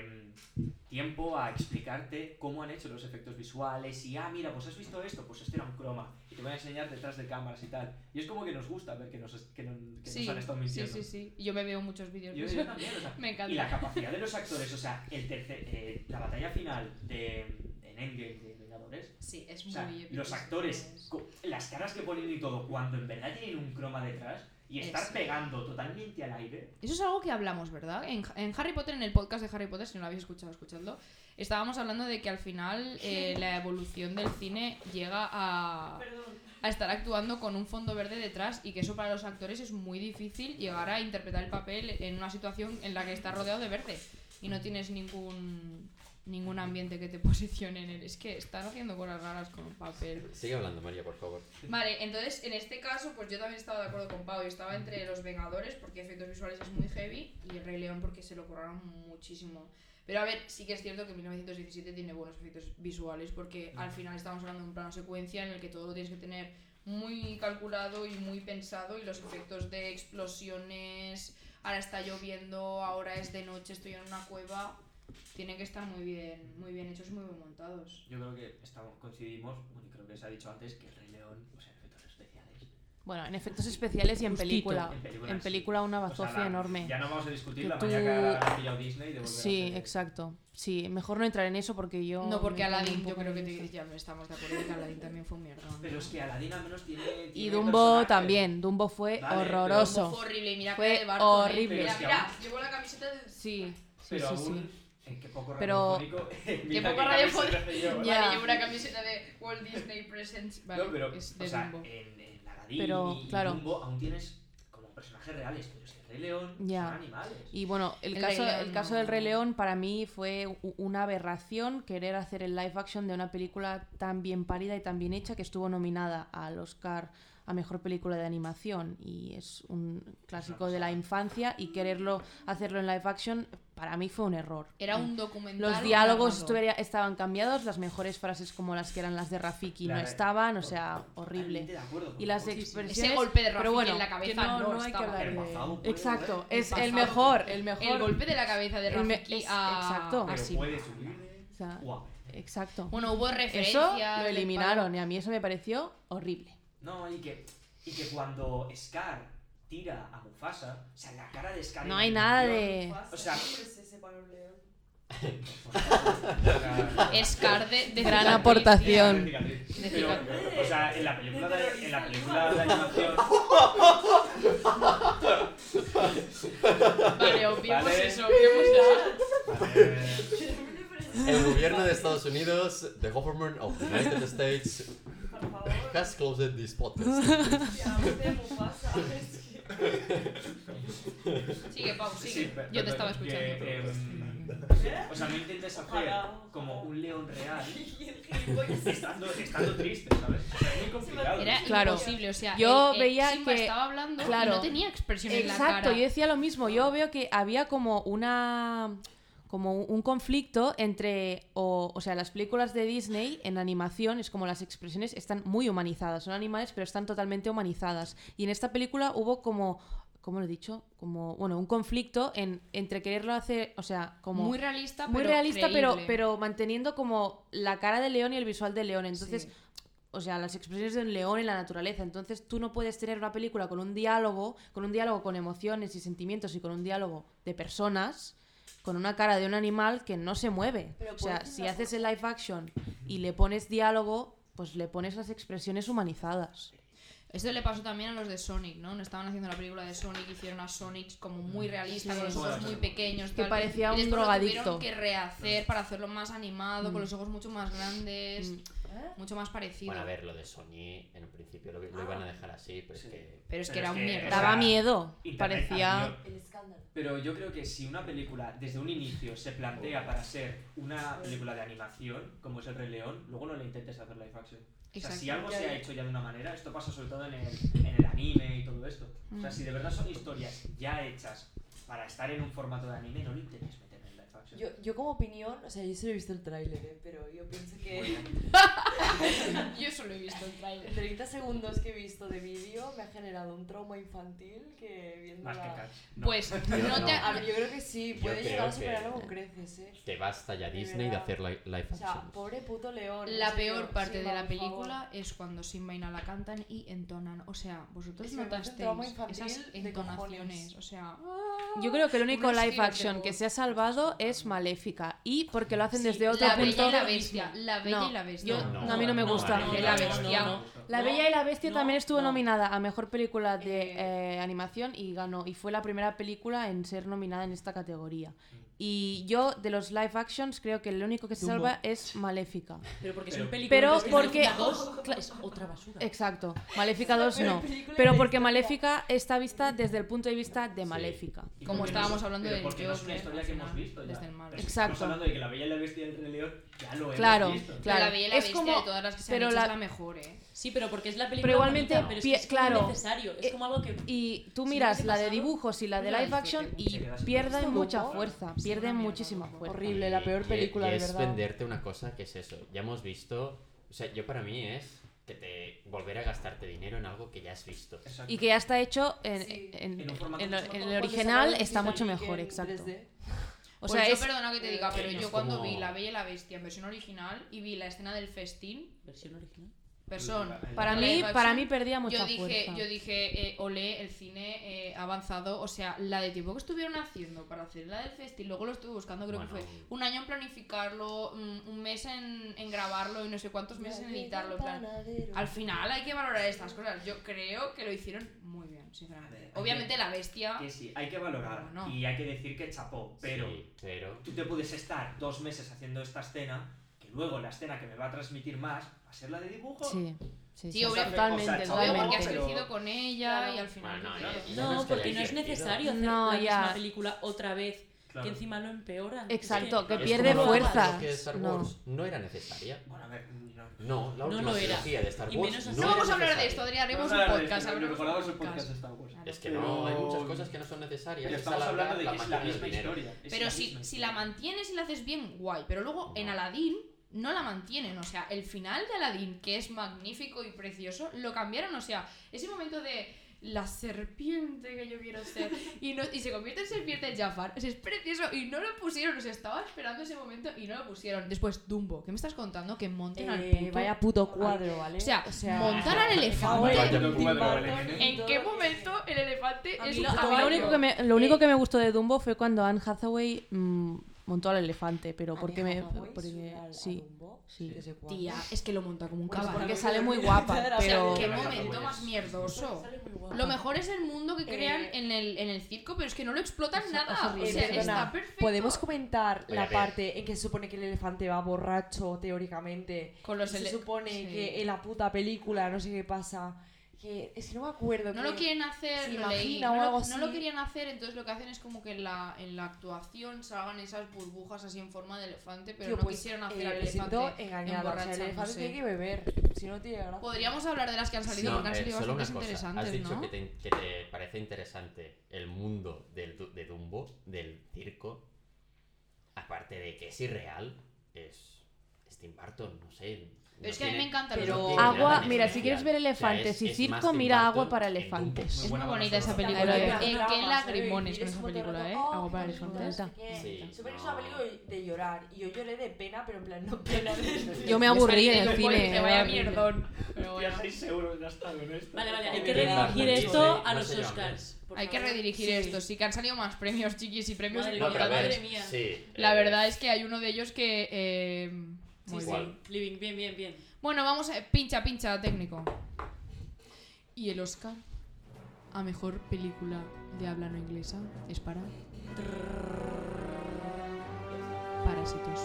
tiempo a explicarte cómo han hecho los efectos visuales y, mira, pues has visto esto, pues esto era un croma y te voy a enseñar detrás de cámaras y tal. Y es como que nos gusta ver que nos Sí, han estado sí, mintiendo. sí, sí. Yo me veo muchos vídeos. Yo, de yo eso. también, o sea, Me encanta. y la capacidad de los actores, o sea, la batalla final en Endgame de Vengadores, Sí, es o sea, muy épico. los actores, las caras que ponen y todo, cuando en verdad tienen un croma detrás y estar Es- pegando totalmente al aire. Eso es algo que hablamos, ¿verdad? En Harry Potter, en el podcast de Harry Potter, si no lo habéis escuchado, escuchadlo, estábamos hablando de que al final la evolución del cine llega a estar actuando con un fondo verde detrás y que eso para los actores es muy difícil llegar a interpretar el papel en una situación en la que estás rodeado de verde y no tienes ningún ambiente que te posicione en él. Es que están haciendo cosas raras con un papel. Sigue hablando, María, por favor. Vale, entonces en este caso pues yo también estaba de acuerdo con Pau. Yo estaba entre los Vengadores porque efectos visuales es muy heavy y el Rey León porque se lo curraron muchísimo. Pero a ver, sí que es cierto que 1917 tiene buenos efectos visuales porque al final estamos hablando de un plano secuencia en el que todo lo tienes que tener muy calculado y muy pensado y los efectos de explosiones, ahora está lloviendo, ahora es de noche, estoy en una cueva, tienen que estar muy bien hechos y muy bien montados. Yo creo que coincidimos, bueno, y creo que se ha dicho antes, que el Rey León, o sea, efectos especiales. Bueno, en efectos especiales y en Justito. película. En película, En sí. película una O sea, bazofia enorme. Ya no vamos a discutir Que la tú- manía que ha pillado Disney de volver Sí, a hacer... exacto. Sí, mejor no entrar en eso porque yo... No, porque me pongo Aladdin un yo poco creo que nerviosa. ya estamos de acuerdo que Aladdin también fue un mierda. Pero es que Aladdin al menos tiene Y tiene Dumbo personaje. también. Dumbo fue Vale, horroroso. Fue horrible y mira Fue cara de Barton, horrible. Mira, Es que mira, aún- llevo la camiseta de... Sí, sí, Pero sí, aún, sí. qué poco Pero- radiofónico. Qué Mira poco qué radiofónico. camiseta que llevo. Ya. Vale, llevo una camiseta de Walt Disney Presents. Vale, No, pero, es de o sea, Dumbo. en Aladdin Pero, y claro. Dumbo aún tienes como personajes reales, pero es que el Rey León Ya. son animales. Y bueno, El Rey León el caso no- del Rey León para mí fue una aberración querer hacer el live action de una película tan bien parida y tan bien hecha que estuvo nominada al Oscar a Mejor Película de Animación y es un clásico de la infancia y quererlo hacerlo en live action para mí fue un error. Era un documental. Los diálogos narrado. estaban cambiados, las mejores frases como las que eran las de Rafiki no Claro. estaban, o sea, Totalmente horrible. de acuerdo, Y las por favor. expresiones... Ese golpe de pero Rafiki bueno, en la cabeza que no no hay que estaba. hablar El de... pasado puede Exacto, volver. es el pasado. mejor, El golpe de la cabeza de El me- Rafiki es- a... exacto. Pero así. puede subir. O sea, Guau. exacto. Bueno, hubo referencias. Eso lo del eliminaron y a mí eso me pareció horrible. No, y que y que cuando Scar tira a Mufasa, o sea, la cara de Scar... No en hay la nada animación, de... O sea... Scar de Gran cicatriz. aportación. Pero, o sea, en la película de animación... Vale, obviemos Vale. eso, obviemos eso. El gobierno de Estados Unidos, the government of the United States, has closed this podcast. Sigue, Pau, sigue. Sí, Yo te estaba escuchando. O sea, no intentes hacer como un león real estando triste, ¿sabes? O sea, es muy complicado. Era Claro. imposible, o sea, Yo el veía Simba que- estaba hablando claro. y no tenía expresión en la Exacto, cara. yo decía lo mismo. Yo veo que había como un conflicto entre, o sea, las películas de Disney en animación es como las expresiones están muy humanizadas, son animales pero están totalmente humanizadas. Y en esta película hubo como, ¿cómo lo he dicho? Como, bueno, un conflicto entre quererlo hacer, o sea, como... Muy realista, muy pero realista, creíble. pero manteniendo como la cara del león y el visual del león. Entonces, Sí. o sea, las expresiones del león en la naturaleza. Entonces, tú no puedes tener una película con un diálogo con emociones y sentimientos y con un diálogo de personas, con una cara de un animal que no se mueve. Pero O sea, puedes si haces el live action y le pones diálogo, pues le pones las expresiones humanizadas. Esto le pasó también a los de Sonic, ¿no? Estaban haciendo la película de Sonic, hicieron a Sonic como muy realista, Sí. con los ojos muy pequeños, Que tal. parecía Y un después lo drogadicto. tuvieron que rehacer para hacerlo más animado, con Mm. los ojos mucho más grandes, mucho más parecido. Bueno, a ver, lo de Sony en principio lo iban a dejar así, pero es que... Pero es que era un mierda. Daba miedo. Internet, Parecía... El escándalo. Pero yo creo que si una película desde un inicio se plantea para ser una película de animación, como es El Rey León, luego no le intentes hacer live action. O sea, Exacto. si algo se ha hecho ya de una manera, esto pasa sobre todo en el anime y todo esto. O sea, si de verdad son historias ya hechas para estar en un formato de anime, no lo intentes meter en live action. Yo como opinión, o sea, yo solo he visto el tráiler, pero yo pienso que Yo solo he visto el trailer. 30 segundos que he visto de vídeo me ha generado un trauma infantil que viendo Más que la... Cats. Pues Yo no no. te... A ver, yo creo que sí, Yo puede creo llegar a que- superarlo con creces, Que basta ya De Disney de verdad. hacer live O sea, action. pobre puto león. La en serio, peor parte Simba, de la por favor. película es cuando Simba y Nala cantan y entonan. O sea, vosotros Es que me parece un notasteis trauma infantil esas de entonaciones. cojones. O sea, Yo creo que el único Unos live giros de action voz. que se ha salvado es Maléfica. Y porque lo hacen sí, desde otro la punto... Bella y la Bestia. La Bella No, y la Bestia. yo- No, a mí no me no, gusta. no, De la Bestia. La Bella y la Bestia no, también estuvo no. nominada a Mejor Película de Animación y ganó. Y fue la primera película en ser nominada en esta categoría. Y yo, de los live actions, creo que el único que se Dumbo. salva es Maléfica. Pero porque son Pero- películas. Pero que porque- Maléfica 2 es otra basura. Exacto. Maléfica 2 peor no. película Pero de la porque historia. Maléfica está vista desde el punto de vista de Sí. Maléfica. Y Como porque estábamos no- hablando pero del porque no es una Joker, historia al que hemos final, visto ya. desde el mal. Pero Exacto. Estamos hablando de que La Bella y la Bestia y El Rey León ya lo hemos Claro, visto. claro. La Bella y la Es Bestia como- de todas las que se han pero hecho la- es la mejor, ¿eh? Sí, pero porque es la película. Pero igualmente, bonita, pero es que es como claro, innecesario. Es como algo que. Y tú Si miras hubiese la de pasado, dibujos y la de no la live action disfruté y mucho. Se queda sin pierden gusto. mucha Dumbo. fuerza. Sí, Pierden una mierda, muchísima Dumbo. fuerza. Horrible, la peor película, y de es verdad. venderte una cosa que es eso. Ya hemos visto... O sea, yo para mí es que te volver a gastarte dinero en algo que ya has visto. Exacto. Y que ya está hecho Sí. En un formato en mucho el mejor. original está mucho mejor, exacto. O Pues sea, yo es perdona que te diga, pero es yo cuando como- vi La Bella y la Bestia en versión original y vi la escena del festín, Versión original. para live mí action, perdía mucha yo dije, fuerza. olé, el cine ha avanzado, o sea, la de tiempo que estuvieron haciendo para hacer la del festín, luego lo estuve buscando, creo Bueno. que fue un año en planificarlo, un mes en grabarlo y no sé cuántos meses en editarlo, en plan. Al final hay que valorar estas cosas, yo creo que lo hicieron muy bien, sinceramente. A ver, Obviamente la bestia... Que sí, hay que valorar No. y hay que decir que chapó, pero Sí, pero... tú te puedes estar 2 meses haciendo esta escena, que luego la escena que me va a transmitir más va a ser la de dibujo. Sí, sí, Sí, sí, obvio, totalmente, o sea, Obvio, porque totalmente. has pero- crecido con ella Claro. y al final... Bueno, dices, ya No, no es que porque la no es hayas necesario hacer No, la ya. misma película otra vez. Claro. Que encima lo empeora. Exacto, Es que Es pierde como la fuerza. trilogía de Star No. Wars no era necesaria. Bueno, a ver, no. No, la No última lo era. trilogía de Star Y Wars menos así. no No era vamos a hablar de necesaria. esto, Adri, haremos Vamos a un hablar de podcast. esto, haremos recordamos un el podcast de Star Wars. Claro. Es que Pero- no, hay muchas cosas que no son necesarias. Pero y estamos esa hablando larga de que es la la máquina del misma dinero. historia. es Pero la si misma la historia. mantienes y la haces bien, guay. Pero luego en Aladdin no la mantienen. O sea, el final de Aladdin, que es magnífico y precioso, lo cambiaron. O sea, ese momento de la serpiente que yo quiero ser. Y se convierte en serpiente el Jafar. Es precioso y no lo pusieron. Os estaba esperando ese momento y no lo pusieron. Después, Dumbo. ¿Qué me estás contando? Que monten al puto... Vaya puto cuadro, ¿vale? O sea, montar al elefante. Vaya ¿En qué momento el elefante A es mí un lo caballo? único que me gustó de Dumbo fue cuando Anne Hathaway montó al elefante, pero porque sí. Tía, es que lo monta como un Pues caballo. porque sale muy guapa, O sea, pero qué momento más mierdoso. Lo mejor es el mundo que crean en el circo, pero es que no lo explotan nada. O sea, perdona, está perfecto. ¿podemos comentar Oye, la a ver. parte en que se supone que el elefante va borracho, teóricamente? Con los Y se supone sí. que en la puta película, no sé qué pasa, que es que no me acuerdo. No que lo quieren hacer, se lo leí, imagina o algo no lo así. querían hacer, entonces lo que hacen es como que en la actuación salgan esas burbujas así en forma de elefante, pero Tío, no pues, quisieron hacer al me siento elefante engañada. O sea, el elefante emborrachándose. tiene que beber, si no tiene gracia. Podríamos hablar de las que han salido, porque han salido solo una bastantes cosa. interesantes, Has dicho ¿no? que te parece interesante el mundo de Dumbo, del circo. Aparte de que es irreal, es Tim Burton, no sé. Pero es que a mí me encanta pero los no dos. tiene Agua, nada de mira, si especial. quieres ver O sea, elefantes y es circo, más Tim mira Burton Agua para en elefantes. Es muy buena bonita esa banda película. sonora. Qué Dramas, lagrimones ¿eh? con Y esa es como película, todo, ¿eh? oh, Agua para qué elefantes. bonito, no sé qué. Sí, Supongo que es no. una película de llorar. Y yo lloré de pena, pero en plan, no pena de... Yo me aburrí en el Que cine. vaya horrible. mierdón. Pero bueno. 6 euros gastado en esto. Vale, hay Tim que Burton, redirigir no esto sé, a no los se llama. Oscars. por Hay que favor. redirigir Sí. esto. Sí que han salido más premios, chiquis, y premios Madre No, pero a ver, importantes. Madre mía. sí. La verdad es que hay uno de ellos que... Sí, muy sí. bien. Living, bien. Bueno, vamos a... Pincha, técnico. Y el Oscar a mejor película de habla no inglesa es para... Parásitos.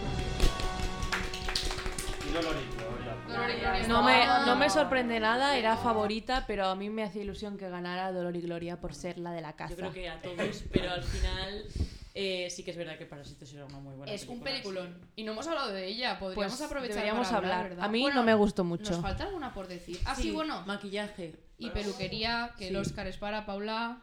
Y Dolor y Gloria. No me sorprende nada, era favorita, pero a mí me hacía ilusión que ganara Dolor y Gloria por ser la de la casa. Yo creo que a todos, pero al final sí que es verdad que Parásitos era una muy buena Es un película. peliculón. Y no hemos hablado de ella. Podríamos Pues aprovechar deberíamos para hablar. ¿verdad? A mí Bueno, no me gustó mucho. Nos falta alguna por decir. Ah, sí, bueno. Maquillaje. Y peluquería, que el Sí. Oscar es para Paula.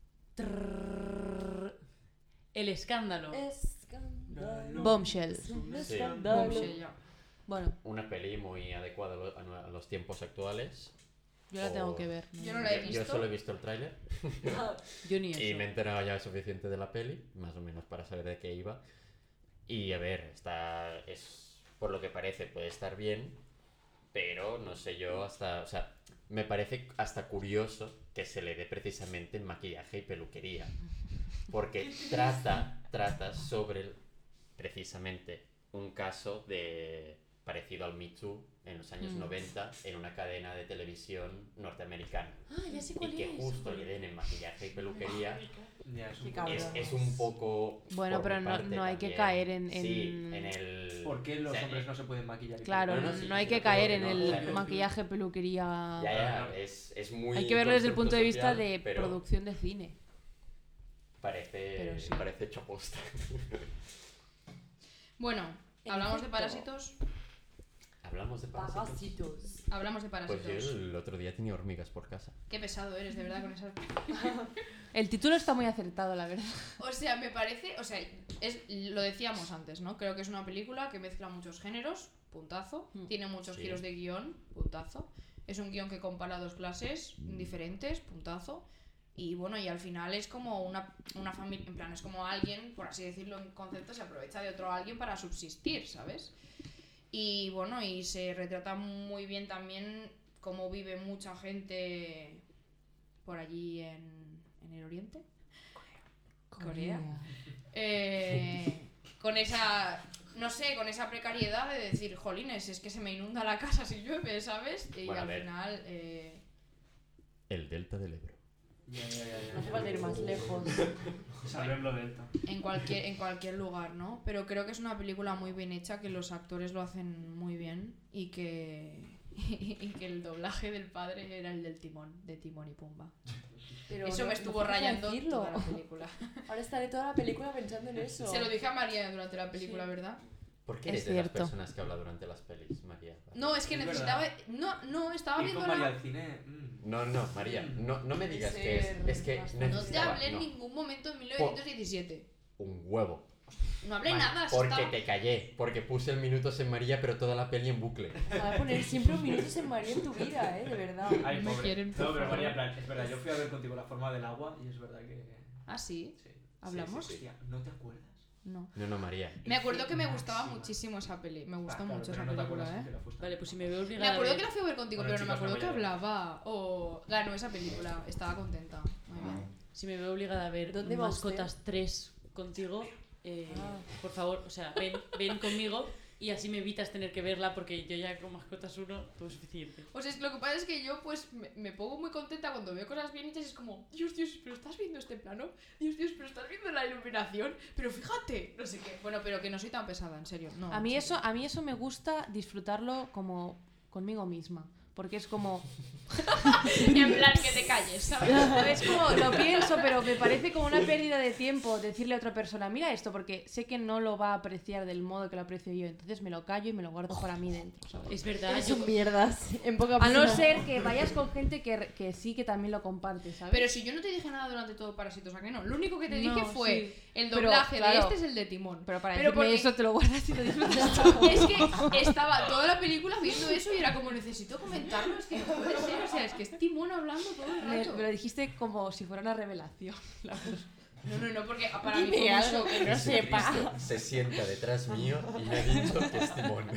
El escándalo. Bombshell. Sí. Bombshell, ya. Bueno, Una peli muy adecuada a los tiempos actuales. yo la tengo que ver. Yo no la he Yo visto. solo he visto el tráiler Yo ni y eso. me he enterado ya suficiente de la peli, más o menos para saber de qué iba. Y a ver, por lo que parece puede estar bien, pero no sé yo o sea, me parece hasta curioso que se le dé precisamente maquillaje y peluquería, porque trata sobre precisamente un caso parecido al Me Too en los años 90 en una cadena de televisión norteamericana. Ah, ya sé cuál Y que es. justo le den en maquillaje y peluquería Ya, es un Qué poco- cabrón. es un poco... Bueno, por pero mi no- parte no hay que también. caer en- Sí, en- en el... ¿Por qué los o sea, hombres no se pueden maquillar? y Claro, Bueno, no, sí, no hay sí, que no caer puedo, en no, el o sea, maquillaje, peluquería. Ya, es muy... Hay que verlo desde el punto de vista constructo de social, pero producción de cine. Parece, pero sí. parece hecho posta. Bueno, En hablamos de efecto. parásitos. Hablamos de parásitos. Parásitos. Hablamos de Pues parásitos. yo el otro día tenía hormigas por casa. Qué pesado eres, de verdad, con esas. El título está muy acertado, la verdad. O sea, me parece. O sea, lo decíamos antes, ¿no? Creo que es una película que mezcla muchos géneros, puntazo. Tiene muchos Sí. giros de guión, puntazo. Es un guión que compara dos clases diferentes, puntazo. Y bueno, y al final es como una familia. En plan, es como alguien, por así decirlo en concepto, se aprovecha de otro alguien para subsistir, ¿sabes? Y bueno, y se retrata muy bien también cómo vive mucha gente por allí en el Oriente. Corea. Con esa, no sé, con esa precariedad de decir, jolines, es que se me inunda la casa si llueve, ¿sabes? Y Bueno, a al ver. final... El Delta del Ebro. Ya. No hace falta ir más lejos. Saberlo delta. en cualquier lugar, ¿no? Pero creo que es una película muy bien hecha, que los actores lo hacen muy bien y que el doblaje del padre era el del Timón, de Timón y Pumba. Pero Eso no- me no estuvo hace falta rayando decirlo. toda la película. Ahora estaré toda la película pensando en eso. Se lo dije a María durante la película, ¿verdad? ¿Por qué Es eres de las cierto. personas que habla durante las pelis, María? No, es que Es necesitaba... verdad. No, estaba Ir viendo con María al cine. No, María, no me digas que es que Ser No te necesitaba... hablé en no. ningún momento en 1917. Un huevo. No hablé nada, Porque estaba... te callé, porque puse el Minutos en María, pero toda la peli en bucle. Va a poner siempre un minutos en María en tu vida, de verdad. Ay, Me pobre. quieren, por No, pero favor. María, en plan, es verdad, yo fui a ver contigo La forma del agua y es verdad que... ¿Ah, sí? Sí. ¿Hablamos? Hostia, ¿no te acuerdas? No. No, María. Me acuerdo que me gustaba Máxima. muchísimo esa peli. Me gustó Ah, claro, mucho pero esa no te película, acuerdas que ¿eh? la fuiste a Vale, ver. pues si me veo Me obligada a acuerdo ver... que la fui a ver contigo, Bueno, pero no me chicos, acuerdo que no voy a hablaba. O ganó esa película. Estaba contenta. Muy bien. Si me veo obligada a ver ¿Dónde va Mascotas 3 contigo, por favor, o sea, ven conmigo y así me evitas tener que verla porque yo ya con Mascotas 1 todo suficiente. O sea, lo que pasa es que yo pues me pongo muy contenta cuando veo cosas bien hechas y es como, Dios, pero estás viendo este plano, Dios, pero estás viendo la iluminación, pero fíjate, no sé qué. Bueno, pero que no soy tan pesada, en serio. No, A mí en serio. eso me gusta disfrutarlo como conmigo misma. Porque es como... En plan, que te calles, ¿sabes? Es como, lo pienso, pero me parece como una pérdida de tiempo decirle a otra persona, mira esto, porque sé que no lo va a apreciar del modo que lo aprecio yo. Entonces me lo callo y me lo guardo para mí dentro, ¿sabes? Es verdad, Eres yo... un mierdas, en poca A no palabra. ser que vayas con gente que sí que también lo comparte, ¿sabes? Pero si yo no te dije nada durante todo Parásitos, ¿a que no? Lo único que te dije No, fue sí. el Pero, doblaje claro. de este es el de Timón. Pero para Pero decirme porque- eso te lo guardas y lo disfrutas. Es que estaba toda la película viendo eso y era como, necesito comentarlo, es que no puede ser, o sea, es que es Timón hablando todo el Me rato. lo dijiste como si fuera una revelación. la verdad. No, porque para mí Dime fue algo mucho... que no sepa. Se sienta detrás mío y me ha dicho que es Timón.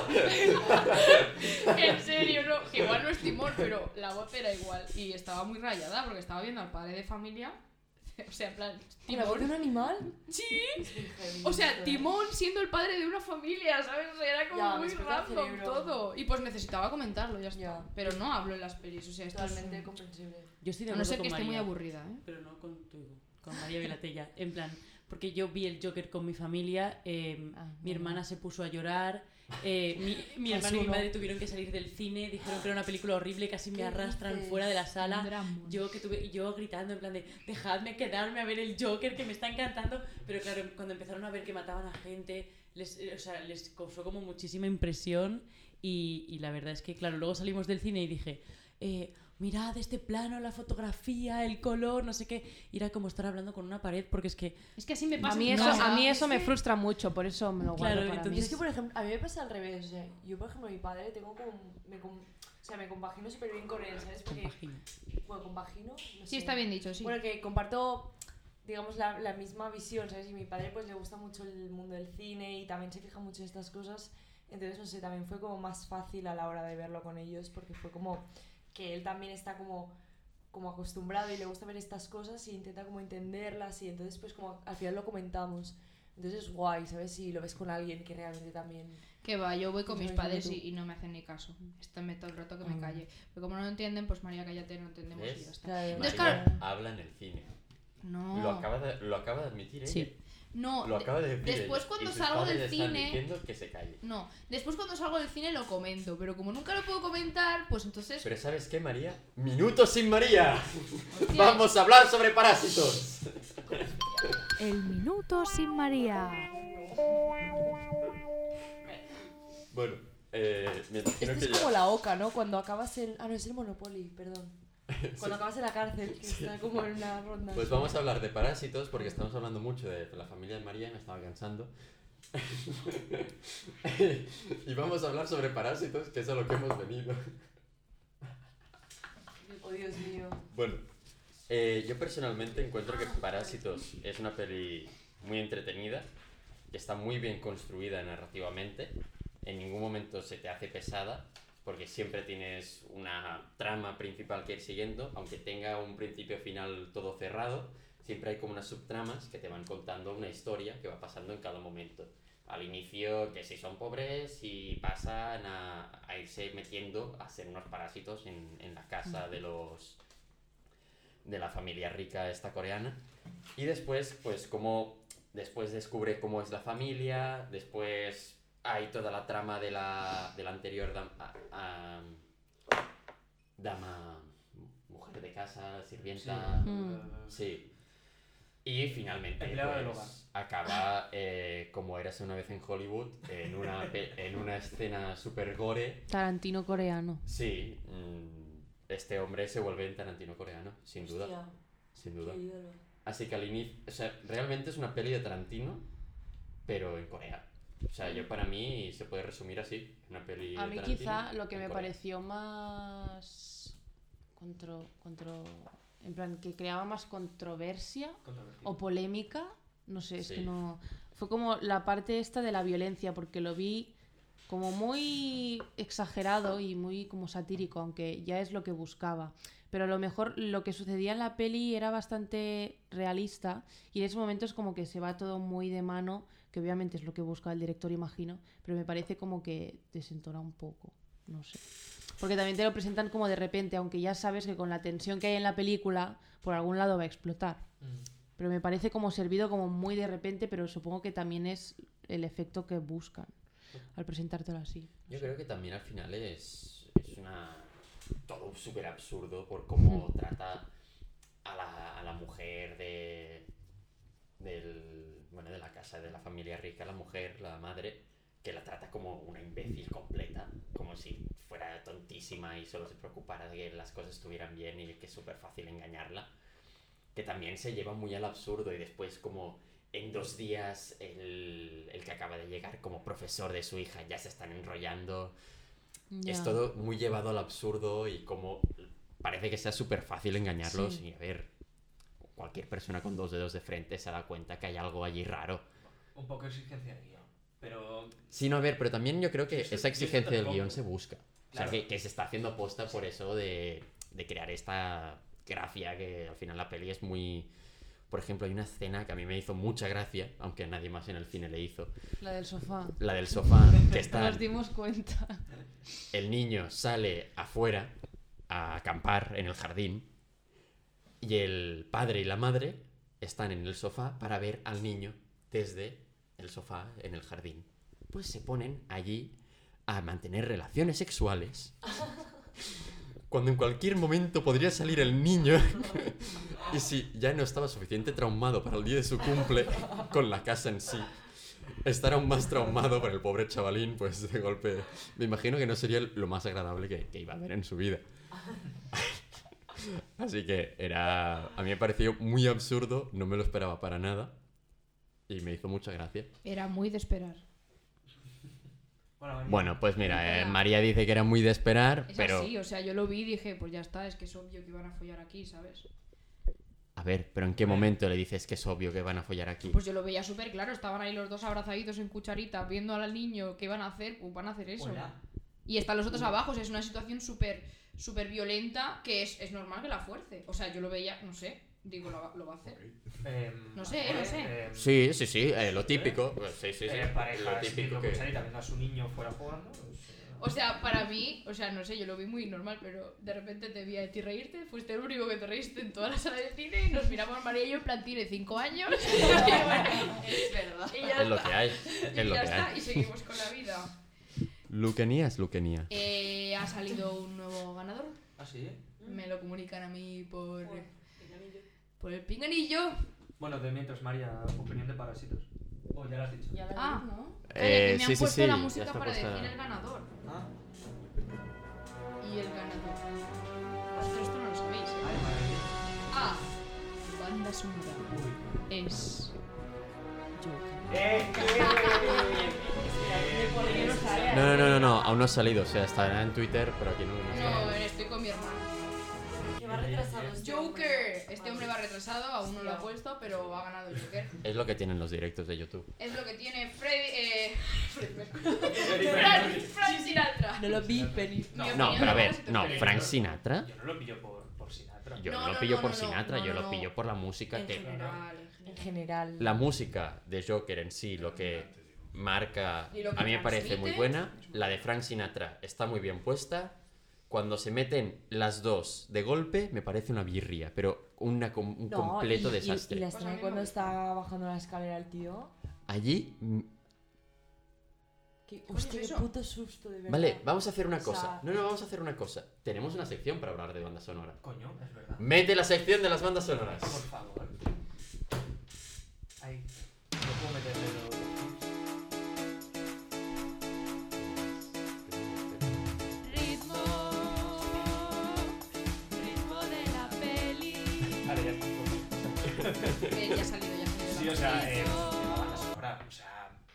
En serio, no, que igual no es Timón, pero la voz era igual. Y estaba muy rayada porque estaba viendo al padre de familia. O sea, en plan, ¿La voz de un Timón. animal? Sí, o sea, Timón siendo el padre de una familia, ¿sabes? O sea, era como Ya, me muy explota el random cerebro. todo. Y pues necesitaba comentarlo, ya está. Ya. Pero no hablo en las pelis, o sea, esto Totalmente es... comprensible. Yo estoy de A no acuerdo ser con que esté muy María, aburrida, ¿eh? pero no contigo, con María Vilatella. En plan, porque yo vi el Joker con mi familia, mi hermana se puso a llorar, mi hermano y mi madre tuvieron que salir del cine, dijeron que era una película horrible, casi me ¿Qué arrastran dices? fuera de la sala. Drama. Yo gritando en plan de dejadme quedarme a ver el Joker que me está encantando, pero claro, cuando empezaron a ver que mataban a gente, les causó como muchísima impresión y la verdad es que claro, luego salimos del cine y dije, mirad este plano, la fotografía, el color, no sé qué, y era como estar hablando con una pared porque es que Es que así me pasa A mí en eso, casa. a mí eso me frustra mucho, por eso me lo guardo Claro, para Y mí. es que, por ejemplo, a mí me pasa al revés. O sea, yo, por ejemplo, mi padre tengo como. O sea, me compagino súper bien con él, ¿sabes? Porque. compagino. Bueno, compagino. No Sí, sé. está bien dicho, sí. Bueno, que comparto, digamos, la misma visión, ¿sabes? Y a mi padre, pues, le gusta mucho el mundo del cine y también se fija mucho en estas cosas. Entonces, no sé, también fue como más fácil a la hora de verlo con ellos porque fue como que él también está como acostumbrado y le gusta ver estas cosas y intenta como entenderlas y entonces pues como al final lo comentamos. Entonces es guay, ¿sabes? Si lo ves con alguien que realmente también... Que va, yo voy con Pues mis lo mismo padres que tú. y no me hacen ni caso. Están todo el rato que me calle. Pero como no lo entienden, pues María, cállate, no entendemos y ya ¿Ves? está. Claro. Entonces, María claro- habla en el cine. No. Lo acaba de admitir ella. Sí. No, Lo acaba de decir después ella. cuando Y sus salgo padres del le están cine- diciendo que se calle. no. Después cuando salgo del cine lo comento, pero como nunca lo puedo comentar, pues entonces... Pero ¿sabes qué, María? ¡Minutos sin María! Hostia, ¡Vamos a hablar sobre parásitos! El minuto sin María. Bueno, me imagino Esto que es ya... como la oca, ¿no? Cuando acabas en... Ah, no, es el Monopoly, perdón. Cuando acabas en la cárcel, que está como en una ronda. Pues vamos a hablar de parásitos porque estamos hablando mucho de la familia de María y me estaba cansando. Y vamos a hablar sobre parásitos, que es a lo que hemos venido. Oh, Dios mío. Bueno, yo personalmente encuentro que Parásitos es una peli muy entretenida, que está muy bien construida narrativamente, en ningún momento se te hace pesada, porque siempre tienes una trama principal que ir siguiendo, aunque tenga un principio final todo cerrado, siempre hay como unas subtramas que te van contando una historia que va pasando en cada momento. Al inicio, que si son pobres y pasan a irse metiendo a ser unos parásitos en la casa de la familia rica esta coreana. Y después, pues como después descubre cómo es la familia, después hay toda la trama de la anterior dama, mujer de casa, sirvienta, sí. Y finalmente Empleada del pues, hogar. acaba como Érase una vez en Hollywood, en una escena super gore. Tarantino coreano. Sí, este hombre se vuelve en Tarantino coreano, sin duda. Hostia, Sin duda. qué ídolo. Así que al inicio, o sea, realmente es una peli de Tarantino pero en Corea. O sea, yo para mí se puede resumir así, una peli de A mí Tarantino quizá lo que en me Corea. pareció más... en plan, que creaba más controversia Controvertido. o polémica, no sé, es Sí. que no... Fue como la parte esta de la violencia, porque lo vi como muy exagerado y muy como satírico, aunque ya es lo que buscaba. Pero a lo mejor lo que sucedía en la peli era bastante realista y en ese momento es como que se va todo muy de mano, que obviamente es lo que busca el director, imagino, pero me parece como que desentona un poco, no sé. Porque también te lo presentan como de repente, aunque ya sabes que con la tensión que hay en la película, por algún lado va a explotar. Pero me parece como servido como muy de repente, pero supongo que también es el efecto que buscan al presentártelo así. Yo creo que también al final es todo súper absurdo por cómo trata a la mujer de la casa de la familia rica, la mujer, la madre, que la trata como una imbécil completa, como si fuera tontísima y solo se preocupara de que las cosas estuvieran bien y que es súper fácil engañarla, que también se lleva muy al absurdo y después como en 2 días el que acaba de llegar como profesor de su hija ya se están enrollando. Ya. Es todo muy llevado al absurdo y como parece que sea súper fácil engañarlos. Sí. Y a ver, cualquier persona con 2 dedos de frente se da cuenta que hay algo allí raro. Un poco de exigencia de guión, pero... Sí, no, a ver, pero también yo creo que Eso- esa yo eso exigencia del tampoco. guión se busca. O sea, Claro. que se está haciendo aposta por eso de crear esta gracia que al final la peli es muy... Por ejemplo, hay una escena que a mí me hizo mucha gracia, aunque a nadie más en el cine le hizo. La del sofá. La del sofá, que está... Nos dimos cuenta. El niño sale afuera a acampar en el jardín y el padre y la madre están en el sofá para ver al niño desde el sofá en el jardín. Pues se ponen allí a mantener relaciones sexuales cuando en cualquier momento podría salir el niño y si ya no estaba suficiente traumado para el día de su cumple con la casa en sí, estar aún más traumado por el pobre chavalín, pues de golpe me imagino que no sería lo más agradable que iba a ver en su vida. Así que a mí me pareció muy absurdo, no me lo esperaba para nada y me hizo mucha gracia. Era muy de esperar. Bueno, pues mira, María dice que era muy de esperar, Es pero... así, o sea, yo lo vi y dije, pues ya está, es que es obvio que iban a follar aquí, ¿sabes? A ver, pero ¿en qué momento le dices que es obvio que van a follar aquí? Pues yo lo veía súper claro, estaban ahí los dos abrazaditos en cucharita, viendo al niño qué van a hacer, pues van a hacer eso. Hola. Y están los otros abajo, o sea, es una situación súper violenta que es normal que la fuerce. O sea, yo lo veía, no sé, digo, lo va a hacer. No sé, no sé. Sí, lo típico. Pues sí. Lo Parejas típico viendo que... cucharita, viendo a su niño fuera jugando. O sea, para mí, o sea, no sé, yo lo vi muy normal, pero de repente te vi a ti reírte, fuiste el único que te reíste en toda la sala de cine y nos miramos María y yo en plan, tiene 5 años. Y bueno, Es verdad. y ya Es lo está. que hay. Y Es lo ya que está, hay. y seguimos con la vida. Luquenías. Ha salido un nuevo ganador. ¿Ah, sí? Me lo comunican a mí por el pinganillo. Bueno, de mientras, María, opinión de Parásitos. Oh, ya lo has dicho. Ya la Ah. vi, ¿no? Calla, que me han sí, puesto la ya música está para puesta. decir el ganador. Ah, Y el ganador. Vosotros esto no lo sabéis, ¿eh? ay, madre mía. Ah, banda sonora es No, aún no ha salido. O sea, estará en Twitter, pero aquí no está. No, estoy con mi hermano. Que va retrasado este hombre. Joker. Este hombre va retrasado, aún no lo ha puesto, pero ha ganado el Joker. Es lo que tienen los directos de YouTube. Es lo que tiene Frank Sinatra. No lo vi, Penny. No, pero a ver, no, Frank Sinatra. Yo no lo pillo por Sinatra. Yo No, no lo no, pillo no, por no, Sinatra, no, yo no, lo no. pillo por la música En que... general. En general. La música de Joker en sí, lo que marca, Y lo que a mí me parece transmite. muy buena. La de Frank Sinatra está muy bien puesta. Cuando se meten las dos de golpe, me parece una birria, pero un completo desastre. Y la escena cuando está bajando la escalera el tío. Allí, Hostia, es qué eso? puto susto, de verdad. vale, vamos a hacer una O sea- cosa. No, vamos a hacer una cosa. Tenemos una sección para hablar de banda sonora. Coño, es verdad. Mete la sección de las bandas sonoras. Por favor. Ahí. No puedo meterle los Ritmo de la peli. Vale, ya está. Ya ha salido, ya ha salido. Sí, o sea, la banda sonora, o sea,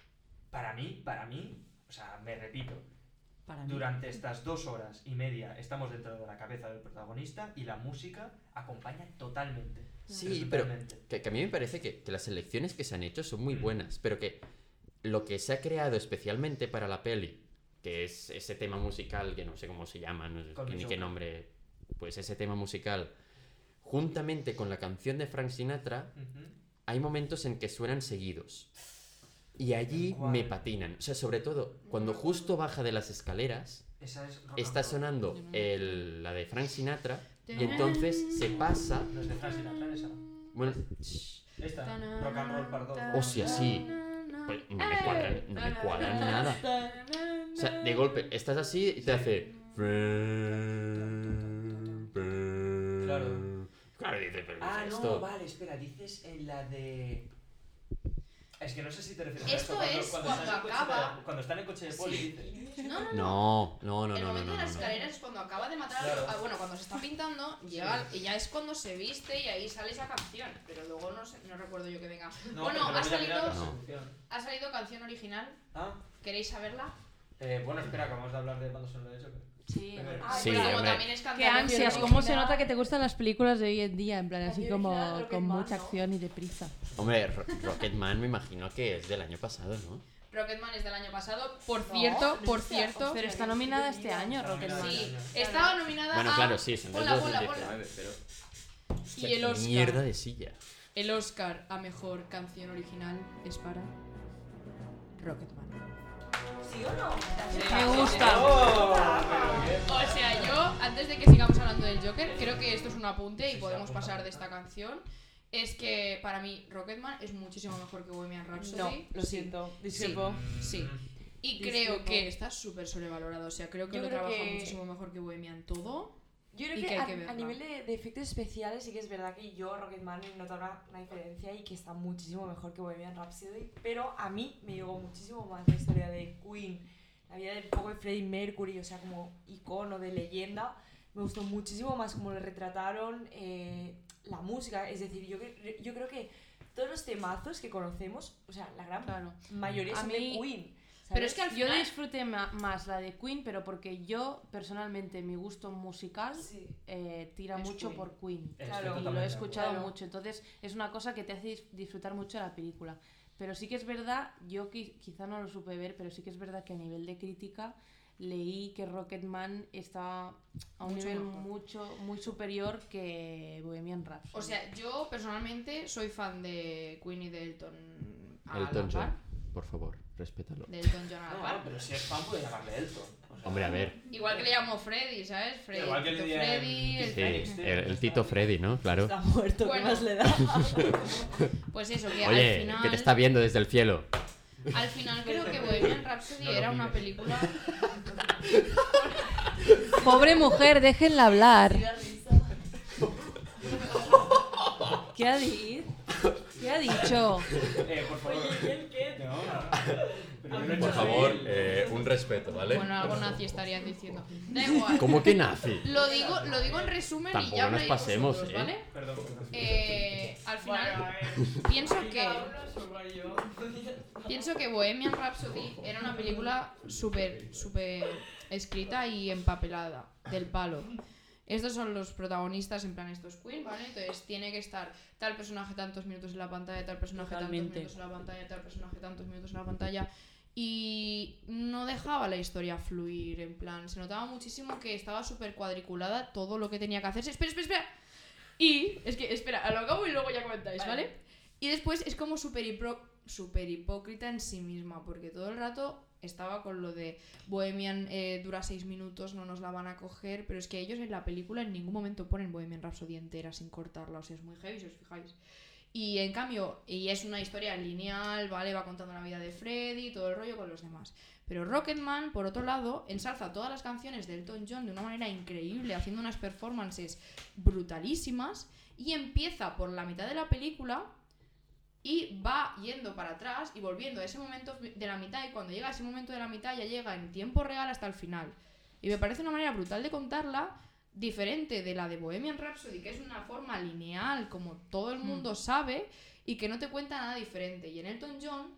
para mí, o sea, me repito, Para mí. durante estas 2 horas y media estamos dentro de la cabeza del protagonista y la música acompaña totalmente. Sí, pero totalmente. que a mí me parece que las elecciones que se han hecho son muy buenas, pero que lo que se ha creado especialmente para la peli, que es ese tema musical, que no sé cómo se llama, no sé Call Me ni qué Joker. nombre, pues ese tema musical, juntamente con la canción de Frank Sinatra, Ujú. hay momentos en que suenan seguidos. Y allí ¿Cuál? me patinan. O sea, sobre todo, cuando justo baja de las escaleras, Esa es rock está and roll. sonando la de Frank Sinatra, y entonces se pasa... No es de Frank Sinatra esa. Bueno, Esta, rock and roll para dos. hostia, sí. Pues no me cuadran nada. O sea, de golpe, estás así y te hace... Claro. Claro, dices, pero ¿qué Ah, es no, esto? vale, espera, dices en la de... Es que no sé si te refieres Esto a es cuando cuando está en el coche acaba. cuando está en el coche de Poli, dices. No. No. El momento no, de las no. escaleras es cuando acaba de matar Claro. bueno, cuando se está pintando, llega y ya es cuando se viste y ahí sale esa canción. Pero luego no sé, no recuerdo yo que venga. No, Bueno, pero ha luego ya mira la salido, selección. ha salido canción original. Ah, ¿Queréis saberla? bueno, espera, acabamos de hablar de cuando son lo de Joker. Sí, Primero. Ah, Sí, pero como hombre. también es Qué canción ansias, original. cómo se nota que te gustan las películas de hoy en día, en plan así Canción original, como con Rocketman, mucha ¿no? acción y deprisa. Hombre, Rocketman me imagino que es del año pasado, ¿no? Rocketman es del año pasado. Por No, cierto, no por está- cierto. Pero está nominada este año, Está nominada Rocketman. este Sí, año. estaba nominada Bueno, a... claro, sí, son del Ponla, ponla, 2019, pero... Y el Qué Oscar. mierda de silla. El Oscar a mejor canción original es para Rocketman. ¿Sí o no? Me gusta. ¡Oh! O sea, yo, antes de que sigamos hablando del Joker, creo que esto es un apunte y Sí, podemos sí, pasar apunta. de esta canción. Es que para mí Rocketman es muchísimo mejor que Bohemian Rhapsody. No, lo Sí, siento, discrepo. Sí. Y Discrepo. creo que está súper sobrevalorado. O sea, creo que Yo lo creo trabaja que- muchísimo mejor que Bohemian todo. Yo creo Y que, que hay que a verla. nivel de efectos especiales sí que es verdad que yo Rocketman noto una diferencia y que está muchísimo mejor que Bohemian Rhapsody, pero a mí me llegó muchísimo más la historia de Queen, la vida del poco de Freddie Mercury, o sea, como icono de leyenda. Me gustó muchísimo más cómo le retrataron, la música, es decir, yo creo que todos los temazos que conocemos, o sea, la gran Claro. mayoría A son mí- de Queen. Pero es que al Yo final... disfruté más la de Queen, pero porque yo, personalmente, mi gusto musical Sí. tira Es mucho Queen. por Queen. Estoy Claro, Y lo totalmente he de escuchado Claro. mucho, entonces es una cosa que te hace disfrutar mucho de la película. Pero sí que es verdad, yo quizá no lo supe ver, pero sí que es verdad que a nivel de crítica leí que Rocketman está a un Mucho nivel mejor. muy superior que Bohemian Rhapsody. O sea, yo personalmente soy fan de Queen y de Elton a la Elton par. John, por favor, respétalo. De Elton John a la No, par. pero si es fan puede llamarle Elton. O sea, Hombre, a ver. Igual que le llamo Freddy, ¿sabes? Freddy, Igual que le Tito diría Freddy, en- el Sí, Fénix, tío, el está Tito ahí. Freddy, ¿no? Claro. Está muerto, Bueno. ¿qué más le da? Pues eso, que al Oye, final... que te está viendo desde el cielo. Al final creo que Bohemian Rhapsody No lo era una mires. película... Pobre mujer, déjenla hablar. ¿Qué ha dicho? ¿Qué ha dicho? Por favor. No, pero yo no he Por hecho favor, así. un respeto, ¿vale? Bueno, algo nazi estarían diciendo. Da igual. ¿Cómo que nazi? Lo digo en resumen y Tampoco ya nos habláis pasemos, vosotros, ¿vale? Perdón. Al final, pienso que Bohemian Rhapsody era una película súper escrita y empapelada, del palo. Estos son los protagonistas, en plan, estos Queen, ¿vale? Entonces tiene que estar tal personaje tantos minutos en la pantalla, tal personaje Totalmente. tantos minutos en la pantalla, tal personaje tantos minutos en la pantalla. Y no dejaba la historia fluir, en plan, se notaba muchísimo que estaba súper cuadriculada todo lo que tenía que hacerse. Espera. Y, es que, espera, lo acabo y luego ya comentáis, ¿vale? Y después es como súper hipócrita en sí misma, porque todo el rato estaba con lo de Bohemian dura 6 minutos, no nos la van a coger, pero es que ellos en la película en ningún momento ponen Bohemian Rhapsody entera sin cortarla, o sea, es muy heavy si os fijáis. Y en cambio, y es una historia lineal, ¿vale? Va contando la vida de Freddy, todo el rollo con los demás. Pero Rocketman, por otro lado, ensalza todas las canciones de Elton John de una manera increíble, haciendo unas performances brutalísimas, y empieza por la mitad de la película y va yendo para atrás y volviendo a ese momento de la mitad, y cuando llega a ese momento de la mitad ya llega en tiempo real hasta el final. Y me parece una manera brutal de contarla, diferente de la de Bohemian Rhapsody, que es una forma lineal, como todo el mundo sabe, y que no te cuenta nada diferente. Y en Elton John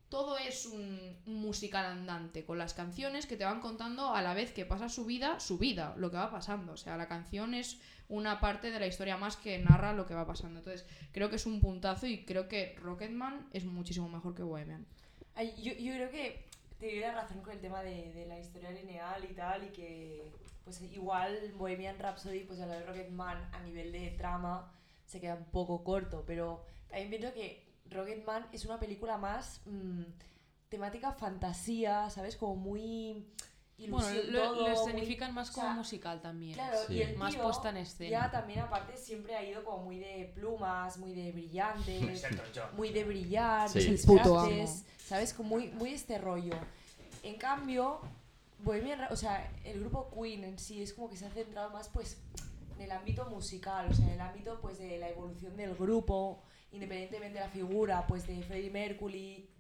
todo es un musical andante, con las canciones que te van contando a la vez que pasa su vida, lo que va pasando. O sea, la canción es una parte de la historia más que narra lo que va pasando. Entonces, creo que es un puntazo y creo que Rocketman es muchísimo mejor que Bohemian. Ay, yo creo que te doy la razón con el tema de la historia lineal y tal, y que pues igual Bohemian Rhapsody, pues a la de Rocketman a nivel de trama se queda un poco corto, pero también pienso que Rocketman es una película más temática fantasía, ¿sabes? Como muy ilusión, Bueno, lo todo, escenifican más como o sea, musical también. Claro, Sí. y el Más tío puesta en escena. ya también aparte siempre ha ido como muy de plumas, muy de brillantes, Es Elton John. muy de brillar, Sí. de El puto disfraces, ¿sabes? Como muy este rollo. En cambio, o sea, el grupo Queen en sí es como que se ha centrado más pues en el ámbito musical, o sea, en el ámbito pues de la evolución del grupo, independientemente de la figura pues de Freddie Mercury,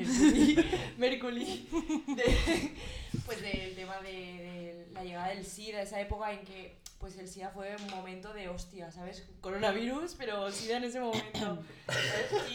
pues del tema de la llegada del SIDA, esa época en que pues el SIDA fue un momento de hostia, ¿sabes? Coronavirus, pero SIDA en ese momento, ¿sabes?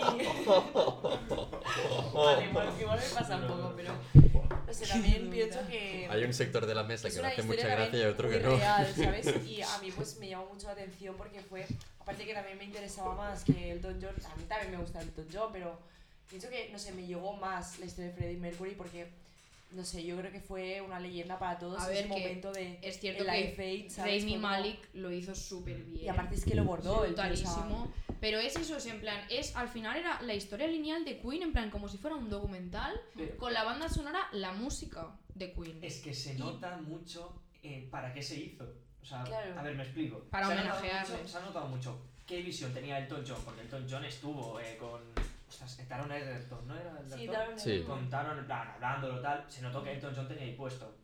Vale, igual me pasa un poco, pero no sé, también pienso que Hay un sector de la mesa es que le una hace historia mucha gracia y también otro muy que no. real, ¿sabes? Y a mí pues me llamó mucho la atención porque fue, aparte que también me interesaba más que Elton John, a mí también me gusta Elton John, pero pienso que, no sé, me llegó más la historia de Freddie Mercury porque, no sé, yo creo que fue una leyenda para todos A en ver, ese que momento de Es cierto el Live que Aid, ¿sabes? Rami Fue como- Malek lo hizo súper bien. Y aparte es que lo bordó el tío, o sea, Brutalísimo. Pero es eso, en plan, al final era la historia lineal de Queen, en plan, como si fuera un documental, Pero- con la banda sonora, la música de Queen. Es que se nota mucho para qué se hizo. O sea, Claro. a ver, me explico. Para Se ha notado homenajearles. mucho- Se ha notado mucho qué visión tenía Elton John, porque Elton John estuvo con... Ostras, Taron Egerton, ¿no era el Sí, actor? Taron Sí. Egerton. Con Taron, en plan, hablándolo tal, se notó que Elton John tenía ahí puesto.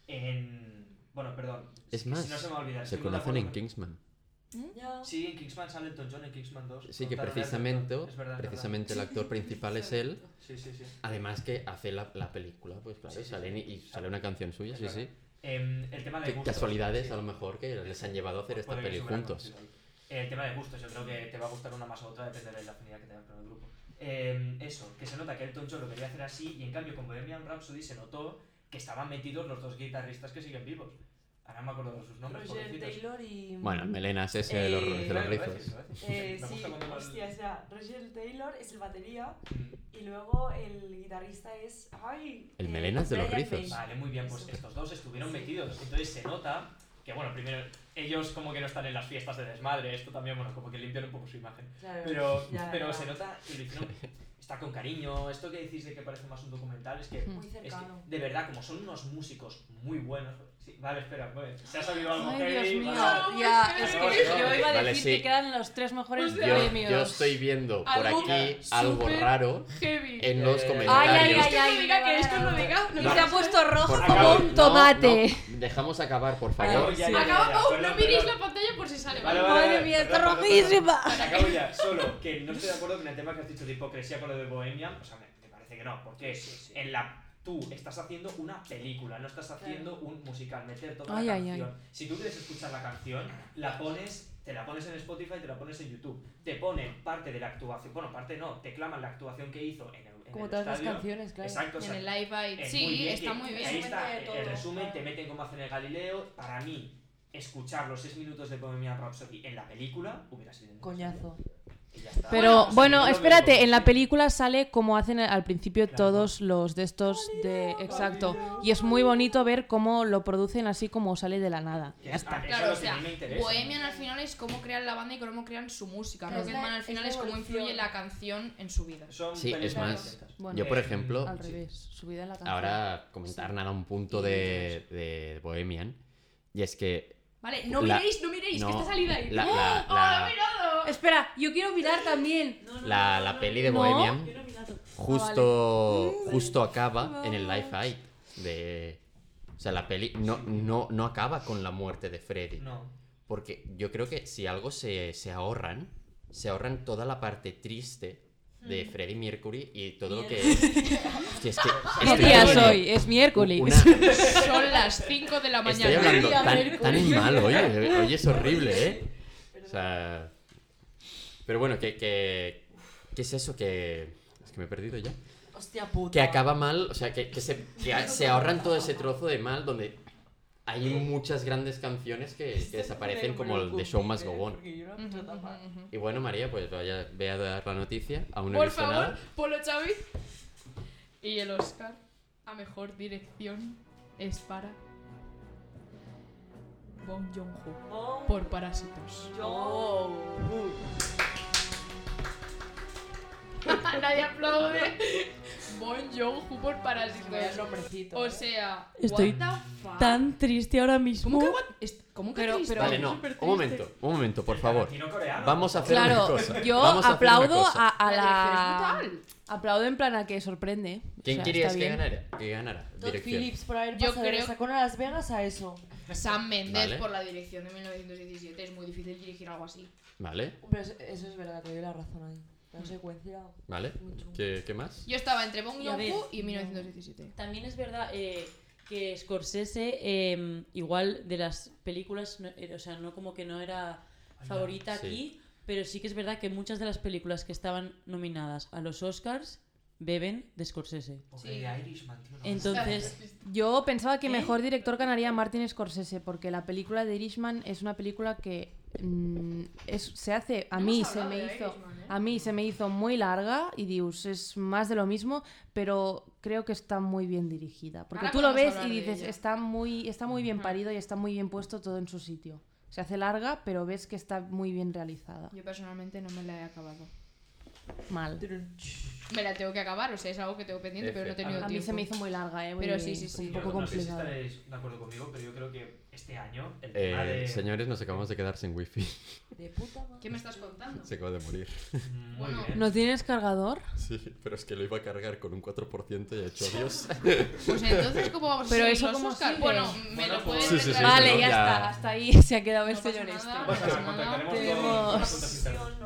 Bueno, perdón. Es que más, si no se me va a olvidar. se estoy muy de conocen en acuerdo con- Kingsman. Ya. Sí, en Kingsman sale Elton John, en Kingsman 2. Sí, con que Taron precisamente, Egerton. Es verdad, es precisamente el actor principal es él. verdad. Sí, sí, sí. Además que hace la película, pues claro, Sí, sí, salen sí. y sale una canción suya, Es sí, verdad. sí. El tema de Qué gustos, casualidades sí. a lo mejor que les han llevado a hacer esta Puede que peli se hubieran juntos. conocido ahí. El tema de gustos, yo creo que te va a gustar una más u otra, depende de la afinidad que tengas con el grupo. Eso, que se nota que Elton John lo quería hacer así y en cambio con Bohemian Rhapsody se notó que estaban metidos los dos guitarristas que siguen vivos. Ahora no me acuerdo de sus nombres, Roger pobrecitos. Taylor y... Bueno, melenas ese de los Eh, rizos. Lo voy a decir, lo voy a decir. Me sí, gusta cuando lo- hostia, o sea, Roger Taylor es el batería Mm. y luego el guitarrista es... ¡Ay! El melenas de los Brian rizos. May. Vale, muy bien, pues Eso. estos dos estuvieron metidos. Entonces se nota que, bueno, primero, ellos como que no están en las fiestas de desmadre, esto también, bueno, como que limpian un poco su imagen. Claro, Pero ya. se nota que lo hicieron, está con cariño. Esto que decís de que parece más un documental es que, Muy es que cercano. de verdad, como son unos músicos muy buenos. Sí, vale, espera, pues, se ha sabido algo Ay, heavy, Dios mío. vale. Ya, es es que que no. yo iba a Vale, decir sí. que quedan los 3 mejores sea, Yo premios. estoy viendo por Algo aquí algo súper raro Heavy. en los Ay, comentarios. Que os lo diga, ¿queréis que os lo diga? Y No. se ha puesto rojo Por como favor, un no, tomate. no, dejamos acabar, por Acabo favor. ya, Sí. ya, ya, Acaba, ya, oh, perdón, no miréis perdón. la pantalla por si sale. Vale, ¿vale? vale, Madre vale, mía, está perdón, perdón, rojísima. perdón. Acabo ya, solo que no estoy de acuerdo con el tema que has dicho de hipocresía con lo de Bohemian. O sea, me parece que no, porque tú estás haciendo una película, no estás haciendo un musical, meter toda Ay, la ay, canción. Si tú quieres escuchar la canción, te la pones en Spotify, te la pones en YouTube. Te ponen parte de la actuación, bueno, parte no, te claman la actuación que hizo en el Como el todas las estadio. canciones, claro. Exacto, o En sea, el Live Aid. muy Sí, bien, está que muy bien. Ahí está de el todo, resumen, claro. te meten como hacen el Galileo. Para mí, escuchar los 6 minutos de Bohemian Rhapsody en la película hubiera sido Coñazo. y ya está. Pero O sea, bueno, yo lo veo espérate, como en la si- película sale como hacen al principio Claro. todos los de estos de... Exacto. Y es muy bonito ver cómo lo producen así como sale de la nada. que Ya es- está. eso Claro, es o lo que sea, a mí me interesa. Bohemian al final es cómo crean la banda y cómo crean su música. Claro, Rocketman al es final la es cómo influye evolución. la canción en su vida. Son Sí, es películas más, distintas. Bueno, yo por ejemplo, al sí. revés, su vida en la canción. ahora comentar nada un punto de Bohemian, y es que Vale, no La- miréis, no, que está salida ahí. la- ¡Oh, la- ¡Oh, la- lo he mirado! Espera, yo quiero mirar también. la peli de No. Bohemian Yo no he mirado. justo acaba en el Live Aid de... O sea, la peli no acaba con la muerte de Freddy. No. Porque yo creo que si algo se ahorran toda la parte triste de Freddie Mercury y todo lo que es... Hostia, es que ¿Qué estoy día hablando- soy? Es miércoles. una- Son las 5 de la Estoy mañana. hablando tan mal hoy es horrible, ¿eh? O sea... Pero bueno, ¿qué es eso que... Es que me he perdido ya. Hostia puta. que acaba mal, o sea, que se ahorran todo ese trozo de mal donde hay muchas grandes canciones que desaparecen como el de Show Must Go On. Y bueno, María, pues ve a dar la noticia, aún no he Por visto favor, nada. Polo Xavi. Y el Oscar a mejor dirección es para Bong Joon-ho por Parásitos. Nadie aplaude. Bong Joon-ho por Parásitos. nombrecito. O sea, Estoy what the fuck? Tan triste ahora mismo. ¿Cómo que Pero- triste? Vale, no, un momento, por favor. Tarantino coreano. Vamos a hacer una Claro, cosa. yo Vamos a hacer una aplaudo cosa. a La la... dirección es brutal. Aplaudo en plan a que sorprende. ¿Quién O sea, querías está que bien. ganara? Que ganara. Todd Dirección. Phillips por haber Yo pasado de creo- Resacón a Las Vegas a eso. Sam Mendes Vale. por la dirección de 1917. Es muy difícil dirigir algo así. Vale, Pero eso es verdad, te doy la razón ahí. La secuencia. vale. Mucho. ¿Qué más? Yo estaba entre Bong Y a ver, Joon-ho y 1917. También es verdad que Scorsese, igual de las películas, o sea, no como que no era favorita Sí. aquí, pero sí que es verdad que muchas de las películas que estaban nominadas a los Oscars beben de Scorsese. Porque Sí. de Irishman, tío, no Entonces, Yo pensaba que mejor director ganaría Martin Scorsese, porque la película de Irishman es una película que se hace, a No mí hemos se hablado me de hizo, Irishman, ¿eh? a mí se me hizo muy larga y Dios es más de lo mismo, pero creo que está muy bien dirigida, porque Ahora tú lo podemos ves hablar y de dices ella. está muy bien parido y está muy bien puesto todo en su sitio. Se hace larga, pero ves que está muy bien realizada. Yo personalmente no me la he acabado. Mal. Me la tengo que acabar, o sea, es algo que tengo pendiente, pero no he tenido A mí tiempo. se me hizo muy larga, Pero sí, sí, sí. un poco no sé si complicada. estaréis de acuerdo conmigo, pero yo creo que este año el tema de... Señores, nos acabamos de quedar sin wifi. De puta madre. ¿Qué me estás contando? Se acaba de morir. Muy Bueno, bien. ¿No tienes cargador? Sí, pero es que lo iba a cargar con un 4% y ha hecho adiós. Pues entonces, ¿cómo vamos a Pero seguir eso los cómo Oscar? sigue. Bueno, me Bueno, lo pues- puedes Sí, sí, sí, retransmitir. Vale, ¿no? ya Ya. está, hasta ahí se ha quedado No el pasa señor nada, este. no Pues pasa que nada. contactaremos Tenemos- con las juntas internas.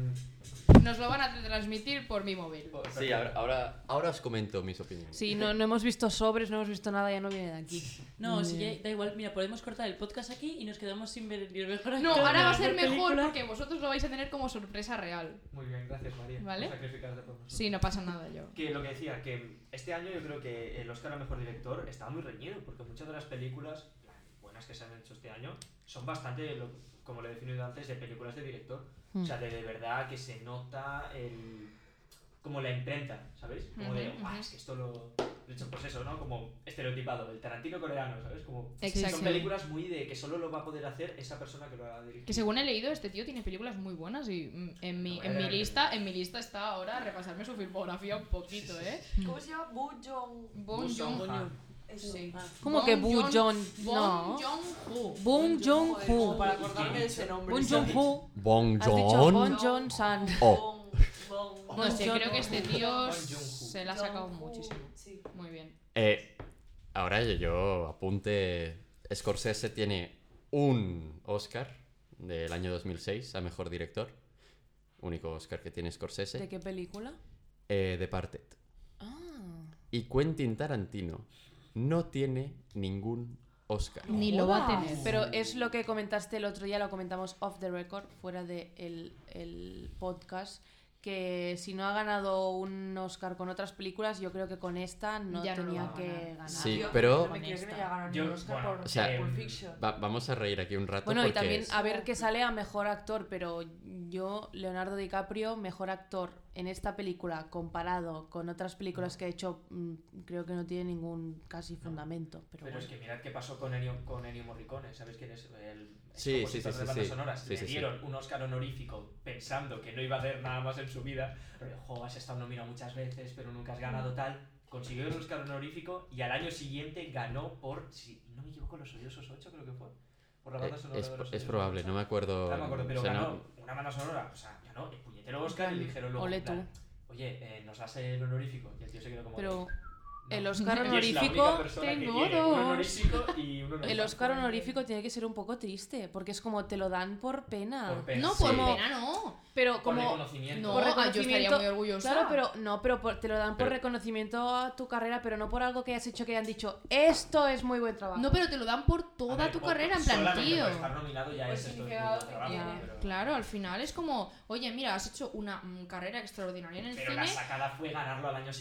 Nos lo van a transmitir por mi móvil. Sí, ahora os comento mis opiniones. Sí, no hemos visto sobres, no hemos visto nada, ya no viene de aquí. no, sí, da igual, mira, podemos cortar el podcast aquí y nos quedamos sin ver el mejor No, actor ahora de va a la ser mejor película. porque vosotros lo vais a tener como sorpresa real. Muy bien, gracias María. ¿Vale? Por sacrificarte por nosotros. Sí, no pasa nada yo. Que lo que decía, que este año yo creo que el Oscar a Mejor Director estaba muy reñido, porque muchas de las películas las buenas que se han hecho este año son bastante, como lo he definido antes, de películas de director. O sea, de verdad que se nota como la imprenta, ¿sabéis? Como de, Ujú, "Buah, ujú. es que esto lo he hecho, pues eso, ¿no? Como estereotipado, el Tarantino coreano, ¿sabes? Como Exacto. son películas muy de que solo lo va a poder hacer esa persona que lo ha dirigido. Que según he leído, este tío tiene películas muy buenas y en mi lista está ahora repasarme su filmografía un poquito, ¿eh? ¿Cómo se llama? Bu Jong. Bong Joon-ho. Eso. Sí. ¿Cómo que Bong Bu Joon- Joon? Bong No. Joon-ho. Bong Como Joon-ho. para acordarme de ese nombre. Bong Joon-ho. Bong Has dicho Joon. Bong Joon-san. Oh. No sé, Bong creo que este tío Bong Joon-ho. se la ha sacado muchísimo. Sí. Muy bien. Ahora yo apunte. Scorsese tiene un Oscar del año 2006 a Mejor Director. Único Oscar que tiene Scorsese. ¿De qué película? Departed. Ah. Y Quentin Tarantino no tiene ningún Oscar. Ni lo va a tener. Pero es lo que comentaste el otro día, lo comentamos off the record, fuera del el podcast, que si no ha ganado un Oscar con otras películas, yo creo que con esta no Ya no lo tenía va a que ganar. ganar. Sí, Yo pero no me creo que no haya ganado ni Yo- un Oscar bueno, por o sea, Pulp Fiction. vamos a reír aquí un rato. Bueno, y porque también es- a ver qué sale a mejor actor, pero yo, Leonardo DiCaprio, mejor actor en esta película comparado con otras películas que ha hecho, creo que no tiene ningún casi fundamento. Pero Pero bueno. es que mirad qué pasó con Ennio Morricone, ¿sabes quién es? El Sí, compositor sí, de sí, bandas sí. sonoras. Sí, Le sí, sí. dieron un Oscar honorífico pensando que no iba a hacer nada más en su vida. Pero, jo, has estado nominado muchas veces, pero nunca has ganado tal. Consiguió el Oscar honorífico y al año siguiente ganó por, si no me equivoco, Los Odiosos 8 creo que fue. Por la banda sonora de Los es Odiosos probable, 8. no me acuerdo. No me acuerdo, pero o sea, ganó no- una banda sonora. O sea, ganó el puñetero Oscar y le dijeron luego, Ole en plan, tú. oye, nos hace el honorífico. Y el tío se quedó como... Pero no. el Oscar Y es la honorífico... única persona que tengo tiene un dos. honorífico y un El honorífico. Oscar honorífico tiene que ser un poco triste, porque es como te lo dan por pena. Por pena. No, Sí. por Como- pena no. Pero Por como... reconocimiento. No, Por yo estaría reconocimiento- muy orgullosa. Claro, pero no, te lo dan por Pero- reconocimiento a tu carrera, pero no por algo que hayas hecho que hayan dicho, esto es muy buen trabajo. No, pero te lo dan por A toda ver, tu por- carrera, en plan, solamente tío. por estar nominado ya Pues es esto es muy significado buen trabajo, que Ya, pero- claro, al final es como, oye, mira, has hecho una carrera extraordinaria en el Pero la cine. sacada fue ganarlo al año siguiente.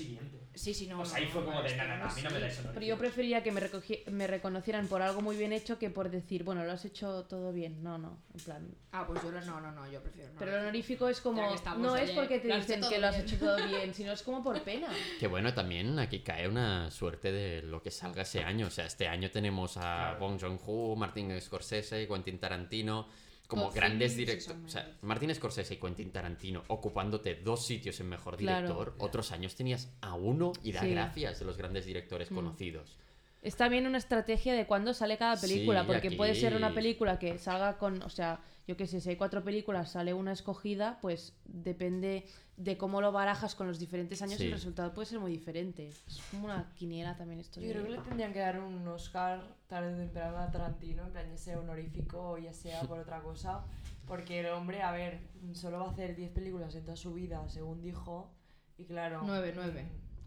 Sí, no. Pues ahí fue como de nada, a mí no me da eso. Pero yo preferiría que me reconocieran por algo muy bien hecho que por decir, bueno, lo has hecho todo bien. No, en plan. Pues yo no, yo prefiero. Pero el honorífico es como. Ya que estamos, No es oye, porque te lo has dicen hecho que todo lo has bien. hecho todo bien, sino es como por pena. Que bueno, también aquí cae una suerte de lo que salga ese año. O sea, este año tenemos a Bong Joon-ho, Martin Scorsese, Quentin Tarantino, como Todos grandes films, directores. O sea, exactamente. Martin Scorsese y Quentin Tarantino ocupándote 2 sitios en mejor Claro. director. Otros años tenías a uno y da Sí. gracias de los grandes directores conocidos. Es también una estrategia de cuándo sale cada película, Sí, porque aquí- puede ser una película que salga con, o sea, yo qué sé, si hay 4 películas, sale una escogida, pues depende de cómo lo barajas con los diferentes años, Sí. el resultado puede ser muy diferente. Es como una quiniela también esto. Yo creo que le tendrían que dar un Oscar tarde o temprano a Tarantino, en plan ya sea honorífico o ya sea por otra cosa, porque el hombre, a ver, solo va a hacer 10 películas en toda su vida, según dijo, y claro... 9. ¿9?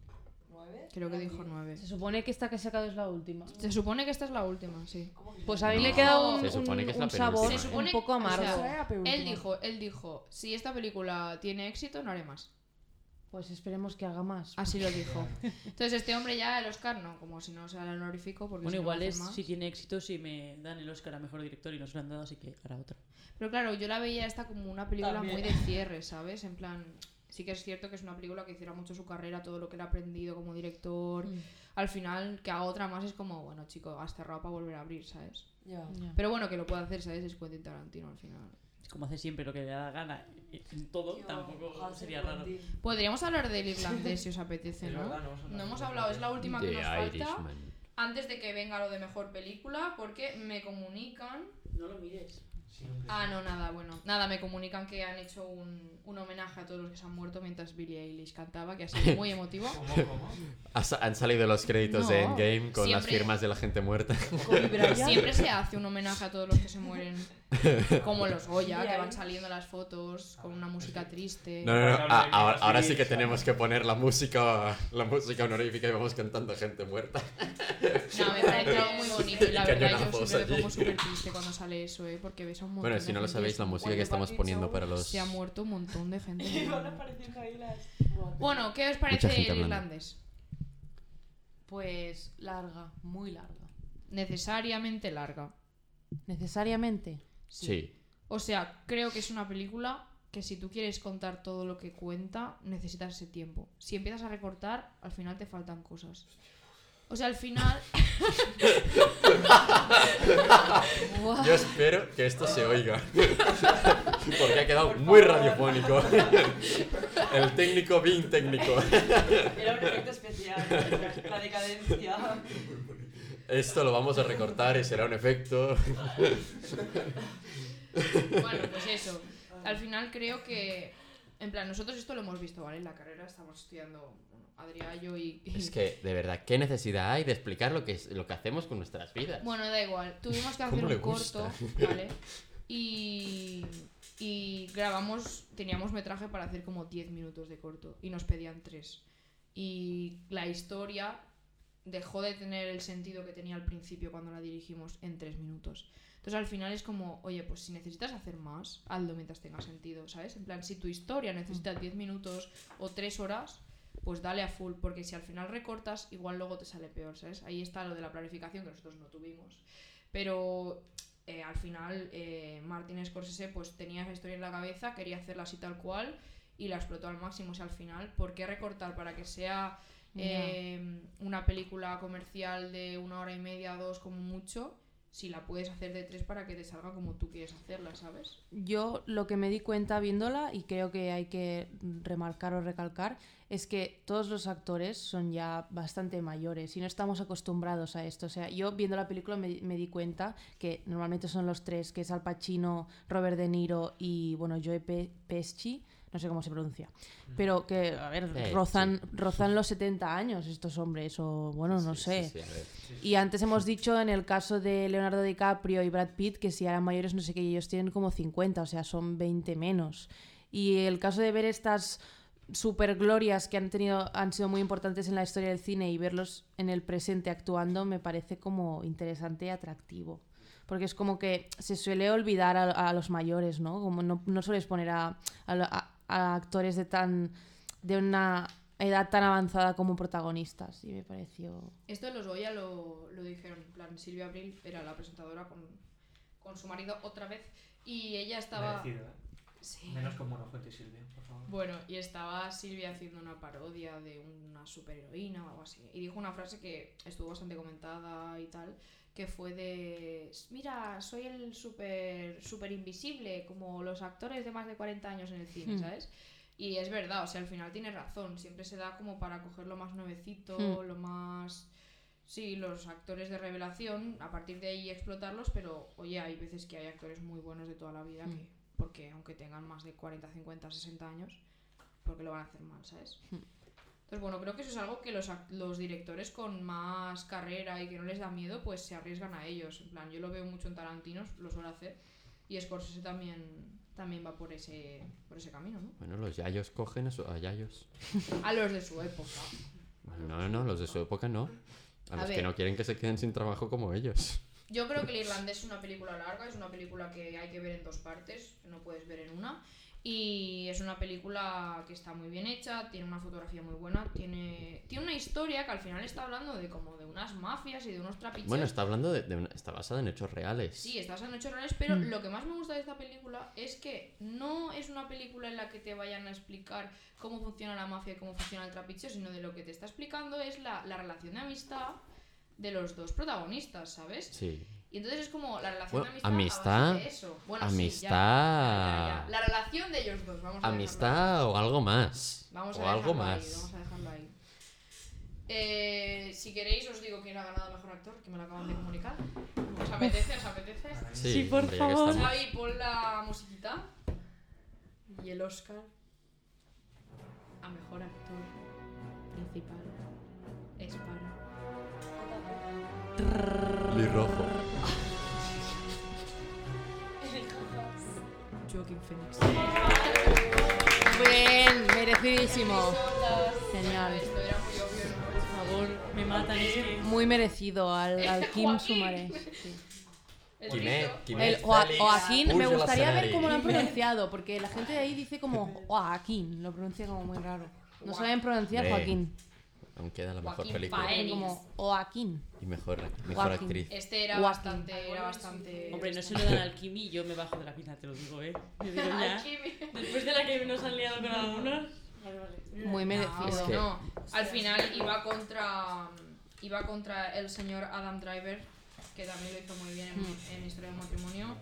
Creo que dijo 9. Se supone que esta que ha sacado es la última. Se supone que esta es la última, sí. Pues a mí No, le queda se supone que es la un sabor penúltima, ¿eh? un poco amargo. o sea, penúltima. él dijo, si esta película tiene éxito, no haré más. Pues esperemos que haga más. Así lo dijo. Entonces este hombre ya el Oscar no, como si no sea el honorífico, porque Bueno, si no va a igual hacer es más. si tiene éxito si me dan el Oscar a Mejor Director y no se lo han dado, así que hará otra. Pero claro, yo la veía esta como una película También. muy de cierre, ¿sabes? En plan, sí que es cierto que es una película que hiciera mucho su carrera, todo lo que él ha aprendido como director. Al final, que haga otra más es como, bueno, chico, has cerrado para volver a abrir, ¿sabes? Ya. Pero bueno, que lo pueda hacer, ¿sabes? Es Quentin Tarantino al final. Como hace siempre lo que le da la gana en todo, Tío, tampoco ojalá sería sea raro. Quentin. Podríamos hablar del irlandés si os apetece, Es ¿no? verdad, no No hemos hablado, es la última que The nos falta. Irishman. Antes de que venga lo de mejor película, porque me comunican. No lo mires. No, nada, bueno. Nada, me comunican que han hecho un homenaje a todos los que se han muerto mientras Billie Eilish cantaba, que ha sido muy emotivo. ¿Cómo? Han salido los créditos de No, Endgame con las siempre- firmas de la gente muerta. Kobe Bryant. Siempre se hace un homenaje a todos los que se mueren, como los Goya, que Bien. van saliendo las fotos con una música triste. No. Ahora sí que tenemos que poner la música honorífica y vamos cantando gente muerta. No, me parece algo muy bonito y la Y verdad yo cañonazos siempre me allí. pongo súper triste cuando sale eso, porque ves a un montón Bueno, de si no lo gente sabéis, la música que estamos poniendo para los... Se ha muerto un montón de gente. Y van apareciendo ahí las... Bueno, ¿qué os Mucha parece gente el hablando. irlandés? Pues larga, muy larga. Necesariamente larga. Necesariamente. Sí. O sea, creo que es una película que si tú quieres contar todo lo que cuenta, necesitas ese tiempo. Si empiezas a recortar, al final te faltan cosas. O sea, al final... Buah. Yo espero que esto se oiga. Porque ha quedado muy radiofónico. El técnico bien técnico. Era un efecto especial, la decadencia. Esto lo vamos a recortar y será un efecto. Bueno, pues eso. Al final creo que... En plan, nosotros esto lo hemos visto, ¿vale? En la carrera estamos estudiando, bueno, Adrià, yo y... Es que, de verdad, ¿qué necesidad hay de explicar lo que hacemos con nuestras vidas? Bueno, da igual. Tuvimos que hacer ¿Cómo le un corto, gusta? ¿vale? Y grabamos, teníamos metraje para hacer como 10 minutos de corto y nos pedían 3. Y la historia dejó de tener el sentido que tenía al principio cuando la dirigimos en 3 minutos. Entonces al final es como, oye, pues si necesitas hacer más, hazlo mientras tenga sentido, ¿sabes? En plan, si tu historia necesita 10 minutos o 3 horas, pues dale a full, porque si al final recortas, igual luego te sale peor, ¿sabes? Ahí está lo de la planificación que nosotros no tuvimos. Pero al final Martin Scorsese pues tenía esa historia en la cabeza, quería hacerla así tal cual y la explotó al máximo. O sea, al final, ¿por qué recortar para que sea una película comercial de 1 hora y media, 2 como mucho? Si la puedes hacer de 3 para que te salga como tú quieres hacerla, ¿sabes? Yo lo que me di cuenta viéndola, y creo que hay que remarcar o recalcar, es que todos los actores son ya bastante mayores y no estamos acostumbrados a esto. O sea, yo viendo la película me di cuenta que normalmente son los 3, que es Al Pacino, Robert De Niro y, bueno, Joe Pesci, no sé cómo se pronuncia, pero que, a ver, rozan los 70 años estos hombres, o bueno, no sé. Sí, a ver. Y antes hemos dicho en el caso de Leonardo DiCaprio y Brad Pitt que si eran mayores no sé qué, ellos tienen como 50, o sea, son 20 menos. Y el caso de ver estas superglorias que han sido muy importantes en la historia del cine y verlos en el presente actuando me parece como interesante y atractivo. Porque es como que se suele olvidar a los mayores, ¿no? Como no sueles poner a actores de una edad tan avanzada como protagonistas y me pareció... Esto en los Goya lo dijeron, en plan, Silvia Abril era la presentadora con su marido otra vez y ella estaba... Merecido, ¿eh? Sí. Menos con Buenafuente y Silvia, por favor. Bueno, y estaba Silvia haciendo una parodia de una superheroína o algo así. Y dijo una frase que estuvo bastante comentada y tal, que fue de... Mira, soy el super invisible, como los actores de más de 40 años en el cine, ¿sabes? Y es verdad, o sea, al final tiene razón. Siempre se da como para coger lo más nuevecito, lo más... Sí, los actores de revelación, a partir de ahí explotarlos, pero oye, hay veces que hay actores muy buenos de toda la vida que... Porque aunque tengan más de 40, 50, 60 años, porque lo van a hacer mal, ¿sabes? Entonces, bueno, creo que eso es algo que los directores con más carrera y que no les da miedo, pues se arriesgan a ellos. En plan, yo lo veo mucho en Tarantino, lo suele hacer, y Scorsese también va por ese camino, ¿no? Bueno, los yayos cogen a yayos. A los de su época. No, los de su época no. A los ver. que no quieren que se queden sin trabajo como ellos. Yo creo que El Irlandés es una película larga, es una película que hay que ver en 2 partes, que no puedes ver en una. Y es una película que está muy bien hecha, tiene una fotografía muy buena, tiene una historia que al final está hablando de como de unas mafias y de unos trapicheos. Bueno, está hablando está basada en hechos reales. Sí, está basada en hechos reales, pero lo que más me gusta de esta película es que no es una película en la que te vayan a explicar cómo funciona la mafia y cómo funciona el trapicheo, sino de lo que te está explicando es la relación de amistad de los dos protagonistas, ¿sabes? Sí. Y entonces es como la relación Bueno, de amistad a base de eso. Bueno, amistad. Sí, ya. La relación de ellos dos, vamos a amistad o algo más. Vamos o a algo dejarlo más. ahí, vamos a dejarlo ahí. Si queréis os digo quién ha ganado Mejor Actor, que me lo acaban de comunicar. ¿Os apetece? Sí, por hombre, ya que favor. estamos. Xavi, pon la musiquita. Y el Oscar a Mejor Actor Principal es para... Pelirrojo. Joaquin Phoenix. Bien, merecidísimo. Genial. Esto era muy obvio, ¿no? Por favor, me matan. Es que... Muy merecido al Kim Joaquín. Sumaré. Sí. El Quimet, grito. El Joaquín, me Puja la gustaría ver Cenari. cómo lo han pronunciado, porque la gente de ahí dice como Joaquín, lo pronuncia como muy raro. No saben pronunciar Hombre. Joaquín. Aún queda la mejor Joaquín película. Phoenix. Como Joaquín. Y mejor Joaquín. actriz. Este era Joaquín. bastante... Hombre, no se lo dan al Kimi y yo me bajo de la pila, te lo digo, ¿eh? Yo digo ya. Después de la que nos han liado con algunos. Vale. Muy merecido. Es que- No, al final iba contra el señor Adam Driver, que también lo hizo muy bien en Historia de un matrimonio.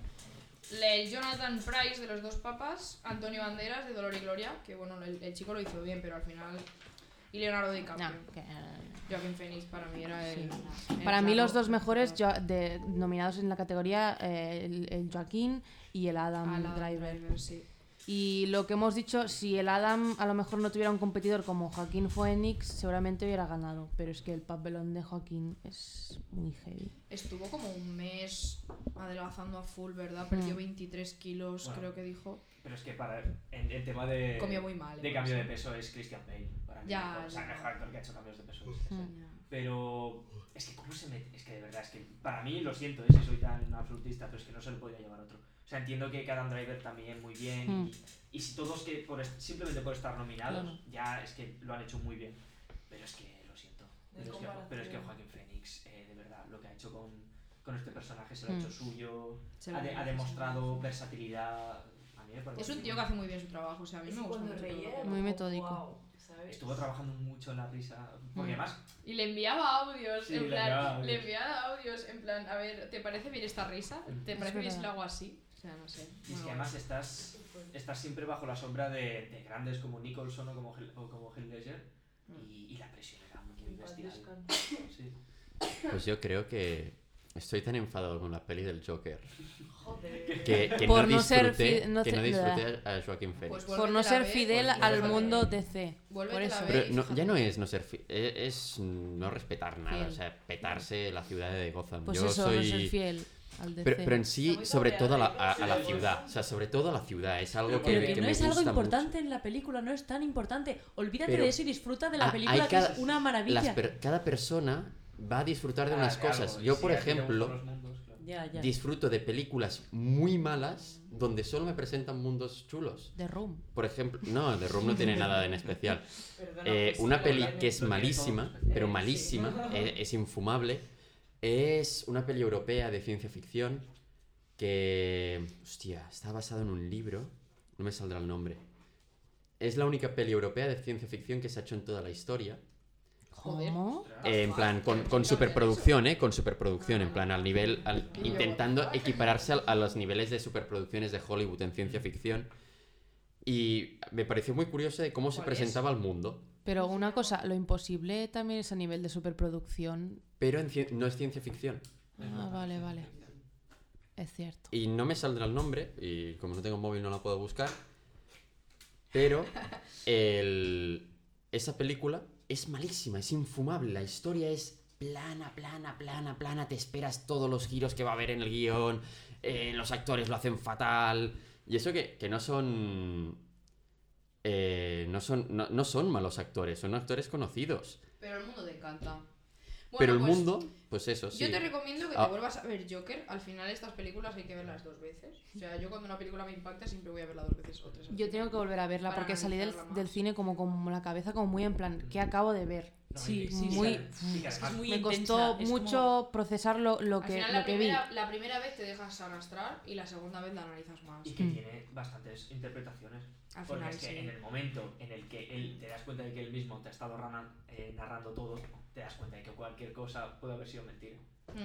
El Jonathan Pryce de Los Dos Papas, Antonio Banderas de Dolor y Gloria, que bueno, el chico lo hizo bien, pero al final... Y Leonardo DiCaprio. No, que- Joaquin Phoenix para mí era el... Para mí los dos mejores nominados en la categoría, el Joaquín y el Adam Driver. Sí. Y lo que hemos dicho, si el Adam a lo mejor no tuviera un competidor como Joaquín Phoenix, seguramente hubiera ganado. Pero es que el papelón de Joaquín es muy heavy. Estuvo como un mes adelgazando a full, ¿verdad? Perdió 23 kilos, Bueno. creo que dijo. Pero es que para el tema de... Comió muy mal, De cambio de peso es Christian Bale. Para mí. Ya, O sea, el ya. mejor actor que ha hecho cambios de peso. Mm. Pero es que cómo se mete... Es que de verdad, es que para mí, lo siento, si soy tan absolutista, pero es que no se le podría llevar otro. O sea, entiendo que Adam Driver también muy bien. Y si todos que simplemente por estar nominados, Claro. ya es que lo han hecho muy bien. Pero es que, lo siento. Pero es que Joaquin Phoenix, de verdad, lo que ha hecho con este personaje se lo ha hecho suyo. Se lo Ha merece, demostrado versatilidad. A mí me parece Es un muy tío que bien. hace muy bien su trabajo, o sea, a mí me gusta mucho. todo lo que hace. Muy metódico. Wow, ¿sabes? Estuvo trabajando mucho en la prisa. Porque además, Y le enviaba audios, Sí, en le plan, enviaba audios. le enviaba audios, en plan, a ver, ¿te parece bien esta risa? ¿Te parece bien si lo hago así? O sea, no sé. y es muy que guay. además estás siempre bajo la sombra de grandes como Nicholson o como Heath Ledger. Y la presión era muy bestial. Sí. Pues yo creo que estoy tan enfadado con la peli del Joker Joder. que Por no no ser disfruté, fi- no que ce- no disfruté a Joaquin Phoenix. Pues Por vuélvete no a ser ver, fidel pues, al vuélvete a mundo ver. DC. Vuélvete Por a eso. ver. Pero no, ya no es no ser es no respetar nada, Fiel. o sea, petarse la ciudad de Gotham. Pues yo eso, soy... no ser fiel al DC. pero en sí, Está muy sobre todo a la sobreactuado. ciudad, o sea, sobre todo a la ciudad, es algo Pero que que me no es algo gusta importante mucho. en la película, no es tan importante. Olvídate Pero de eso y disfruta de la hay película, que cada- es una maravilla. Cada persona va a disfrutar de unas Ah, claro, cosas. Yo, sí, por a ti te gustan ejemplo, los mundos, claro. Ya. disfruto de películas muy malas donde solo me presentan mundos chulos. The Room. Por ejemplo, no, The Room no tiene nada en especial. Perdona, Una peli totalmente, que es lo tiene malísima, todo. pero malísima, es infumable, es una peli europea de ciencia ficción que, hostia, está basada en un libro, no me saldrá el nombre. Es la única peli europea de ciencia ficción que se ha hecho en toda la historia. ¿Cómo? En plan, con superproducción, con superproducción, en plan, intentando equipararse a los niveles de superproducciones de Hollywood en ciencia ficción. Y me pareció muy curioso de cómo se presentaba al mundo. Pero una cosa, lo imposible también es a nivel de superproducción. Pero no es ciencia ficción. Ah, vale. Es cierto. Y no me saldrá el nombre, y como no tengo móvil no la puedo buscar. Pero esa película es malísima, es infumable. La historia es plana. Te esperas todos los giros que va a haber en el guión. Los actores lo hacen fatal. Y eso que no son... no son malos actores, son actores conocidos. Pero el mundo te encanta. Bueno, Pero el pues, mundo, pues eso, sí. Yo te recomiendo que Ah. te vuelvas a ver Joker. Al final estas películas hay que verlas 2 veces. O sea, yo cuando una película me impacta siempre voy a verla 2 veces o 3 veces. Yo tengo que volver a verla Para porque salí analizarla más. del cine como con la cabeza como muy en plan, ¿qué acabo de ver? Sí, muy- Es muy Me intensa, costó es mucho como- procesar lo Al que, final lo que vi. la primera vez te dejas arrastrar y la segunda vez la analizas más. Y que tiene bastantes interpretaciones. Al Porque final es que sí. en el momento en el que él te das cuenta de que él mismo te ha estado narrando todo, te das cuenta de que cualquier cosa puede haber sido mentira.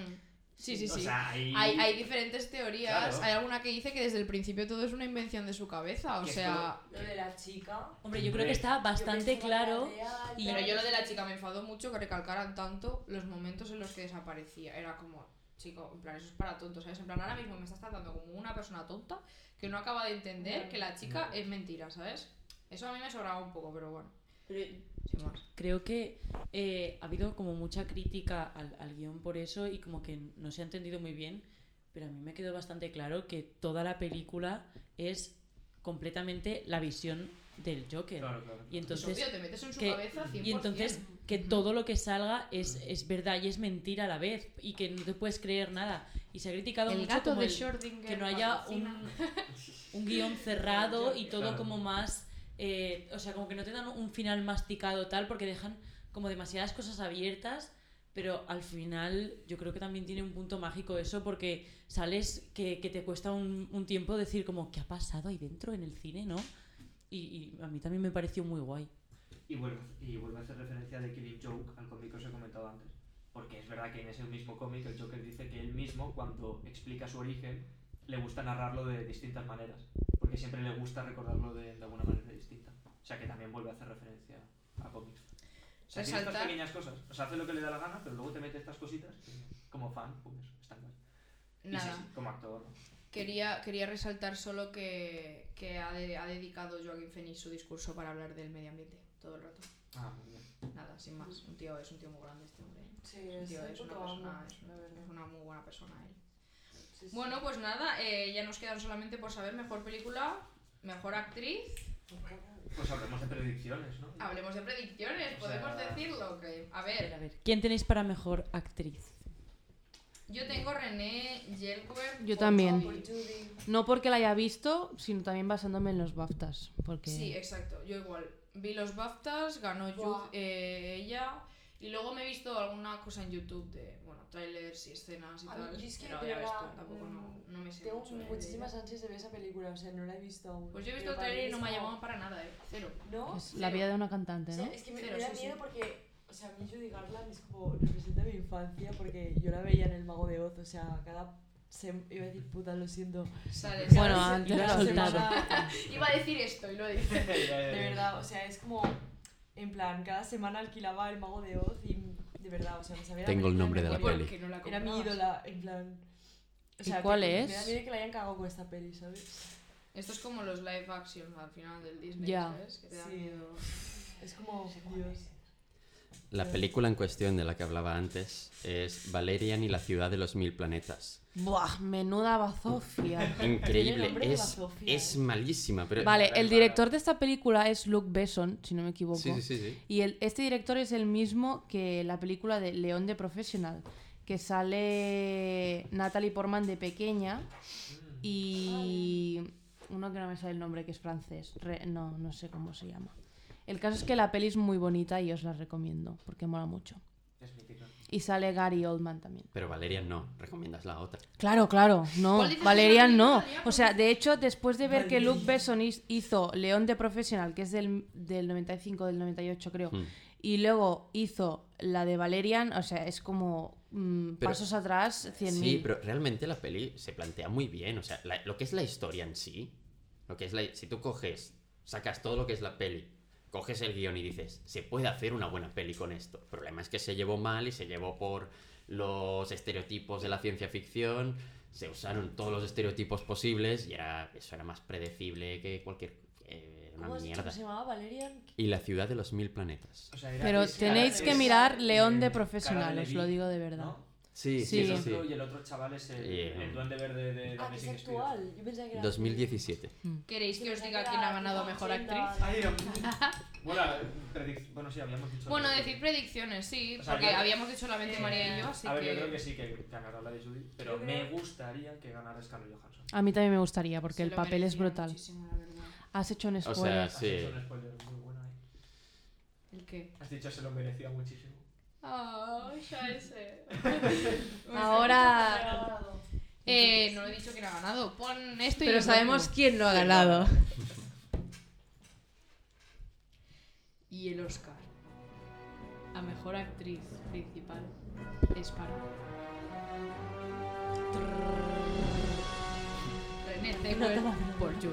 Sí. O sea, Hay diferentes teorías. Claro. Hay alguna que dice que desde el principio todo es una invención de su cabeza. O Que sea. Lo de la chica. Hombre, yo creo que está bastante claro. Y- Pero yo lo de la chica me enfadó mucho que recalcaran tanto los momentos en los que desaparecía. Era como, chico, en plan, eso es para tontos, ¿sabes? En plan, ahora mismo me estás tratando como una persona tonta que no acaba de entender que la chica es mentira, ¿sabes? Eso a mí me sobraba un poco, pero bueno, sin más. Creo que ha habido como mucha crítica al guión por eso y como que no se ha entendido muy bien, pero a mí me quedó bastante claro que toda la película es completamente la visión del Joker. Claro. Y Eso, entonces, tío, te metes en su que- cabeza 100%. y entonces que todo lo que salga es verdad y es mentira a la vez y que no te puedes creer nada. Y se ha criticado El mucho gato como de el- Schrödinger que no haya patrocina. un guión cerrado y todo Claro. como más... o sea, como que no te dan un final masticado tal porque dejan como demasiadas cosas abiertas, pero al final yo creo que también tiene un punto mágico eso porque sales que te cuesta un tiempo decir como ¿qué ha pasado ahí dentro en el cine, no? Y a mí también me pareció muy guay. Y vuelve a hacer referencia de Killing Joke al cómic que os he comentado antes. Porque es verdad que en ese mismo cómic el Joker dice que él mismo, cuando explica su origen, le gusta narrarlo de distintas maneras. Porque siempre le gusta recordarlo de alguna manera distinta. O sea que también vuelve a hacer referencia a cómics. O sea, tiene estas Resaltar- pequeñas cosas. O sea, hace lo que le da la gana, pero luego te mete estas cositas que, como fan, pues están guay. Y Nada. sí, como actor, ¿no? Quería resaltar solo que ha dedicado Joaquin Phoenix su discurso para hablar del medio ambiente todo el rato. Ah, muy bien. Nada, sin más. Es un tío muy grande este hombre. Sí, Un tío, es es una puto persona, amo, es la verdad. una muy buena persona él. Sí, sí. Bueno, pues nada, ya nos quedan solamente por saber mejor película, mejor actriz. Pues hablemos de predicciones, ¿no? Hablemos de predicciones, O podemos sea- decirlo. Que, a A ver, ver, ¿quién tenéis para mejor actriz? yo tengo René Zellweger. Yo por también. Judy. Judy. No porque la haya visto, sino también basándome en los BAFTAs. Porque... Sí, exacto, yo igual. Vi los BAFTAs, ganó Buah. ella. Y luego me he visto alguna cosa en YouTube de, bueno, trailers y escenas y A mí, tal. yo es que pero de ya ves tú, verdad, tampoco no me sé Tengo mucho de muchísimas ella. ansias de ver esa película, o sea, no la he visto aún. Pues yo he visto Pero el para mí trailer y no es me ha como- llamado para nada, ¿eh? Cero. ¿No? Es la vida de una cantante, O ¿no? sea, es que me Cero, da sí, miedo sí. porque, o sea, a mí Judy Garland es como representa mi infancia porque yo la veía en El Mago de Oz, o sea, iba a decir puta, lo siento. Sale, Bueno, sale. antes lo he Cada soltado. semana- Iba a decir esto y lo he dicho. de verdad, o sea, es como, en plan, cada semana alquilaba El Mago de Oz y de verdad, o sea, me sabía la Tengo el película nombre de la memoria. peli. Porque no la Era mi comprabas. ídola, en plan... O ¿Y sea, cuál que es? Me da miedo que la hayan cagado con esta peli, ¿sabes? Esto es como los live action al final del Disney, Ya. ¿sabes? Que te da Sí. miedo. Es como, Dios. La película en cuestión de la que hablaba antes es Valerian y la ciudad de los 1000 planetas. Buah, menuda bazofia. Increíble, nombre de es, bazofia, es ¿eh? malísima, pero... Vale, el director de esta película es Luc Besson, si no me equivoco. Sí. Y este director es el mismo que la película de León de Professional, que sale Natalie Portman de pequeña y uno que no me sale el nombre, que es francés. No sé cómo se llama. El caso es que la peli es muy bonita y os la recomiendo porque mola mucho. Es mítica. Y sale Gary Oldman también. Pero Valerian no, recomiendas la otra. Claro, no. ¿Cuál dices Valerian que no. es la película? O sea, de hecho, después de ver que Luke Besson hizo León de Professional, que es del 95, del 98 creo, y luego hizo la de Valerian, o sea, es como Pero- pasos atrás 100.000. Sí, pero realmente la peli se plantea muy bien. O sea, lo que es la historia en sí, si tú sacas todo lo que es la peli, coges el guión y dices, se puede hacer una buena peli con esto. El problema es que se llevó mal y se llevó por los estereotipos de la ciencia ficción, se usaron todos los estereotipos posibles y eso era más predecible que cualquier... ¿Cómo una has dicho mierda. que se llamaba Valerian? Y la ciudad de los 1000 planetas. O sea, Pero es tenéis que es, mirar León de Cara Professional, de os lo Levi, digo de verdad. ¿no? Sí, Sí. sí, El sí. otro, y el otro chaval es el, Y, el duende verde de Ah, que es Amazing Spider. actual. Yo pensaba que era... 2017. ¿Queréis que os diga Era quién ha ganado tipo mejor 80. actriz? Ay, bueno, sí, habíamos dicho. Bueno, lo de- decir predicciones, sí, O sea, porque yo- habíamos dicho solamente María y yo, así A ver, que... yo creo que sí que ganará la de Judy, pero Yo creo- me gustaría que ganara Scarlett Johansson. A mí también me gustaría, porque se el lo papel es merecía brutal. muchísimo, la verdad. Has hecho un O sea, spoiler. Has sí. hecho un spoiler muy bueno ahí. ¿El qué? Has dicho se lo merecía muchísimo. Ah, ya ese. Ahora... No lo he dicho quién ha ganado. Pon esto y Pero os sabemos digo. quién lo ha ganado. Y el Oscar a mejor actriz principal es para Renée Zellweger por Judy.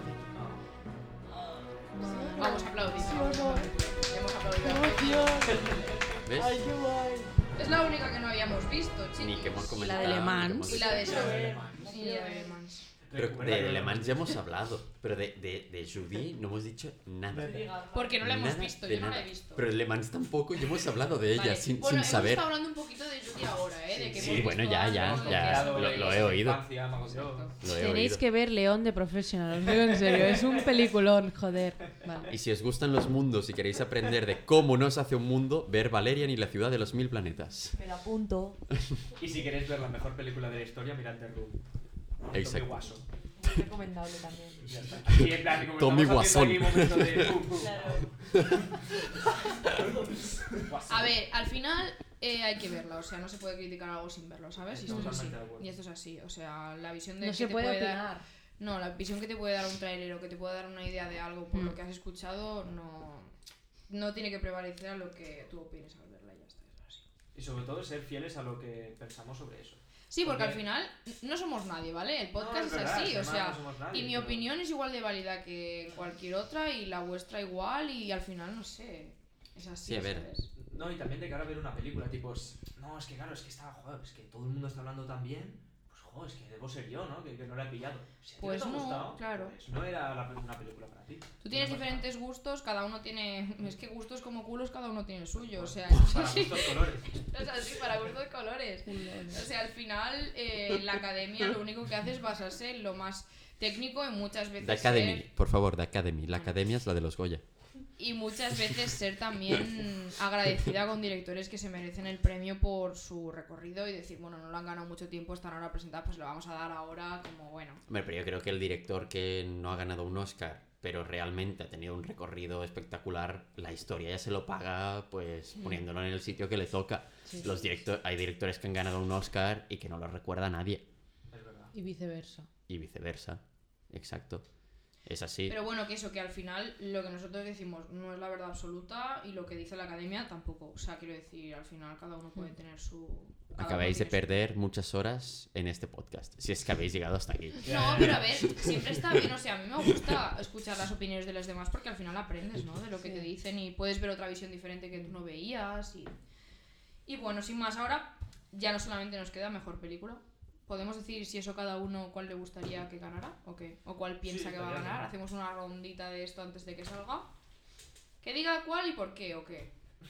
Vamos a aplaudir. Hemos aplaudido. ¿Ves? Es la única que no habíamos visto, chicos. Ni que hemos la comentado. de Le ni que Mans. hemos Y la de dicho. Saúl. Y la de Le Mans. Pero de Le Mans ya hemos hablado. Pero de Judy no hemos dicho nada. Porque no la hemos Nada visto, de yo no la nada. he visto. Pero de Le Mans tampoco, y hemos hablado de ella Vale. sin Bueno, saber. hemos estado hablando un poquito de Judy ahora, De que Sí, hemos bueno, visto ya, algo, ya, de que lo he oído. Infancia, me agobió. Lo he Tenéis oído. que ver León de Professional, os digo en serio, es un peliculón, joder. Vale. Y si os gustan los mundos y queréis aprender de cómo no se hace un mundo, ver Valerian y la ciudad de los 1000 planetas. Me lo apunto. Y si queréis ver la mejor película de la historia, mirad The Room. Exacto. Tommy Wiseau. Muy recomendable también. Ya está. Aquí en plan, como Tommy estamos haciendo Wiseau. aquí momento de pum, pum. Claro. A ver, al final hay que verla, o sea, no se puede criticar algo sin verlo, ¿sabes? Y esto es así. Totalmente de acuerdo. Y esto es así, o sea, la visión de No que se te puede dar... opinar. No, la visión que te puede dar un tráiler o que te puede dar una idea de algo por lo que has escuchado no tiene que prevalecer a lo que tú opines al verla y ya está, es así. Y sobre todo ser fieles a lo que pensamos sobre eso. Sí, porque Porque- al final no somos nadie, ¿vale? El podcast No, es verdad, así, o además sea, no somos nadie, y mi pero- opinión es igual de válida que cualquier otra y la vuestra igual y al final, no sé, es así, Sí, a ver. ¿sabes? No, y también de cara a ver una película, tipo, no, es que claro, es que es que todo el mundo está hablando tan bien, pues joder, es que debo ser yo, ¿no? Que no la he pillado. Si a ti Pues te ha no, gustado, claro. pues no era una película para ti. Tú tienes No pasa diferentes gustos, cada uno tiene... Es que gustos como culos, cada uno tiene el suyo, o sea... nada. Para gustos colores. Es así, para gustos colores. O sea, al final, la academia lo único que hace es basarse en lo más técnico y muchas veces The Academy, ser- por favor, The Academy. La academia es la de los Goya. y muchas veces ser también agradecida con directores que se merecen el premio por su recorrido y decir, bueno, no lo han ganado mucho tiempo, están ahora presentados, pues lo vamos a dar ahora como bueno. Hombre, pero yo creo que el director que no ha ganado un Oscar, pero realmente ha tenido un recorrido espectacular, la historia ya se lo paga, pues poniéndolo en el sitio que le toca. Hay directores que han ganado un Oscar y que no lo recuerda nadie. Es verdad. Y viceversa. Y viceversa. Exacto. Es así. Pero bueno, que eso, que al final lo que nosotros decimos no es la verdad absoluta y lo que dice la academia tampoco. O sea, quiero decir, al final cada uno puede tener su... cada Acabáis uno de tiene su- perder muchas horas en este podcast. Si es que habéis llegado hasta aquí. No, pero a ver, siempre está bien, o sea, a mí me gusta escuchar las opiniones de los demás porque al final aprendes, ¿no? De lo que te dicen y puedes ver otra visión diferente que tú no veías y bueno, sin más, ahora ya no solamente nos queda mejor película. ¿Podemos decir si eso cada uno cuál le gustaría que ganara o qué? ¿O cuál piensa Sí, que va a estaría ganar? bien. Hacemos una rondita de esto antes de que salga. Que diga cuál y por qué o qué.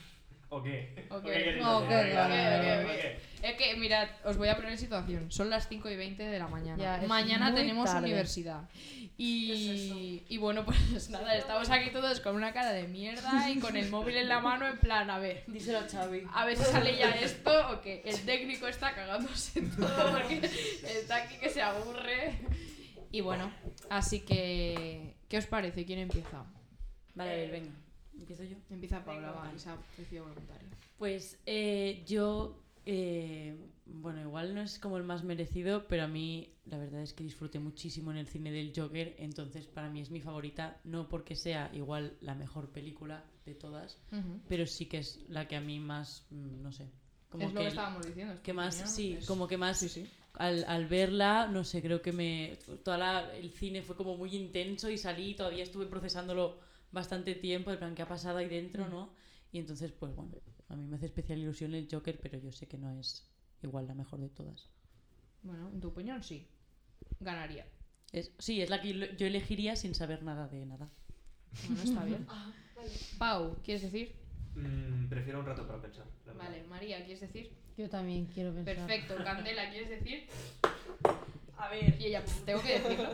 ¿O qué? Ok, queréis no, hacer? ok, Venga, ok, venga, ok. venga. Es que, mirad, os voy a poner en situación. Son las 5:20 de la mañana. Ya, es Mañana muy tenemos tarde. universidad. Y bueno, pues nada, estamos aquí todos con una cara de mierda y con el móvil en la mano en plan, a ver. Díselo a Xavi. A ver si sale ya esto o que el técnico está cagándose en todo porque está aquí que se aburre. Y bueno, así que... ¿Qué os parece? ¿Quién empieza? Vale, a ver, venga. ¿Empiezo yo? Empieza Paula, va, y se ha ofrecido voluntaria. Pues yo, bueno, igual no es como el más merecido, pero a mí la verdad es que disfruté muchísimo en el cine del Joker, entonces para mí es mi favorita, no porque sea igual la mejor película de todas, pero sí que es la que a mí más, no sé. Como Es lo que estábamos diciendo. es que tu más, opinión, sí, es- como que más... Sí, sí. Al verla, no sé, creo que el cine fue como muy intenso y salí, todavía estuve procesándolo bastante tiempo, en plan, ¿qué ha pasado ahí dentro, no? Y entonces, pues bueno, a mí me hace especial ilusión el Joker, pero yo sé que no es igual la mejor de todas. Bueno, en tu opinión sí. Ganaría. Sí, es la que yo elegiría sin saber nada de nada. Bueno, está bien. Pau, ¿quieres decir? Prefiero un rato para pensar. la verdad. Vale, María, ¿quieres decir? Yo también quiero pensar. Perfecto. Candela, ¿quieres decir? A ver. Y ella, tengo que decirlo.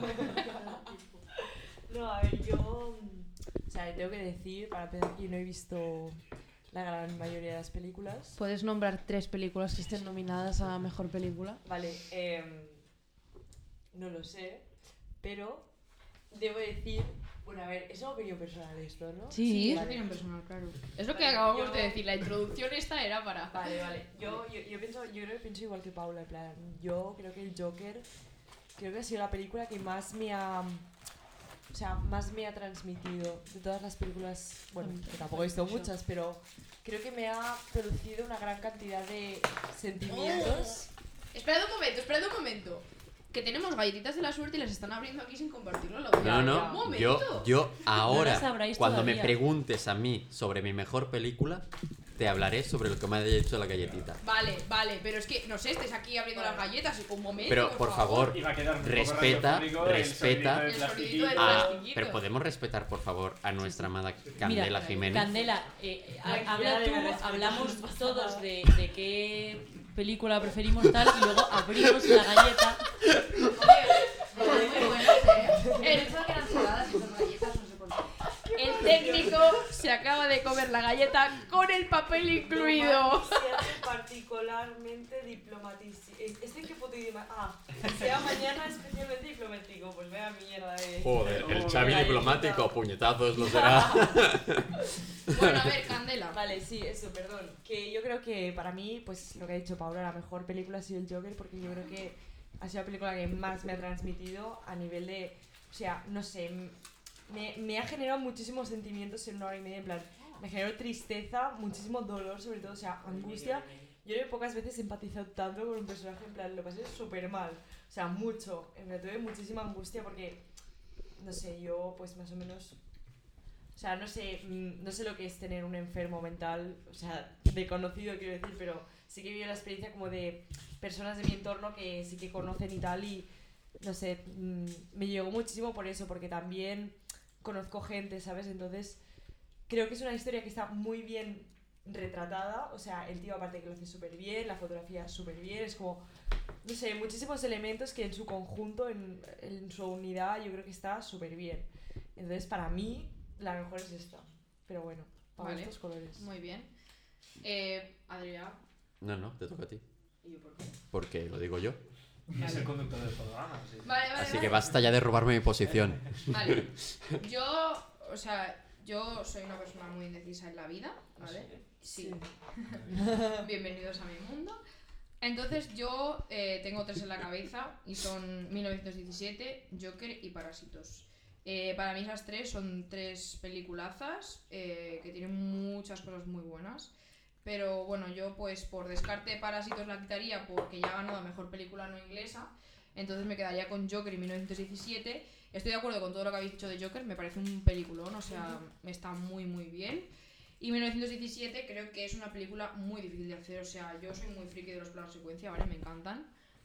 No, a ver, yo. O sea, tengo que decir, para empezar, que no he visto la gran mayoría de las películas. ¿Puedes nombrar 3 películas que estén nominadas a mejor película? Vale, no lo sé, pero debo decir. Bueno, a ver, es una opinión personal esto, ¿no? Sí, es vale. opinión personal, claro. Es lo que Vale, acabamos yo- de decir. La introducción esta era para... Vale. Yo creo que pienso igual que Paula, en plan, yo creo que el Joker creo que ha sido la película que más me ha transmitido de todas las películas, bueno, que tampoco he visto muchas, pero creo que me ha producido una gran cantidad de sentimientos. Esperad un momento. Que tenemos galletitas de la suerte y las están abriendo aquí sin compartirlo en la audiencia. No, Un no, momento. yo ahora, las sabráis cuando me todavía. preguntes a mí sobre mi mejor película, te hablaré sobre lo que me haya hecho la galletita. Vale, pero es que, no sé, estés aquí abriendo las galletas y un momento, Pero, por favor, Iba a quedar un poco respeta, radiofónico respeta. el sonidito del El sonidito del plastiquito. plastiquito. Pero podemos respetar, por favor, a nuestra amada Candela Mira, Jiménez. Candela, habla tú, hablamos todos de qué película preferimos tal y luego abrimos la galleta. Muy buenas, pensaba que eran saladas y son galletas, no sé por qué. El técnico se acaba de comer la galleta con el papel incluido. Particularmente diplomatísimo. ¿Este en qué puto idioma? Sea mañana especialmente diplomático. Pues vea mierda de. Joder, el Xavi galletita. diplomático, a puñetazos lo será. Bueno, a ver, Candela. Vale, sí, eso, perdón. Que yo creo que para mí, pues lo que ha dicho Paula, la mejor película ha sido el Joker, porque yo creo que ha sido la película que más me ha transmitido a nivel de. O sea, no sé. Me ha generado muchísimos sentimientos en 1 hora y media. En plan, me generó tristeza, muchísimo dolor, sobre todo, o sea, angustia. Yo creo que pocas veces he empatizado tanto con un personaje, en plan, lo pasé súper mal. O sea, mucho. En plan, tuve muchísima angustia porque, no sé, yo, pues más o menos. O sea, no sé lo que es tener un enfermo mental, o sea, de conocido quiero decir, pero sí que he vivido la experiencia como de personas de mi entorno que sí que conocen y tal, y no sé, me llegó muchísimo por eso, porque también conozco gente, ¿sabes? Entonces, creo que es una historia que está muy bien retratada, o sea, el tío aparte que lo hace súper bien, la fotografía súper bien, es como, no sé, muchísimos elementos que en su conjunto, en su unidad, yo creo que está súper bien. Entonces, para mí, la mejor es esta. Pero bueno, para Vale. estos colores. Muy bien. Adrián. No, te toca a ti. ¿Y yo por qué? Porque lo digo yo. Es el conductor del programa. Sí. Vale. Así que basta ya de robarme mi posición. Vale. Yo soy una persona muy indecisa en la vida, ¿vale? Sí. Bienvenidos a mi mundo. Entonces yo tengo 3 en la cabeza y son 1917, Joker y Parásitos. Para mí esas 3 son 3 peliculazas que tienen muchas cosas muy buenas. Pero bueno, yo pues por descarte Parásitos la quitaría porque ya ha ganado a mejor película no inglesa. Entonces me quedaría con Joker y 1917. Estoy de acuerdo con todo lo que habéis dicho de Joker, me parece un peliculón, o sea, está muy muy bien. Y 1917 creo que es una película muy difícil de hacer, o sea, yo soy muy friki de los planos secuencia, ¿vale? Me encantan.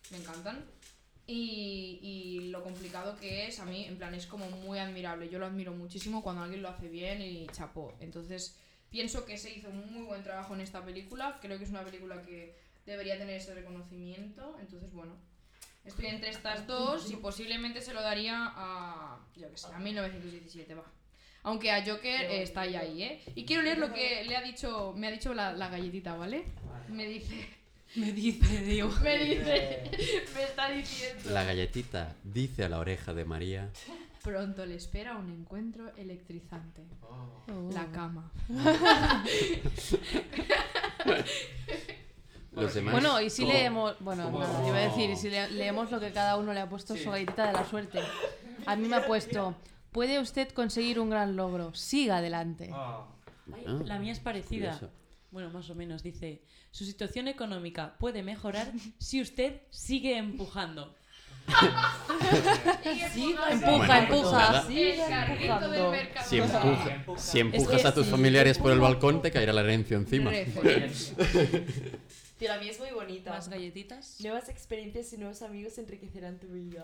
Y lo complicado que es, a mí, en plan, es como muy admirable. Yo lo admiro muchísimo cuando alguien lo hace bien y chapó. Entonces, Pienso que se hizo un muy buen trabajo en esta película. Creo que es una película que debería tener ese reconocimiento. Entonces, bueno, estoy entre estas dos y posiblemente se lo daría a, yo que sé, a 1917, va. Aunque a Joker está ahí, ¿eh? Y quiero leer lo que me ha dicho la galletita, ¿vale? Me está diciendo. La galletita dice a la oreja de María. Pronto le espera un encuentro electrizante. La cama. Los demás. Bueno, y si leemos... Bueno, nada, yo iba a decir, y si leemos lo que cada uno le ha puesto su galletita de la suerte. A mí me ha puesto... Puede usted conseguir un gran logro. Siga adelante. Ay, la mía es parecida. Curioso. Bueno, más o menos. Dice, su situación económica puede mejorar si usted sigue empujando. Empuja. nada. Sigue El carrito del empujando. mercado. Si empujas que a tus sí. familiares por el balcón, te caerá la herencia encima. Tío, la mía es muy bonita. Más galletitas. Nuevas experiencias y nuevos amigos enriquecerán tu vida.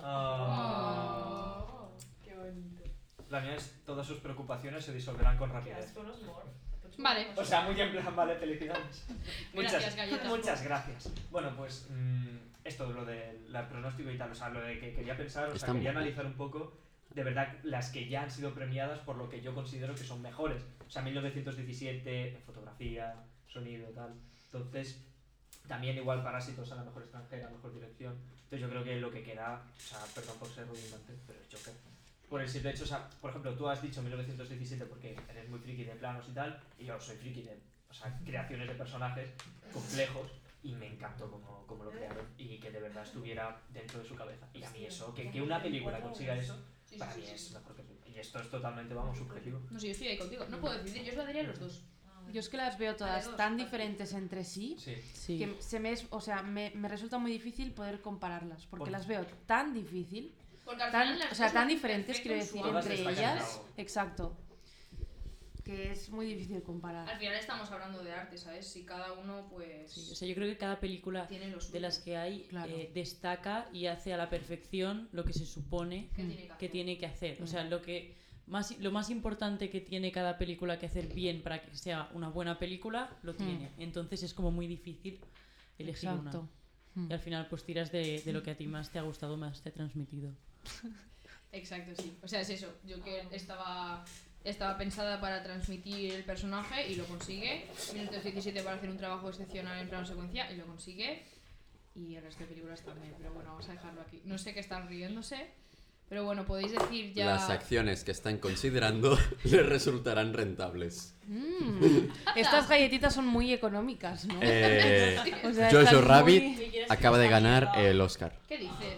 Qué bonito. La mía es todas sus preocupaciones se disolverán con rapidez. Vale. O sea, muy en plan, vale, felicidades. Gracias, galletas. Muchas gracias. Bueno, pues esto, lo del pronóstico y tal, o sea, lo de que quería pensar, o sea, Está quería muy analizar un poco, de verdad, las que ya han sido premiadas por lo que yo considero que son mejores. O sea, 1917, fotografía, sonido, tal. Entonces, también igual Parásitos a la mejor extranjera, mejor dirección. Entonces yo creo que lo que queda, o sea, perdón por ser redundante, pero es Joker. Por el simple hecho, o sea, por ejemplo, tú has dicho 1917 porque eres muy friki de planos y tal, y yo soy friki de, o sea, creaciones de personajes complejos, y me encantó cómo lo crearon y que de verdad estuviera dentro de su cabeza. Y a mí eso, que una película consiga eso, para mí es mejor que... Y esto es totalmente, vamos, subjetivo. No sé, yo estoy ahí contigo. No puedo decidir, yo os lo daría a los dos. Yo es que las veo todas tan diferentes entre sí Sí. Sí. que me resulta muy difícil poder compararlas porque Por- las veo tan difícil, Porque al final las dos tan son diferentes, quiero perfectos decir, en su Todas entre destacan en ellas. algo. Exacto. Que es muy difícil comparar. Al final estamos hablando de arte, ¿sabes? Si cada uno, pues... Sí, o sea, yo creo que cada película tiene lo suyo. de las que hay Claro. destaca y hace a la perfección lo que se supone que tiene que hacer. O sea, lo más importante que tiene cada película que hacer bien para que sea una buena película, lo tiene. Entonces es como muy difícil elegir Exacto. una. Y al final pues tiras de lo que a ti más te ha gustado, más te ha transmitido. Exacto, sí. O sea, es eso. Yo que estaba pensada para transmitir el personaje y lo consigue. 1917 para hacer un trabajo excepcional en plano secuencia y lo consigue. Y el resto de películas también. Pero bueno, vamos a dejarlo aquí. No sé qué están riéndose. Pero bueno, podéis decir ya... Las acciones que están considerando les resultarán rentables. Estas galletitas son muy económicas, ¿no? O sea, Jojo están Rabbit muy- acaba de ganar el Oscar. ¿Qué dices?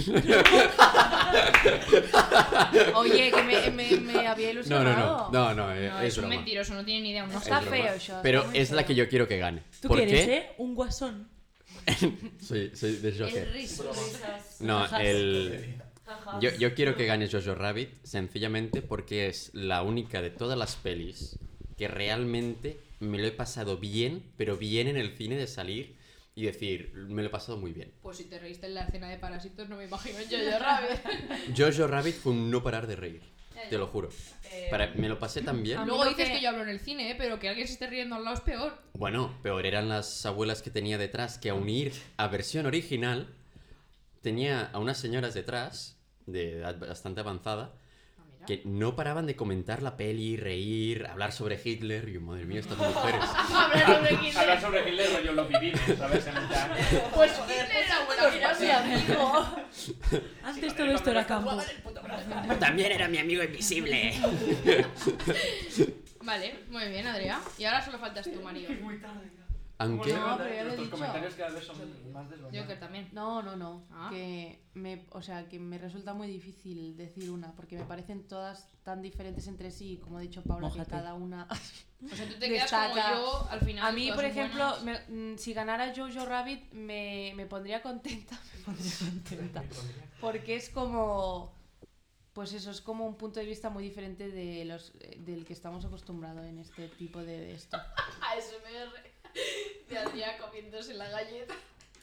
Oye, que me había ilusionado. No, No, es es un broma. mentiroso, no tiene ni idea. No No está Es feo broma. eso. Pero está muy es la feo. que yo quiero que gane. ¿Tú ¿Por quieres, qué? Un guasón. Soy de Joker. Risas. No, Jajas. yo quiero que gane Jojo Rabbit sencillamente porque es la única de todas las pelis que realmente me lo he pasado bien, pero bien en el cine de salir y decir, me lo he pasado muy bien. Pues si te reíste en la escena de Parásitos, no me imagino en Jojo Rabbit. Jojo Rabbit fue un no parar de reír, te lo juro. Me lo pasé tan bien. A mí Luego lo dices que- que yo hablo en el cine, pero que alguien se esté riendo al lado es peor. Bueno, peor eran las abuelas que tenía detrás, que a unir a versión original tenía a unas señoras detrás, de edad bastante avanzada, Ah, mira. que no paraban de comentar la peli, reír, hablar sobre Hitler. Y yo, madre mía, estas mujeres. Hablar sobre Hitler. Hablar sobre Hitler, rollo lo vivido, ¿sabes? En plan... Pues Hitler era buena persona. Antes todo esto era campo. También era mi amigo invisible. Vale, muy bien, Adrián. Y ahora solo faltas tú, Mario. Aunque No, pero ya lo he Tus dicho. comentarios cada vez son más desvariados. Joker también. No. Ah. Que me resulta muy difícil decir una, porque me parecen todas tan diferentes entre sí, como ha dicho Paula, Mójate. que cada una... O sea, tú te quedas como Destaca. yo al final. A mí, todas por son ejemplo, buenas. si ganara Jojo Rabbit me pondría contenta, porque es como... Pues eso, es como un punto de vista muy diferente del que estamos acostumbrados en este tipo de esto. ASMR de Adrián comiéndose la galleta.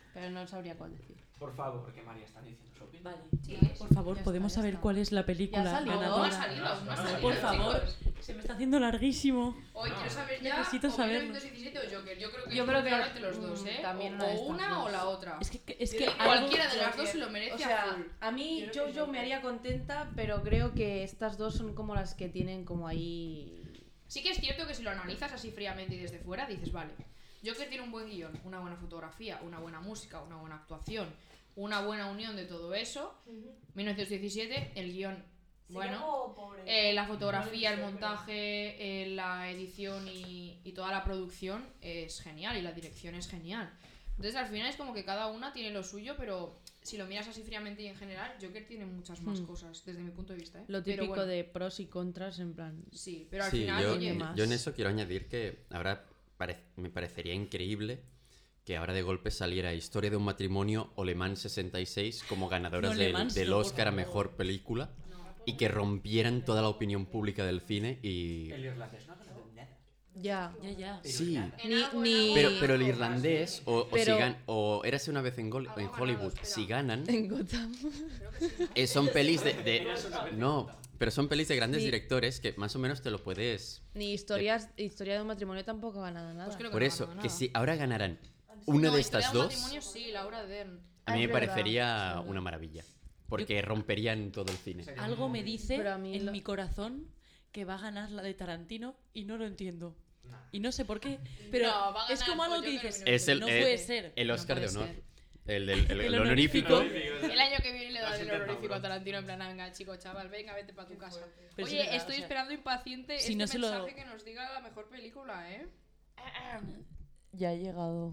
Pero no sabría cuál decir. Por favor, porque María está diciendo su opinión. Vale. Sí, Por sí, favor, ya ¿podemos está, ya saber está. cuál es la película Ya ha salido. No ha ganadora? salido, no ha salido. Por favor, chicos. se me está haciendo larguísimo. Hoy quiero saber ya Necesito o saberlo. 1917 o Joker. Yo creo que Yo es creo que, claramente los dos, ¿eh? también o una de estas una dos. o la otra. Es Yo que creo que algo- cualquiera de las dos se lo merece O a sea, full. a mí Creo que Jojo me haría contenta, pero creo que estas dos son como las que tienen como ahí... Sí que es cierto que si lo analizas así fríamente y desde fuera, dices, vale, Joker tiene un buen guión, una buena fotografía, una buena música, una buena actuación, una buena unión de todo eso. 1917, el guión, bueno, la fotografía, el montaje, la edición y toda la producción es genial y la dirección es genial. Entonces al final es como que cada una tiene lo suyo, pero si lo miras así fríamente y en general, Joker tiene muchas más cosas desde mi punto de vista, ¿eh? Lo Pero típico bueno, de pros y contras, en plan... sí, pero al Sí, final, oye, yo en eso quiero añadir que ahora me parecería increíble que ahora de golpe saliera Historia de un matrimonio o Le Mans 66 como ganadoras No, Le Mans del no, por Oscar a favor. Mejor Película y que rompieran toda la opinión pública del cine y... El irlandés no ha ganado nada. Ya. Ya. Sí, pero el irlandés o Pero- o Érase una vez en Hollywood, si ganan, En Gotham. son pelis No, pero son pelis de grandes directores que más o menos te lo puedes... Ni historia de un matrimonio tampoco ha ganado nada. Pues creo que Por no eso, ganó que nada. si ahora ganaran una No, de Historia estas un dos, matrimonio, sí, Laura Dern. a mí Es me verdad, parecería es verdad. una maravilla. Porque romperían todo el cine. Algo me dice Pero a mí en lo- mi corazón que va a ganar la de Tarantino y no lo entiendo. Y no sé por qué, pero No, va a es ganar como algo por que Joker dices, Es no puede ser. el Oscar no de puede honor. ser. El honorífico. El año que viene le dan el intentado, honorífico bro. a Tarantino en plan, venga, chico, chaval, venga, vete para tu casa. Pero es Oye, verdad, estoy o sea, esperando impaciente si este no se lo- mensaje que nos diga la mejor película, ¿eh? Ya ha llegado.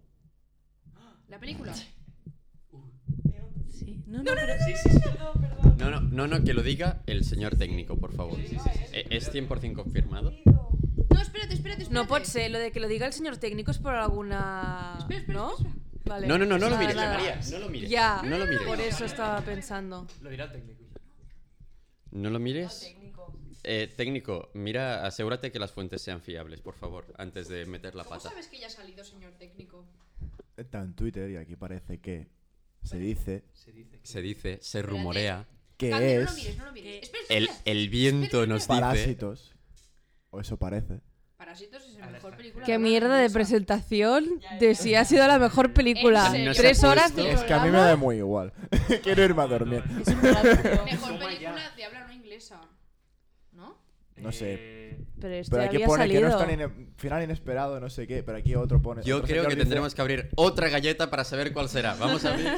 ¿La película? Sí, no, pero No, que lo diga el señor técnico, por favor. ¿Es 100% confirmado? No, espérate. No pot ser, lo de que lo diga el señor técnico es por alguna... Espera, ¿no? Vale. No lo Nada, mires, nada. María, no lo mires. Ya, No lo mires. por eso estaba pensando. Lo dirá el técnico. ¿No lo mires? Técnico, mira, asegúrate que las fuentes sean fiables, por favor, antes de meter la ¿Cómo pata. sabes que ya ha salido, señor técnico? Está en Twitter y aquí parece que se dice Se dice, se rumorea, que Candy, es no lo mires. Espera, el viento nos dice... Parásitos. O eso parece. Parásitos es la mejor película. Qué de mierda habla de inglesa. presentación de si ha sido la mejor película. ¿En serio? 3 horas de Es Es que a mí me programa. da muy igual. Quiero irme a dormir. Mejor película de habla no inglesa. ¿No? No sé. Pero este Pero aquí había pone salido. que no está final inesperado, no sé qué. Pero aquí otro pone. Yo otro creo señor que dice, tendremos que abrir otra galleta para saber cuál será. Vamos a abrir.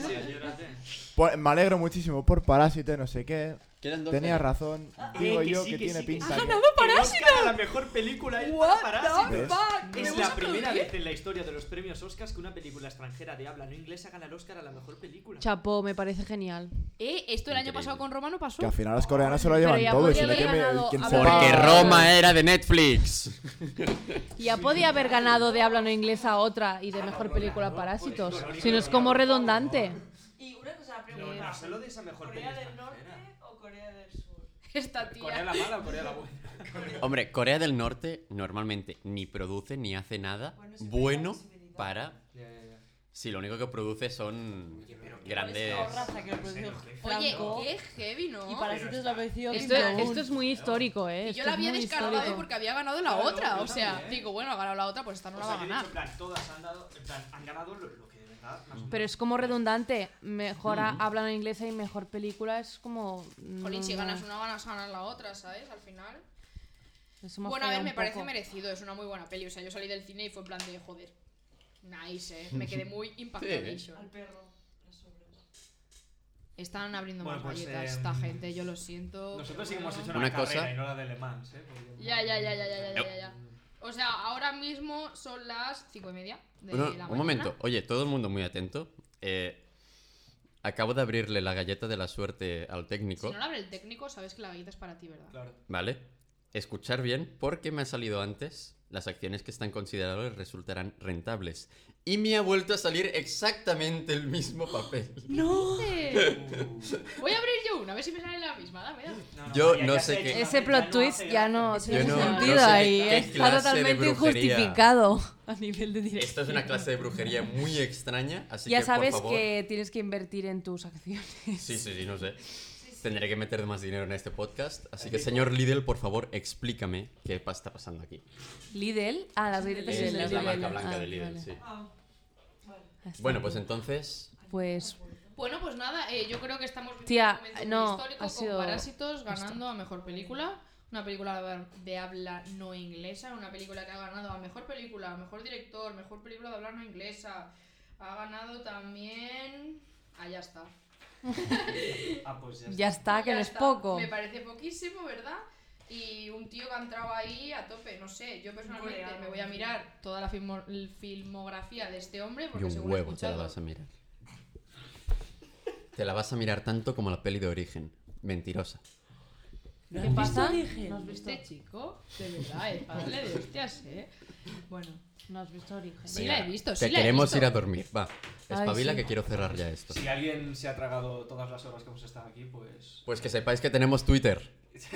Me alegro muchísimo por Parásite, no sé qué. Quedan dos Tenía galletas. razón. Digo yo que tiene pinta. que- ¡Parásito! La mejor película es para Parásito. ¿Ves? Es la primera vez en la historia de los premios Oscars que una película extranjera de habla no inglesa gana el Oscar a la mejor película. Chapo, me parece genial. Esto el año Increíble. pasado con Roma no pasó. Que al final los coreanos se lo llevan ya todo. Y podría si no, haber que me- ganado quien a- sepa- Porque Roma era de Netflix. Ya podía haber ganado de habla no inglesa otra y de mejor película Parásitos. Si no es como redundante. Y una cosa, No solo de esa mejor ¿Corea película del Norte extranjera. o Corea del Sur? Esta ¿Corea tía. la mala o Corea la buena? Hombre, Corea del Norte normalmente ni produce ni hace nada bueno para... Si lo único que produce son grandes... raza que lo produjo Oye, Franco. qué heavy, ¿no? Y Parásitos la venció Esto es muy histórico, ¿eh? Y Esto yo la es había muy descartado histórico. porque había ganado la otra. O sea, digo, bueno, ha ganado la otra, pues esta no O la sea, va a yo he ganar. dicho, en plan, todas han dado, en plan, han ganado lo que de verdad más o menos. Pero es como redundante. Mejor habla no inglesa y mejor película es como. Jolín, si no- ganas una, vas a ganar la otra, ¿sabes? Al final. eso me Bueno, a falla ver, me un parece poco. merecido, es una muy buena peli. O sea, yo salí del cine y fue en plan de joder. Nice, me quedé muy impactadísimo. Al perro, las sobras. Están abriendo Bueno, más pues, galletas esta gente, yo lo siento. Nosotros sí que pero hemos hecho bueno. una, Una cosa- carrera y no la de Le Mans, Porque- Ya. O sea, ahora mismo son las 5:30 de No, la mañana. un momento. Oye, todo el mundo muy atento. Acabo de abrirle la galleta de la suerte al técnico, Si no la abre el técnico, sabes que la galleta es para ti, ¿verdad? Claro. ¿vale? escuchar bien, porque me ha salido antes. Las acciones que están considerables resultarán rentables. Y me ha vuelto a salir exactamente el mismo papel. ¡No! Voy a abrir yo una, a ver si me sale la misma. Dame. Yo no sé qué... Ese plot twist ya no tiene Yo no sentido sé ahí. qué Está clase de totalmente brujería. injustificado a nivel de dirección. Esto es una clase de brujería muy extraña, así Ya que sabes por favor... que tienes que invertir en tus acciones. Sí, no sé. Tendré que meter más dinero en este podcast. Así que, señor Lidl, por favor, explícame qué está pasando aquí. Lidl, las galletas Es de la Lidl. marca blanca de Lidl, vale. sí. Bueno, pues entonces... Pues Bueno, pues nada, yo creo que estamos viviendo Tía, un momento no, muy histórico ha sido con Parásitos ganando a Mejor Película. Una película de habla no inglesa, una película que ha ganado a Mejor Película, Mejor Director, Mejor Película de habla no inglesa. Ha ganado también... ya está. Pues ya está, que Ya no es está. poco. Me parece poquísimo, ¿verdad? Y un tío que ha entrado ahí a tope, no sé. Yo personalmente Goleado. me voy a mirar toda la filmografía de este hombre Y porque un según he huevo te la escuchado... vas a mirar. Te la vas a mirar tanto como la peli de Origen. Mentirosa. ¿Qué pasa? ¿No has visto este chico? De verdad, es para darle de hostias, Bueno, ¿No has visto Origen? sí Venga, la he visto, que sí la he queremos visto. ir a dormir. Va, Ay, espabila sí. que quiero cerrar ya esto. Si alguien se ha tragado todas las horas que hemos estado aquí, pues... Pues que sepáis que tenemos Twitter.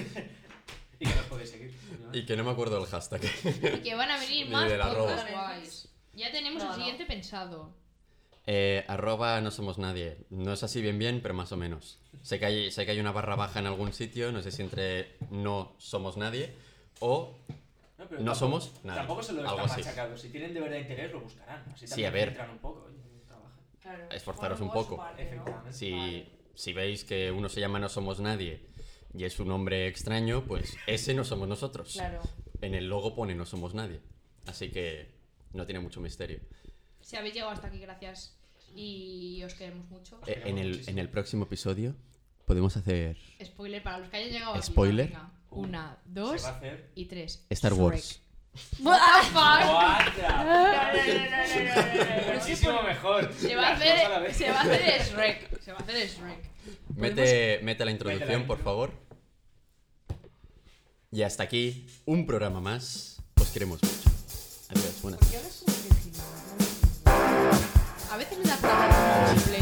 Y que nos podéis seguir. Y que no me acuerdo del hashtag. Y que van a venir Ni más del arroba. podcasts guays. Ya tenemos el siguiente pensado. Arroba no somos nadie. No es así bien, pero más o menos. Sé que hay una barra baja en algún sitio, no sé si entre no somos nadie o No, pero no tampoco- somos nadie. Tampoco se lo Algo están así. machacando. Si tienen de verdad interés, lo buscarán. Así Sí, también a ver. filtran un poco. Oye, trabajan. Claro. Esforzaros Bueno, un luego poco. su parte, ¿no? Efectivamente. Si veis que uno se llama No Somos Nadie y es un nombre extraño, pues ese no somos nosotros. Claro. En el logo pone No Somos Nadie. Así que no tiene mucho misterio. Si habéis llegado hasta aquí, gracias. Y os queremos mucho. En el próximo episodio podemos hacer Spoiler para los que hayan llegado aquí. Spoiler. Venga. 1, 2 Se va a hacer... y 3. Star Wars. Muchísimo mejor. Se va a Las dos a la hacer, vez. se va a hacer Shrek. Se va a hacer Shrek. Mete la introducción, por favor. Y hasta aquí un programa más. Os queremos mucho. Adiós, buenas. A veces me da para hablar como simple